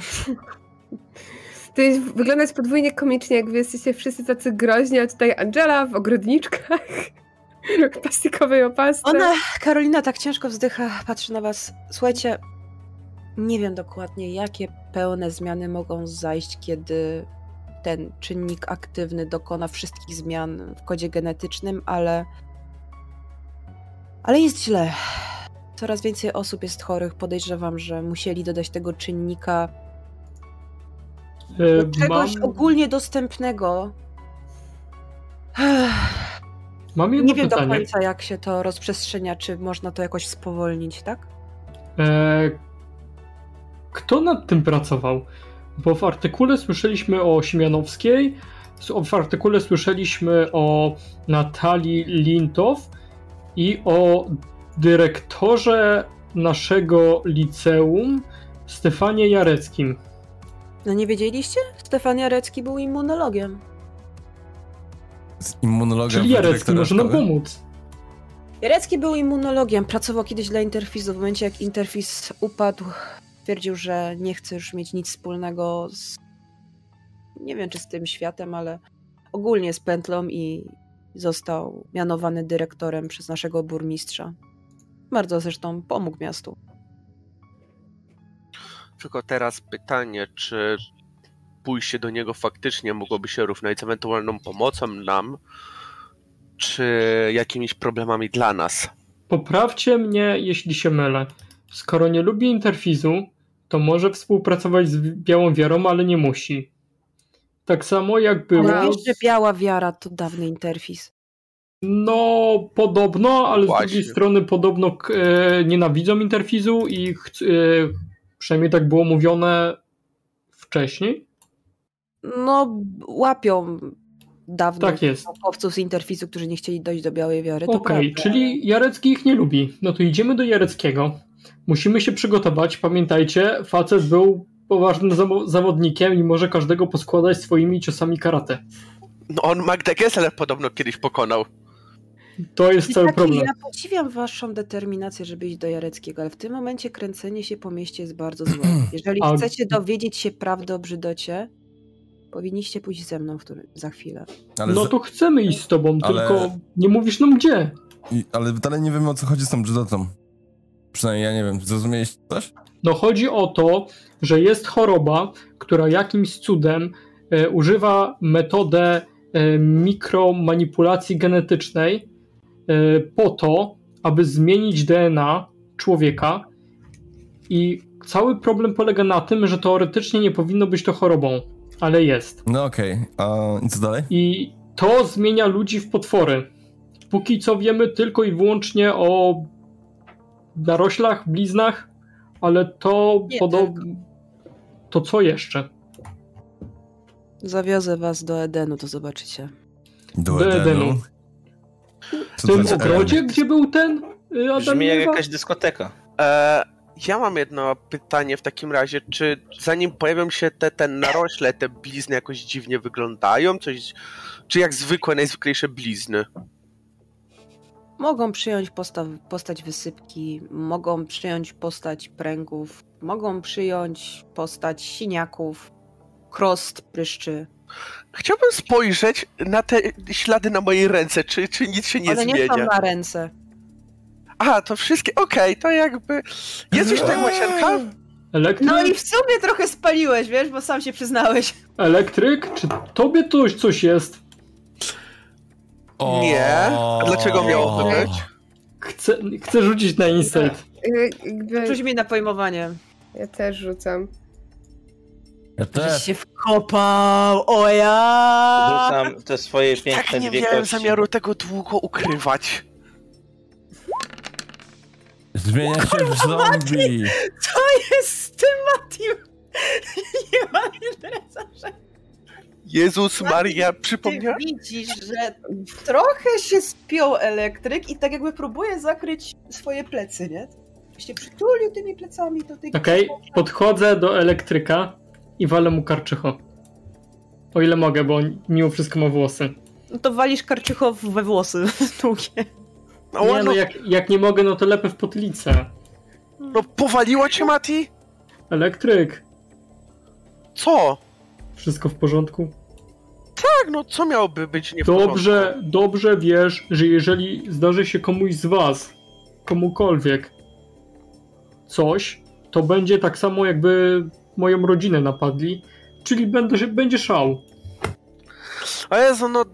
To jest wyglądać podwójnie komicznie, jak wy jesteście wszyscy tacy groźni, a tutaj Angela w ogrodniczkach, plastikowej opasce. Karolina tak ciężko wzdycha, patrzy na was. Słuchajcie, nie wiem dokładnie, jakie pełne zmiany mogą zajść, kiedy ten czynnik aktywny dokona wszystkich zmian w kodzie genetycznym, ale jest źle. Coraz więcej osób jest chorych. Podejrzewam, że musieli dodać tego czynnika Czegoś ogólnie dostępnego. Mam jedno Nie wiem pytanie. do końca, jak się to rozprzestrzenia, czy można to jakoś spowolnić, tak? Kto nad tym pracował? Bo w artykule słyszeliśmy o Siemianowskiej, w artykule słyszeliśmy o Natalii Lintow i o dyrektorze naszego liceum Stefanie Jareckim. No nie wiedzieliście? Stefan Jarecki był immunologiem. Z immunologa Czyli Jarecki może nam pomóc. Jarecki był immunologiem, pracował kiedyś dla Interfizu. W momencie jak Interfiz upadł, twierdził, że nie chce już mieć nic wspólnego z... nie wiem czy z tym światem, ale ogólnie z pętlą i został mianowany dyrektorem przez naszego burmistrza. Bardzo zresztą pomógł miastu. Tylko teraz pytanie, czy pójście do niego faktycznie mogłoby się równać z ewentualną pomocą nam, czy jakimiś problemami dla nas? Poprawcie mnie, jeśli się mylę. Skoro nie lubi Interfizu, to może współpracować z Białą Wiarą, ale nie musi. Tak samo jak było... Ale wiesz, że Biała Wiara to dawny Interfiz. No, podobno, ale Właśnie. z drugiej strony podobno nienawidzą Interfizu i przynajmniej tak było mówione wcześniej. No, łapią dawnych Tak jest. naukowców z Interfizu, którzy nie chcieli dojść do Białej Wiary. Okej, czyli Jarecki ich nie lubi. No to idziemy do Jareckiego. Musimy się przygotować. Pamiętajcie, facet był poważnym zawodnikiem i może każdego poskładać swoimi ciosami karate. No on Magda Gessler podobno kiedyś pokonał. To jest cały problem. Ja podziwiam waszą determinację, żeby iść do Jareckiego, ale w tym momencie kręcenie się po mieście jest bardzo złe. Jeżeli chcecie dowiedzieć się prawdy o Brzydocie, powinniście pójść ze mną za chwilę. Ale No to chcemy iść z tobą, ale- tylko nie mówisz nam gdzie. ale dalej nie wiemy, o co chodzi z tą brzydotą. Przynajmniej ja nie wiem. Zrozumieliście coś? No chodzi o to, że jest choroba, która jakimś cudem używa metodę mikromanipulacji genetycznej po to, aby zmienić DNA człowieka i cały problem polega na tym, że teoretycznie nie powinno być to chorobą, ale jest. No okej. A i co dalej? I to zmienia ludzi w potwory. Póki co wiemy tylko i wyłącznie o naroślach, bliznach, ale to Nie podobno... To co jeszcze? Zawiozę was do Edenu, to zobaczycie. Do Edenu. W Co to tym jest ogrodzie, Eden? gdzie był ten Adam Brzmi i jak Ewa? jakaś dyskoteka. Ja mam jedno pytanie w takim razie, czy zanim pojawią się te narośle, te blizny jakoś dziwnie wyglądają? Czy jak zwykłe, najzwyklejsze blizny? Mogą przyjąć postać wysypki, mogą przyjąć postać pręgów, mogą przyjąć postać siniaków, krost, pryszczy. Chciałbym spojrzeć na te ślady na mojej ręce, czy nic się nie One zmienia. nie są na ręce. A, to wszystkie, okej, to jakby... Jest już ta łasienka? Elektryk? No i w sumie trochę spaliłeś, wiesz, bo sam się przyznałeś. Elektryk? Czy tobie coś jest? Nie. A dlaczego miałoby być? Chcę rzucić na insight. Rzuć mi na pojmowanie. Ja też rzucam. Ja Żeś też. się wkopał, o ja! Rzucam te swoje piękne Tak nie dwie miałem kości. zamiaru tego długo ukrywać. Zmienia się w zombie. Co jest z tym Matim? Nie mam interesu, że Jezus Maria, ty przypomniałem? widzisz, że trochę się spiął elektryk i tak jakby próbuje zakryć swoje plecy, nie? Się przytulił tymi plecami do tej... Okej, podchodzę do elektryka i walę mu karczycho. O ile mogę, bo on mimo wszystko ma włosy. No to walisz karczycho we włosy długie. Nie, no jak nie mogę, no to lepę w potylicę. No powaliło cię, Mati? Elektryk, Co? wszystko w porządku? Tak, no co miałoby być nie w porządku? Dobrze wiesz, że jeżeli zdarzy się komuś z was, komukolwiek, coś, to będzie tak samo jakby moją rodzinę napadli, czyli będzie szał. O Jezu, no...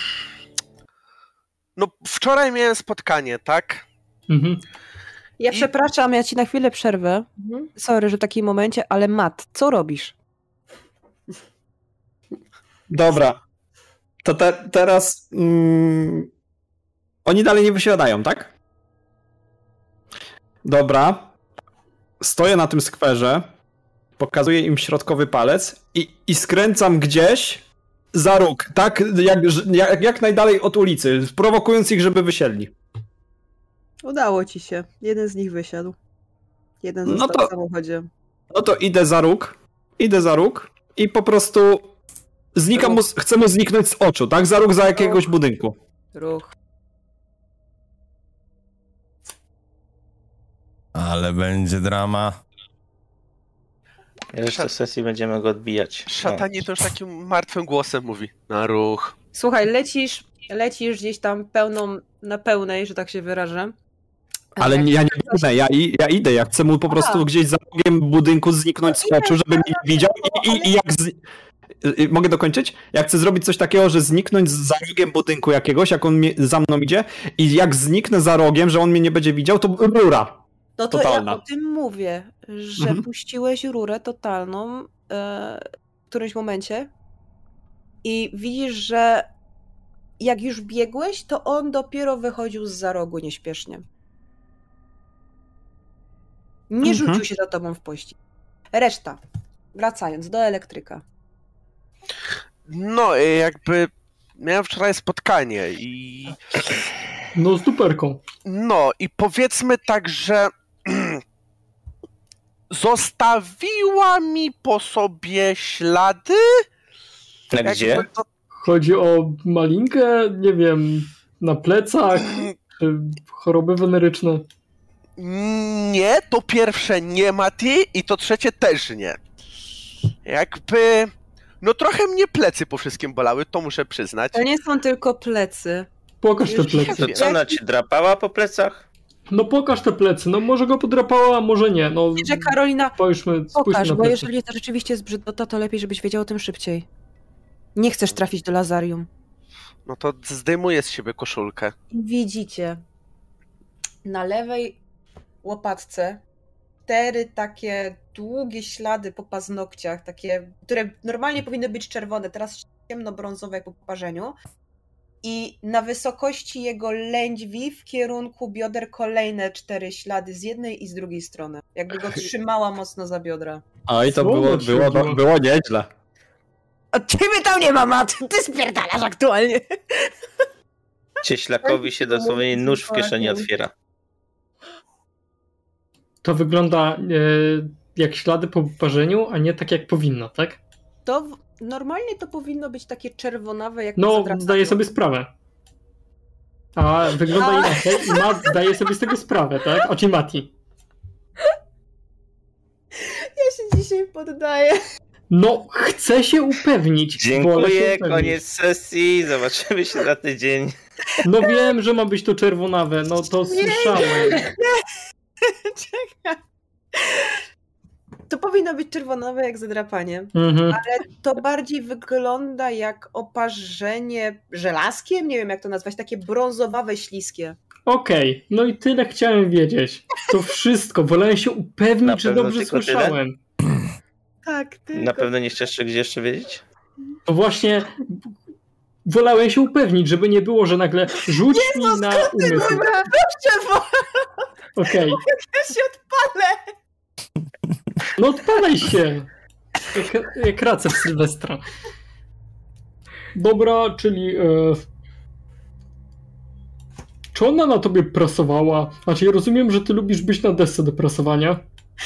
No wczoraj miałem spotkanie, tak? Mhm. Ja przepraszam, ja ci na chwilę przerwę. Sorry, że w takim momencie, ale Matt, co robisz? Dobra. To teraz... Oni dalej nie wysiadają, tak? Dobra. Stoję na tym skwerze, pokazuję im środkowy palec i skręcam gdzieś za róg, tak? Jak najdalej od ulicy, prowokując ich, żeby wysiedli. Udało ci się. Jeden z nich wysiadł. Jeden został w samochodzie. No to idę za róg i po prostu znikam chcę mu zniknąć z oczu, tak? Za róg, za jakiegoś budynku. Ruch. Ale będzie drama. Jeszcze sesji będziemy go odbijać. Szatanie to już takim martwym głosem mówi. Na ruch. Słuchaj, lecisz gdzieś tam na pełnej, że tak się wyrażę. Ale ja nie biegnę, ja idę, ja chcę mu po prostu gdzieś za rogiem budynku zniknąć z oczu, żeby mnie nie widział i jak... Mogę dokończyć? Ja chcę zrobić coś takiego, że zniknąć za rogiem budynku jakiegoś, jak on za mną idzie i jak zniknę za rogiem, że on mnie nie będzie widział, to rura. No to totalna. ja o tym mówię, że puściłeś rurę totalną w którymś momencie i widzisz, że jak już biegłeś, to on dopiero wychodził zza rogu nieśpiesznie. Nie rzucił się za tobą w pościg. Reszta. Wracając do elektryka. No, jakby miałem wczoraj spotkanie i... No, z duperką. No, i powiedzmy tak, że zostawiła mi po sobie ślady. Na gdzie? Chodzi o malinkę, nie wiem, na plecach, czy choroby weneryczne. Nie, to pierwsze nie, Mati, i to trzecie też nie. Jakby... No trochę mnie plecy po wszystkim bolały, to muszę przyznać. To nie są tylko plecy. Pokaż te plecy. To co, ona ci drapała po plecach? No pokaż te plecy, no może go podrapała, a może nie. No, Że Karolina, spójrzmy pokaż, na bo plecy. jeżeli to rzeczywiście jest brzydota, to lepiej, żebyś wiedział o tym szybciej. Nie chcesz trafić do lazarium. No to zdejmuję z siebie koszulkę. Widzicie na lewej łopatce 4 takie długie ślady po paznokciach, takie, które normalnie powinny być czerwone, teraz ciemnobrązowe jak po poparzeniu. I na wysokości jego lędźwi w kierunku bioder kolejne 4 ślady z jednej i z drugiej strony. Jakby go trzymała mocno za biodra. Oj, to było nieźle. Od ciebie tam nie ma, Mat! Ty spierdalasz aktualnie. Cieślakowi się dosłownie nóż w kieszeni otwiera. To wygląda jak ślady po poparzeniu, a nie tak jak powinno, tak? To normalnie to powinno być takie czerwonawe jak No, zdaję sobie sprawę. A wygląda inaczej i Matt zdaje sobie z tego sprawę, tak? Oczy Mati. Ja się dzisiaj poddaję. No, chcę się upewnić. Dziękuję, koniec sesji, zobaczymy się za tydzień. No wiem, że ma być to czerwonawe, no to słyszałem. Czekaj. To powinno być czerwonawe jak zadrapanie, Mhm. ale to bardziej wygląda jak oparzenie żelazkiem, nie wiem jak to nazwać, takie brązowawe, śliskie. Okej, no i tyle chciałem wiedzieć. To wszystko, wolałem się Na upewnić, że pewno dobrze tylko słyszałem. Tak, tylko... Na pewno nie chcesz gdzie jeszcze wiedzieć? To właśnie wolałem się upewnić, żeby nie było, że nagle rzuć mi na umysł. Dobra, proszę, bo Okej, ja się odpalę. no odpalaj się. Jak racę w Sylwestra. Dobra, czyli... czy ona na tobie prasowała? Znaczy, ja rozumiem, że ty lubisz być na desce do prasowania.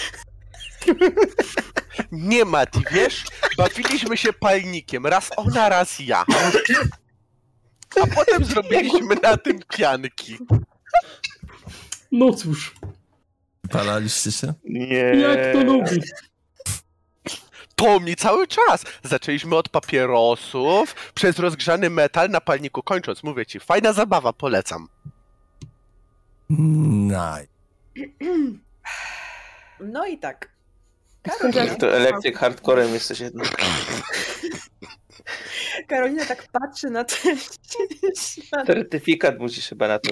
Nie, Mati, wiesz? Bawiliśmy się palnikiem. Raz ona, raz ja. A potem zrobiliśmy na tym pianki. No cóż, Palaliście się? Nie. jak to lubi. To mi cały czas. Zaczęliśmy od papierosów, przez rozgrzany metal na palniku. Kończąc, mówię ci, fajna zabawa, polecam. No i tak. To elektryk hardcorem jesteś jednak. Karolina tak patrzy na te ślady. Certyfikat musisz chyba na to.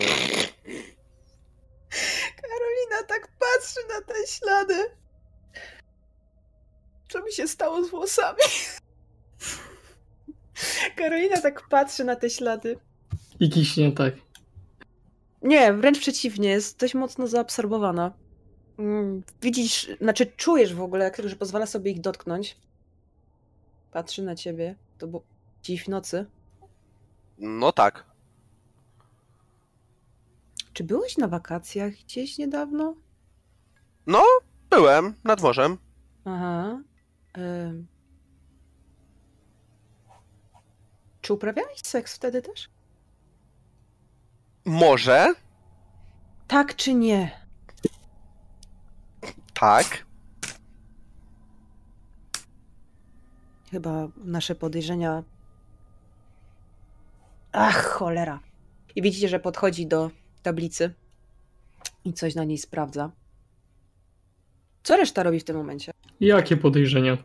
Karolina tak patrzy na te ślady. Co mi się stało z włosami? Karolina tak patrzy na te ślady. I kiśnie, tak. Nie, wręcz przeciwnie, jest dość mocno zaabsorbowana. Widzisz, znaczy czujesz w ogóle, jak że pozwala sobie ich dotknąć. Patrzy na ciebie. To było dziś w nocy. No tak. Czy byłeś na wakacjach gdzieś niedawno? No, byłem nad morzem. Aha. Czy uprawiałeś seks wtedy też? Może? Tak czy nie? Tak. Chyba nasze podejrzenia... Ach, cholera. I widzicie, że podchodzi do tablicy i coś na niej sprawdza. Co reszta robi w tym momencie? Jakie podejrzenia?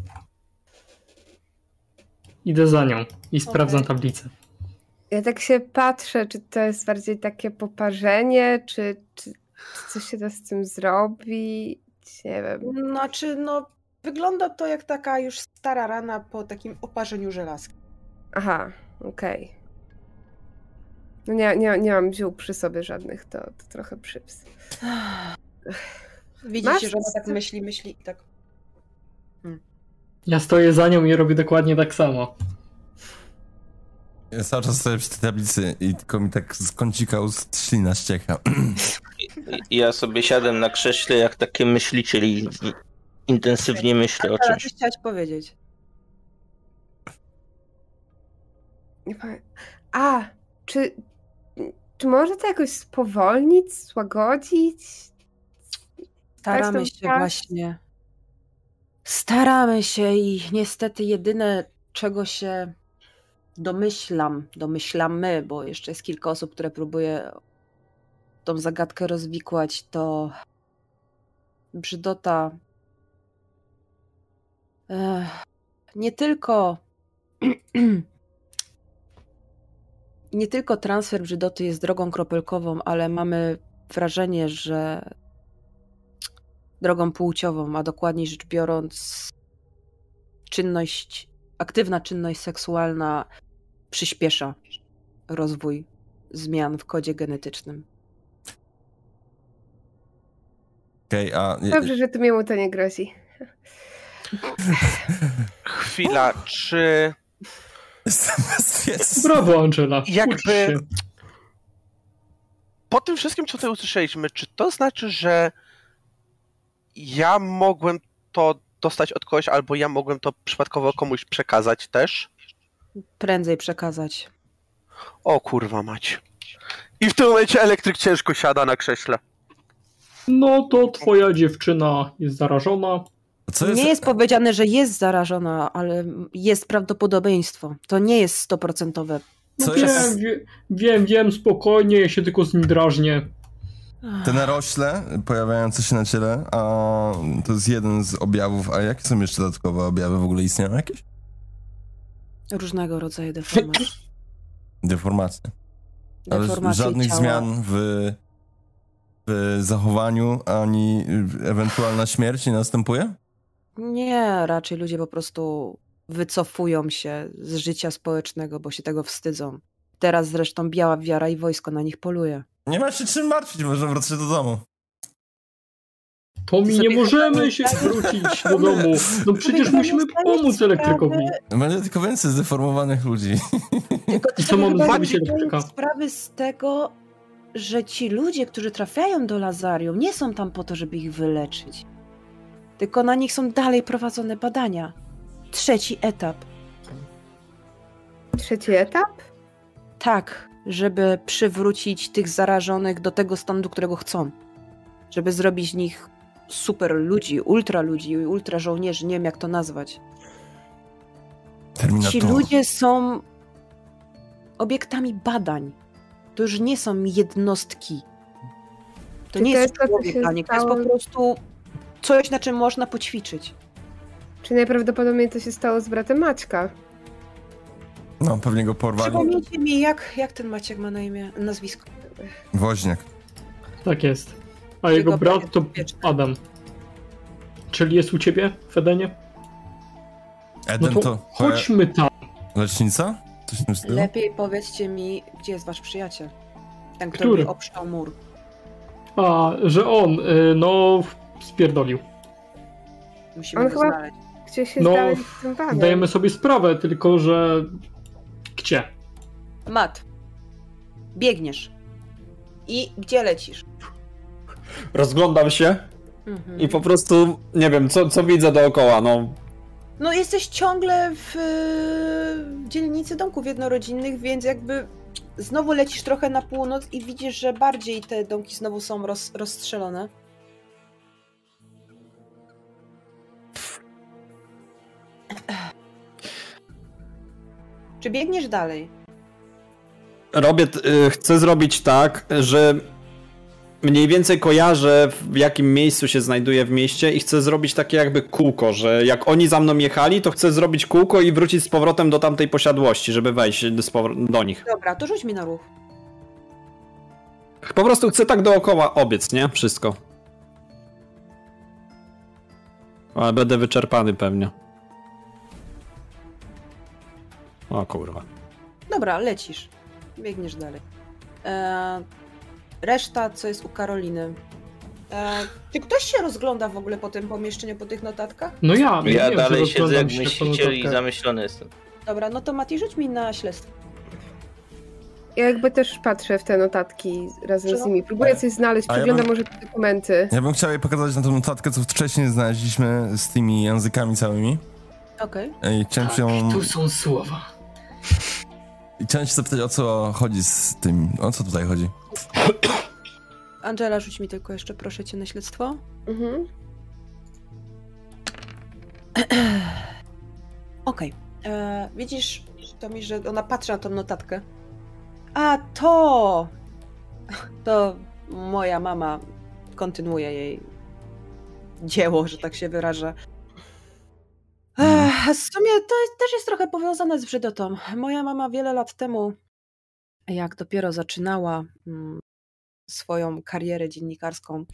Idę za nią i sprawdzam tablicę. Ja tak się patrzę, czy to jest bardziej takie poparzenie, czy coś się da z tym zrobić? Nie wiem. Znaczy, no, wygląda to jak taka już stara rana po takim oparzeniu żelazka. Aha, okej. No nie mam ziół przy sobie żadnych, to trochę przyps. Widzicie, Masz że ona tak co- myśli i tak... Ja stoję za nią i robię dokładnie tak samo. Ja cały czas stoję przy tej tablicy i tylko mi tak z kącika ust ślina ścieka. Ja sobie siadam na krześle jak taki myśliciel i intensywnie myślę o Teraz czymś. coś chciałaś powiedzieć. Nie pamię- A, czy może to jakoś spowolnić, złagodzić? Staramy Jestem się tak. właśnie. Staramy się i niestety jedyne, czego się domyślamy, bo jeszcze jest kilka osób, które próbuje tą zagadkę rozwikłać, to brzydota nie tylko transfer brzydoty jest drogą kropelkową, ale mamy wrażenie, że drogą płciową, a dokładniej rzecz biorąc aktywna czynność seksualna przyspiesza rozwój zmian w kodzie genetycznym. Okej, a... Dobrze, że tu miemu to nie grozi. Chwila, czy Jestem bezpieczny. Brawo, Angela. Jakby- Ucz się. po tym wszystkim, co tutaj usłyszeliśmy, czy to znaczy, że ja mogłem to dostać od kogoś, albo ja mogłem to przypadkowo komuś przekazać też? Prędzej przekazać. O kurwa mać. I w tym momencie elektryk ciężko siada na krześle. No to twoja dziewczyna jest zarażona. Co jest... Nie jest powiedziane, że jest zarażona, ale jest prawdopodobieństwo. To nie jest 100%. No Co wiem, jest... wiem, spokojnie, ja się tylko z nim drażnię. Te narośle pojawiające się na ciele, a to jest jeden z objawów, a jakie są jeszcze dodatkowe objawy? W ogóle istnieją jakieś? Różnego rodzaju deformacje. Deformacje. Ale Deformacje żadnych ciała. zmian w zachowaniu, ani ewentualna śmierć nie następuje? Nie, raczej ludzie po prostu wycofują się z życia społecznego, bo się tego wstydzą. Teraz zresztą biała wiara i wojsko na nich poluje. Nie ma się czym martwić, można wracać do domu. To mi Sobie nie możemy chyba się nie zdajesz- wrócić do domu. No przecież chyba musimy nie zdajesz pomóc elektrykowi. Będzie tylko więcej zdeformowanych ludzi. Tylko I co sobie mamy chyba zrobić, nie zdajesz elektryka? sprawy z tego, że ci ludzie, którzy trafiają do lazarium, nie są tam po to, żeby ich wyleczyć. Tylko na nich są dalej prowadzone badania. 3. etap. 3. etap? Tak, żeby przywrócić tych zarażonych do tego stanu, do którego chcą. Żeby zrobić z nich super ludzi, ultra żołnierzy, nie wiem jak to nazwać. Terminator. Ci ludzie są obiektami badań. To już nie są jednostki. To Czy nie to jest jest to, co człowiek się dla nich. To jest stało? po prostu coś, na czym można poćwiczyć. Czy najprawdopodobniej to się stało z bratem Maćka? No, pewnie go porwali. Przypomnijcie mi, jak ten Maciek ma na imię, nazwisko. Woźniak. Tak jest. A jego brat to bezpieczny. Adam. Czyli jest u ciebie w Edenie? No Eden to to chodźmy tam. lecznica? Coś w tym stylu? Lepiej powiedzcie mi, gdzie jest wasz przyjaciel. Ten, który mi obszczał mur. A, że on, spierdolił. Musimy On go chyba- znaleźć. Gdzie się No, zdałeś z tym vanem? Zdajemy sobie sprawę, tylko że... Gdzie? Mat, biegniesz. I gdzie lecisz? Rozglądam się i po prostu nie wiem, co widzę dookoła, no. No jesteś ciągle w dzielnicy domków jednorodzinnych, więc jakby znowu lecisz trochę na północ i widzisz, że bardziej te domki znowu są rozstrzelone. Czy biegniesz dalej? Chcę zrobić tak, że mniej więcej kojarzę, w jakim miejscu się znajduję w mieście i chcę zrobić takie jakby kółko, że jak oni za mną jechali, to chcę zrobić kółko i wrócić z powrotem do tamtej posiadłości, żeby wejść do nich. Dobra, to rzuć mi na ruch. Po prostu chcę tak dookoła obiec, nie? Wszystko. Ale będę wyczerpany pewnie. O kurwa. Dobra, lecisz. Biegniesz dalej. Reszta, co jest u Karoliny. Czy ktoś się rozgląda w ogóle po tym pomieszczeniu, po tych notatkach? No ja Ja dalej siedzę jak rozglądam się po myśliciel i notatkach. zamyślony jestem. Dobra, no to Mati, rzuć mi na śledztwo. Ja jakby też patrzę w te notatki razem z nimi. Próbuję coś znaleźć, A ja przeglądam bym- może te dokumenty. Ja bym chciał jej pokazać na tą notatkę, co wcześniej znaleźliśmy z tymi językami całymi. Okej. I chciałem się ją... Tu są słowa. I chciałem się zapytać, o co chodzi z tym... O co tutaj chodzi? Angela, rzuć mi tylko jeszcze, proszę cię, na śledztwo. Mhm. Okej. Widzisz, Tomi, że ona patrzy na tą notatkę. A, to! To moja mama kontynuuje jej dzieło, że tak się wyrażę. W sumie to też jest trochę powiązane z Brzydotą. Moja mama wiele lat temu, jak dopiero zaczynała swoją karierę dziennikarską,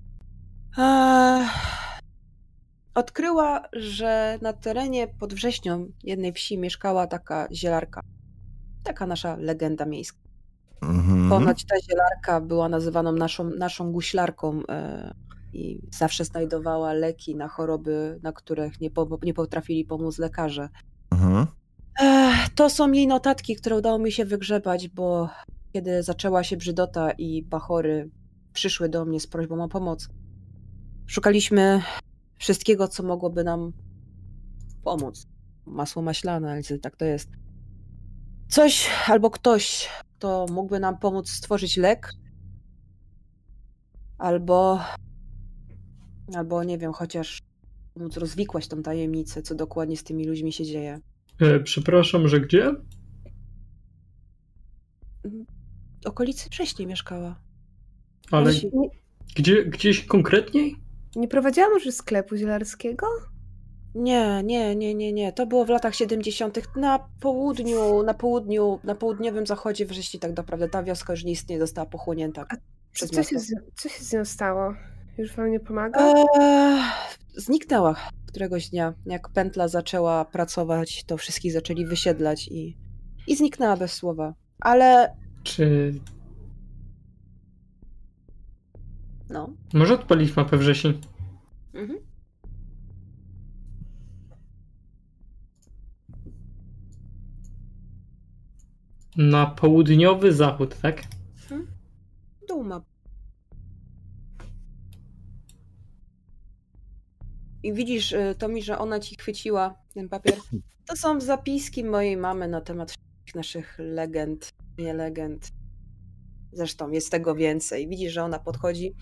odkryła, że na terenie pod Wrześnią jednej wsi mieszkała taka zielarka. Taka nasza legenda miejska. Ponoć ta zielarka była nazywaną naszą guślarką i zawsze znajdowała leki na choroby, na których nie potrafili pomóc lekarze. To są jej notatki, które udało mi się wygrzebać, bo kiedy zaczęła się brzydota i bachory przyszły do mnie z prośbą o pomoc, szukaliśmy wszystkiego, co mogłoby nam pomóc. Masło maślane, ale tak to jest. Coś albo ktoś, kto mógłby nam pomóc stworzyć lek, albo nie wiem, chociaż pomóc rozwikłać tą tajemnicę, co dokładnie z tymi ludźmi się dzieje. Przepraszam, że gdzie? W okolicy wcześniej mieszkała. Ale Nie, gdzieś konkretniej? nie prowadziła może sklepu zielarskiego? Nie. To było w latach 70. Na południowym zachodzie wrześni tak naprawdę. Ta wioska już nie istnieje, została pochłonięta przez Co miasto. się z nią stało? Już wam nie pomaga? Zniknęła któregoś dnia. Jak pętla zaczęła pracować, to wszystkich zaczęli wysiedlać i zniknęła bez słowa. Ale Czy no. może odpalić mapę wrzesień? Mhm. Na południowy zachód, tak? Dół map. I widzisz, Tomi, że ona ci chwyciła ten papier. To są zapiski mojej mamy na temat wszystkich naszych legend, nie legend. Zresztą jest tego więcej. Widzisz, że ona podchodzi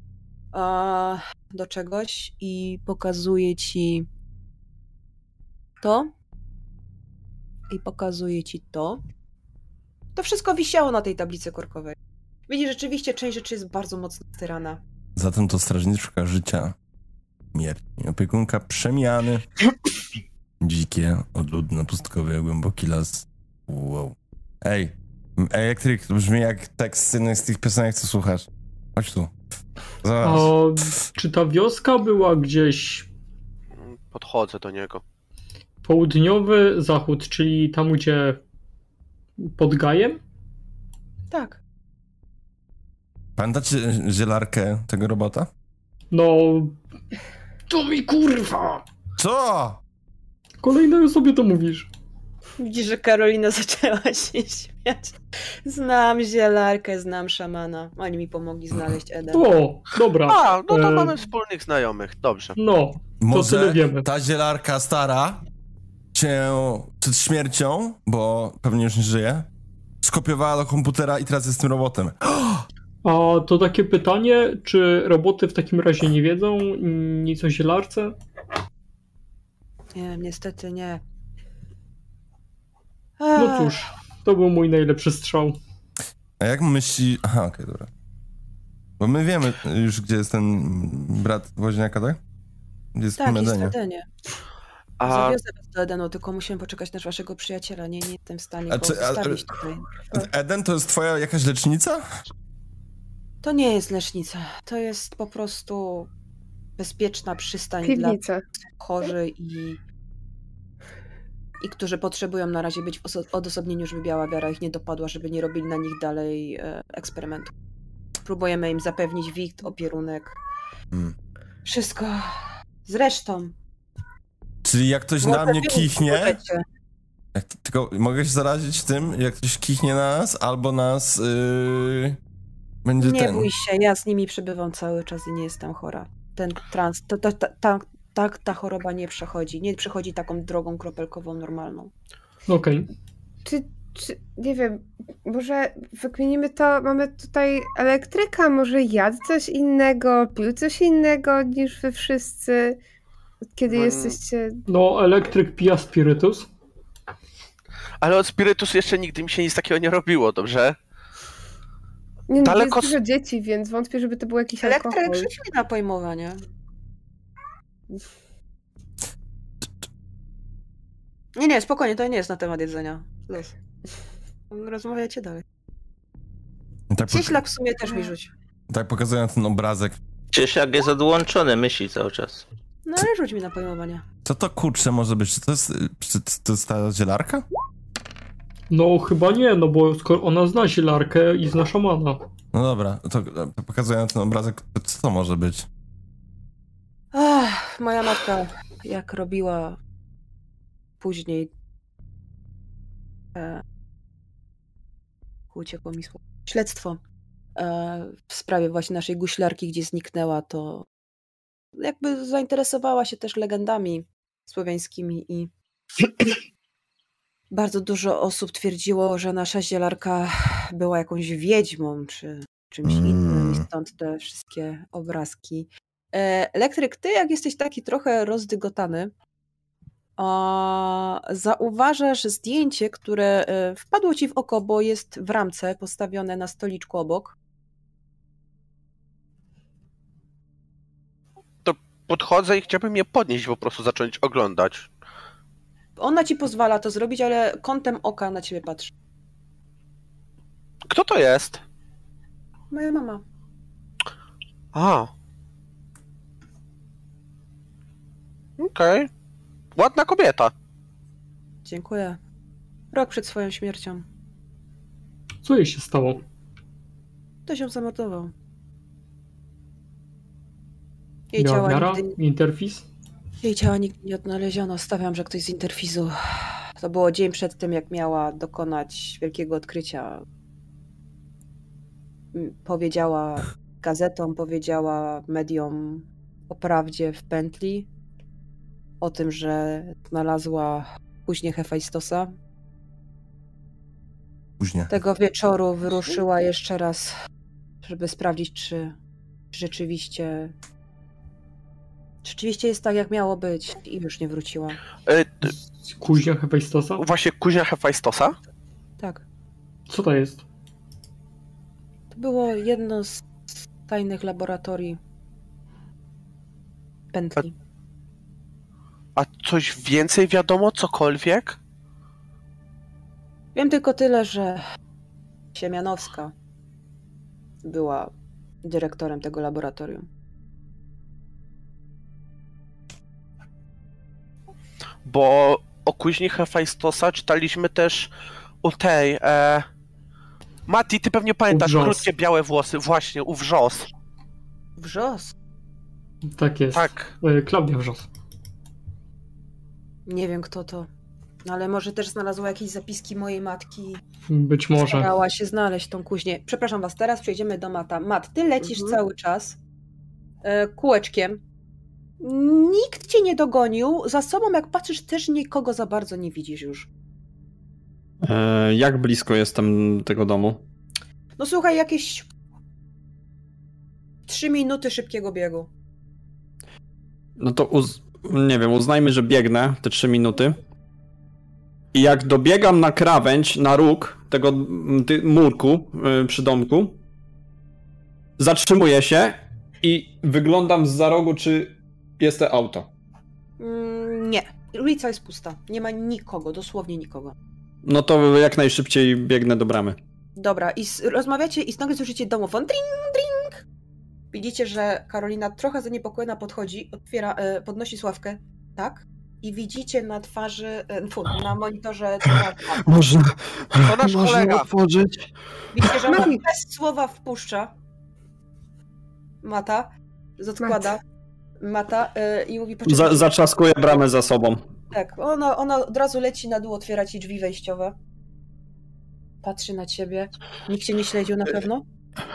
do czegoś i pokazuje ci to. I pokazuje ci to. To wszystko wisiało na tej tablicy korkowej. Widzisz, rzeczywiście część rzeczy jest bardzo mocno styrana. Zatem to strażniczka życia, śmierci, opiekunka przemiany, dzikie, odludne, pustkowe, głęboki las. Wow. Ej, elektryk, to brzmi jak tekst z tych piosenek, co słuchasz. Chodź tu. Zobacz. Czy ta wioska była gdzieś Podchodzę do niego. południowy zachód, czyli tam, gdzie Pod Gajem? Tak. Pamiętacie zielarkę tego robota? No... To mi kurwa! Co? Kolejnej osobie to mówisz. Widzisz, że Karolina zaczęła się śmiać. Znam zielarkę, znam szamana. Oni mi pomogli znaleźć Eden. O, dobra. A, no to mamy wspólnych znajomych, dobrze. No, to tyle Może wiemy. ta zielarka stara się przed śmiercią, bo pewnie już nie żyje, skopiowała do komputera i teraz jest tym robotem. A to takie pytanie, czy roboty w takim razie nie wiedzą nic o zielarce? Nie, niestety nie. No cóż, to był mój najlepszy strzał. A jak myśli... Aha, okej, dobra. Bo my wiemy już, gdzie jest ten brat Woźniaka, tak? Gdzie jest Tak, w jest w Edenie. Edenie. A Zawiozę was do Edenu, tylko musimy poczekać na waszego przyjaciela. Nie jestem w stanie go zostawić tutaj. Eden to jest twoja jakaś lecznica? To nie jest lecznica. To jest po prostu bezpieczna przystań dla Piwnica. chorzy i którzy potrzebują na razie być w odosobnieniu, żeby biała wiara ich nie dopadła, żeby nie robili na nich dalej eksperymentu. Próbujemy im zapewnić wikt, opierunek. Wszystko. Zresztą. Czyli jak ktoś na mnie kichnie... Tylko mogę się zarazić tym, jak ktoś kichnie na nas, albo nas będzie Nie ten... bój się, ja z nimi przebywam cały czas i nie jestem chora. Ten trans, ta choroba nie przechodzi. Nie przechodzi taką drogą kropelkową normalną. Okej. Czy, nie wiem, może wykminimy to, mamy tutaj elektryka, może jadł coś innego, pił coś innego niż wy wszyscy, kiedy jesteście... No, elektryk pija spirytus. ale od spirytus jeszcze nigdy mi się nic takiego nie robiło, dobrze? Nie, Daleko jest dużo dzieci, więc wątpię, żeby to był jakiś Elektryk alkohol. rzuć mi na pojmowanie. Nie, spokojnie, to nie jest na temat jedzenia. Los. Rozmawiajcie dalej. Tak, Cieślak w sumie też mi rzuć. tak pokazują ten obrazek. Ciesiak jest odłączony, myśli cały czas. No ale rzuć mi na pojmowanie. Co to kurczę może być? Czy to jest ta zielarka? No, chyba nie, no bo skoro ona zna zielarkę i zna szamana. No dobra, to pokazują ten obrazek, co to może być? Ach, moja matka, jak robiła później uciekło mi słowo. Śledztwo w sprawie właśnie naszej guślarki, gdzie zniknęła, to jakby zainteresowała się też legendami słowiańskimi i bardzo dużo osób twierdziło, że nasza zielarka była jakąś wiedźmą czy czymś innym i stąd te wszystkie obrazki. Elektryk, ty jak jesteś taki trochę rozdygotany, zauważasz zdjęcie, które wpadło ci w oko, bo jest w ramce postawione na stoliczku obok. To podchodzę i chciałbym je podnieść, po prostu zacząć oglądać. Ona ci pozwala to zrobić, ale kątem oka na ciebie patrzy. Kto to jest? Moja mama. A. Okej. Ładna kobieta. Dziękuję. Rok przed swoją śmiercią. Co jej się stało? Ktoś ją zamordował. Jej Miała ciała, miara? nigdy, Interfis? jej ciała nigdy nie odnaleziono. Stawiam, że ktoś z interfizu. To było dzień przed tym, jak miała dokonać wielkiego odkrycia. Powiedziała gazetom, powiedziała mediom o prawdzie w pętli. O tym, że znalazła później Hefajstosa. Później. Tego wieczoru wyruszyła jeszcze raz, żeby sprawdzić, czy rzeczywiście jest tak, jak miało być i już nie wróciła. Kuźnia Hefajstosa? Właśnie kuźnia Hefajstosa? Tak. Co to jest? To było jedno z tajnych laboratorii pętli. A coś więcej wiadomo? Cokolwiek? Wiem tylko tyle, że Siemianowska była dyrektorem tego laboratorium. Bo o kuźni Hefajstosa czytaliśmy też u tej... Mati, ty pewnie pamiętasz Wrzos. krótkie białe włosy. Właśnie, u Wrzos. Wrzos? Tak jest. Tak. Klaudia Wrzos. Nie wiem, kto to. No, ale może też znalazła jakieś zapiski mojej matki. Być może. Starała się znaleźć tą kuźnię. Przepraszam was, teraz przejdziemy do Mata. Mat, ty lecisz cały czas kółeczkiem. Nikt cię nie dogonił. Za sobą, jak patrzysz, też nikogo za bardzo nie widzisz już. Jak blisko jestem tego domu? No słuchaj, jakieś 3 minuty szybkiego biegu. No to nie wiem, uznajmy, że biegnę te 3 minuty. I jak dobiegam na krawędź, na róg tego murku przy domku, zatrzymuję się i wyglądam zza rogu, czy jest to auto. Nie. Ulica jest pusta. Nie ma nikogo, dosłownie nikogo. No to jak najszybciej biegnę do bramy. Dobra, i rozmawiacie i nagle słyszycie domofon. Dring, dring! Widzicie, że Karolina trochę zaniepokojona podchodzi, otwiera, podnosi sławkę. Tak? I widzicie na twarzy, na monitorze Można To nasz kolega. otworzyć? widzicie, że ona bez słowa wpuszcza Mata, odkłada Mata i mówi poczekaj. Zatrzaskuję bramę za sobą. Tak, ona od razu leci na dół, otwiera ci drzwi wejściowe. Patrzy na ciebie. Nikt cię nie śledził na pewno?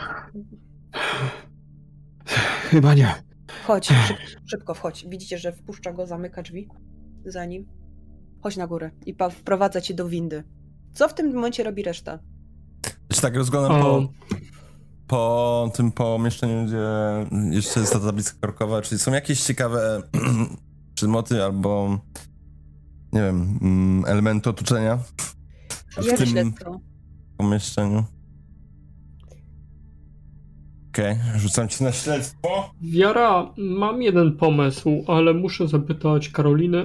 Chyba nie. Chodź, szybko wchodź. Widzicie, że wpuszcza go, zamyka drzwi za nim. Chodź na górę i wprowadza cię do windy. Co w tym momencie robi reszta? Ja się tak rozglądam po tym pomieszczeniu, gdzie jeszcze jest ta tablica korkowa. Czyli są jakieś ciekawe przedmioty albo, nie wiem, elementy otoczenia w tym Śledztwo. pomieszczeniu. Okej, rzucam ci na śledztwo. Wiara, mam jeden pomysł, ale muszę zapytać Karoliny.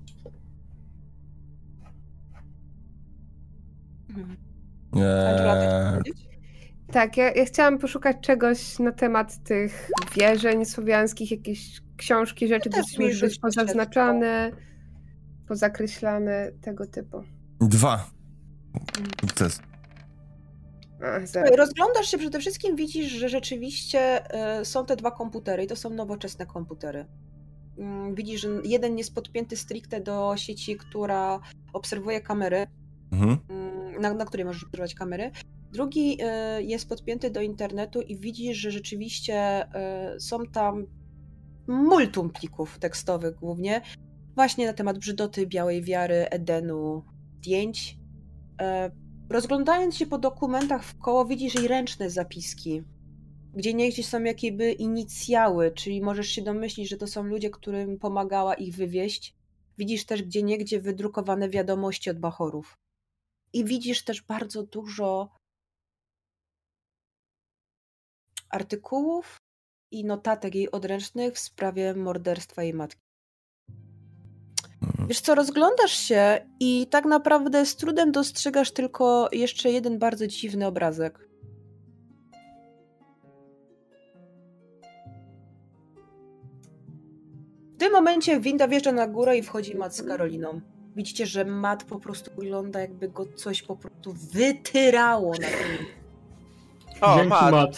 Angela, chcesz powiedzieć? Tak, ja chciałam poszukać czegoś na temat tych wierzeń słowiańskich, jakieś książki, rzeczy, też gdzieś mi może być rzuć pozaznaczane, pozakreślane, tego typu. 2. Sukces. Słuchaj, rozglądasz się, przede wszystkim widzisz, że rzeczywiście są te 2 komputery i to są nowoczesne komputery. Widzisz, że jeden jest podpięty stricte do sieci, która obserwuje kamery, na której możesz używać kamery. Drugi jest podpięty do internetu i widzisz, że rzeczywiście są tam multum plików tekstowych głównie, właśnie na temat brzydoty, białej wiary, Edenu, zdjęć. Rozglądając się po dokumentach wkoło, widzisz i ręczne zapiski, gdzie niegdzie są jakieby inicjały, czyli możesz się domyślić, że to są ludzie, którym pomagała ich wywieźć. Widzisz też gdzieniegdzie wydrukowane wiadomości od bachorów. I widzisz też bardzo dużo artykułów i notatek jej odręcznych w sprawie morderstwa jej matki. Wiesz co, rozglądasz się i tak naprawdę z trudem dostrzegasz tylko jeszcze jeden bardzo dziwny obrazek. W tym momencie winda wjeżdża na górę i wchodzi Matt z Karoliną. Widzicie, że Matt po prostu wygląda, jakby go coś po prostu wytyrało na tym. O, Dzięki, Matt. Matt.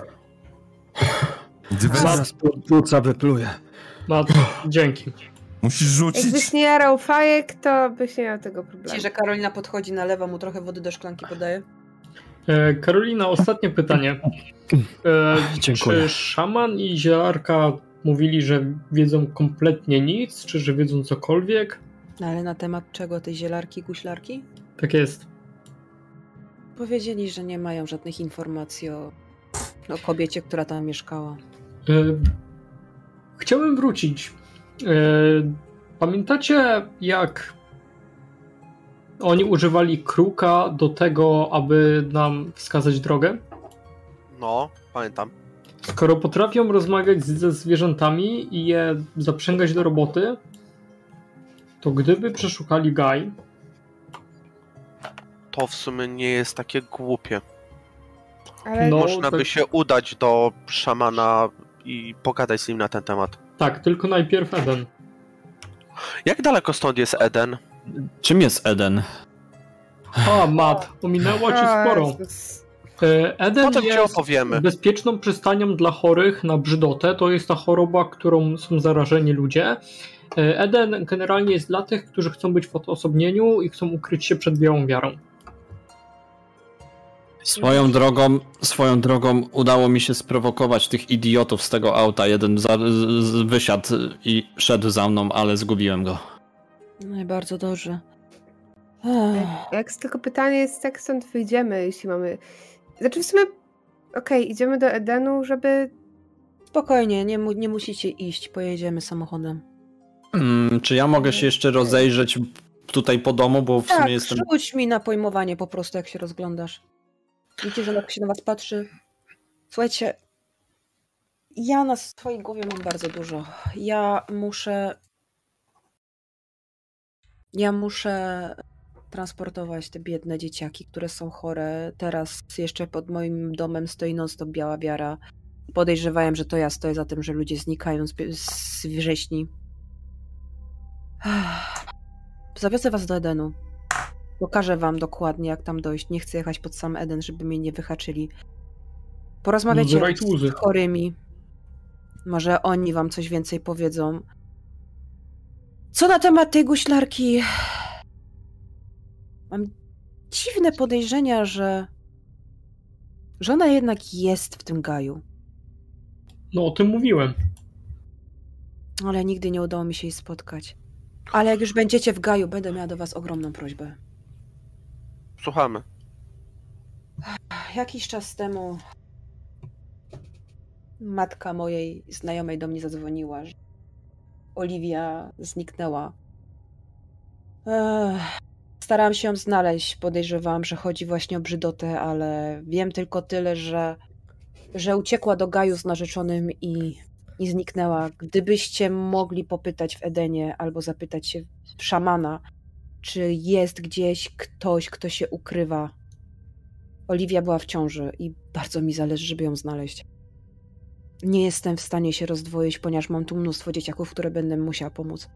Zaraz płuca wypluję. Matt, dzięki. Musisz rzucić. Jakbyś nie jarał fajek, to byś nie miał tego problemu. Widzicie, że Karolina podchodzi, nalewa mu trochę wody do szklanki, podaje. Karolina, ostatnie pytanie. Dziękuję. Czy szaman i zielarka mówili, że wiedzą kompletnie nic, czy że wiedzą cokolwiek? No ale na temat czego? Tej zielarki, guślarki? Tak jest. Powiedzieli, że nie mają żadnych informacji o kobiecie, która tam mieszkała. Chciałem wrócić. Pamiętacie, jak oni używali kruka do tego, aby nam wskazać drogę? No, pamiętam. Skoro potrafią rozmawiać ze zwierzętami i je zaprzęgać do roboty, to gdyby przeszukali Gaj... To w sumie nie jest takie głupie. Ale No, Można by tak- się udać do szamana i pogadać z nim na ten temat. Tak, tylko najpierw Eden. Jak daleko stąd jest Eden? Czym jest Eden? O, Mat, ominęło ci sporo. Jezus. Eden Potem ci jest opowiemy. bezpieczną przystanią dla chorych na brzydotę. To jest ta choroba, którą są zarażeni ludzie. Eden generalnie jest dla tych, którzy chcą być w odosobnieniu i chcą ukryć się przed białą wiarą. Swoją drogą udało mi się sprowokować tych idiotów z tego auta. Jeden wysiadł i szedł za mną, ale zgubiłem go. No i bardzo dobrze. Jak tylko pytanie jest, jak stąd wyjdziemy, jeśli mamy... Znaczy w sumie, okej, idziemy do Edenu, żeby... Spokojnie, nie musicie iść, pojedziemy samochodem. Czy ja mogę się jeszcze rozejrzeć tutaj po domu, bo w Tak, sumie jestem... rzuć mi na pojmowanie po prostu, jak się rozglądasz. Widzicie, że jak się na was patrzy. Słuchajcie, ja na swojej głowie mam bardzo dużo. Ja muszę transportować te biedne dzieciaki, które są chore. Teraz jeszcze pod moim domem stoi non-stop biała wiara. Podejrzewałem, że to ja stoję za tym, że ludzie znikają z wrześni. Zawiozę was do Edenu. Pokażę wam dokładnie, jak tam dojść. Nie chcę jechać pod sam Eden, żeby mnie nie wyhaczyli. Porozmawiacie z chorymi. Może oni wam coś więcej powiedzą. Co na temat tej guślarki? Mam dziwne podejrzenia, że ona jednak jest w tym gaju. No, o tym mówiłem. Ale nigdy nie udało mi się jej spotkać. Ale jak już będziecie w gaju, będę miała do was ogromną prośbę. Słuchamy. Jakiś czas temu matka mojej znajomej do mnie zadzwoniła, że Oliwia zniknęła. Starałam się ją znaleźć. Podejrzewałam, że chodzi właśnie o brzydotę, ale wiem tylko tyle, że uciekła do gaju z narzeczonym i zniknęła. Gdybyście mogli popytać w Edenie albo zapytać się szamana, czy jest gdzieś ktoś, kto się ukrywa. Oliwia była w ciąży i bardzo mi zależy, żeby ją znaleźć. Nie jestem w stanie się rozdwoić, ponieważ mam tu mnóstwo dzieciaków, które będę musiała pomóc.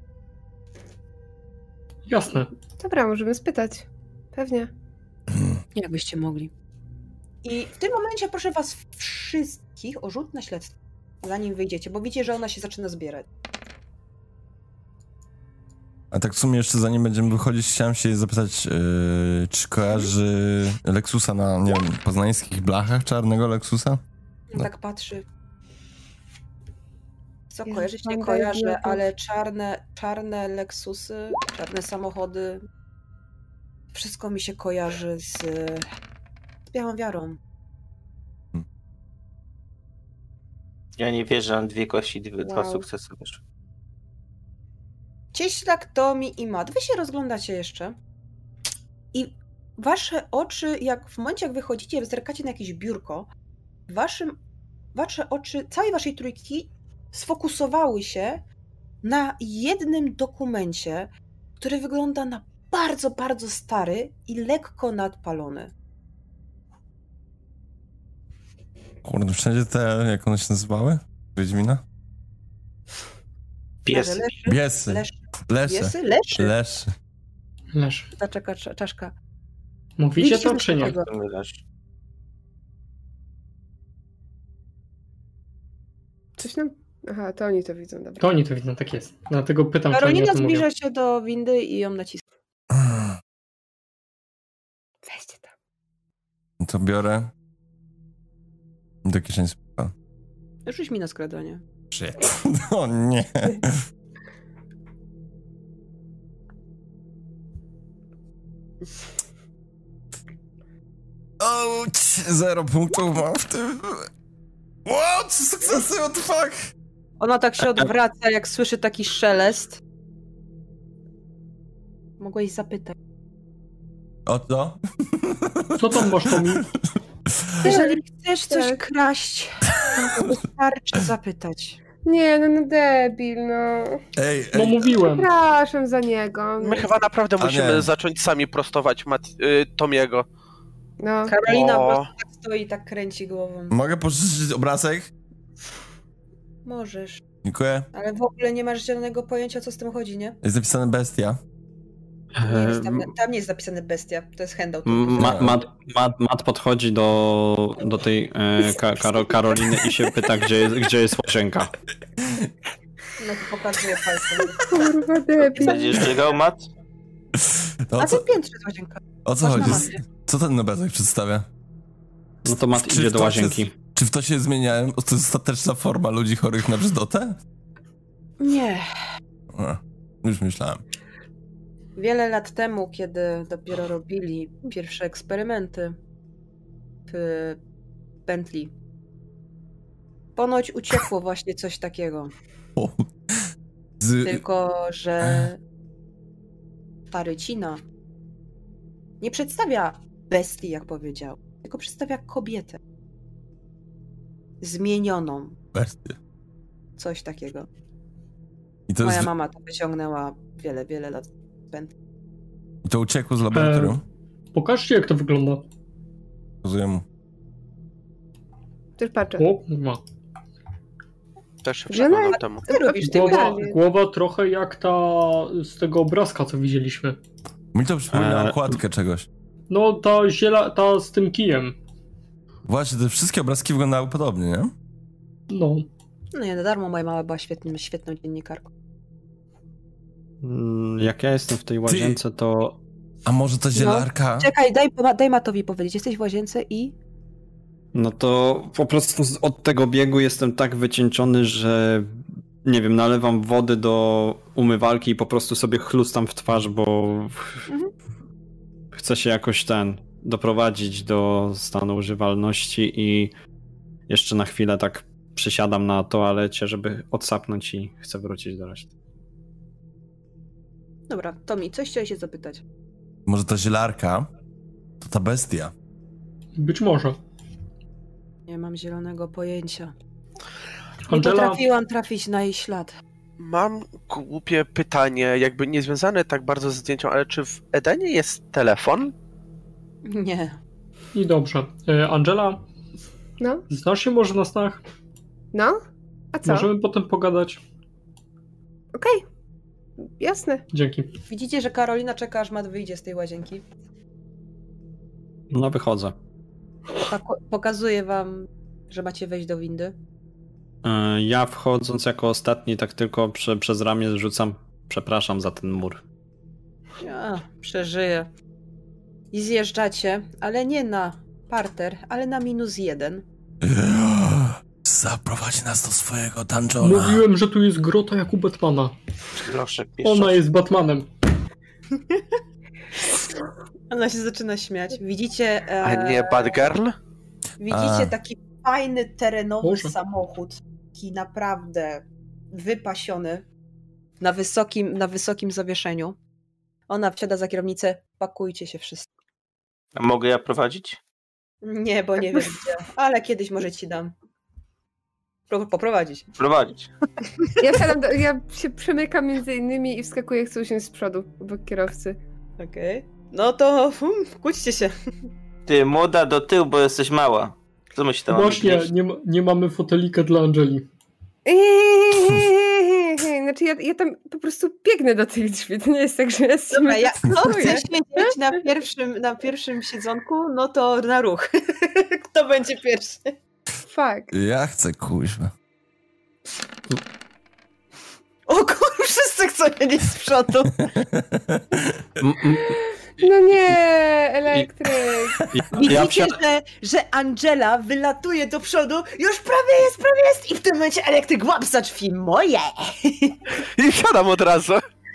Jasne. Dobra, możemy spytać. Pewnie. Jakbyście mogli. I w tym momencie proszę was wszystkich o rzut na śledztwo, zanim wyjdziecie, bo widzicie, że ona się zaczyna zbierać. A tak w sumie jeszcze zanim będziemy wychodzić, chciałem się jej zapytać, czy kojarzy Lexusa na, nie wiem, poznańskich blachach, czarnego Lexusa? No. Tak patrzy. Co Ja kojarzyć nie mam kojarzę, diabłów. ale czarne Lexusy, czarne samochody, wszystko mi się kojarzy z białą wiarą. Ja nie wierzę, mam 2 kości, 2 Wow. sukcesy wyszły. Cieślak, Tomi i Mat. Wy się rozglądacie jeszcze i wasze oczy, jak w momencie jak wychodzicie, zerkacie na jakieś biurko, wasze oczy, całej waszej trójki sfokusowały się na jednym dokumencie, który wygląda na bardzo, bardzo stary i lekko nadpalony. Kurde, wszędzie te, jak one się nazywały? Wiedźmina? Pies. Biesy. Lesze. Leszy? Leszy. Leszy. Leż. Zaczeka czaszka. Mówicie Widzicie to, coś czy nie? takiego? Coś nam... Aha, to oni to widzą, dobra. To oni to widzą, tak jest. Dlatego pytam, czy oni o Karolina tym mówią. zbliża się do windy i ją naciska. Weźcie tam. To biorę do kieszeni spoko. Rzuć mi na skradanie. Shit. O nie. O, 0 punktów mam w tym. What? Sukcesy, what the fuck? Ona tak się odwraca, jak słyszy taki szelest. Mogłeś zapytać. O to? Co tam masz, Tomi? Jeżeli chcesz coś Tak. kraść, to wystarczy zapytać. Nie, no debil, no. Ej, No mówiłem. Przepraszam za niego. My chyba naprawdę A musimy nie. zacząć sami prostować Tomiego. No. Karolina po O. prostu tak stoi i tak kręci głową. mogę pożyczyć obrazek? Możesz, Dziękuję. ale w ogóle nie masz zielonego pojęcia, o co z tym chodzi, nie? Jest napisane bestia. Tam nie jest zapisane bestia, to jest handout. Matt podchodzi do tej Karoliny i się pyta, gdzie jest łazienka. No to pokazuje palcem. Kurwa, debil. Będziesz żygał, Mat? No, A ten piętrze jest łazienka. o co Masz na chodzi? mapie. Co ten obrazek przedstawia? No to Matt Czy idzie w do to łazienki. Czy w to się zmieniałem? To jest ostateczna forma ludzi chorych na brzdotę? Nie. A, już myślałem. Wiele lat temu, kiedy dopiero robili pierwsze eksperymenty w Bentley, ponoć uciekło właśnie coś takiego. O. Tylko, że ta rycina nie przedstawia bestii, jak powiedział, tylko przedstawia kobietę. Zmienioną. Bestie. Coś takiego. I to, Moja jest... mama to wyciągnęła wiele lat. I to uciekło z laboratorium? Pokażcie, jak to wygląda. Pokazuję mu. Też patrzę. O, ma. Też się Żona- przeglądam temu. Co robisz ty? Głowa trochę jak ta z tego obrazka, co widzieliśmy. Mi to przypomina okładkę czegoś. No, ta z tym kijem. Właśnie, te wszystkie obrazki wyglądały podobnie, nie? No. No nie, na darmo moja mama była świetną dziennikarką. Jak ja jestem w tej łazience, to... A może ta zielarka? Czekaj, daj Matowi powiedzieć. Jesteś w łazience i... No to po prostu od tego biegu jestem tak wycieńczony, że nie wiem, nalewam wody do umywalki i po prostu sobie chlustam w twarz, bo chcę się jakoś doprowadzić do stanu używalności i jeszcze na chwilę tak przysiadam na toalecie, żeby odsapnąć i chcę wrócić do reszty. Dobra, Tomi, coś chciałeś się zapytać. Może ta zielarka to ta bestia? Być może. Nie mam zielonego pojęcia. Nie Angela, potrafiłam trafić na jej ślad. Mam głupie pytanie, jakby niezwiązane tak bardzo z zdjęciem, ale czy w Edenie jest telefon? Nie. i dobrze. Angela, No? znasz się może na snach? No? A co? Możemy potem pogadać. Okej. Jasne. Dzięki. Widzicie, że Karolina czeka, aż Mat wyjdzie z tej łazienki. No wychodzę. Pokazuje wam, że macie wejść do windy. Ja wchodząc jako ostatni tak tylko przez ramię zrzucam przepraszam za ten mur. Przeżyję. I zjeżdżacie, ale nie na parter, ale na -1. Zaprowadź nas do swojego dungeona. Mówiłem, że tu jest grota jak u Batmana. Proszę, Ona jest Batmanem. Ona się zaczyna śmiać. Widzicie... A nie Batgirl? Widzicie taki fajny, terenowy Boże. samochód. Taki naprawdę wypasiony. Na wysokim zawieszeniu. Ona wsiada za kierownicę. Pakujcie się wszyscy. A mogę ja prowadzić? Nie, bo nie wiem gdzie. Ale kiedyś może ci dam. Poprowadzić. Prowadzić. Ja się przemykam między innymi i wskakuję, chcę usiąść z przodu, obok kierowcy. Okej. No to kłóćcie się. Ty, młoda, do tyłu, bo jesteś mała. Co my się tam Właśnie, mamy nie mamy fotelika dla Angeli. Znaczy ja tam po prostu biegnę do tych drzwi, to nie jest tak, że ja z Dobra, tym kto chce siedzieć na pierwszym siedzonku, no to na ruch. Kto będzie pierwszy? Fuck. Ja chcę, kuźwa. O kurwa, wszyscy chcą siedzieć z przodu. No nie, elektryk. Widzicie, że Angela wylatuje do przodu, już prawie jest i w tym momencie elektryk łap za drzwi moje. I siadam od razu.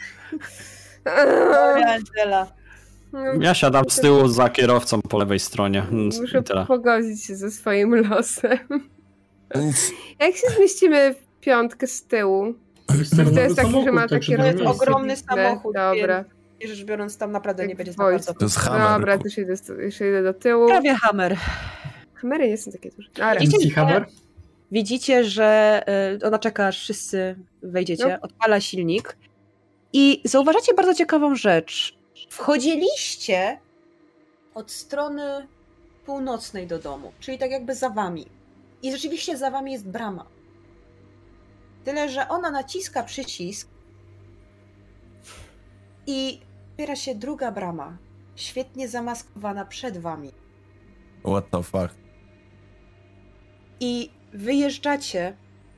Moja Angela. Ja siadam z tyłu za kierowcą po lewej stronie. Muszę I tyle. pogodzić się ze swoim losem. No nic. Jak się zmieścimy w piątkę z tyłu? To jest taki, że ma takie To jest miejsce. ogromny samochód, Dobra. więc rzecz biorąc tam naprawdę nie będzie za Wojsko. bardzo. To jest hammer. Dobra, to jeszcze idę do tyłu. Prawie Hammer. Kamery nie są takie duże. Dobra. MC Hammer? Widzicie, że ona czeka, aż wszyscy wejdziecie, odpala silnik i zauważacie bardzo ciekawą rzecz. Wchodziliście od strony północnej do domu, czyli tak jakby za wami. I rzeczywiście za wami jest brama. Tyle, że ona naciska przycisk i otwiera się druga brama, świetnie zamaskowana przed wami. What the fuck? I wyjeżdżacie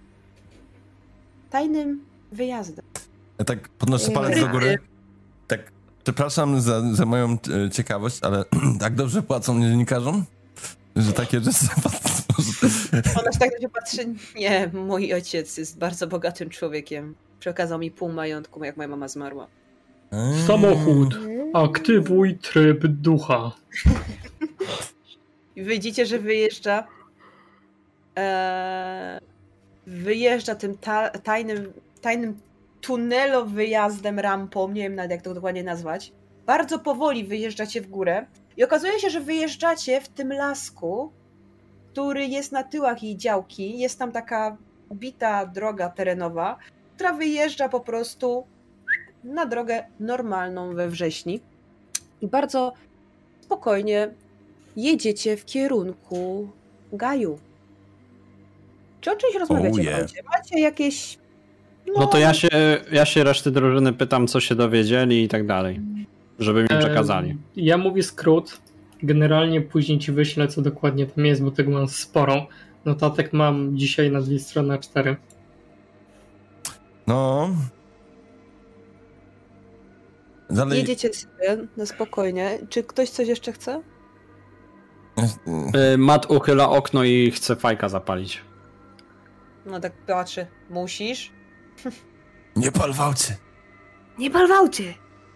tajnym wyjazdem. Ja tak podnoszę palec do góry. Tak, przepraszam za moją ciekawość, ale tak dobrze płacą dziennikarzom, że takie rzeczy... Ona się tak na ciebie patrzy. Nie, mój ojciec jest bardzo bogatym człowiekiem. Przekazał mi pół majątku, jak moja mama zmarła. Samochód. Aktywuj tryb ducha. I widzicie, że wyjeżdża. Wyjeżdża tym tajnym tunelowyjazdem, rampą, nie wiem nawet jak to dokładnie nazwać. Bardzo powoli wyjeżdżacie w górę i okazuje się, że wyjeżdżacie w tym lasku, który jest na tyłach jej działki. Jest tam taka ubita droga terenowa, która wyjeżdża po prostu na drogę normalną we wrześni. I bardzo spokojnie jedziecie w kierunku Gaju. Czy o czymś rozmawiacie? Macie jakieś... No to ja się reszty drużyny pytam, co się dowiedzieli i tak dalej, żeby mi przekazali. Ja mówię skrót. Generalnie później ci wyślę, co dokładnie tam jest, bo tego mam sporo. Notatek mam dzisiaj na 2 strony A4. No... Dalej... Jedziecie sobie na spokojnie. Czy ktoś coś jeszcze chce? Matt uchyla okno i chce fajka zapalić. No tak patrzy. Musisz? Nie pal w aucie. Nie pal w aucie!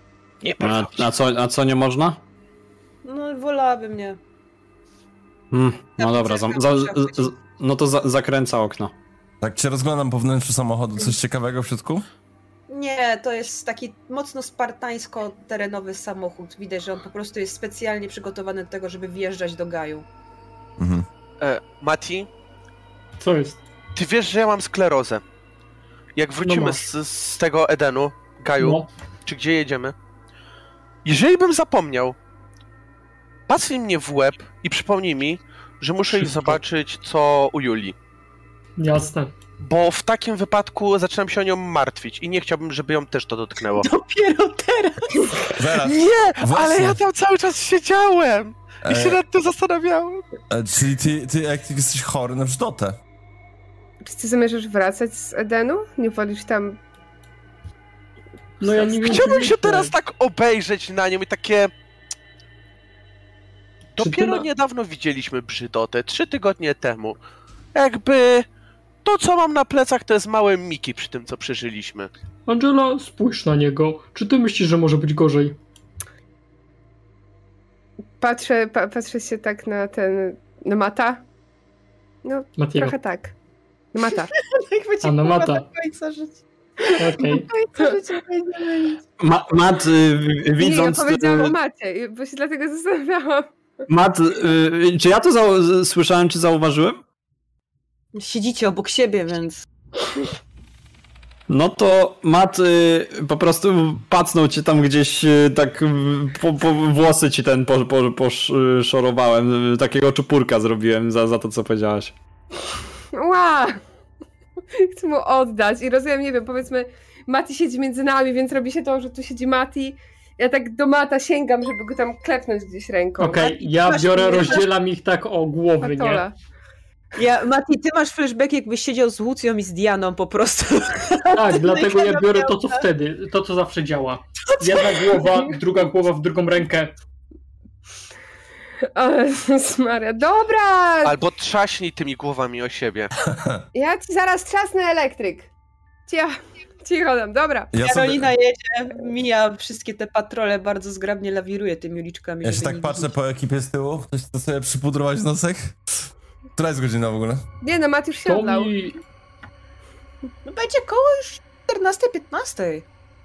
A co nie można? No wolałabym nie. No dobra, no to zakręca okno. Tak cię rozglądam po wnętrzu samochodu. Coś ciekawego w środku? Nie, to jest taki mocno spartańsko-terenowy samochód. Widać, że on po prostu jest specjalnie przygotowany do tego, żeby wjeżdżać do Gaju. Mhm. Mati? Co jest? Ty wiesz, że ja mam sklerozę. Jak wrócimy z tego Edenu, Gaju, czy gdzie jedziemy, jeżeli bym zapomniał, patrz mnie w łeb i przypomnij mi, że muszę iść zobaczyć, co u Julii. Jasne. Bo w takim wypadku zaczynam się o nią martwić i nie chciałbym, żeby ją też to dotknęło. Dopiero teraz! Zaraz. Nie, ale ja tam cały czas siedziałem i się nad tym zastanawiałem. Czyli ty jak jesteś chory na brzydotę? Czy ty zamierzasz wracać z Edenu? Nie wolisz tam... No ja nie wiem. Chciałbym się teraz tak obejrzeć na nią i takie... Dopiero niedawno widzieliśmy brzydotę, 3 tygodnie temu. Jakby... To, co mam na plecach, to jest małe Miki przy tym, co przeżyliśmy. Angela, spójrz na niego. Czy ty myślisz, że może być gorzej? Patrzę się tak na na Mata. No, Matiego. trochę tak. Na Mata. A na Mata. Do końca życia. Okej. Do końca życia będzie Matt, widząc... Nie, ja powiedziałam o Macie, bo się dlatego zastanawiałam. Matt, czy ja to słyszałem, czy zauważyłem? Siedzicie obok siebie, więc... No to Matt po prostu pacnął cię tam gdzieś, tak po włosy ci poszorowałem, takiego czupurka zrobiłem za to, co powiedziałaś. Ła! Chcę mu oddać i rozumiem, nie wiem, powiedzmy Mati siedzi między nami, więc robi się to, że tu siedzi Mati. Ja tak do Mata sięgam, żeby go tam klepnąć gdzieś ręką. Okej, ja biorę, rozdzielam ich tak o głowy, Patola. nie? Mati, ty masz flashback, jakbyś siedział z Łucją i z Dianą po prostu. Tak, dlatego ja biorę to, co wtedy, to, co zawsze działa. Jedna głowa, druga głowa w drugą rękę. O Jezus Maria, dobra! Albo trzaśnij tymi głowami o siebie. Ja ci zaraz trzasnę elektryk. Cicho tam, dobra. Karolina jedzie, mija wszystkie te patrole, bardzo zgrabnie lawiruje tymi uliczkami. Ja się tak patrzę po ekipie z tyłu. Ktoś chce sobie przypudrować nosek? Która jest godzina w ogóle? Nie no, Mat już się odlał. No będzie koło już 14-15.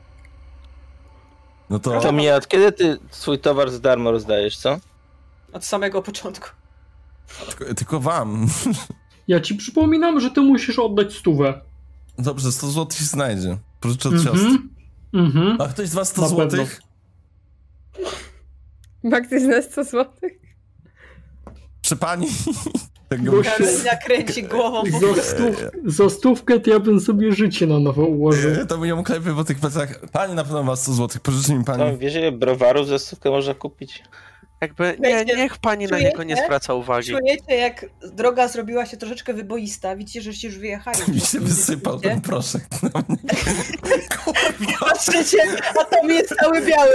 No to... To Mija, od kiedy ty swój towar za darmo rozdajesz, co? Od samego początku. Tylko wam. Ja ci przypominam, że ty musisz oddać 100. Dobrze, 100 zł się znajdzie. Pożyczę od siostry. A ktoś z was 100 złotych? Ma ktoś z nas 100 złotych? Czy pani? Karolina kręci głową. Za stówkę to ja bym sobie życie na nowo ułożył. To bym ją klepię po tych plecach. Pani na pewno ma 100 zł, pożyczy mi pani. No, wiesz, ile browarów za stówkę można kupić? Jakby, niech pani na niego nie zwraca uwagi. Czujecie, jak droga zrobiła się troszeczkę wyboista. Widzicie, żeście już wyjechali. Mi się wysypał ten proszek na mnie. Patrzycie, a tam jest cały biały.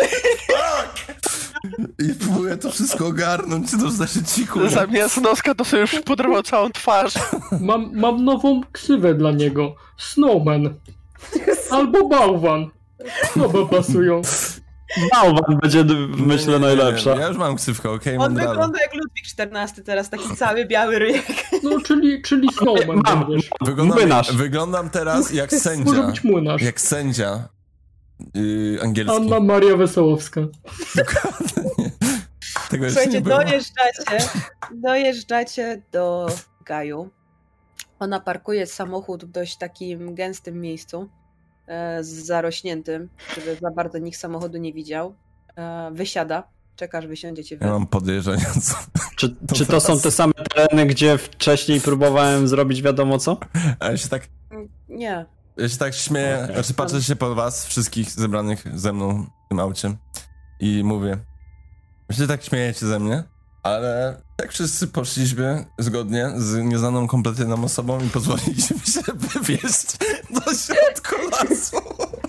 I próbuję to wszystko ogarnąć, to znaczy ciku. Zamiast noska to sobie już pudrował całą twarz. Mam nową ksywę dla niego. Snowman. Albo bałwan. Oba pasują. Bałwan będzie, myślę, najlepsza. Ja już mam ksywkę, okej? On wygląda jak Ludwik XIV teraz, taki cały biały ryjek. No, czyli Snowman będziesz. Wyglądam teraz jak Może sędzia. być młynarz. Jak sędzia angielski. Anna Maria Wesołowska. Dokładnie. Tego jeszcze Słuchajcie, nie było. dojeżdżacie do Gaju. Ona parkuje samochód w dość takim gęstym miejscu, zarośniętym, żeby za bardzo nikt samochodu nie widział. Wysiada, czekasz, wysiądziecie. Ja mam podejrzenia, co? Czy to są te same tereny, gdzie wcześniej próbowałem zrobić wiadomo co? A ja się tak... Nie. Ja się tak śmieję, znaczy patrzę się po was, wszystkich zebranych ze mną w tym aucie i mówię, wy się tak śmiejecie ze mnie, ale tak wszyscy poszliśmy zgodnie z nieznaną kompletnie nam osobą i pozwoliliśmy się wywieźć do środku lasu.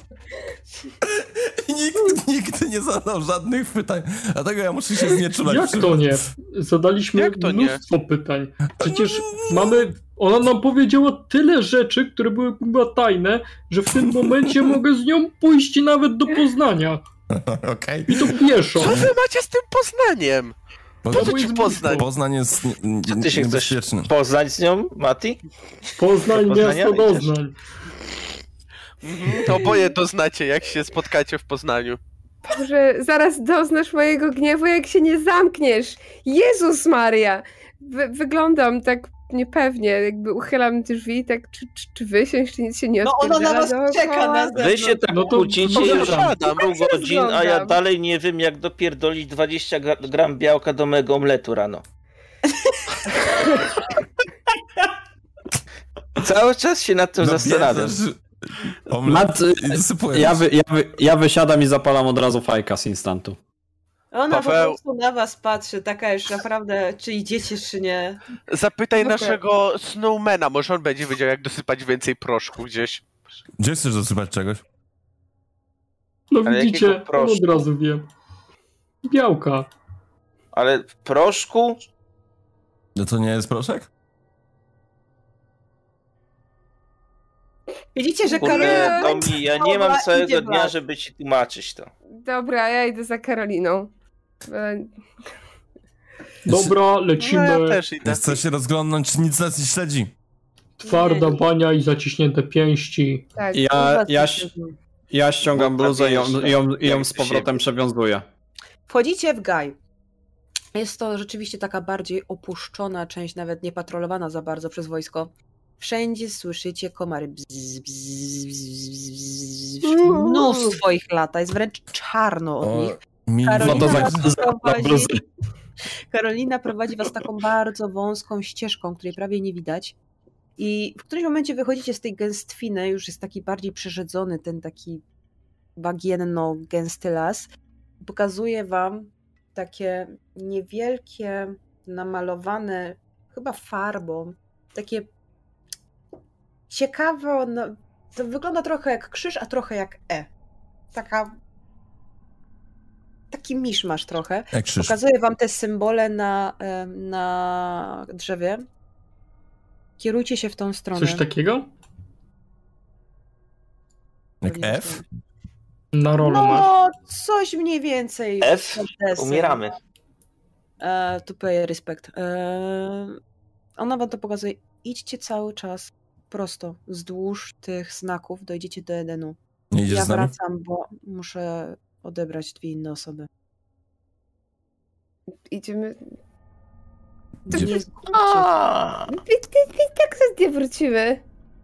I nikt nigdy nie zadał żadnych pytań, dlatego ja muszę się znieczulać. Jak to nie? Zadaliśmy mnóstwo pytań. Przecież ona nam powiedziała tyle rzeczy, które były chyba tajne, że w tym momencie mogę z nią pójść nawet do Poznania. Okej. I to pieszo. Co wy macie z tym Poznaniem? Po co ci Poznań? Poznań jest Ty się chcesz niebezpieczny. poznać z nią, Mati? Poznań, miasto doznań. To oboje doznacie, jak się spotkacie w Poznaniu. Boże, zaraz doznasz mojego gniewu, jak się nie zamkniesz. Jezus Maria! Wyglądam tak niepewnie, jakby uchylam drzwi, tak czy wysiąść, czy nic się nie odpierdziela. No ona na was dookoła. czeka na zewnątrz. Wy się tak kłócicie już siadam. pół godzin, a ja rozglądam. dalej nie wiem, jak dopierdolić 20 gram białka do mego omletu rano. Cały czas się nad tym zastanawiam. Ja wysiadam i zapalam od razu fajka z instantu. Ona Paweł. po prostu na was patrzy, taka już naprawdę, czy idziecie, czy nie. Zapytaj No naszego Snowmana, może on będzie wiedział, jak dosypać więcej proszku gdzieś. Gdzie chcesz dosypać czegoś? No Ale widzicie, jakiego on proszku? od razu wie. Białka. Ale w proszku? No to nie jest proszek? Widzicie, że Kurde, Karolina... Tomi, ja nie mam Dobra, całego idzie dnia, blat. żeby ci tłumaczyć to. Dobra, ja idę za Karoliną. Dobra, No lecimy. ja też idę. Chcę się rozglądnąć, czy nic nas nie śledzi. Twarda bania i zaciśnięte pięści. Tak. Ja ściągam bluzę i ją z powrotem przewiązuję. Wchodzicie w Gaj. Jest to rzeczywiście taka bardziej opuszczona część, nawet nie patrolowana za bardzo przez wojsko. Wszędzie słyszycie komary. Bzz, bzz, bzz, bzz. Mnóstwo ich lata, jest wręcz czarno od nich. Karolina prowadzi was taką bardzo wąską ścieżką, której prawie nie widać. I w którymś momencie wychodzicie z tej gęstwiny, już jest taki bardziej przerzedzony, ten taki bagienno-gęsty las. Pokazuje wam takie niewielkie, namalowane chyba farbą, takie ciekawe, no, to wygląda trochę jak krzyż, a trochę jak E. Taki miszmasz trochę. Jak krzyż. Pokazuję wam te symbole na drzewie. Kierujcie się w tą stronę. Coś takiego? Jak F? Na rolę masz. No, coś mniej więcej. F? Umieramy. To pay respect. Ona wam to pokazuje. Idźcie cały czas prosto, wzdłuż tych znaków, dojdziecie do Edenu. Nie idziesz Ja z nami? wracam, bo muszę odebrać 2 inne osoby. Idziemy... Nie zgubcie. I tak sobie nie wrócimy.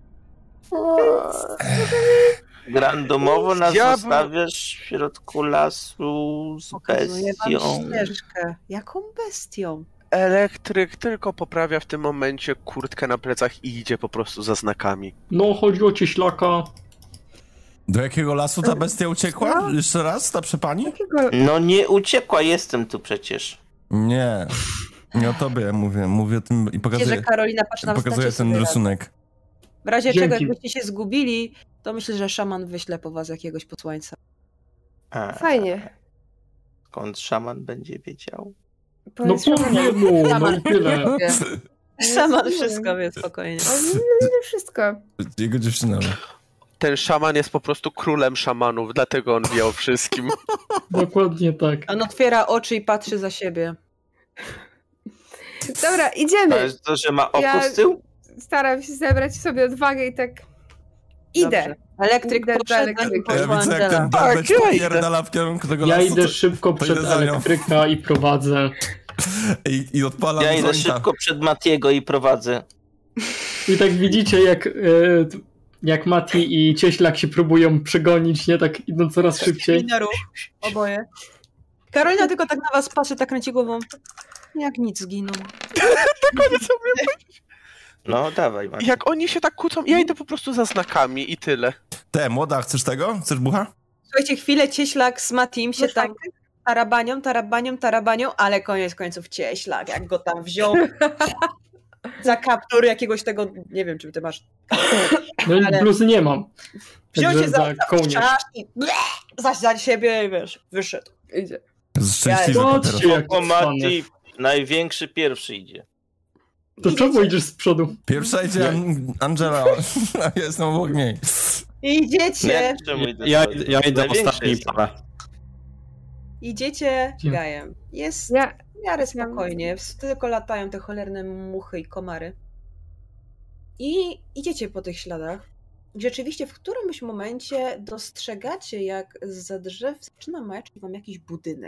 Randomowo nas Ja bym- zostawiasz w środku lasu z Pokazuję wam bestią. ścieżkę. Jaką bestią? Elektryk tylko poprawia w tym momencie kurtkę na plecach i idzie po prostu za znakami. No, chodzi o cieślaka. Do jakiego lasu ta bestia uciekła? Jeszcze raz, ta przepani? Jakiego... No nie uciekła, jestem tu przecież. Nie. Nie o tobie mówię. Mówię o tym i Wiecie, że pokazuję, Karolina patrzy na pokazuję wstacie ten sobie rysunek. W razie Dzięki. czego, jakbyście się zgubili, to myślę, że szaman wyśle po was jakiegoś posłańca. Fajnie. Skąd szaman będzie wiedział? No powie mu, no i tyle. Szaman wszystko wie spokojnie. On wie wszystko. Jego dziewczyna. Ten szaman jest po prostu królem szamanów, dlatego on wie o wszystkim. Dokładnie tak. On otwiera oczy i patrzy za siebie. Dobra, To idziemy. jest to, że ma oko Ja- z tyłu? Staram się zebrać sobie odwagę i tak... Idę. Dobrze. Elektryk Idę do poszedł, elektryka. Ja poszła widzę, jak Angela. ten barbecz Tak, ja idę. popierdala w kierunku tego Ja lasu. idę szybko to przed idę za nią. elektryka i prowadzę. I odpalam Ja idę jointa. szybko przed Matiego i prowadzę. I tak widzicie, jak Mati i cieślak się próbują przegonić, nie? Tak idą coraz szybciej. Mineru, oboje. Karolina tylko tak na was patrzy, tak kręci głową. Jak nic zginął. No dawaj, Mati. Jak oni się tak kłócą, ja idę po prostu za znakami i tyle. Te, młoda, chcesz tego? Chcesz bucha? Słuchajcie, chwilę cieślak z Matim się tam tarabanią, ale koniec końców cieślak, jak go tam wziął za kaptur jakiegoś tego, nie wiem, czy ty masz. No i Ale- bluzy nie mam. Wziął Także się za kołnierz. czas i zaś za siebie, wiesz, wyszedł. Idzie. Szczęśliwy teraz. Patrzcie, jak O, cwany. Mati, największy pierwszy idzie. To czemu idziesz z przodu? Pierwsza idzie Angela, a ja jestem obok niej. Idziecie, Czemu idę Ja z przodu? idę Największy ostatni jest. parę. idziecie Gdzie? gajem. Jest Ja... w miarę spokojnie, tylko latają te cholerne muchy i komary. I idziecie po tych śladach. I rzeczywiście w którymś momencie dostrzegacie, jak zza drzew zaczyna majaczyć wam jakiś budynek.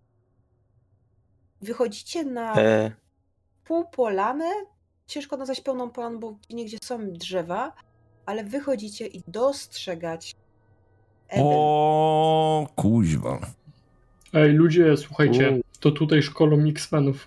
Wychodzicie na pół polanę, ciężko nazwać pełną polaną, bo niegdzie są drzewa, ale wychodzicie i dostrzegacie Eden. O kuźwa. Ej, ludzie, słuchajcie, to tutaj szkolą X-Menów.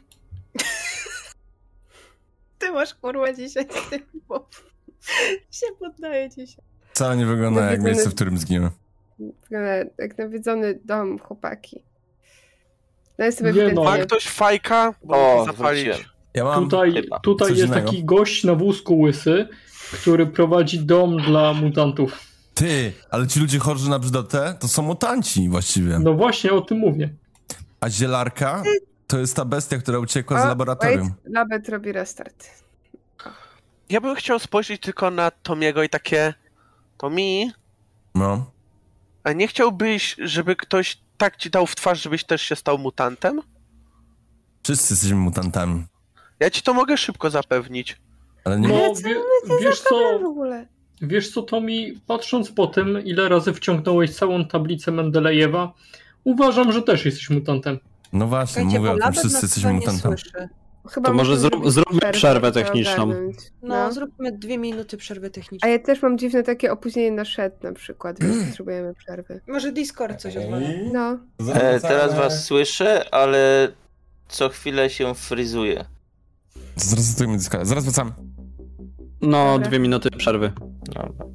Ty masz kurwa dzisiaj z tym, bo się poddaję dzisiaj. Wcale nie wygląda jak Nawiedzony- miejsce, w którym zginę. Wygląda jak nawiedzony dom, chłopaki. No jest sobie Nie no. ewidentnie- Ma ktoś fajka? Bo O, mogę zapalić. wróciłem. Ja mam... chyba. Tutaj coś jest innego. taki gość na wózku łysy, który prowadzi dom dla mutantów. Ty, ale ci ludzie chorzy na brzydotę to są mutanci właściwie. No właśnie, o tym mówię. A zielarka to jest ta bestia, która uciekła z O, laboratorium. wait, Labet robi restart. Ja bym chciał spojrzeć tylko na Tomiego i takie... Tomi, No. a nie chciałbyś, żeby ktoś tak ci dał w twarz, żebyś też się stał mutantem? Wszyscy jesteśmy mutantami. Ja ci to mogę szybko zapewnić. Ale nie... No, Ale co wiesz co, w ogóle? wiesz co, Tomi, patrząc po tym, ile razy wciągnąłeś całą tablicę Mendelejewa, uważam, że też jesteś mutantem. No właśnie, Słuchajcie, mówię bo o tym, Labet wszyscy nas jesteśmy chyba nie mutantami. słyszy. Chyba To może musimy zrobić zróbmy przerwę to techniczną. ogarnąć. No, zróbmy 2 minuty przerwy A technicznej. ja też mam dziwne takie opóźnienie na szedł na przykład, więc potrzebujemy przerwy. Może Discord coś odwala. No. Teraz was słyszę, ale co chwilę się fryzuje. Zrezygnujmy Discorda. Zaraz wracamy. No, Dobra. 2 minuty przerwy. Dobra.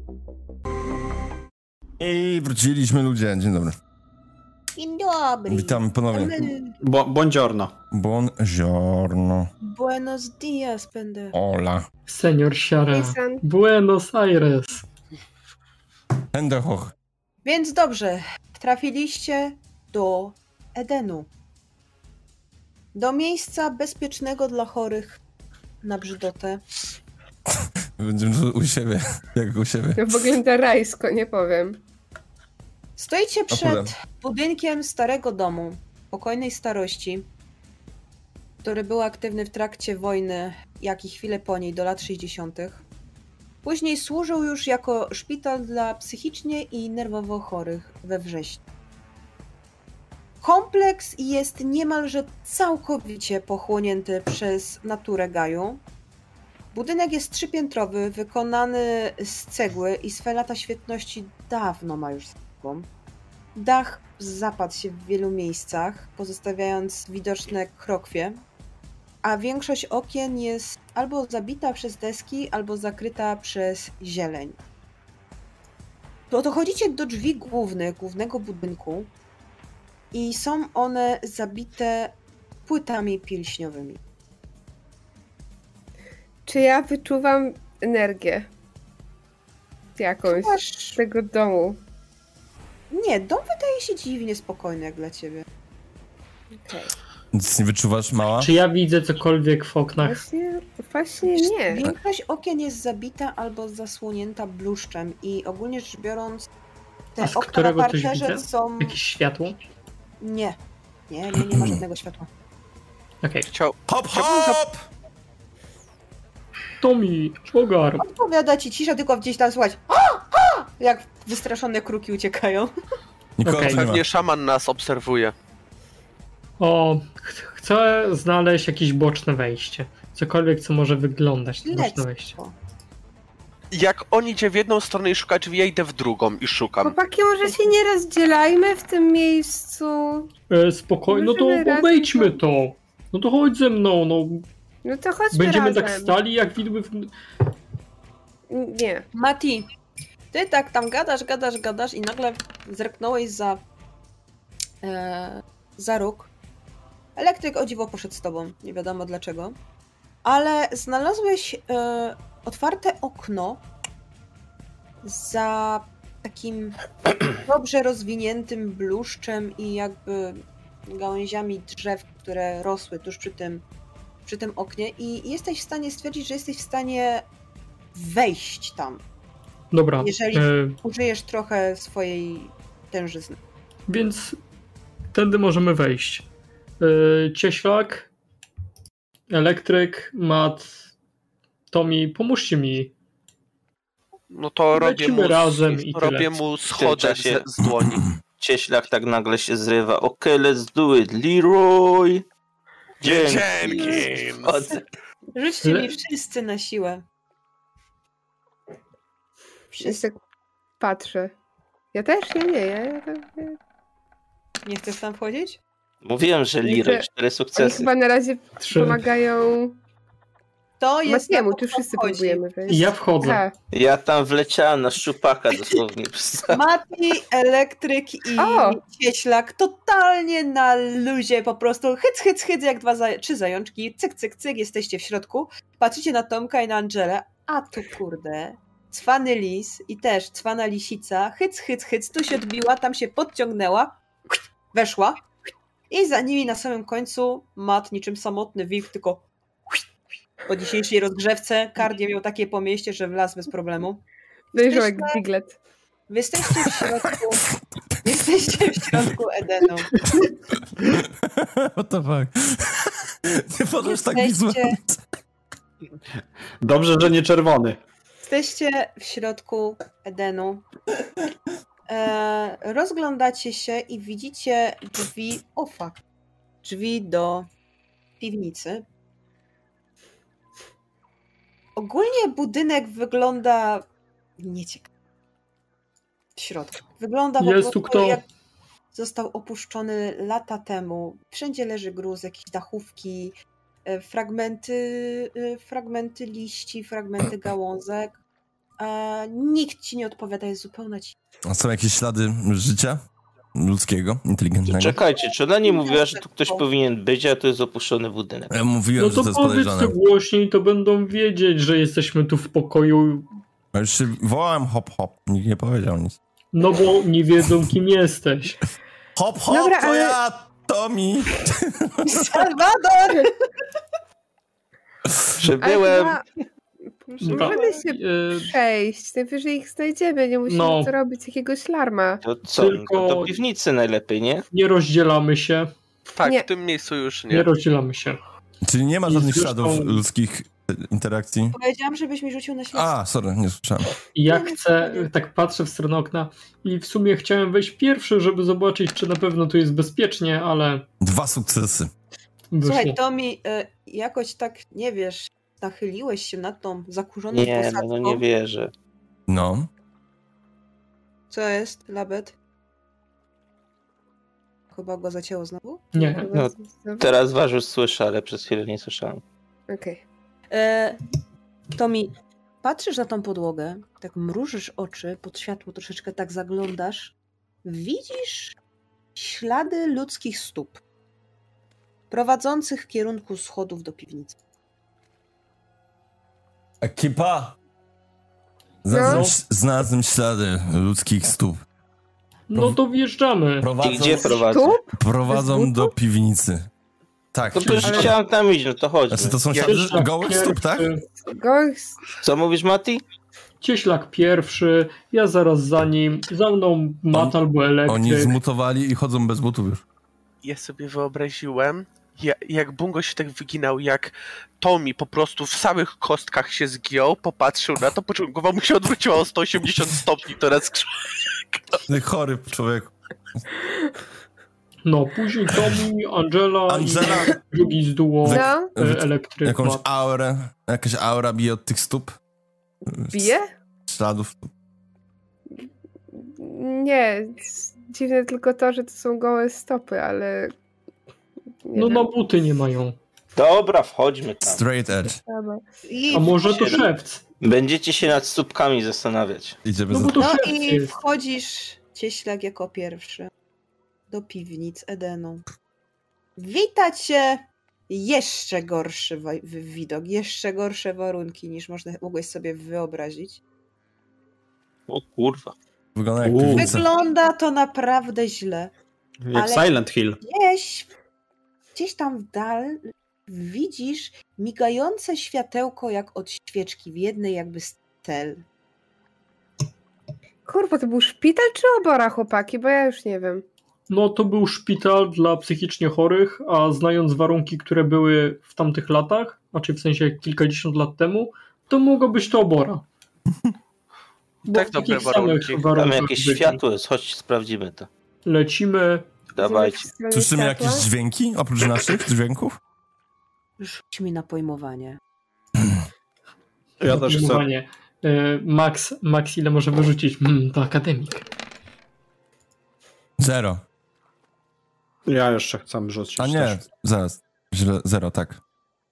I wróciliśmy ludzie. Dzień dobry. Dzień dobry. Witamy ponownie. Buongiorno. Buongiorno. Buenos dias, będę. Ola. Senior Siara. Jason. Buenos Aires. Hendehoch. Więc dobrze, trafiliście do Edenu. Do miejsca bezpiecznego dla chorych na brzydotę. Będziemy tu u siebie. Jak u siebie. To wygląda rajsko, nie powiem. Stoicie kurde. przed budynkiem starego domu, pokojnej starości, który był aktywny w trakcie wojny, jak i chwilę po niej, do lat 60. Później służył już jako szpital dla psychicznie i nerwowo chorych we wrześniu. Kompleks jest niemalże całkowicie pochłonięty przez naturę Gaju. Budynek jest 3-piętrowy, wykonany z cegły i swe lata świetności dawno ma już za sobą. Dach zapadł się w wielu miejscach, pozostawiając widoczne krokwie. a większość okien jest albo zabita przez deski, albo zakryta przez zieleń. To dochodzicie do drzwi głównego budynku i są one zabite płytami pilśniowymi. Czy ja wyczuwam energię jakąś Masz... z tego domu? Nie, dom wydaje się dziwnie spokojny jak dla ciebie. Okay. Nic nie wyczuwasz, mała? Czy ja widzę cokolwiek w oknach? Właśnie nie. Większość okien jest zabita albo zasłonięta bluszczem i ogólnie rzecz biorąc te A z okna na którego coś parterze widzę? są... Jakieś światło? Nie ma żadnego światła. Okej. Hop, hop! Tommy, ogar. Odpowiada ci cisza, tylko gdzieś tam słuchać jak wystraszone kruki uciekają. Nikogo Okej. tu nie ma. Pewnie szaman nas obserwuje. O, chcę znaleźć jakieś boczne wejście. Cokolwiek, co może wyglądać na boczne wejście. Jak on idzie w jedną stronę i szuka drzwi, ja idę w drugą i szukam. Chłopaki, może się nie rozdzielajmy w tym miejscu. Spokojnie, no Możemy to razem obejdźmy to. No to chodź ze mną, no. No to chodźmy Będziemy razem. tak stali jak widły w... Nie. Mati, ty tak tam gadasz i nagle zerknąłeś za róg. Elektryk o dziwo poszedł z tobą, nie wiadomo dlaczego. Ale znalazłeś otwarte okno za takim dobrze rozwiniętym bluszczem i jakby gałęziami drzew, które rosły tuż przy tym oknie i jesteś w stanie stwierdzić, że jesteś w stanie wejść tam, Dobra, jeżeli użyjesz trochę swojej tężyzny. więc tędy możemy wejść. Cieślak, elektryk, Matt, Tommy, pomóżcie mi. No to Lecimy razem i tyle. robię mu schodek czasie- z dłoni. Cieślak tak nagle się zrywa. Okej, let's do it, Leroy! Dzięki! Rzućcie mi wszyscy na siłę. Wszyscy. Jeszcze patrzę. Ja też? Ja nie. Ja Nie chcesz tam wchodzić? Mówiłem, że Leroy, 4 Oni sukcesy. chyba na razie 3. pomagają To jest Matiemu, na to, czy kto wszyscy wchodzi. próbujemy wejść? Ja wchodzę. Aha. Ja tam wleciałem na szczupaka dosłownie. Mati, elektryk i O! cieślak totalnie na luzie, po prostu hyc, jak trzy zajączki, cyk, jesteście w środku, patrzycie na Tomka i na Angelę, a tu kurde, cwany lis i też cwana lisica, hyc, tu się odbiła, tam się podciągnęła, weszła i za nimi na samym końcu Mat niczym samotny wilk, tylko po dzisiejszej rozgrzewce Kardia miał takie po mieście, że wlazł bez problemu. Wyjrzał jak Diglett. Wy jesteście w środku Edenu. What the fuck? Nie możesz tak Jesteście- wizualizować. Dobrze, że nie czerwony. Jesteście w środku Edenu. Rozglądacie się i widzicie drzwi. O fuck. Drzwi do piwnicy. Ogólnie budynek wygląda nieciekawie. W środku. Wygląda po Jest tu prostu kto? jak został opuszczony lata temu. Wszędzie leży gruz, jakieś dachówki, fragmenty liści, fragmenty gałązek. Nikt ci nie odpowiada, jest zupełna ci. A są jakieś ślady życia ludzkiego, inteligentnego? Czekajcie, czy ona nie mówiła, że tu ktoś powinien być, a to jest opuszczony budynek? Ja mówiłem, No że to to jest powiedz podejrzane. to głośniej, to będą wiedzieć, że jesteśmy tu w pokoju. A już się wołałem hop, nikt nie powiedział nic. No bo nie wiedzą, kim jesteś. Hop, Dobra, to ale- ja, Tommy! Salwador! Przybyłem! Dobra. Możemy się przejść. Najwyżej ich znajdziemy. Nie musimy No. co robić jakiegoś larma. To co? Tylko- Do piwnicy najlepiej, nie? Nie rozdzielamy się. Tak, Nie. w tym miejscu już Nie nie. rozdzielamy się. Czyli nie ma I żadnych zresztą- śladów ludzkich interakcji? Powiedziałam, żebyś mi rzucił na śledztwo. A, sorry, nie słyszałem. I ja chcę, tak patrzę w stronę okna i w sumie chciałem wejść pierwszy, żeby zobaczyć, czy na pewno tu jest bezpiecznie, ale 2 sukcesy. wyszło. Słuchaj, Tommy, jakoś tak, nie wiesz, nachyliłeś się nad tą zakurzoną Nie, posadzką. no nie wierzę. No. Co jest, Labet? chyba go zacięło znowu. Nie. No, teraz was już słyszę, ale przez chwilę nie słyszałem. Okej. Tomi, patrzysz na tą podłogę, tak mrużysz oczy, pod światło troszeczkę tak zaglądasz. Widzisz ślady ludzkich stóp prowadzących w kierunku schodów do piwnicy. Ekipa! No. Znalazłem ślady ludzkich stóp. No to wjeżdżamy. I gdzie prowadzą? Tup? Prowadzą Bez do piwnicy. Tak. No to już chciałem tam iść, no to chodźmy. Znaczy, to są Cieślak ślady gołych stóp, tak? pierwszy, Gość. Co mówisz, Mati? Cieślak pierwszy, ja zaraz za nim, za mną Mat albo elektryk. Oni zmutowali i chodzą bez butów już. Ja sobie wyobraziłem, jak Bungo się tak wyginał, jak Tommy po prostu w samych kostkach się zgiął, popatrzył na to, po czym głowa mu się odwróciła o 180 stopni, to raz Chory człowiek. No, później Tommy, Angela i drugi z duo No. elektryk. Jakąś Mat. aurę, jakaś aura bije od tych stóp. Bije? Śladów. Nie. Dziwne tylko to, że to są gołe stopy, ale... Nie No wiem. na buty nie mają. Dobra, wchodźmy tam. Straight edge. Dobra. I A może to szewc? Będziecie się nad stópkami zastanawiać. Idziemy No za... bo to No szewc i jest. wchodzisz, Cieślak, jako pierwszy do piwnic Edenu. Wita cię jeszcze gorszy widok, jeszcze gorsze warunki niż mogłeś sobie wyobrazić. O kurwa. Wygląda jak piwnica. Wygląda to naprawdę źle. Jak Ale- Silent Hill. Gdzieś tam w dal widzisz migające światełko jak od świeczki w jednej jakby z cel. Kurwa, to był szpital czy obora, chłopaki? Bo ja już nie wiem. No to był szpital dla psychicznie chorych, a znając warunki, które były w tamtych latach, znaczy w sensie kilkadziesiąt lat temu, to mogło być to obora. Bo Tak w dobre takich samych warunki. Tam warunkach jakieś byli. światło jest, chodź sprawdzimy to. Lecimy. Dawajcie. Idziemy w stronę Słyszymy światła? jakieś dźwięki oprócz naszych dźwięków? Rzuć mi na pojmowanie. Ja też chcę. Pojmowanie. Max ile może wyrzucić? To akademik. 0. Ja jeszcze chcę rzucić. A nie, też. zaraz. Źle, 0, tak.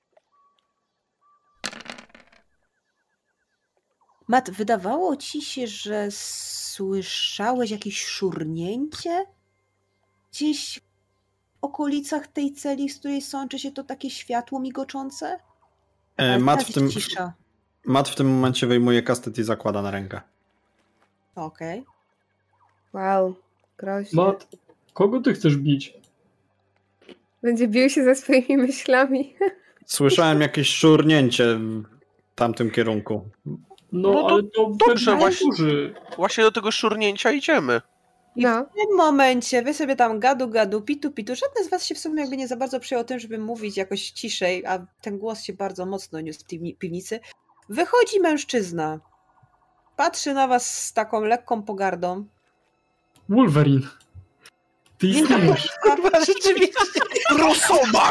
Matt, wydawało ci się, że słyszałeś jakieś szurnięcie? Gdzieś w okolicach tej celi, z której sączy się to takie światło migoczące? Ale Matt teraz w tym, jest cisza. Matt w tym momencie wyjmuje kastet i zakłada na rękę. Okej. Wow, groźnie. Mat, kogo ty chcesz bić? Będzie bił się ze swoimi myślami. Słyszałem jakieś szurnięcie w tamtym kierunku. No, No to ale to dobrze, będzie właśnie. duży. Właśnie do tego szurnięcia idziemy. No. W tym momencie wy sobie tam gadu, pitu. Żadne z was się w sumie jakby nie za bardzo przyjął tym, żeby mówić jakoś ciszej, a ten głos się bardzo mocno niósł w piwnicy. Wychodzi mężczyzna. Patrzy na was z taką lekką pogardą. Wolverine. Ty istniejesz. Kurwa, rzeczywiście. Rosomak!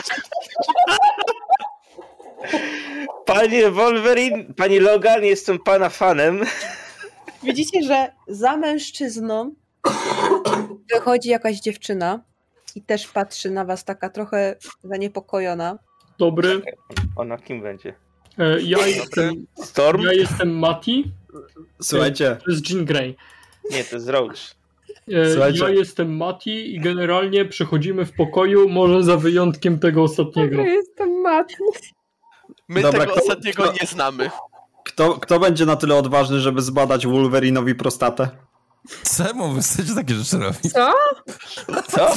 Panie Wolverine, pani Logan, jestem pana fanem. Widzicie, że za mężczyzną wychodzi jakaś dziewczyna i też patrzy na was taka trochę zaniepokojona. Dobry. Ona kim będzie? Ja jestem Mati. Słuchajcie, To jest Jean Grey. Nie, to jest Roach. Słuchajcie. Ja jestem Mati i generalnie przechodzimy w pokoju, może za wyjątkiem tego ostatniego. Ja jestem Mat. My Dobra, tego kto- ostatniego kto- nie znamy. kto będzie na tyle odważny, żeby zbadać Wolverinowi prostatę? Czemu wy chcecie takie rzeczy robić? Co? Co?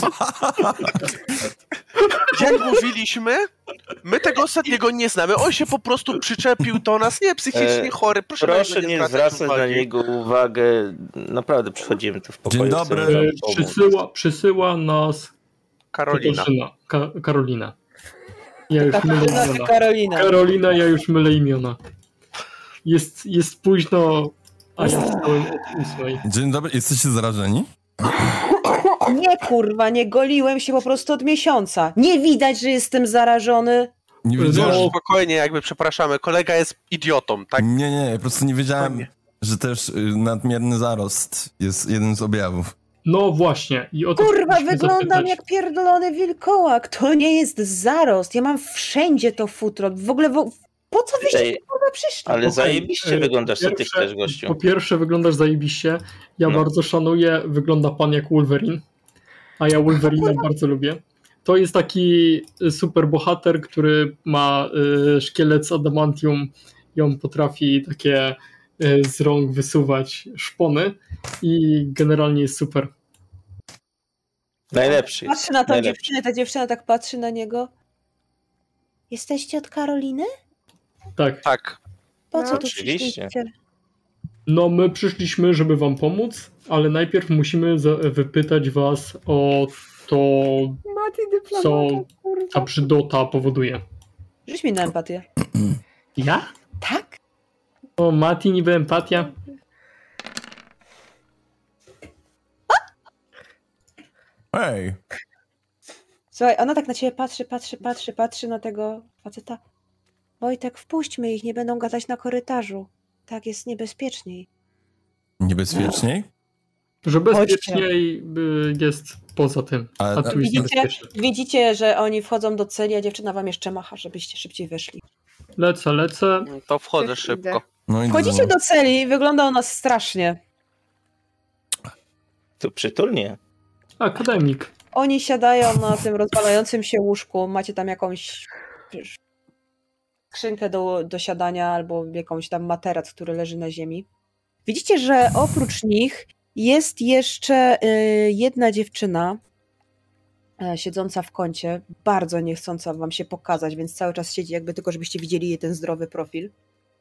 Jak mówiliśmy, my tego ostatniego nie znamy. On się po prostu przyczepił do nas, nie psychicznie chory. Proszę, na Proszę niego nie zwracać zwracać na uwagi. niego uwagę. Naprawdę przychodzimy tu w pokoju. Dzień dobry. chcemy wam pomóc. Przysyła nas Karolina. Katarzyna. Karolina. Ja już mylę imiona. Karolina. Karolina, ja już mylę imiona. Jest późno, a ja wstałem od 8. Dzień dobry, jesteście zarażeni? Nie kurwa, nie goliłem się po prostu od miesiąca. Nie widać, że jestem zarażony. Nie No. wiedziałem. Spokojnie, jakby przepraszamy. Kolega jest idiotą, tak? Nie, po prostu nie wiedziałem, Spokojnie. że też nadmierny zarost jest jednym z objawów. No właśnie. I o to Kurwa, chcieliśmy wyglądam zapytać. jak pierdolony wilkołak. To nie jest zarost. Ja mam wszędzie to futro. W ogóle, po co wyście Ej, tu kurwa przyszli? Ale Okej, zajebiście wyglądasz, co ty pierwsze- chcesz, gościu. Po pierwsze wyglądasz zajebiście. Ja No. bardzo szanuję. Wygląda pan jak Wolverine. A ja Wolverina bardzo lubię. To jest taki super bohater, który ma szkielet z adamantium i on potrafi takie z rąk wysuwać szpony i generalnie jest super. Najlepszy jest. Patrzy na tą Najlepszy. dziewczynę, ta dziewczyna tak patrzy na niego. Jesteście od Karoliny? Tak. Tak. Po co No, tu oczywiście. przyszliście? No my przyszliśmy, żeby wam pomóc, ale najpierw musimy wypytać was o to, Mati dyplomata, co kurwa. ta brzydota powoduje. Rzuć mi na empatię. Ja? Tak? O, Mati, niby empatia. Ej, Słuchaj, ona tak na ciebie patrzy na tego faceta. Wojtek, wpuśćmy ich, nie będą gadać na korytarzu. Tak jest niebezpieczniej. niebezpieczniej? Że bezpieczniej jest poza tym. Ale- A tu jest Widzicie? niebezpiecznie. Widzicie, że oni wchodzą do celi, a dziewczyna wam jeszcze macha, żebyście szybciej weszli. Lecę. To wchodzę Też szybko. idę. No i Wchodzicie do celi, wygląda ona strasznie. Tu przytulnie. Akademik. Oni siadają na tym rozwalającym się łóżku, macie tam jakąś wiesz, skrzynkę do siadania albo jakąś tam materac, który leży na ziemi. Widzicie, że oprócz nich jest jeszcze jedna dziewczyna siedząca w kącie, bardzo niechcąca wam się pokazać, więc cały czas siedzi jakby tylko, żebyście widzieli jej ten zdrowy profil.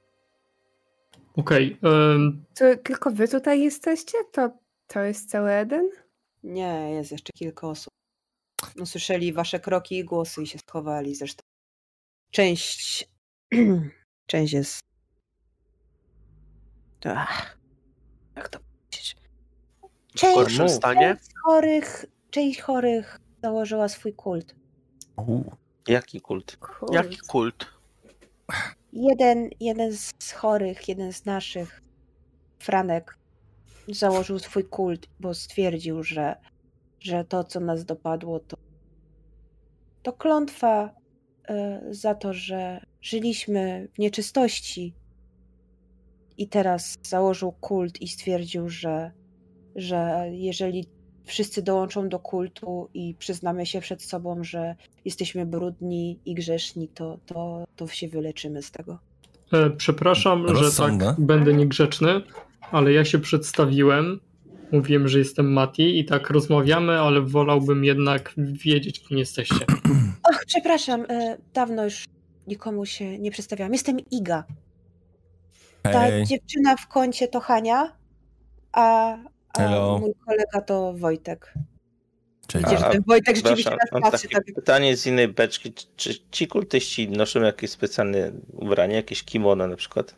Okej. To tylko wy tutaj jesteście? To jest cały Eden? Nie, jest jeszcze kilka osób. No, słyszeli wasze kroki i głosy i się schowali zresztą. Część jest... Jak to powiedzieć? W gorszym stanie? Część chorych założyła swój kult. Jaki kult? Kurde. Jaki kult? Jeden z chorych, jeden z naszych, Franek, założył swój kult, bo stwierdził, że to, co nas dopadło, to klątwa za to, że żyliśmy w nieczystości. I teraz założył kult i stwierdził, że jeżeli wszyscy dołączą do kultu i przyznamy się przed sobą, że jesteśmy brudni i grzeszni, to się wyleczymy z tego. Przepraszam, że Rozsądne. tak będę niegrzeczny, ale ja się przedstawiłem. Mówiłem, że jestem Mati i tak rozmawiamy, ale wolałbym jednak wiedzieć, kim jesteście. Och, przepraszam, dawno już nikomu się nie przedstawiałam. Jestem Iga. Ta Hej, dziewczyna w kącie to Hania, a Hello. mój kolega to Wojtek. cześć. Widzicie, że ten Wojtek rzeczywiście Przepraszam, nas mam patrzy. takie Tak, pytanie z innej beczki. Czy ci kultyści noszą jakieś specjalne ubranie, jakieś kimono na przykład?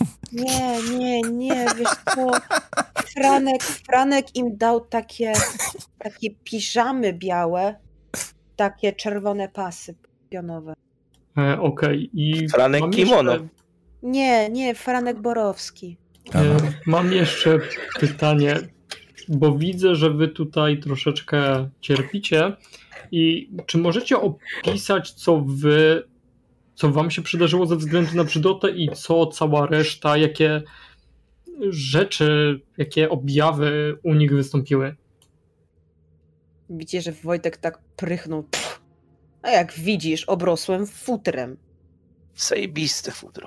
nie, wiesz co, Franek im dał takie piżamy białe, takie czerwone pasy pionowe. Okej. I Franek mam kimono. jeszcze- Nie, Franek Borowski. Mam jeszcze pytanie, bo widzę, że wy tutaj troszeczkę cierpicie i czy możecie opisać, co wam się przydarzyło ze względu na brzydotę i co cała reszta, jakie rzeczy, jakie objawy u nich wystąpiły? Widzicie, że Wojtek tak prychnął. A jak widzisz, obrosłem futrem. Zajebiste futro.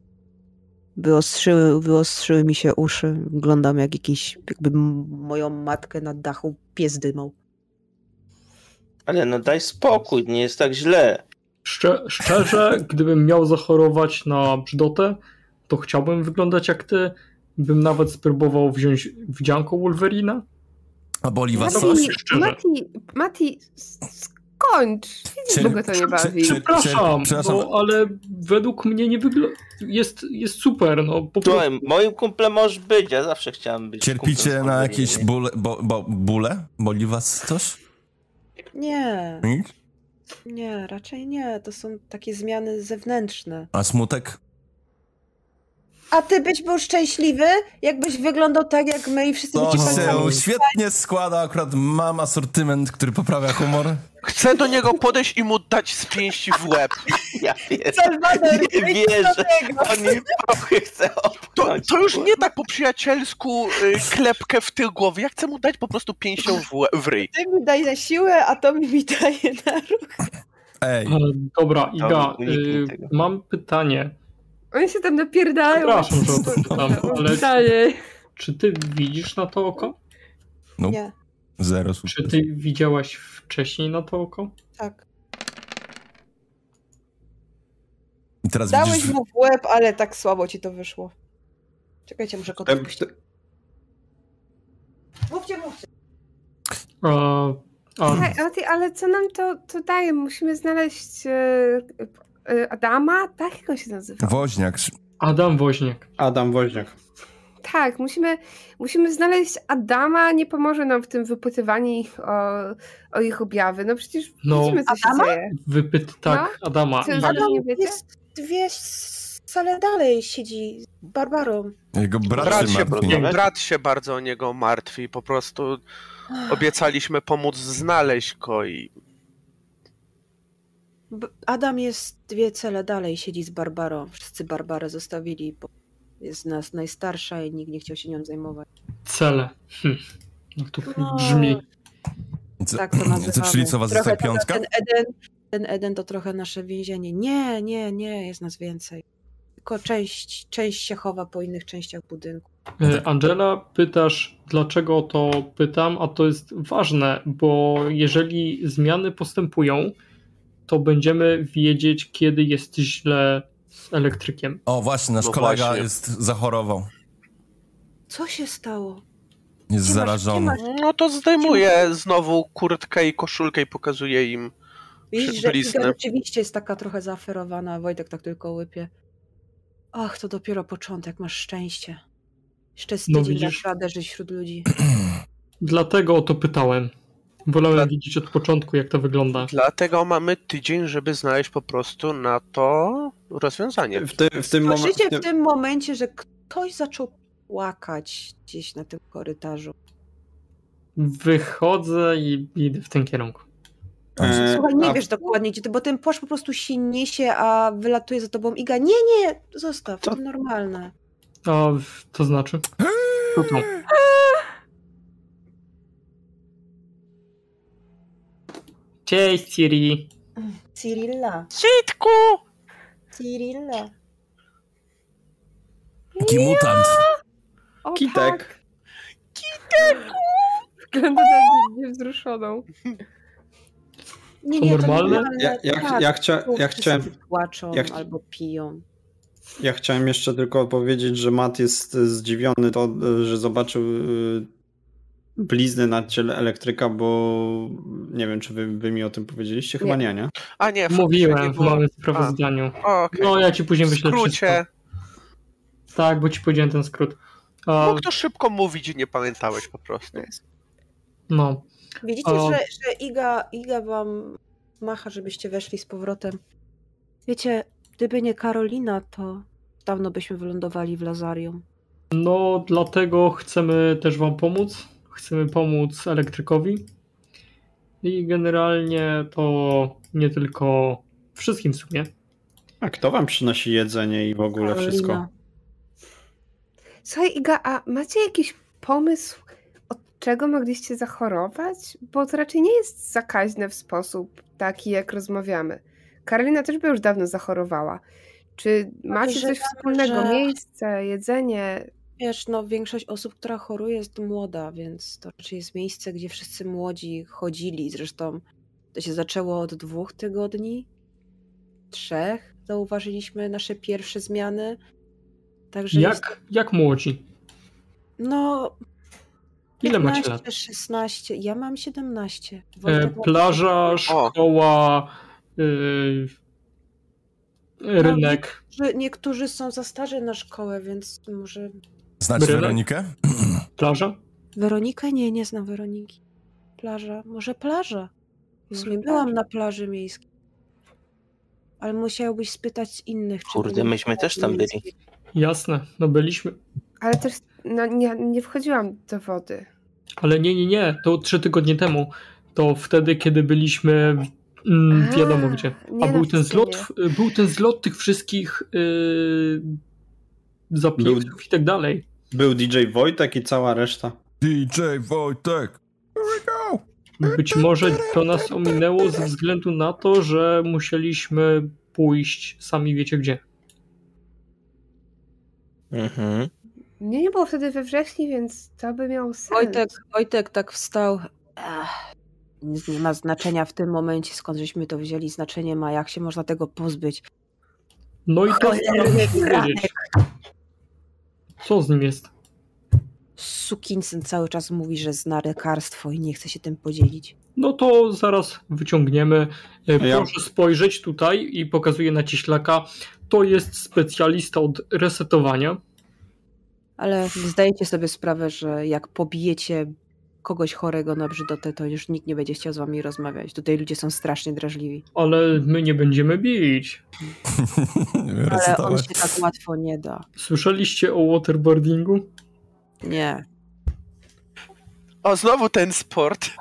Wyostrzyły mi się uszy. Wyglądam jak jakby moją matkę na dachu pies dymał. Ale no daj spokój, nie jest tak źle. Szczerze, gdybym miał zachorować na brzydotę, to chciałbym wyglądać jak ty. Bym nawet spróbował wziąć wdzianko Wolverina. A boli was No, coś? szczerze. Mati, skończ. Widzisz, bo go to nie bawi. Przepraszam, przepraszam. ale według mnie nie wygląda. Jest super, no po prostu. Słuchaj, moim kumplem możesz być, ja zawsze chciałem być. Cierpicie kumplem z na Wolverine, jakieś nie? bóle? Boli was coś? Nie, Nic? nie, raczej nie. To są takie zmiany zewnętrzne. A smutek? A ty byś był szczęśliwy, jakbyś wyglądał tak jak my i wszyscy by To ci się palcami. świetnie składa, akurat mam asortyment, który poprawia humor. Chcę do niego podejść i mu dać z pięści w łeb. Ja wiem. Salwador, Nie wierzę. On mi prochy chce opchnąć. To już nie tak po przyjacielsku klepkę w tył głowy. Ja chcę mu dać po prostu pięścią w ryj. Ty mi daj na siłę, a to mi daje na ruch. Ej, Dobra, Iga, uniknij tego. mam pytanie. Oni się tam napierdalają. Przepraszam, że o to pytam, ale Pytanie. czy ty widzisz na to oko? no, Nie, zero Czy sukces. ty widziałaś wcześniej na to oko? tak. I teraz Dałeś widzisz... mu w łeb, ale tak słabo ci to wyszło. Czekajcie, muszę kotę spuścić. Mówcie. Słuchaj, ale co nam to daje? Musimy znaleźć Adama? Tak, jak on się nazywa? Woźniak. Adam Woźniak. Adam Woźniak. Tak, musimy znaleźć Adama, nie pomoże nam w tym wypytywaniu ich o ich objawy. No przecież No. widzimy, co Adama? się dzieje. Tak, Adama. Czy I- Adam nie wiecie? Jest 2 sale dalej siedzi z Barbarą. Jego brat się martwi. Brat się bardzo o niego martwi. Po prostu obiecaliśmy pomóc znaleźć go i Adam jest 2 cele dalej, siedzi z Barbarą. Wszyscy Barbarę zostawili, bo jest z nas najstarsza i nikt nie chciał się nią zajmować. Cele. Jak to No. brzmi. Co, Tak to nazywamy. czyli co, was Trochę zostaje piątka? Ten Eden to trochę nasze więzienie. Nie, jest nas więcej. Tylko część się chowa po innych częściach budynku. Angela, pytasz, dlaczego o to pytam, a to jest ważne, bo jeżeli zmiany postępują, to będziemy wiedzieć, kiedy jest źle z elektrykiem. O, właśnie, nasz No kolega właśnie. zachorował. Co się stało? Jest Gdzie masz- zarażony. gdzie no to zdejmuje znowu kurtkę i koszulkę i pokazuje im. Widzisz, że bliznę. Iga rzeczywiście jest taka trochę zaaferowana, a Wojtek tak tylko łypie. Ach, to dopiero początek, masz szczęście. Jeszcze z No tydzień widzisz? dasz radę żyć wśród ludzi. Dlatego o to pytałem. Wolałem widzieć od początku, jak to wygląda. Dlatego mamy tydzień, żeby znaleźć po prostu na to rozwiązanie. W tym momencie... Słyszycie w tym momencie, że ktoś zaczął płakać gdzieś na tym korytarzu. Wychodzę i idę w tym kierunku. Słuchaj, nie a- wiesz dokładnie gdzie, bo ten płaszcz po prostu się niesie, a wylatuje za tobą Iga. Nie, zostaw, to normalne. A to znaczy? Tutaj. Cześć, Ciri. Cyrilla. Citku! Cyrilla. Jaki mutant. O, Kitek. Tak. Wygląda na niewzruszoną. Nie, To to normalne? normalne. Ja chciałem... Płaczą ja ch- albo piją. Ja chciałem jeszcze tylko powiedzieć, że Matt jest zdziwiony to, że zobaczył blizny na ciele elektryka, bo nie wiem, czy wy mi o tym powiedzieliście? Chyba nie? A nie, faktycznie Mówiłem nie w było. małym sprawozdaniu. Okej. No, ja ci później W wyślę skrócie, wszystko. Tak, bo ci powiedziałem ten skrót. mógł to szybko mówić i nie pamiętałeś po prostu. No, Widzicie, O. że Iga wam macha, żebyście weszli z powrotem. Wiecie, gdyby nie Karolina, to dawno byśmy wylądowali w Lazarium. no dlatego chcemy też wam pomóc. Chcemy pomóc elektrykowi. I generalnie to nie tylko wszystkim w sumie. A kto wam przynosi jedzenie i w ogóle Karolina. wszystko? Słuchaj, Iga, a macie jakiś pomysł, od czego mogliście zachorować? Bo to raczej nie jest zakaźne w sposób taki, jak rozmawiamy. Karolina też by już dawno zachorowała. Czy macie coś wspólnego? że- Miejsce, jedzenie? Wiesz, no większość osób, która choruje, jest młoda, więc to raczej jest miejsce, gdzie wszyscy młodzi chodzili. Zresztą to się zaczęło od 2 tygodni, 3 zauważyliśmy nasze pierwsze zmiany. Także jest, Jak młodzi? no Ile macie 15, lat? 16, ja mam 17. Wojtek ma Plaża, szkoła, rynek. Że niektórzy są za starzy na szkołę, więc może... Znacie Bryla? Weronikę? Plaża? Weronikę? Nie znam Weroniki. Plaża? Może plaża? W Może sumie plaża. byłam na plaży miejskiej. Ale musiałbyś spytać z innych, czy Kurde, byli na myśmy też plaży tam byli. miejskiej. Jasne, no byliśmy... Ale też nie wchodziłam do wody. Ale nie, to 3 tygodnie temu. To wtedy, kiedy byliśmy wiadomo gdzie. A był ten zlot tych wszystkich zapisów i tak dalej. Był DJ Wojtek i cała reszta. DJ Wojtek! Here we go! Być może to nas ominęło ze względu na to, że musieliśmy pójść sami wiecie gdzie. Mhm. Mnie nie było wtedy we wrześniu, więc to by miało sens. Wojtek tak wstał. Nie ma znaczenia w tym momencie, skąd żeśmy to wzięli. Znaczenie ma, jak się można tego pozbyć. No i to Cholerny staram się wiedzieć. Co z nim jest? Sukinsyn cały czas mówi, że zna lekarstwo i nie chce się tym podzielić. No to zaraz wyciągniemy. Proszę spojrzeć tutaj i pokazuję na cieślaka. To jest specjalista od resetowania. Ale zdajecie sobie sprawę, że jak pobijecie kogoś chorego na brzydotę, to już nikt nie będzie chciał z wami rozmawiać. Tutaj ludzie są strasznie drażliwi. Ale my nie będziemy bić. Ale on się tak łatwo nie da. Słyszeliście o waterboardingu? Nie. O, znowu ten sport.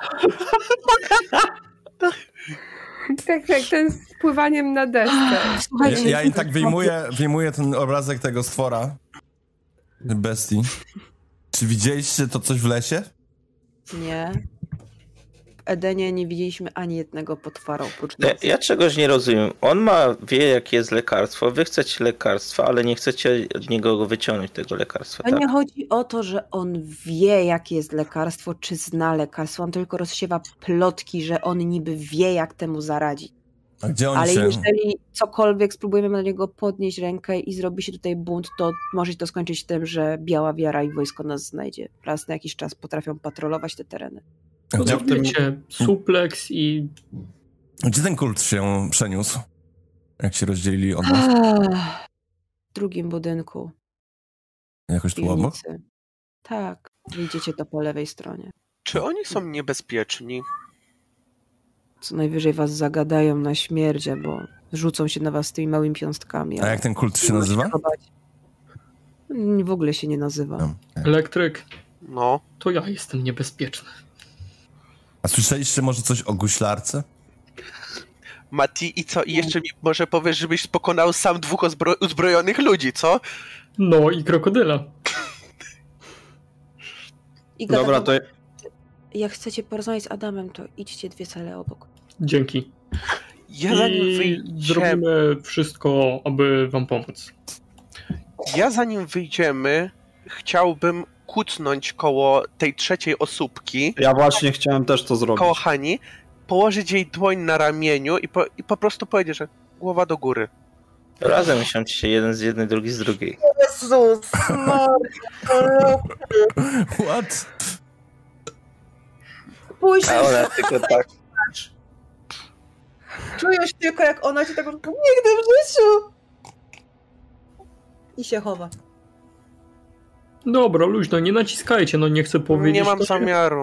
Tak, ten z pływaniem na desce. Słuchajcie, Ja im tak wyjmuję ten obrazek tego stwora. Bestii. Czy widzieliście to coś w lesie? Nie. W Edenie nie widzieliśmy ani jednego potwora oprócz nas. Ja czegoś nie rozumiem. On wie, jakie jest lekarstwo, wy chcecie lekarstwa, ale nie chcecie od niego wyciągnąć tego lekarstwa, To tak? nie chodzi o to, że on wie, jakie jest lekarstwo, czy zna lekarstwo. On tylko rozsiewa plotki, że on niby wie, jak temu zaradzić. A gdzie oni Ale się... jeżeli cokolwiek spróbujemy na niego podnieść rękę i zrobi się tutaj bunt, to może się to skończyć tym, że Biała Wiara i wojsko nas znajdzie. Raz na jakiś czas potrafią patrolować te tereny. A No gdzie, to wiecie, suplex i... gdzie ten kult się przeniósł? Jak się rozdzielili od nas? W drugim budynku. Jakoś tu obok? Piwnicy. Tak, wyjdziecie to po lewej stronie. Czy oni są niebezpieczni? Co najwyżej was zagadają na śmierć, bo rzucą się na was z tymi małymi piąstkami. A jak ten kult się nazywa? W ogóle się nie nazywa. No, okay. Elektryk. No. To ja jestem niebezpieczny. A słyszeliście może coś o guślarce? Mati, i co? I jeszcze mi może powiesz, żebyś pokonał sam 2 uzbrojonych ludzi, co? No i krokodyla. I Dobra, to... Jak chcecie porozmawiać z Adamem, to idźcie 2 cele obok. Dzięki. Ja zanim I wyjdziemy... zrobimy wszystko, aby wam pomóc. Ja zanim wyjdziemy, chciałbym kucnąć koło tej 3. osóbki. Ja właśnie chciałem też to zrobić. Koło Hani, położyć jej dłoń na ramieniu i po prostu powiedzieć, że głowa do góry. Razem siądźcie się, jeden z jednej, drugi z drugiej. Jezus, What? Pójdź, A ona tylko tak. czujesz tylko, jak ona cię tak nigdy w życiu. I się chowa. Dobra, luźno, nie naciskajcie, no nie chcę powiedzieć... Nie mam to zamiaru.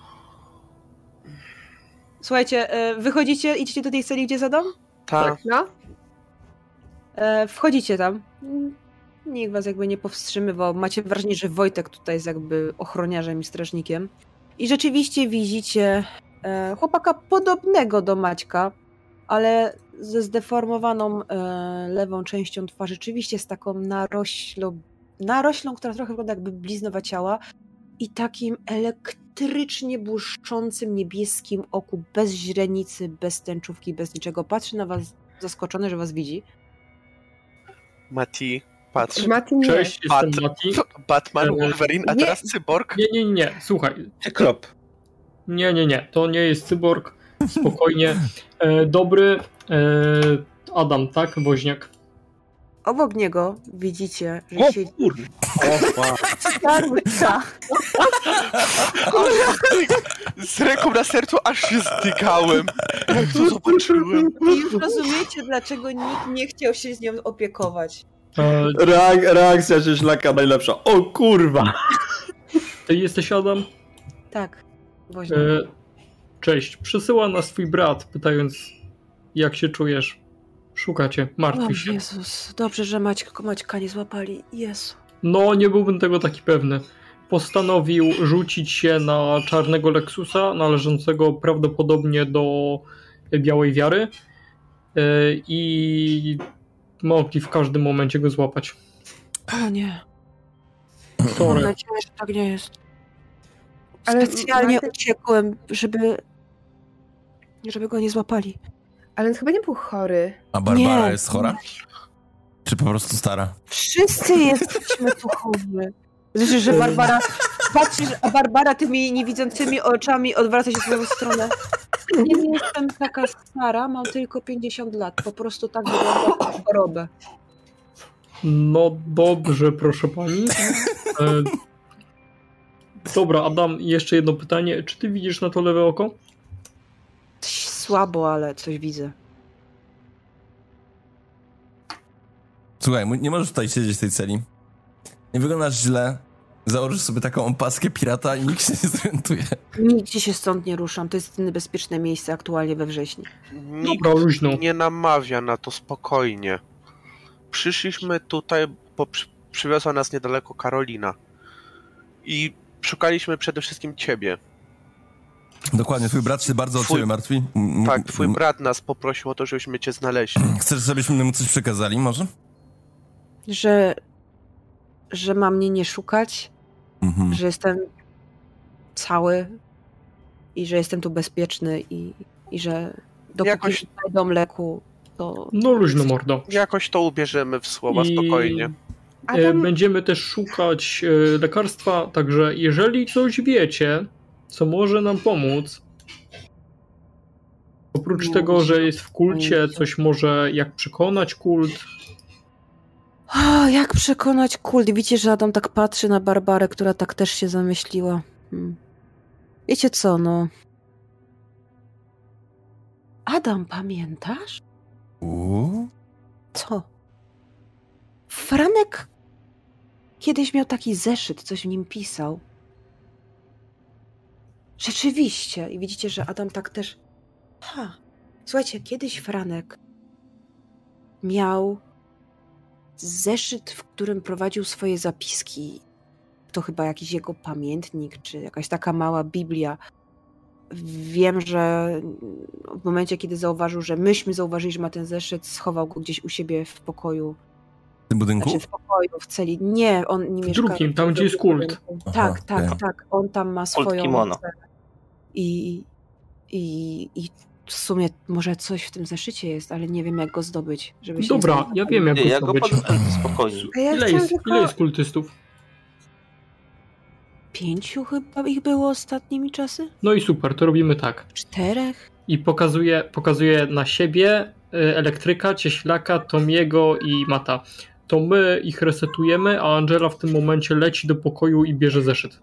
Słuchajcie, wychodzicie, idziecie do tej celi, gdzie zadam? Tak. No? Wchodzicie tam. Nikt was jakby nie powstrzymywał. Macie wrażenie, że Wojtek tutaj jest jakby ochroniarzem i strażnikiem. I rzeczywiście widzicie chłopaka podobnego do Maćka, ale ze zdeformowaną lewą częścią twarzy. Rzeczywiście z taką naroślą, która trochę wygląda jakby bliznowa ciała i takim elektrycznie błyszczącym niebieskim oku, bez źrenicy, bez tęczówki, bez niczego. Patrzy na was zaskoczony, że was widzi. Mati, patrz. Mati nie. Cześć, jestem Mati. Batman, Wolverine, a Nie. teraz cyborg? Nie, słuchaj. Cyklop. Nie, to nie jest cyborg. Spokojnie. Dobry Adam, tak? Woźniak. Obok niego widzicie, że O siedzi kurde. Starka. Z ręką na sercu aż się zdygałem. Jak to zobaczyłem. I już rozumiecie, dlaczego nikt nie chciał się z nią opiekować. Reakcja cieślaka najlepsza. O kurwa! Ty jesteś Adam? Tak, woźniak. Cześć. Przysyła nas twój brat, pytając, jak się czujesz. Szukacie, O martwi się. Jezus, dobrze, że Maćka nie złapali. Jezu. No, nie byłbym tego taki pewny. Postanowił rzucić się na czarnego Lexusa, należącego prawdopodobnie do Białej Wiary i mogli w każdym momencie go złapać. O nie. Mam Sorry. nadzieję, że tak nie jest. Ale Specjalnie Marty- uciekłem, żeby go nie złapali. Ale on chyba nie był chory. A Barbara Nie. jest chora? Czy po prostu stara? Wszyscy jesteśmy tu chorzy. Znaczy, że Barbara... Patrzysz, a Barbara tymi niewidzącymi oczami odwraca się w twoją stronę. Nie jestem taka stara, mam tylko 50 lat. Po prostu tak wygląda chorobę. No dobrze, proszę pani. Dobra, Adam, jeszcze jedno pytanie. Czy ty widzisz na to lewe oko? Słabo, ale coś widzę. Słuchaj, nie możesz tutaj siedzieć w tej celi. Nie wyglądasz źle. Założysz sobie taką opaskę pirata i nikt się nie zorientuje. Nigdzie się stąd nie ruszam. To jest jedyne bezpieczne miejsce aktualnie we wrześniu. Nikt Dobra, luźno. nie namawia na to, spokojnie. Przyszliśmy tutaj, bo przywiozła nas niedaleko Karolina. I szukaliśmy przede wszystkim ciebie. Dokładnie, twój brat się bardzo o Twój- ciebie martwi. Tak, twój brat nas poprosił o to, żebyśmy cię znaleźli. Chcesz, żebyśmy mu coś przekazali, może? Że ma mnie nie szukać, Mhm. że jestem cały i że jestem tu bezpieczny i że dopóki Jakoś- znajdą leku, to... No luźno, mordo. Jakoś to ubierzemy w słowa, spokojnie. Adam, Będziemy też szukać lekarstwa, także jeżeli coś wiecie, co może nam pomóc, oprócz Nie, tego, że nie jest w kulcie, pojęcia. coś może jak przekonać kult. O, jak przekonać kult? Widzicie, że Adam tak patrzy na Barbarę, która tak też się zamyśliła. Wiecie co, no... Adam, pamiętasz? Co? Franek kiedyś miał taki zeszyt, coś w nim pisał. Rzeczywiście. I widzicie, że Adam tak też... Słuchajcie, kiedyś Franek miał zeszyt, w którym prowadził swoje zapiski. To chyba jakiś jego pamiętnik, czy jakaś taka mała Biblia. Wiem, że w momencie, kiedy zauważył, że myśmy zauważyli, że ma ten zeszyt, schował go gdzieś u siebie w pokoju. W tym budynku? Znaczy w pokoju, w celi. Nie, on nie mieszka... drugim, tam, w gdzie jest drugim kult. budynku. Aha, Tak, tak, okej. tak. On tam ma swoją... kimono. celę. I w sumie może coś w tym zeszycie jest, ale nie wiem, jak go zdobyć, żeby się... Dobra, ja wiem jak Nie, go ja go zdobyć. podam spokojnie. a ja Ile chciałam jest, tylko... ile jest kultystów? 5 chyba ich było ostatnimi czasy? No i super, to robimy tak. 4? I pokazuje na siebie elektryka, cieślaka, Tomiego i Mata. To my ich resetujemy, a Angela w tym momencie leci do pokoju i bierze zeszyt.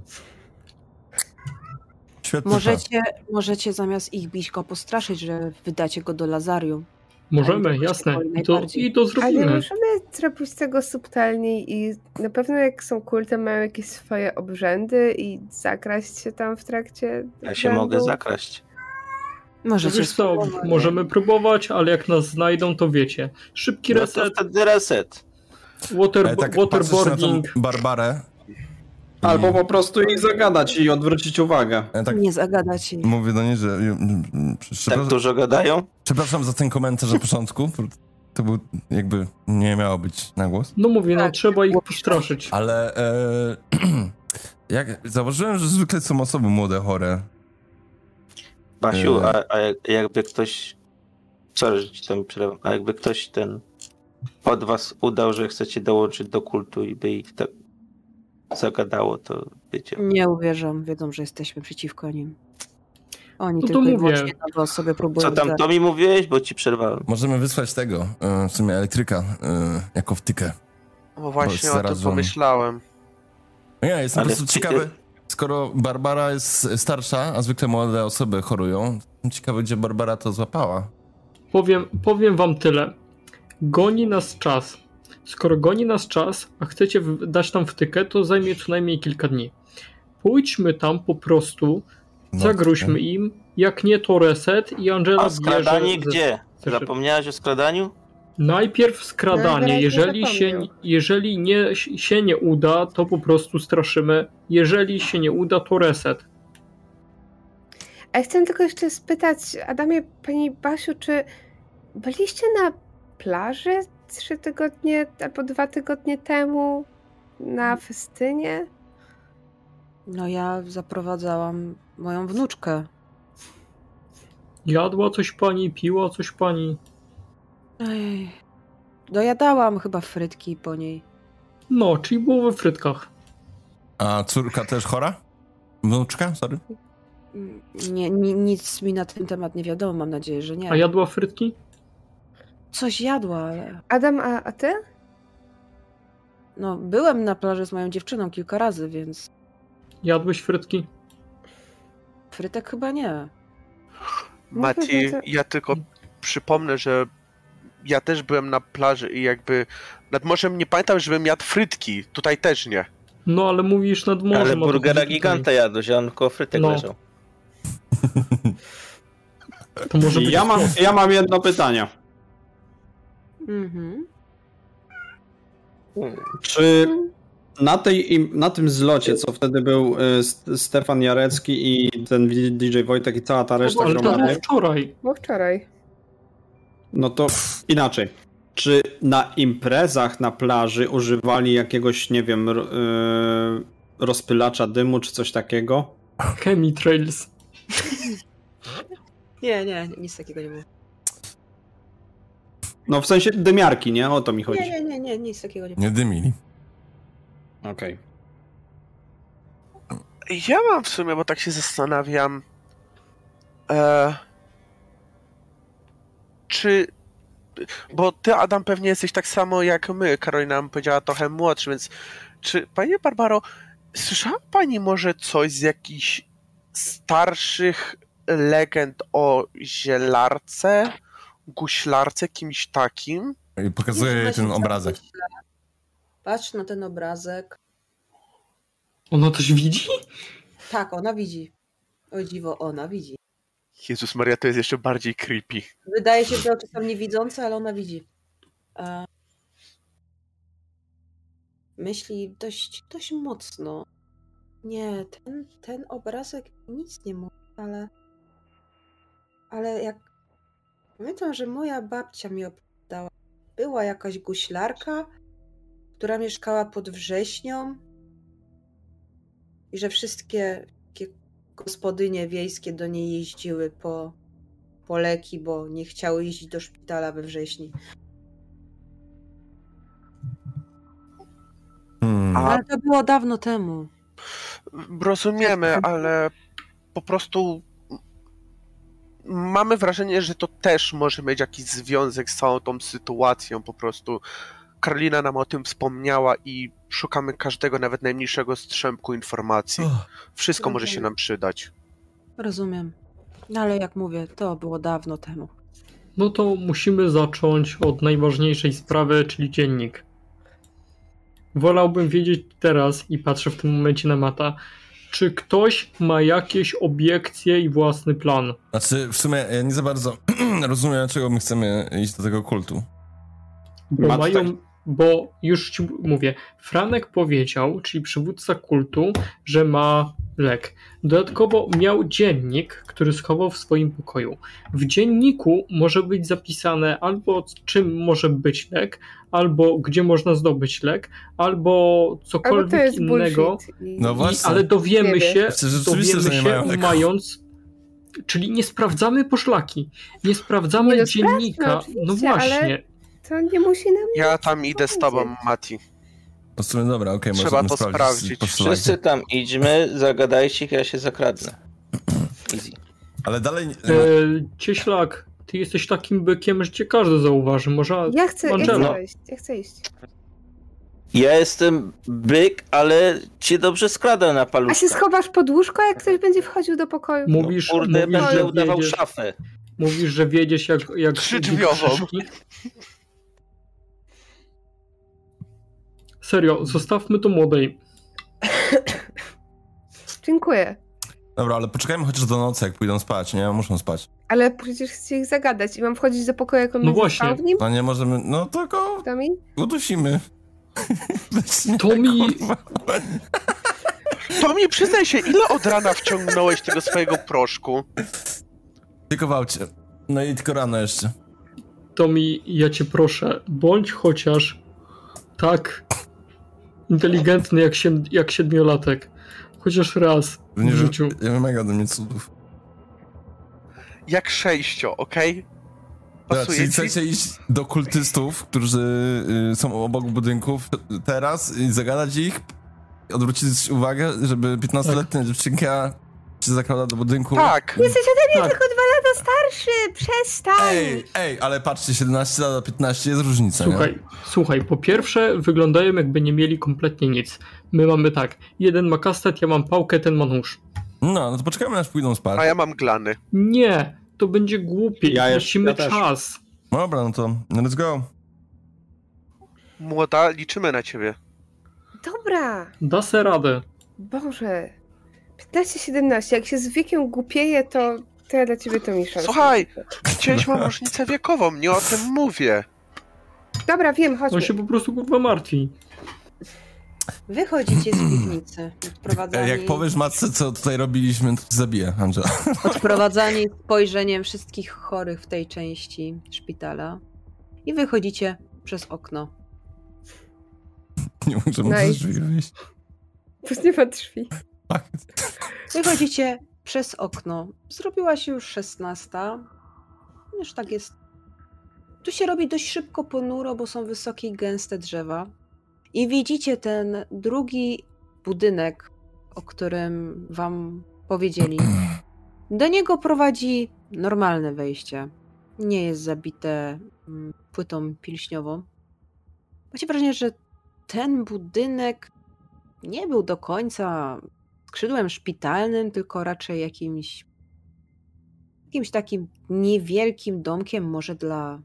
Świetny plan. Możecie zamiast ich bić go postraszyć, że wydacie go do Lazarium. Możemy, Ale to jasne. się boi I to najbardziej. Ale zrobimy. możemy zrobić tego subtelniej i na pewno jak są kultem, mają jakieś swoje obrzędy i zakraść się tam w trakcie Ja się obrzędu. mogę zakraść. Możecie Wiesz co, spróbować. możemy próbować, ale jak nas znajdą, to wiecie. Szybki No to reset, wtedy reset. Tak patrzysz na tą waterboarding. Barbarę. i- Albo po prostu ich zagadać i odwrócić uwagę. Tak Nie zagadać się. mówię do niej, że... Tak Przepraszam, dużo gadają? przepraszam za ten komentarz na początku. To był jakby... Nie miało być na głos. No mówię, no Tak, trzeba ich było postraszyć. Ale jak zauważyłem, że zwykle są osoby młode, chore. Basiu, a jakby ktoś... Sorry, że ci tam przerywam. A jakby ktoś od was udał, że chcecie dołączyć do kultu i by ich tak zagadało, to wiecie. Nie uwierzą, wiedzą, że jesteśmy przeciwko nim. Oni No to tylko i mówię. wyłącznie nowe osoby próbują... Co tam to mi mówiłeś, bo ci przerwałem. Możemy wysłać tego, w sumie elektryka, jako wtykę. No właśnie o zaraz tym wam- pomyślałem. No ja jestem Ale po prostu ciekawy, skoro Barbara jest starsza, a zwykle młode osoby chorują, jestem ciekawy, gdzie Barbara to złapała. Powiem wam tyle. Goni nas czas. Skoro goni nas czas, a chcecie dać tam wtykę, to zajmie co najmniej kilka dni. Pójdźmy tam po prostu, No, zagróźmy im, jak nie to reset i Angela A skradanie bierze... gdzie? Zapomniałeś o skradaniu? Najpierw skradanie. Najwyraźniej Jeżeli się nie uda, to po prostu straszymy. Jeżeli się nie uda, to reset. A ja chcę tylko jeszcze spytać, Adamie, pani Basiu, czy byliście na plaży 3 tygodnie albo 2 tygodnie temu na festynie? No ja zaprowadzałam moją wnuczkę. Jadła coś pani, piła coś pani. Ej, dojadałam chyba frytki po niej. No, czyli było we frytkach. A córka też chora? Wnuczka? Sorry. Nic mi na ten temat nie wiadomo, mam nadzieję, że nie. A jadła frytki? Coś jadła, ale... Adam, a ty? No, byłem na plaży z moją dziewczyną kilka razy, więc... Jadłeś frytki? Frytek chyba nie. Mati, ja tylko przypomnę, że ja też byłem na plaży i jakby nad morzem nie pamiętam, żebym jadł frytki. Tutaj też nie. No, ale mówisz nad morzem. Ale a to burgera chodzi giganta jadłeś, a on koło frytek No. leżał. To może być Ja mam jedno pytanie. Mhm. Czy na tym zlocie, co wtedy był Stefan Jarecki i ten DJ Wojtek i cała ta reszta Ale to było gromady, wczoraj. Bo wczoraj. no to inaczej. Czy na imprezach na plaży używali jakiegoś, nie wiem, rozpylacza dymu czy coś takiego? Chemitrails. Nie, nic takiego nie było. No w sensie dymiarki, nie? O to mi chodzi. Nie, nic takiego nie było. Nie dymili. Okej. Ja mam w sumie, bo tak się zastanawiam, czy... Bo ty, Adam, pewnie jesteś tak samo jak my. Karolina nam powiedziała trochę młodszy, więc czy, pani Barbaro, słyszała pani może coś z jakichś starszych legend o zielarce, guślarce, kimś takim? I pokazuję jej ten obrazek. Patrz na ten obrazek. Ona coś widzi? Tak, ona widzi. O dziwo, ona widzi. Jezus Maria, to jest jeszcze bardziej creepy. Wydaje się, że oczy są niewidzące, ale ona widzi. Myśli dość mocno. Nie, ten obrazek nic nie mówi, ale jak... Pamiętam, że moja babcia mi opowiadała. Była jakaś guślarka, która mieszkała pod Wrześnią i że wszystkie gospodynie wiejskie do niej jeździły po leki, bo nie chciały jeździć do szpitala we wrześni. Ale to było dawno temu. Rozumiemy, ale po prostu mamy wrażenie, że to też może mieć jakiś związek z całą tą sytuacją. Po prostu Karolina nam o tym wspomniała i szukamy każdego, nawet najmniejszego strzępku informacji. Wszystko może się nam przydać. Rozumiem. No ale jak mówię, to było dawno temu. No to musimy zacząć od najważniejszej sprawy, czyli dziennik. Wolałbym wiedzieć teraz, i patrzę w tym momencie na Mata, czy ktoś ma jakieś obiekcje i własny plan. Znaczy, w sumie ja nie za bardzo rozumiem, dlaczego my chcemy iść do tego kultu. Bo już ci mówię, Franek powiedział, czyli przywódca kultu, że ma lek. Dodatkowo miał dziennik, który schował w swoim pokoju. W dzienniku może być zapisane albo czym może być lek, albo gdzie można zdobyć lek, albo cokolwiek albo to jest innego. No właśnie. Ale dowiemy się, mając. Czyli nie sprawdzamy poszlaki, nie sprawdzamy dziennika. No właśnie. To nie musi nam... Ja tam idę z tobą, Mati. W sumie dobra, okej, Trzeba możemy to sprawdzić. Wszyscy tam idźmy, zagadajcie, ja się zakradnę. Easy. Ale dalej... Cieślak, ty jesteś takim bykiem, że cię każdy zauważy. Może Ja chcę iść. Ja jestem byk, ale cię dobrze skradam na paluszkę. A się schowasz pod łóżko, jak ktoś będzie wchodził do pokoju? Mówisz, kurde, mówisz, będę udawał szafę. Mówisz, że wiedziesz jak trzydrzwiową. Serio, zostawmy to młodej. Dziękuję. Dobra, ale poczekajmy chociaż do nocy, jak pójdą spać, nie? Muszą spać. Ale przecież chcę ich zagadać i mam wchodzić do pokoju, jak on No będzie właśnie. spał w nim? No nie możemy, no tylko Tomi? udusimy. Tomi, Tomi, przyznaj się, ile od rana wciągnąłeś tego swojego proszku? Tylko w aucie. No i tylko rano jeszcze. Tomi, ja cię proszę, bądź chociaż tak inteligentny jak 7-latek. Chociaż raz w życiu. Nie wymaga ode mnie cudów. Jak 6, okej? Dobra, Pasuje czyli ci? chcecie iść do kultystów, którzy są obok budynków teraz i zagadać ich, odwrócić uwagę, żeby 15-letnia dziewczynka się zakradła do budynku. Tak. Jesteś ode mnie Tak. tylko 2 lata starszy! Przestań! Ej, ale patrzcie, 17 lat a 15 jest różnica, nie? Słuchaj, po pierwsze wyglądają jakby nie mieli kompletnie nic. My mamy tak, jeden ma kastet, ja mam pałkę, ten ma nóż. No to poczekamy, aż pójdą spać. A ja mam glany. Nie, to będzie głupie. Ja Tracimy też. czas. Dobra, no to let's go. Młoda, liczymy na ciebie. Dobra! Da se radę. Boże. 15-17, jak się z wiekiem głupieje, to ja dla ciebie to Misza. Słuchaj, gdzieś mam różnicę wiekową, nie o tym mówię. Dobra, wiem, chodźmy. On się po prostu kurwa martwi. Wychodzicie z piwnicy. Odprowadzani, Jak powiesz matce, co tutaj robiliśmy, to cię zabiję, Angela. odprowadzani spojrzeniem wszystkich chorych w tej części szpitala. I wychodzicie przez okno. Nie możemy Nice. z drzwi wyjść. Bo nie ma drzwi. Wychodzicie przez okno. Zrobiła się już 16. Już tak jest. Tu się robi dość szybko ponuro, bo są wysokie i gęste drzewa. I widzicie ten drugi budynek, o którym wam powiedzieli. Do niego prowadzi normalne wejście. Nie jest zabite płytą pilśniową. Macie wrażenie, że ten budynek nie był do końca skrzydłem szpitalnym, tylko raczej jakimś takim niewielkim domkiem, może dla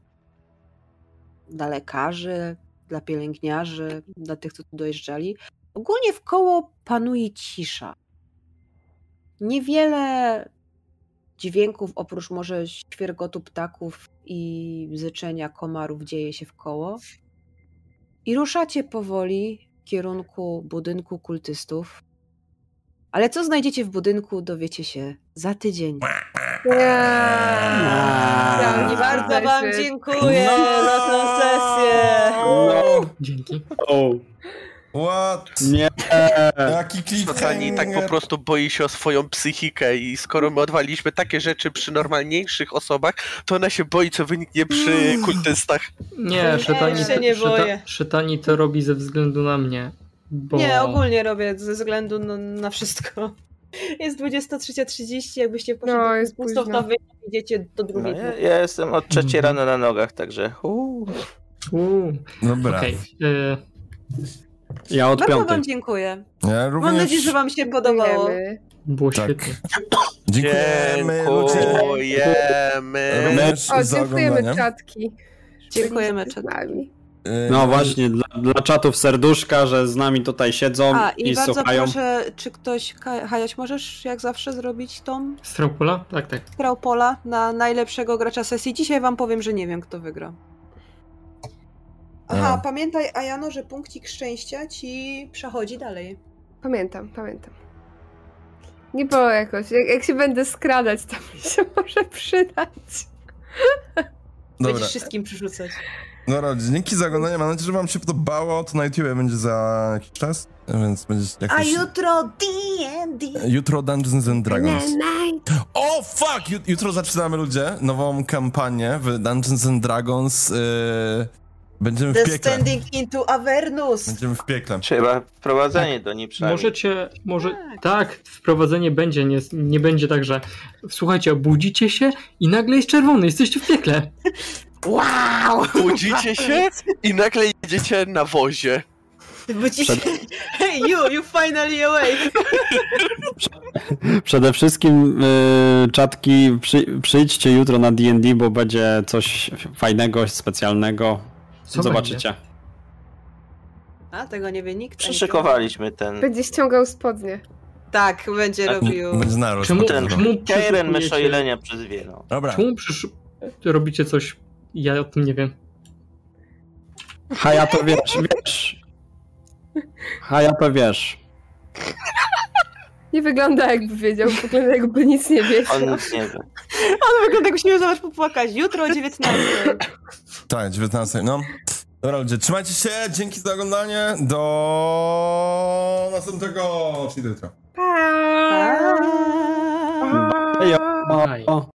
lekarzy, dla pielęgniarzy, dla tych, co tu dojeżdżali. Ogólnie wkoło panuje cisza. Niewiele dźwięków, oprócz może świergotu ptaków i bzyczenia komarów, dzieje się wkoło. I ruszacie powoli w kierunku budynku kultystów. Ale co znajdziecie w budynku, dowiecie się za tydzień. I bardzo wam dziękuję za tę sesję. No. Dzięki. O, What? nie. Jaki Totani tak po prostu boi się o swoją psychikę i skoro my odwaliliśmy takie rzeczy przy normalniejszych osobach, to ona się boi, co wyniknie przy kultystach. Nie, boję. Szytani to robi ze względu na mnie. Bo... Nie, ogólnie robię ze względu na wszystko. Jest 23:30, jakbyście poszli No, do jest pustów, późno. to wy idziecie do No, drugiej. ja jestem od 3 rano na nogach, także... Dobra. Okej. Ja od Bardzo wam piątej. dziękuję. Ja również... Mam nadzieję, że wam się podobało. Dziękujemy. Było Tak. świetnie. Dziękujemy, ludzie. Dziękujemy. Również O, za dziękujemy oglądanie. czatki. Dziękujemy, Byliście z nami. No właśnie, dla czatów serduszka, że z nami tutaj siedzą A, i i bardzo słuchają. proszę, czy ktoś... Hajaś, możesz jak zawsze zrobić tą Straupola? Tak, tak. grał pola na najlepszego gracza sesji. Dzisiaj wam powiem, że nie wiem, kto wygra. Aha, A. pamiętaj, Ajano, że punkcik szczęścia ci przechodzi dalej. Pamiętam. Nie było jakoś. Jak się będę skradać, to mi się może przydać. Dobra. Będziesz wszystkim przerzucać. Dobra, dzięki za oglądanie. Mam nadzieję, że wam się podobało. To na YouTube będzie za jakiś czas, więc będzie jakoś... jutro D&D. Jutro Dungeons and Dragons. Night. O, fuck! Jutro zaczynamy, ludzie, nową kampanię w Dungeons and Dragons. Będziemy w piekle. Descending into Avernus. Będziemy w piekle. Trzeba wprowadzenie do niej przynajmniej. Tak, wprowadzenie będzie, nie będzie tak, że słuchajcie, obudzicie się i nagle jest czerwony, jesteście w piekle. Wow! Budzicie się i nagle jedziecie na wozie. Hey, you finally awake! Przede wszystkim czatki, przyjdźcie jutro na D&D, bo będzie coś fajnego, specjalnego. Co Zobaczycie. A, tego nie wie nikt. Przyszykowaliśmy ten... Będzie ściągał spodnie. Tak, będzie robił... Będzie narost. Czemu- Ten czemu Keiren przeszukujecie? myszoilenia przez wielo. Dobra. Czemu robicie coś? Ja o tym nie wiem. Haja to wiesz. Haja to wiesz. Nie wygląda jakby wiedział, wygląda jakby nic nie wiedział. On nic nie wie. On wygląda jakbyś miał zobacz popłakać. Jutro o 19. Tak, 19, no. Dobra ludzie, trzymajcie się, dzięki za oglądanie, do następnego, czyli do jutra. Pa! Hejo. Bye.